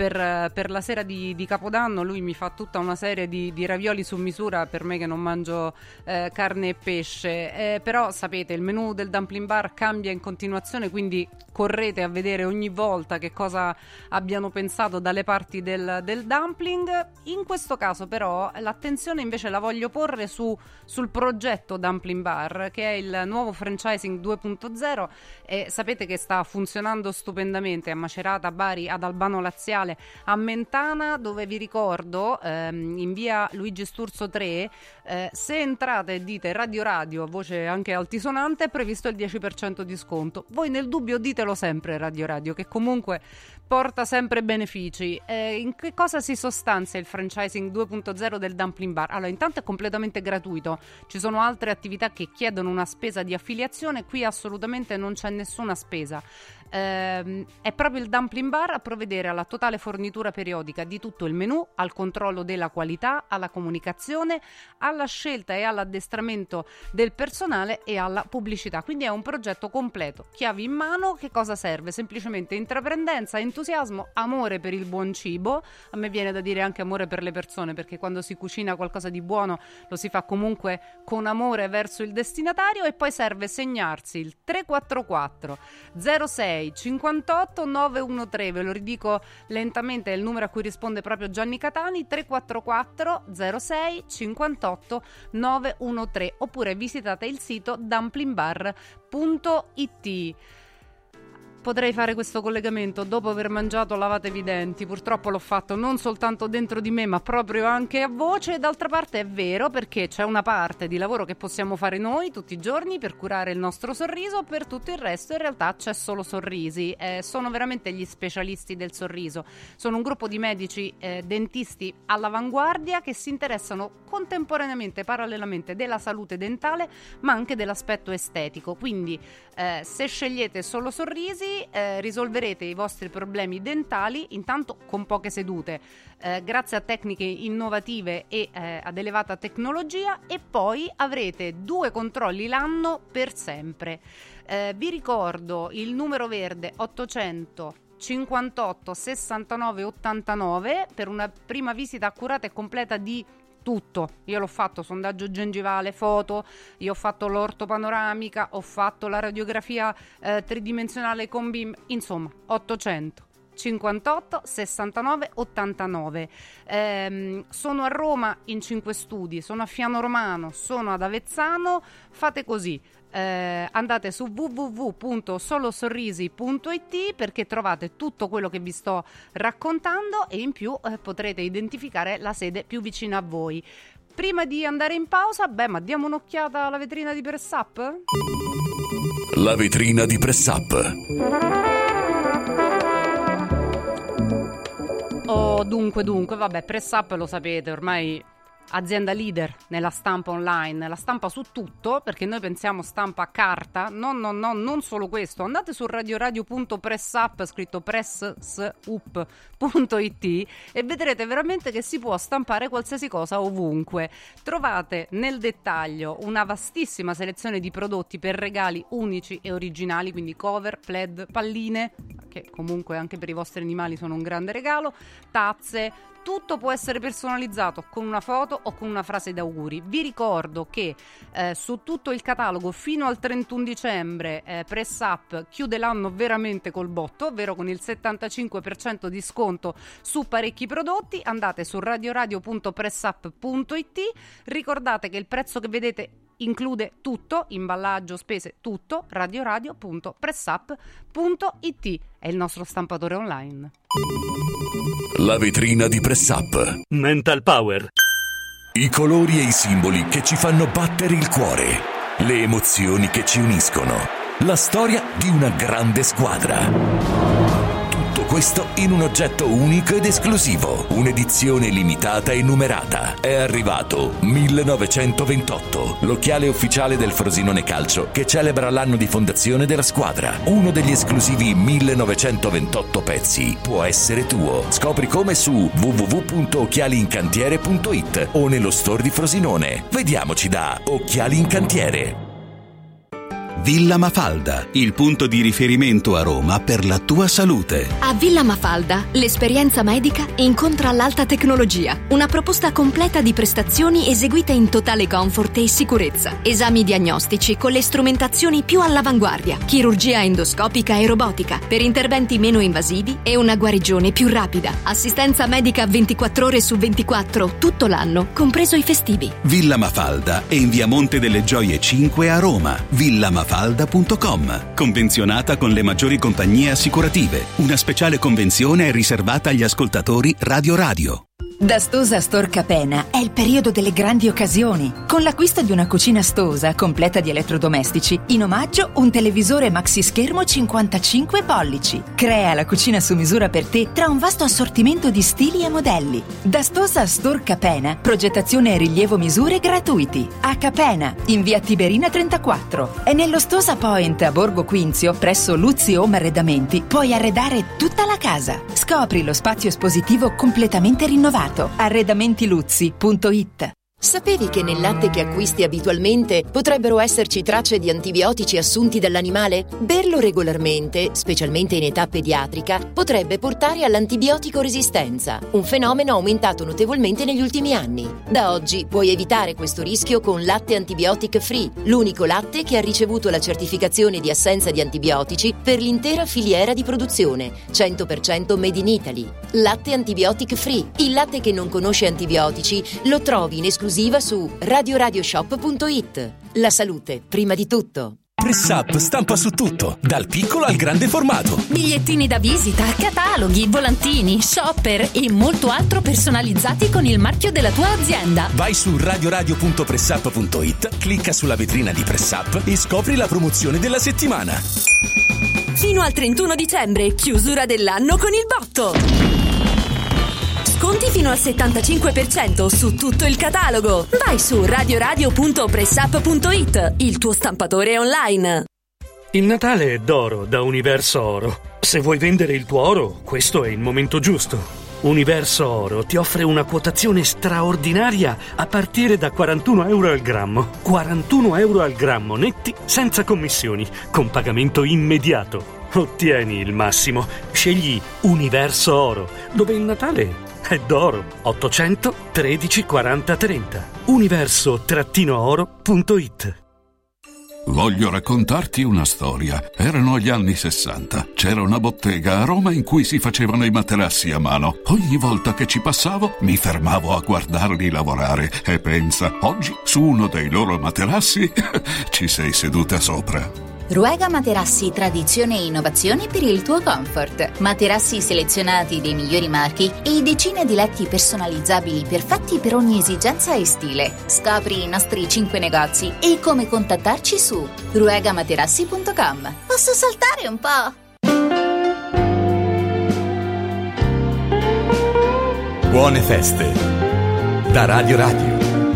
per la sera di Capodanno. Lui mi fa tutta una serie di ravioli su misura per me che non mangio carne e pesce, però sapete, il menù del Dumpling Bar cambia in continuazione, quindi correte a vedere ogni volta che cosa abbiano pensato dalle parti del dumpling. In questo caso però l'attenzione invece la voglio porre sul progetto Dumpling Bar, che è il nuovo franchising 2.0, e sapete che sta funzionando stupendamente a Macerata, a Bari, ad Albano Laziale, a Mentana, dove vi ricordo in via Luigi Sturzo 3, se entrate e dite Radio, voce anche altisonante, è previsto il 10% di sconto. Voi nel dubbio ditelo sempre Radio, che comunque porta sempre benefici. In che cosa si sostanzia il franchising 2.0 del Dumpling Bar? Allora, intanto è completamente gratuito, ci sono altre attività che chiedono una spesa di affiliazione, qui assolutamente non c'è nessuna spesa. È proprio il Dumpling Bar a provvedere alla totale fornitura periodica di tutto il menù, al controllo della qualità, alla comunicazione, alla scelta e all'addestramento del personale e alla pubblicità. Quindi è un progetto completo, chiavi in mano. Che cosa serve? Semplicemente intraprendenza, entusiasmo, amore per il buon cibo. A me viene da dire anche amore per le persone, perché quando si cucina qualcosa di buono lo si fa comunque con amore verso il destinatario. E poi serve segnarsi il 344 06 58 913, ve lo ridico lentamente, è il numero a cui risponde proprio Gianni Catani, 344 06 58 913, oppure visitate il sito dumplingbar.it. Potrei fare questo collegamento: dopo aver mangiato lavatevi i denti. Purtroppo l'ho fatto non soltanto dentro di me, ma proprio anche a voce. D'altra parte è vero, perché c'è una parte di lavoro che possiamo fare noi tutti i giorni per curare il nostro sorriso. Per tutto il resto in realtà c'è solo Sorrisi. Sono veramente gli specialisti del sorriso. Sono un gruppo di medici dentisti all'avanguardia che si interessano contemporaneamente, parallelamente, della salute dentale, ma anche dell'aspetto estetico. Quindi se scegliete solo Sorrisi, risolverete i vostri problemi dentali intanto con poche sedute, grazie a tecniche innovative e ad elevata tecnologia, e poi avrete 2 controlli l'anno per sempre. Vi ricordo il numero verde 800 58 69 89 per una prima visita accurata e completa di tutto. Io l'ho fatto, sondaggio gengivale, foto, io ho fatto l'ortopanoramica, ho fatto la radiografia tridimensionale con BIM, insomma 800 58 69 89. Sono a Roma in 5 studi, sono a Fiano Romano, sono ad Avezzano. Fate così, andate su www.solosorrisi.it perché trovate tutto quello che vi sto raccontando e in più potrete identificare la sede più vicina a voi. Prima di andare in pausa, ma diamo un'occhiata alla vetrina di Press Up? La vetrina di Press Up. Dunque, vabbè, Press Up lo sapete, ormai azienda leader nella stampa online, la stampa su tutto, perché noi pensiamo stampa a carta, no, non solo questo. Andate su radioradio.pressup, scritto pressup.it, e vedrete veramente che si può stampare qualsiasi cosa ovunque. Trovate nel dettaglio una vastissima selezione di prodotti per regali unici e originali, quindi cover, plaid, palline, che comunque anche per i vostri animali sono un grande regalo, tazze. Tutto può essere personalizzato con una foto o con una frase d'auguri. Vi ricordo che su tutto il catalogo fino al 31 dicembre Press Up chiude l'anno veramente col botto, ovvero con il 75% di sconto su parecchi prodotti. Andate su radioradio.pressup.it, ricordate che il prezzo che vedete include tutto, imballaggio, spese, tutto. radioradio.pressup.it è il nostro stampatore online. La vetrina di Press Up. Mental Power. I colori e i simboli che ci fanno battere il cuore, le emozioni che ci uniscono, la storia di una grande squadra. Tutto questo in un oggetto unico ed esclusivo, un'edizione limitata e numerata. È arrivato 1928, l'occhiale ufficiale del Frosinone Calcio che celebra l'anno di fondazione della squadra. Uno degli esclusivi 1928 pezzi può essere tuo. Scopri come su www.occhialiincantiere.it o nello store di Frosinone. Vediamoci da Occhiali in Cantiere. Villa Mafalda, il punto di riferimento a Roma per la tua salute. A Villa Mafalda, l'esperienza medica incontra l'alta tecnologia. Una proposta completa di prestazioni eseguite in totale comfort e sicurezza. Esami diagnostici con le strumentazioni più all'avanguardia. Chirurgia endoscopica e robotica per interventi meno invasivi e una guarigione più rapida. Assistenza medica 24 ore su 24, tutto l'anno, compreso i festivi. Villa Mafalda è in via Monte delle Gioie 5 a Roma. villamafalda.com. Convenzionata con le maggiori compagnie assicurative. Una speciale convenzione è riservata agli ascoltatori Radio. Da Stosa Store Capena è il periodo delle grandi occasioni. Con l'acquisto di una cucina Stosa completa di elettrodomestici, in omaggio un televisore maxi schermo 55 pollici. Crea la cucina su misura per te tra un vasto assortimento di stili e modelli. Da Stosa Store Capena, progettazione e rilievo misure gratuiti. A Capena, in via Tiberina 34. E nello Stosa Point a Borgo Quinzio, presso Luzzi Home Arredamenti, puoi arredare tutta la casa. Scopri lo spazio espositivo completamente rinnovato. Arredamentiluzzi.it. Sapevi che nel latte che acquisti abitualmente potrebbero esserci tracce di antibiotici assunti dall'animale? Berlo regolarmente, specialmente in età pediatrica, potrebbe portare all'antibiotico resistenza, un fenomeno aumentato notevolmente negli ultimi anni. Da oggi puoi evitare questo rischio con Latte Antibiotic Free, l'unico latte che ha ricevuto la certificazione di assenza di antibiotici per l'intera filiera di produzione, 100% made in Italy. Latte Antibiotic Free, il latte che non conosce antibiotici, lo trovi in esclusiva su radioradioshop.it. La salute, prima di tutto. Press Up stampa su tutto, dal piccolo al grande formato. Bigliettini da visita, cataloghi, volantini, shopper e molto altro personalizzati con il marchio della tua azienda. Vai su radioradio.pressup.it, clicca sulla vetrina di Press Up e scopri la promozione della settimana. Fino al 31 dicembre, chiusura dell'anno con il botto. Sconti fino al 75% su tutto il catalogo. Vai su radioradio.pressup.it, il tuo stampatore online. Il Natale è d'oro da Universo Oro. Se vuoi vendere il tuo oro, questo è il momento giusto. Universo Oro ti offre una quotazione straordinaria a partire da 41 euro al grammo. 41 euro al grammo netti, senza commissioni, con pagamento immediato. Ottieni il massimo. Scegli Universo Oro, dove il Natale è d'oro. 800 13 40 30. Universo-oro.it. Voglio raccontarti una storia. Erano gli anni 60. C'era una bottega a Roma in cui si facevano i materassi a mano. Ogni volta che ci passavo mi fermavo a guardarli lavorare e pensa, oggi su uno dei loro materassi ci sei seduta sopra. Ruega Materassi, tradizione e innovazione per il tuo comfort. Materassi selezionati dei migliori marchi e decine di letti personalizzabili perfetti per ogni esigenza e stile. Scopri i nostri 5 negozi e come contattarci su ruegamaterassi.com. Posso saltare un po'? Buone feste da Radio Radio.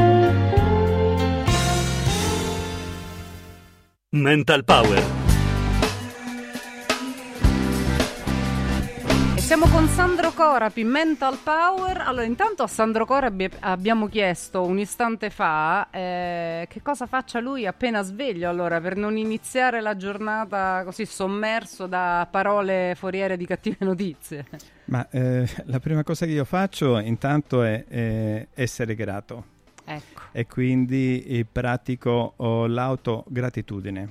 Mental Power. E siamo con Sandro Corapi, Mental Power. Allora, intanto a Sandro Corapi abbiamo chiesto un istante fa che cosa faccia lui appena sveglio, allora, per non iniziare la giornata così sommerso da parole foriere di cattive notizie. Ma la prima cosa che io faccio intanto è essere grato. Ecco. E quindi pratico l'autogratitudine.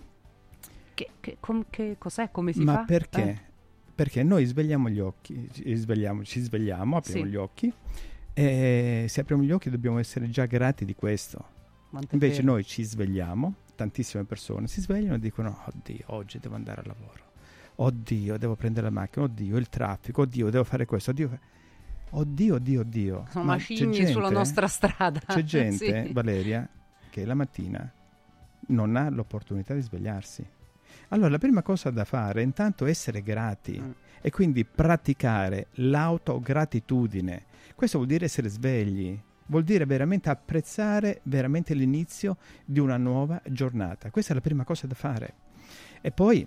Cos'è? Come si fa? Ma perché? Perché noi svegliamo gli occhi, ci svegliamo, apriamo gli occhi, e se apriamo gli occhi dobbiamo essere già grati di questo. Invece noi ci svegliamo, tantissime persone si svegliano e dicono: oddio, oggi devo andare al lavoro, oddio, devo prendere la macchina, oddio, il traffico, oddio, devo fare questo, oddio. Sono macigni sulla nostra strada. C'è gente, sì. Valeria, che la mattina non ha l'opportunità di svegliarsi. Allora la prima cosa da fare è intanto essere grati e quindi praticare l'autogratitudine. Questo vuol dire essere svegli, vuol dire veramente apprezzare veramente l'inizio di una nuova giornata. Questa è la prima cosa da fare. E poi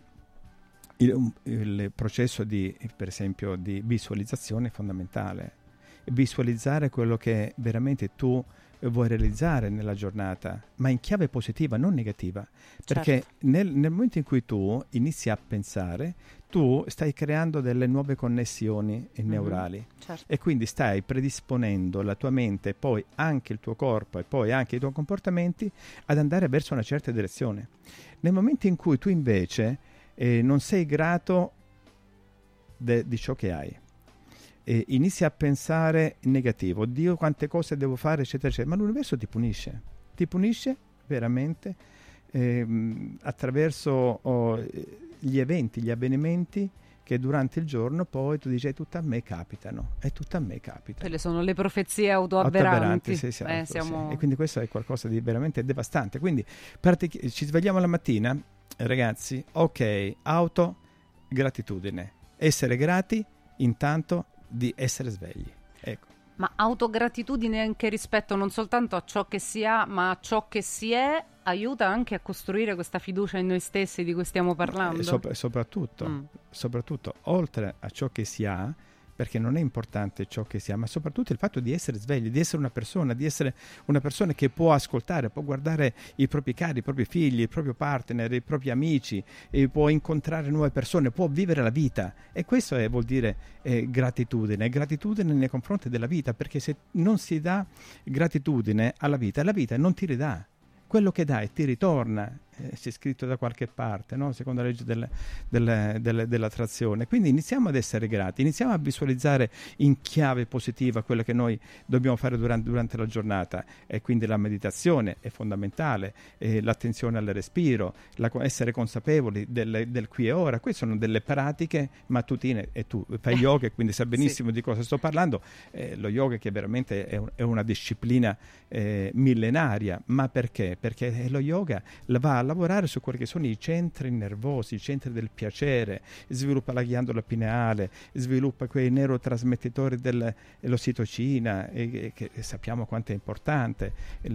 il processo per esempio di visualizzazione è fondamentale. Visualizzare quello che veramente tu vuoi realizzare nella giornata, ma in chiave positiva, non negativa, perché nel momento in cui tu inizi a pensare, tu stai creando delle nuove connessioni neurali, e quindi stai predisponendo la tua mente, poi anche il tuo corpo e poi anche i tuoi comportamenti ad andare verso una certa direzione. Nel momento in cui tu invece non sei grato di ciò che hai, inizi a pensare in negativo, oddio quante cose devo fare, eccetera eccetera, ma l'universo ti punisce veramente attraverso gli eventi, gli avvenimenti che durante il giorno poi tu dici tutto a me capitano. Quelle sono le profezie autoavveranti. Sì. E quindi questo è qualcosa di veramente devastante. Quindi ci svegliamo la mattina, ragazzi, ok, autogratitudine, essere grati intanto di essere svegli, ecco. Ma autogratitudine anche rispetto non soltanto a ciò che si ha, ma a ciò che si è, aiuta anche a costruire questa fiducia in noi stessi di cui stiamo parlando? Soprattutto, oltre a ciò che si ha, perché non è importante ciò che si ha, ma soprattutto il fatto di essere svegli, di essere una persona che può ascoltare, può guardare i propri cari, i propri figli, il proprio partner, i propri amici, e può incontrare nuove persone, può vivere la vita. E questo vuol dire gratitudine nei confronti della vita, perché se non si dà gratitudine alla vita non ti ridà. Quello che dai ti ritorna, c'è scritto da qualche parte, no? Secondo la legge dell'attrazione. Quindi iniziamo ad essere grati, iniziamo a visualizzare in chiave positiva quello che noi dobbiamo fare durante la giornata, e quindi la meditazione è fondamentale, l'attenzione al respiro, essere consapevoli del qui e ora. Queste sono delle pratiche mattutine, e tu fai yoga, quindi sai benissimo di cosa sto parlando. Lo yoga, che veramente è una disciplina millenaria. Ma perché? Perché lo yoga va a lavorare su quelli che sono i centri nervosi, i centri del piacere, sviluppa la ghiandola pineale, sviluppa quei neurotrasmettitori dell'ossitocina, che sappiamo quanto è importante,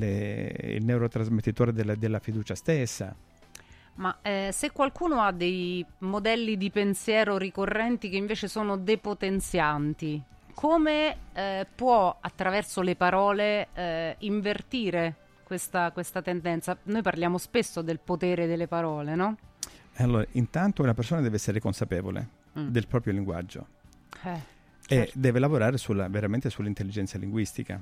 il neurotrasmettitore della fiducia stessa. Ma se qualcuno ha dei modelli di pensiero ricorrenti che invece sono depotenzianti, come può attraverso le parole invertire questa tendenza? Noi parliamo spesso del potere delle parole, no? Allora, intanto una persona deve essere consapevole del proprio linguaggio e deve lavorare veramente sull'intelligenza linguistica.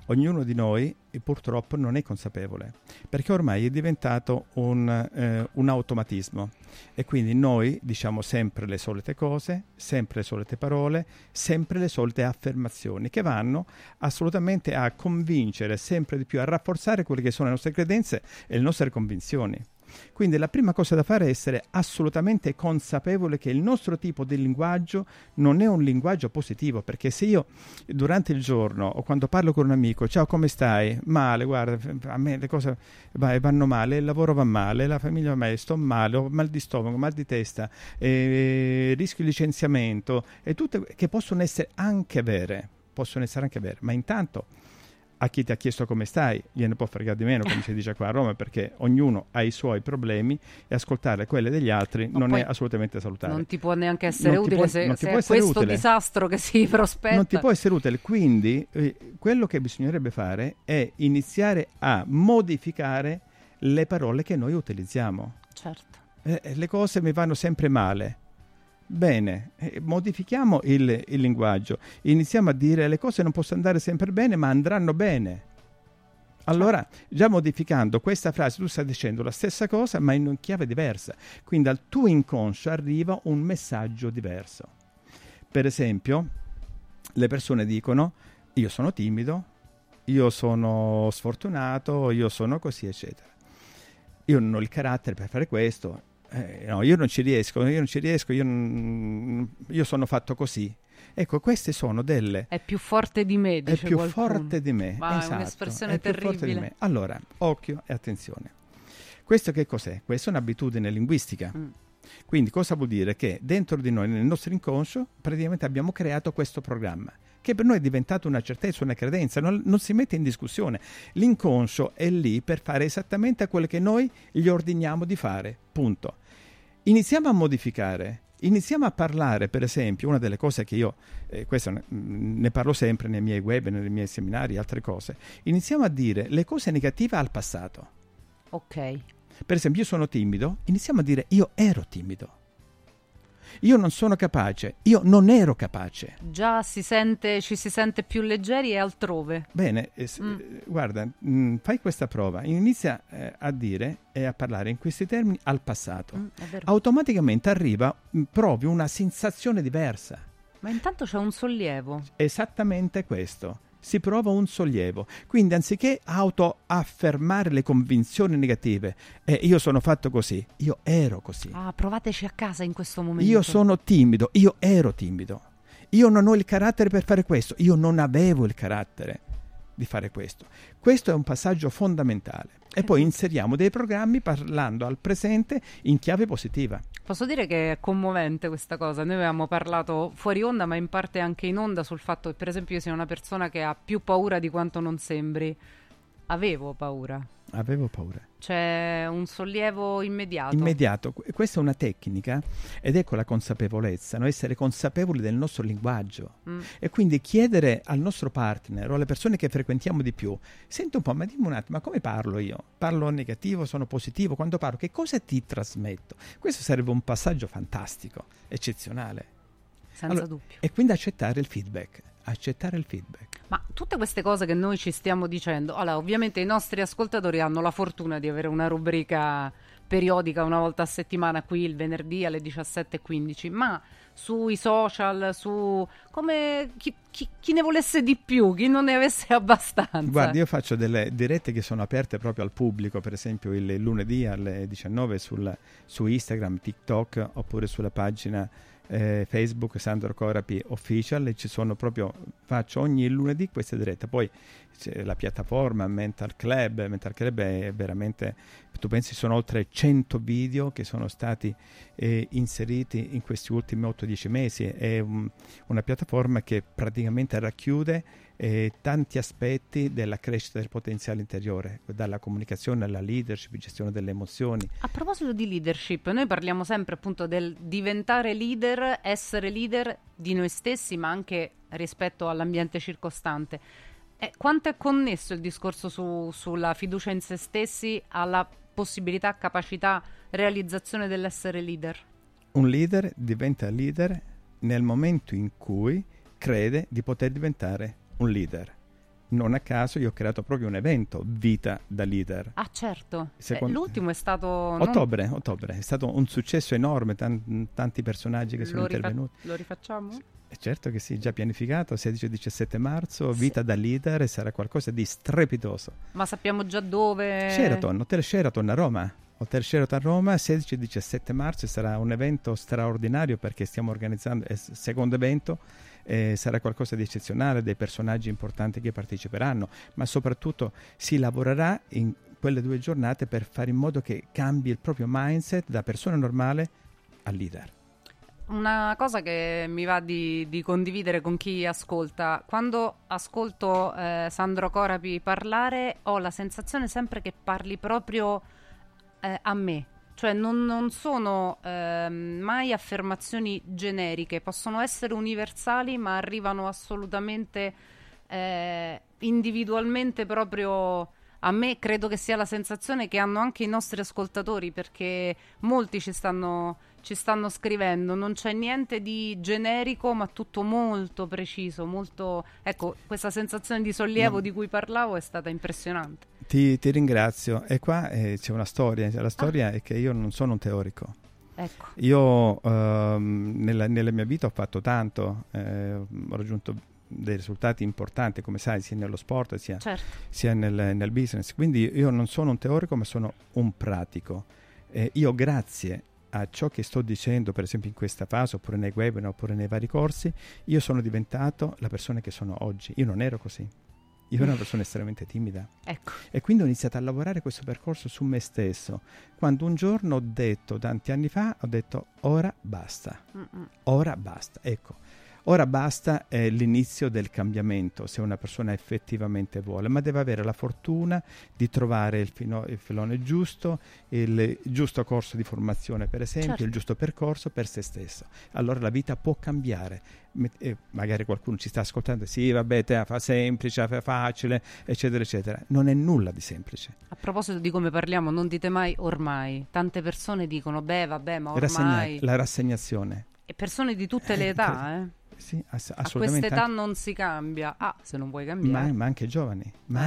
ognuno di noi purtroppo non è consapevole, perché ormai è diventato un automatismo, e quindi noi diciamo sempre le solite cose, sempre le solite parole, sempre le solite affermazioni che vanno assolutamente a convincere sempre di più, a rafforzare quelle che sono le nostre credenze e le nostre convinzioni. Quindi la prima cosa da fare è essere assolutamente consapevole che il nostro tipo di linguaggio non è un linguaggio positivo, perché se io durante il giorno o quando parlo con un amico, ciao come stai? Male, guarda, a me le cose vanno male, il lavoro va male, la famiglia va male, sto male, ho mal di stomaco, mal di testa, rischio licenziamento, e tutte che possono essere anche vere, ma intanto a chi ti ha chiesto come stai gliene può fregare di meno, come si dice qua a Roma, perché ognuno ha i suoi problemi e ascoltare quelle degli altri non è assolutamente salutare. Non ti può neanche essere utile se è questo disastro che si prospetta. Non ti può essere utile, quindi quello che bisognerebbe fare è iniziare a modificare le parole che noi utilizziamo. Certo. Le cose mi vanno sempre male. Bene, modifichiamo il linguaggio, iniziamo a dire le cose non possono andare sempre bene, ma andranno bene. Allora, già modificando questa frase, tu stai dicendo la stessa cosa, ma in una chiave diversa. Quindi al tuo inconscio arriva un messaggio diverso. Per esempio, le persone dicono: io sono timido, io sono sfortunato, io sono così, eccetera. Io non ho il carattere per fare questo. No, io non ci riesco, io sono fatto così. Ecco, queste sono delle... È più forte di me, dice È più qualcuno. Forte di me, esatto. È un'espressione è più terribile. Forte di me. Allora, occhio e attenzione. Questo che cos'è? Questa è un'abitudine linguistica. Quindi cosa vuol dire? Che dentro di noi, nel nostro inconscio, praticamente abbiamo creato questo programma, che per noi è diventato una certezza, una credenza, non si mette in discussione. L'inconscio è lì per fare esattamente quello che noi gli ordiniamo di fare, punto. Iniziamo a modificare, iniziamo a parlare, per esempio, una delle cose che io, questo ne parlo sempre nei miei web, nei miei seminari, altre cose, iniziamo a dire le cose negative al passato. Ok. Per esempio, io sono timido, iniziamo a dire io ero timido. Io non sono capace, io non ero capace. Già ci si sente più leggeri e altrove. Bene, guarda, fai questa prova, inizia a dire e a parlare in questi termini al passato. Automaticamente arriva proprio una sensazione diversa. Ma intanto c'è un sollievo. Esattamente questo. Si prova un sollievo. Quindi anziché autoaffermare le convinzioni negative, io sono fatto così, io ero così. Provateci a casa in questo momento. Io sono timido, io ero timido. Io non ho il carattere per fare questo, io non avevo il carattere di fare questo. Questo è un passaggio fondamentale. E poi inseriamo dei programmi parlando al presente in chiave positiva. Posso dire che è commovente questa cosa. Noi avevamo parlato fuori onda, ma in parte anche in onda, sul fatto che per esempio io sia una persona che ha più paura di quanto non sembri. Avevo paura. C'è un sollievo immediato. Questa è una tecnica ed ecco la consapevolezza, no? Essere consapevoli del nostro linguaggio e quindi chiedere al nostro partner o alle persone che frequentiamo di più: senti un po', ma dimmi un attimo, ma come parlo io? Parlo negativo, sono positivo? Quando parlo, che cosa ti trasmetto? Questo sarebbe un passaggio fantastico, eccezionale. Senza dubbio. E quindi accettare il feedback. Ma tutte queste cose che noi ci stiamo dicendo, allora ovviamente i nostri ascoltatori hanno la fortuna di avere una rubrica periodica una volta a settimana qui il venerdì alle 17:15, ma sui social, come chi ne volesse di più, chi non ne avesse abbastanza. Guardi, io faccio delle dirette che sono aperte proprio al pubblico, per esempio il lunedì alle 19 su Instagram, TikTok, oppure sulla pagina Facebook Sandro Corapi Official, e faccio ogni lunedì queste dirette. Poi c'è la piattaforma Mental Club è veramente, tu pensi, sono oltre 100 video che sono stati inseriti in questi ultimi 8-10 mesi. È una piattaforma che praticamente racchiude tanti aspetti della crescita del potenziale interiore, dalla comunicazione alla leadership, gestione delle emozioni. A proposito di leadership, noi parliamo sempre appunto del diventare leader, essere leader di noi stessi, ma anche rispetto all'ambiente circostante. Quanto è connesso il discorso sulla fiducia in se stessi alla possibilità, capacità, realizzazione dell'essere leader? Un leader diventa leader nel momento in cui crede di poter diventare un leader. non a caso io ho creato proprio un evento, Vita da Leader. Ah, certo. L'ultimo è stato... Ottobre, è stato un successo enorme, tanti personaggi che sono intervenuti. Lo rifacciamo? Certo che sì, già pianificato, 16-17 marzo, Vita da Leader, e sarà qualcosa di strepitoso. Ma sappiamo già dove? Hotel Sheraton a Roma. Hotel Sheraton a Roma, 16-17 marzo, sarà un evento straordinario perché stiamo organizzando il secondo evento. Sarà qualcosa di eccezionale, dei personaggi importanti che parteciperanno, ma soprattutto si lavorerà in quelle 2 giornate per fare in modo che cambi il proprio mindset da persona normale a leader. Una cosa che mi va di condividere con chi ascolta: quando ascolto Sandro Corapi parlare ho la sensazione sempre che parli proprio a me. Cioè non sono mai affermazioni generiche, possono essere universali ma arrivano assolutamente individualmente proprio a me. Credo che sia la sensazione che hanno anche i nostri ascoltatori, perché molti ci stanno scrivendo, non c'è niente di generico ma tutto molto preciso, molto, ecco, questa sensazione di sollievo di cui parlavo è stata impressionante. Ti ringrazio. E qua c'è una storia. La storia è che io non sono un teorico. Ecco. Io nella mia vita ho fatto tanto, ho raggiunto dei risultati importanti, come sai, sia nello sport sia nel business. Quindi io non sono un teorico, ma sono un pratico. Io, grazie a ciò che sto dicendo, per esempio in questa fase, oppure nei webinar, oppure nei vari corsi, io sono diventato la persona che sono oggi. Io non ero così. Io ero una persona estremamente timida. Ecco. E quindi ho iniziato a lavorare questo percorso su me stesso. Quando un giorno ho detto, tanti anni fa, ho detto ora basta. Ora basta. Ecco. Ora basta è l'inizio del cambiamento, se una persona effettivamente vuole, ma deve avere la fortuna di trovare il filone giusto, il giusto corso di formazione, per esempio, il giusto percorso per se stesso. Allora la vita può cambiare. Magari qualcuno ci sta ascoltando, sì, vabbè, te fa semplice, fa facile, eccetera, eccetera. Non è nulla di semplice. A proposito di come parliamo, non dite mai ormai. Tante persone dicono, vabbè, ma ormai... La rassegnazione. E persone di tutte le età, Sì, a quest'età non si cambia. Se non vuoi cambiare. Ma anche giovani,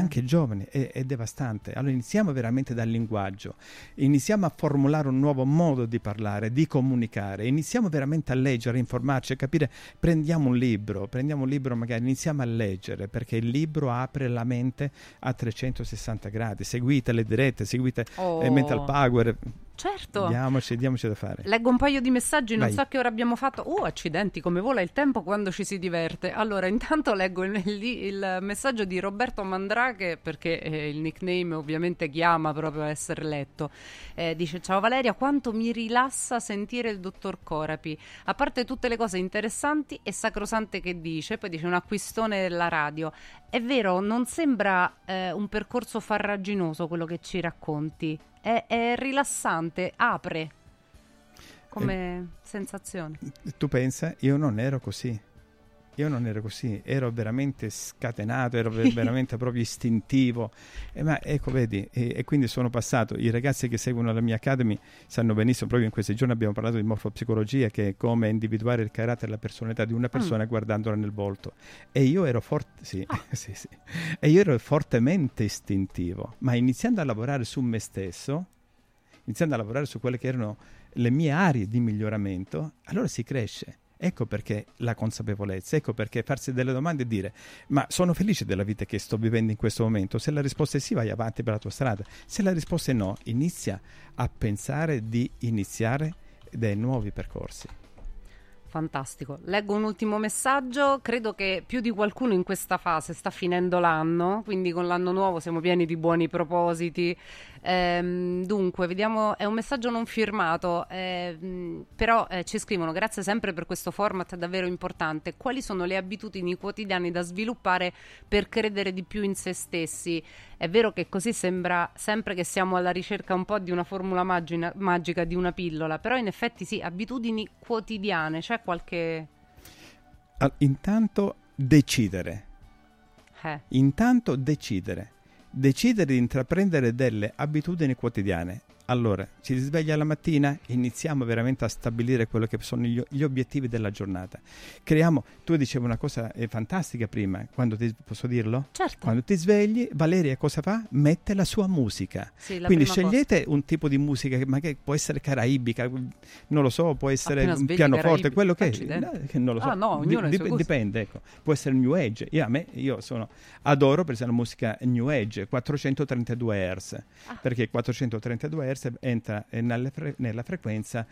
è devastante. Allora iniziamo veramente dal linguaggio, iniziamo a formulare un nuovo modo di parlare, di comunicare, iniziamo veramente a leggere, a informarci, a capire. Prendiamo un libro magari, iniziamo a leggere, perché il libro apre la mente a 360 gradi. Seguite le dirette, seguite Mental Power. Certo. Diamoci da fare. Leggo un paio di messaggi, non so che ora abbiamo fatto. Accidenti, come vola il tempo quando ci si diverte. Allora, intanto leggo il messaggio di Roberto Mandrache, perché il nickname ovviamente chiama proprio a essere letto. Dice: ciao Valeria, quanto mi rilassa sentire il dottor Corapi, a parte tutte le cose interessanti e sacrosante che dice. Poi dice: un acquistone della radio. È vero, non sembra un percorso farraginoso quello che ci racconti. È rilassante, apre come sensazione. Tu pensa, io non ero così, ero veramente scatenato, ero veramente proprio istintivo, ma ecco, vedi, e quindi sono passato. I ragazzi che seguono la mia Academy sanno benissimo, proprio in questi giorni abbiamo parlato di morfopsicologia, che è come individuare il carattere e la personalità di una persona guardandola nel volto, e io ero e io ero fortemente istintivo, ma iniziando a lavorare su me stesso, iniziando a lavorare su quelle che erano le mie aree di miglioramento, allora si cresce. Ecco perché la consapevolezza, ecco perché farsi delle domande e dire: ma sono felice della vita che sto vivendo in questo momento? Se la risposta è sì, vai avanti per la tua strada. Se la risposta è no, inizia a pensare di iniziare dei nuovi percorsi. Fantastico. Leggo un ultimo messaggio. Credo che più di qualcuno in questa fase sta finendo l'anno, quindi con l'anno nuovo siamo pieni di buoni propositi. Dunque, vediamo, è un messaggio non firmato, però ci scrivono: grazie sempre per questo format davvero importante. Quali sono le abitudini quotidiane da sviluppare per credere di più in se stessi? È vero che così sembra sempre che siamo alla ricerca un po' di una formula magica, di una pillola, però in effetti sì, abitudini quotidiane. C'è qualche... Intanto decidere. Decidere di intraprendere delle abitudini quotidiane. Allora, ci si sveglia la mattina, iniziamo veramente a stabilire quello che sono gli obiettivi della giornata. Tu dicevi una cosa fantastica prima, posso dirlo? Certo. Quando ti svegli, Valeria cosa fa? Mette la sua musica. Sì, quindi scegliete un tipo di musica che magari può essere caraibica, non lo so, può essere un pianoforte, quello che non lo so. Ognuno dipende, ecco. Può essere New Age. Io adoro per esempio la musica New Age, 432 Hz, perché 432 Hz entra nella frequenza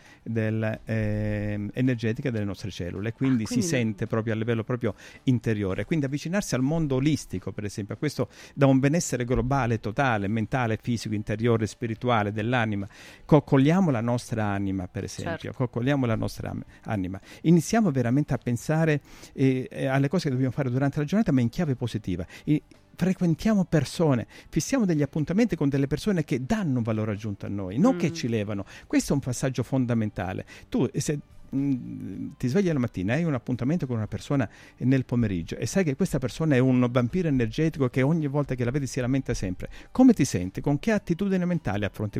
energetica delle nostre cellule, quindi si sente proprio a livello proprio interiore. Quindi avvicinarsi al mondo olistico, per esempio, a questo da un benessere globale, totale, mentale, fisico, interiore, spirituale dell'anima. Coccoliamo la nostra anima, per esempio, coccoliamo la nostra anima. Iniziamo veramente a pensare alle cose che dobbiamo fare durante la giornata, ma in chiave positiva. Frequentiamo persone, fissiamo degli appuntamenti con delle persone che danno valore aggiunto a noi, non che ci levano. Questo è un passaggio fondamentale. Tu se ti svegli la mattina, hai un appuntamento con una persona nel pomeriggio e sai che questa persona è un vampiro energetico che ogni volta che la vedi si lamenta sempre. Come ti senti? Con che attitudine mentale affronti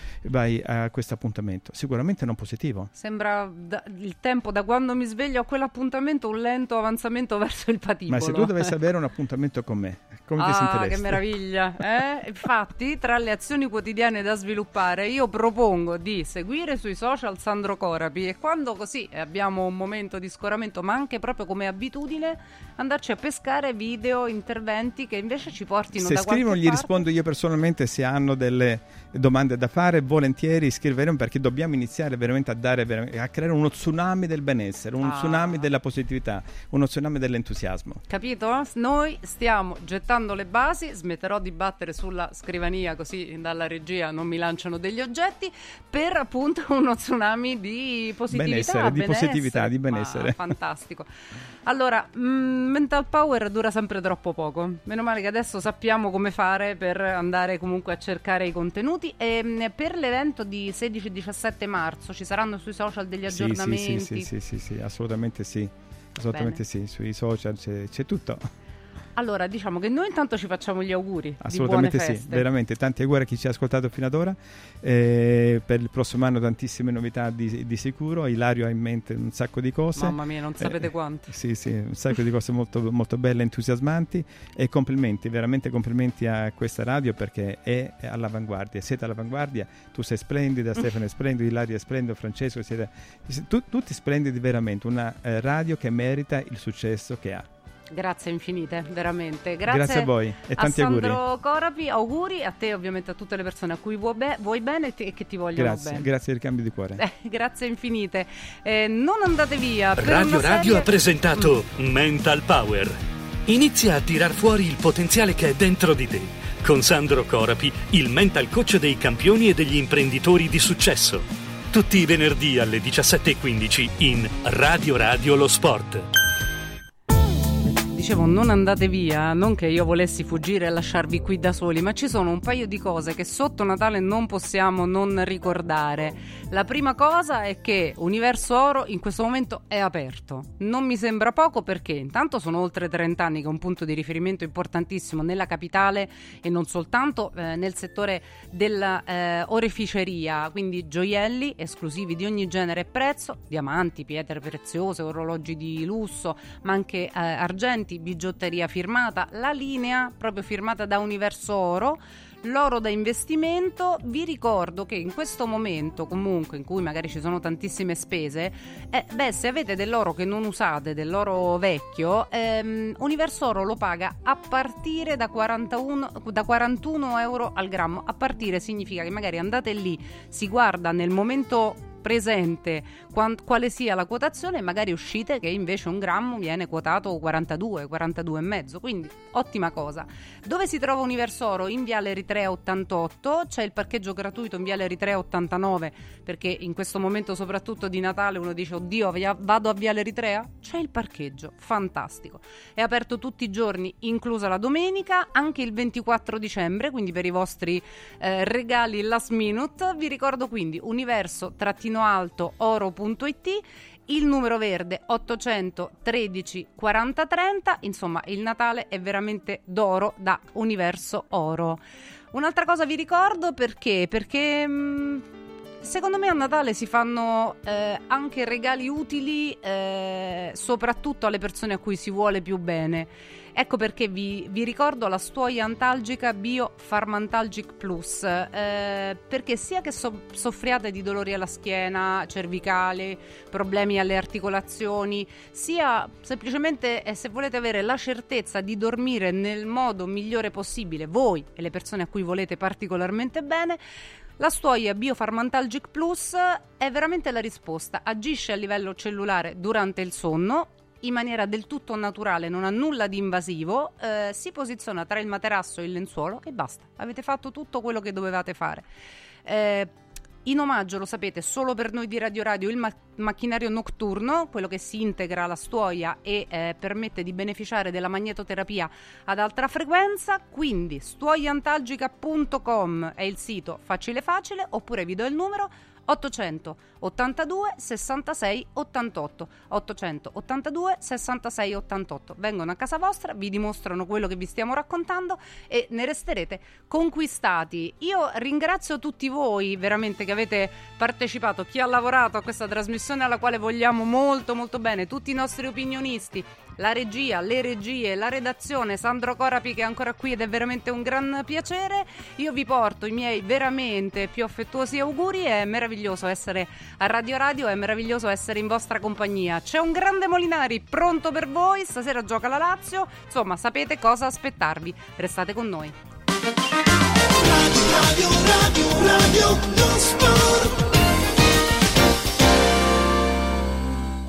vai a questo appuntamento? Sicuramente non positivo. Sembra il tempo da quando mi sveglio a quell'appuntamento un lento avanzamento verso il patibolo. Ma se tu dovessi avere un appuntamento con me, come ti sentiresti? Che meraviglia! Infatti, tra le azioni quotidiane da sviluppare, io propongo di seguire sui social Sandro Corapi e quando così abbiamo un momento di scoramento, ma anche proprio come abitudine andarci a pescare video, interventi che invece ci portino da qualche parte. Se scrivono gli rispondo io personalmente, se hanno delle domande da fare volentieri scriveremo, perché dobbiamo iniziare veramente a creare uno tsunami del benessere, uno tsunami della positività, uno tsunami dell'entusiasmo. Capito? Noi stiamo gettando le basi, smetterò di battere sulla scrivania così dalla regia non mi lanciano degli oggetti, per appunto uno tsunami di positività. Di positività, di benessere. Fantastico. Allora, Mental Power dura sempre troppo poco. Meno male che adesso sappiamo come fare per andare comunque a cercare i contenuti. E per l'evento di 16-17 marzo ci saranno sui social degli aggiornamenti? Sì, assolutamente sì. Assolutamente sì, sui social c'è tutto. Allora, diciamo che noi intanto ci facciamo gli auguri. Assolutamente di buone sì, feste. veramente tanti auguri a chi ci ha ascoltato fino ad ora. Per il prossimo anno tantissime novità di sicuro. Ilario ha in mente un sacco di cose. Mamma mia, non sapete quante. Sì, un sacco di cose molto, molto belle, entusiasmanti, e complimenti, veramente complimenti a questa radio, perché è all'avanguardia. Siete all'avanguardia, tu sei splendida, Stefano è splendido, Ilario è splendido, Francesco, siete tutti splendidi, veramente una radio che merita il successo che ha. Grazie infinite, veramente. Grazie a voi e tanti auguri. Sandro Corapi, auguri a te, ovviamente a tutte le persone a cui vuoi bene e che ti vogliono bene. Grazie del cambio di cuore. Grazie infinite. Non andate via. Radio ha presentato Mental Power. Inizia a tirar fuori il potenziale che è dentro di te. Con Sandro Corapi, il mental coach dei campioni e degli imprenditori di successo. Tutti i venerdì alle 17:15 in Radio Lo Sport. Dicevo, non andate via, non che io volessi fuggire e lasciarvi qui da soli, ma ci sono un paio di cose che sotto Natale non possiamo non ricordare. La prima cosa è che Universo Oro in questo momento è aperto. Non mi sembra poco, perché intanto sono oltre 30 anni che è un punto di riferimento importantissimo nella capitale e non soltanto nel settore della oreficeria, quindi gioielli esclusivi di ogni genere e prezzo, diamanti, pietre preziose, orologi di lusso, ma anche argenti, bigiotteria firmata, la linea proprio firmata da Universo Oro, l'oro da investimento. Vi ricordo che in questo momento comunque in cui magari ci sono tantissime spese, se avete dell'oro che non usate, dell'oro vecchio, Universo Oro lo paga a partire da 41 euro al grammo. A partire significa che magari andate lì, si guarda nel momento presente quale sia la quotazione e magari uscite che invece un grammo viene quotato 42 e mezzo, quindi ottima cosa. Dove si trova Universo Oro? In Viale Eritrea 88, c'è il parcheggio gratuito in Viale Eritrea 89, perché in questo momento soprattutto di Natale uno dice oddio vado a Viale Eritrea? C'è il parcheggio, fantastico. È aperto tutti i giorni, inclusa la domenica, anche il 24 dicembre, quindi per i vostri regali last minute. Vi ricordo quindi Universo-oro.it il numero verde 800 13 40 30. Insomma, il Natale è veramente d'oro da Universo Oro. Un'altra cosa vi ricordo perché secondo me a Natale si fanno anche regali utili, soprattutto alle persone a cui si vuole più bene. Ecco perché vi ricordo la stuoia antalgica Bio Pharmantalgic Plus, perché sia che soffriate di dolori alla schiena, cervicale, problemi alle articolazioni, sia semplicemente se volete avere la certezza di dormire nel modo migliore possibile, voi e le persone a cui volete particolarmente bene, la stuoia Bio Pharmantalgic Plus è veramente la risposta. Agisce a livello cellulare durante il sonno in maniera del tutto naturale, non ha nulla di invasivo, si posiziona tra il materasso e il lenzuolo e basta, avete fatto tutto quello che dovevate fare. In omaggio, lo sapete, solo per noi di Radio Radio, il macchinario nocturno, quello che si integra alla stuoia e permette di beneficiare della magnetoterapia ad alta frequenza. Quindi stuoiantalgica.com è il sito facile facile, oppure vi do il numero 882 66 88 882 66 88. Vengono a casa vostra, vi dimostrano quello che vi stiamo raccontando e ne resterete conquistati. Io ringrazio tutti voi veramente che avete partecipato, chi ha lavorato a questa trasmissione alla quale vogliamo molto molto bene, tutti i nostri opinionisti, la regia, le regie, la redazione, Sandro Corapi che è ancora qui ed è veramente un gran piacere. Io vi porto i miei veramente più affettuosi auguri, è meraviglioso essere a Radio Radio, è meraviglioso essere in vostra compagnia. C'è un grande Molinari pronto per voi, stasera gioca la Lazio, insomma sapete cosa aspettarvi, restate con noi. Radio, non sport.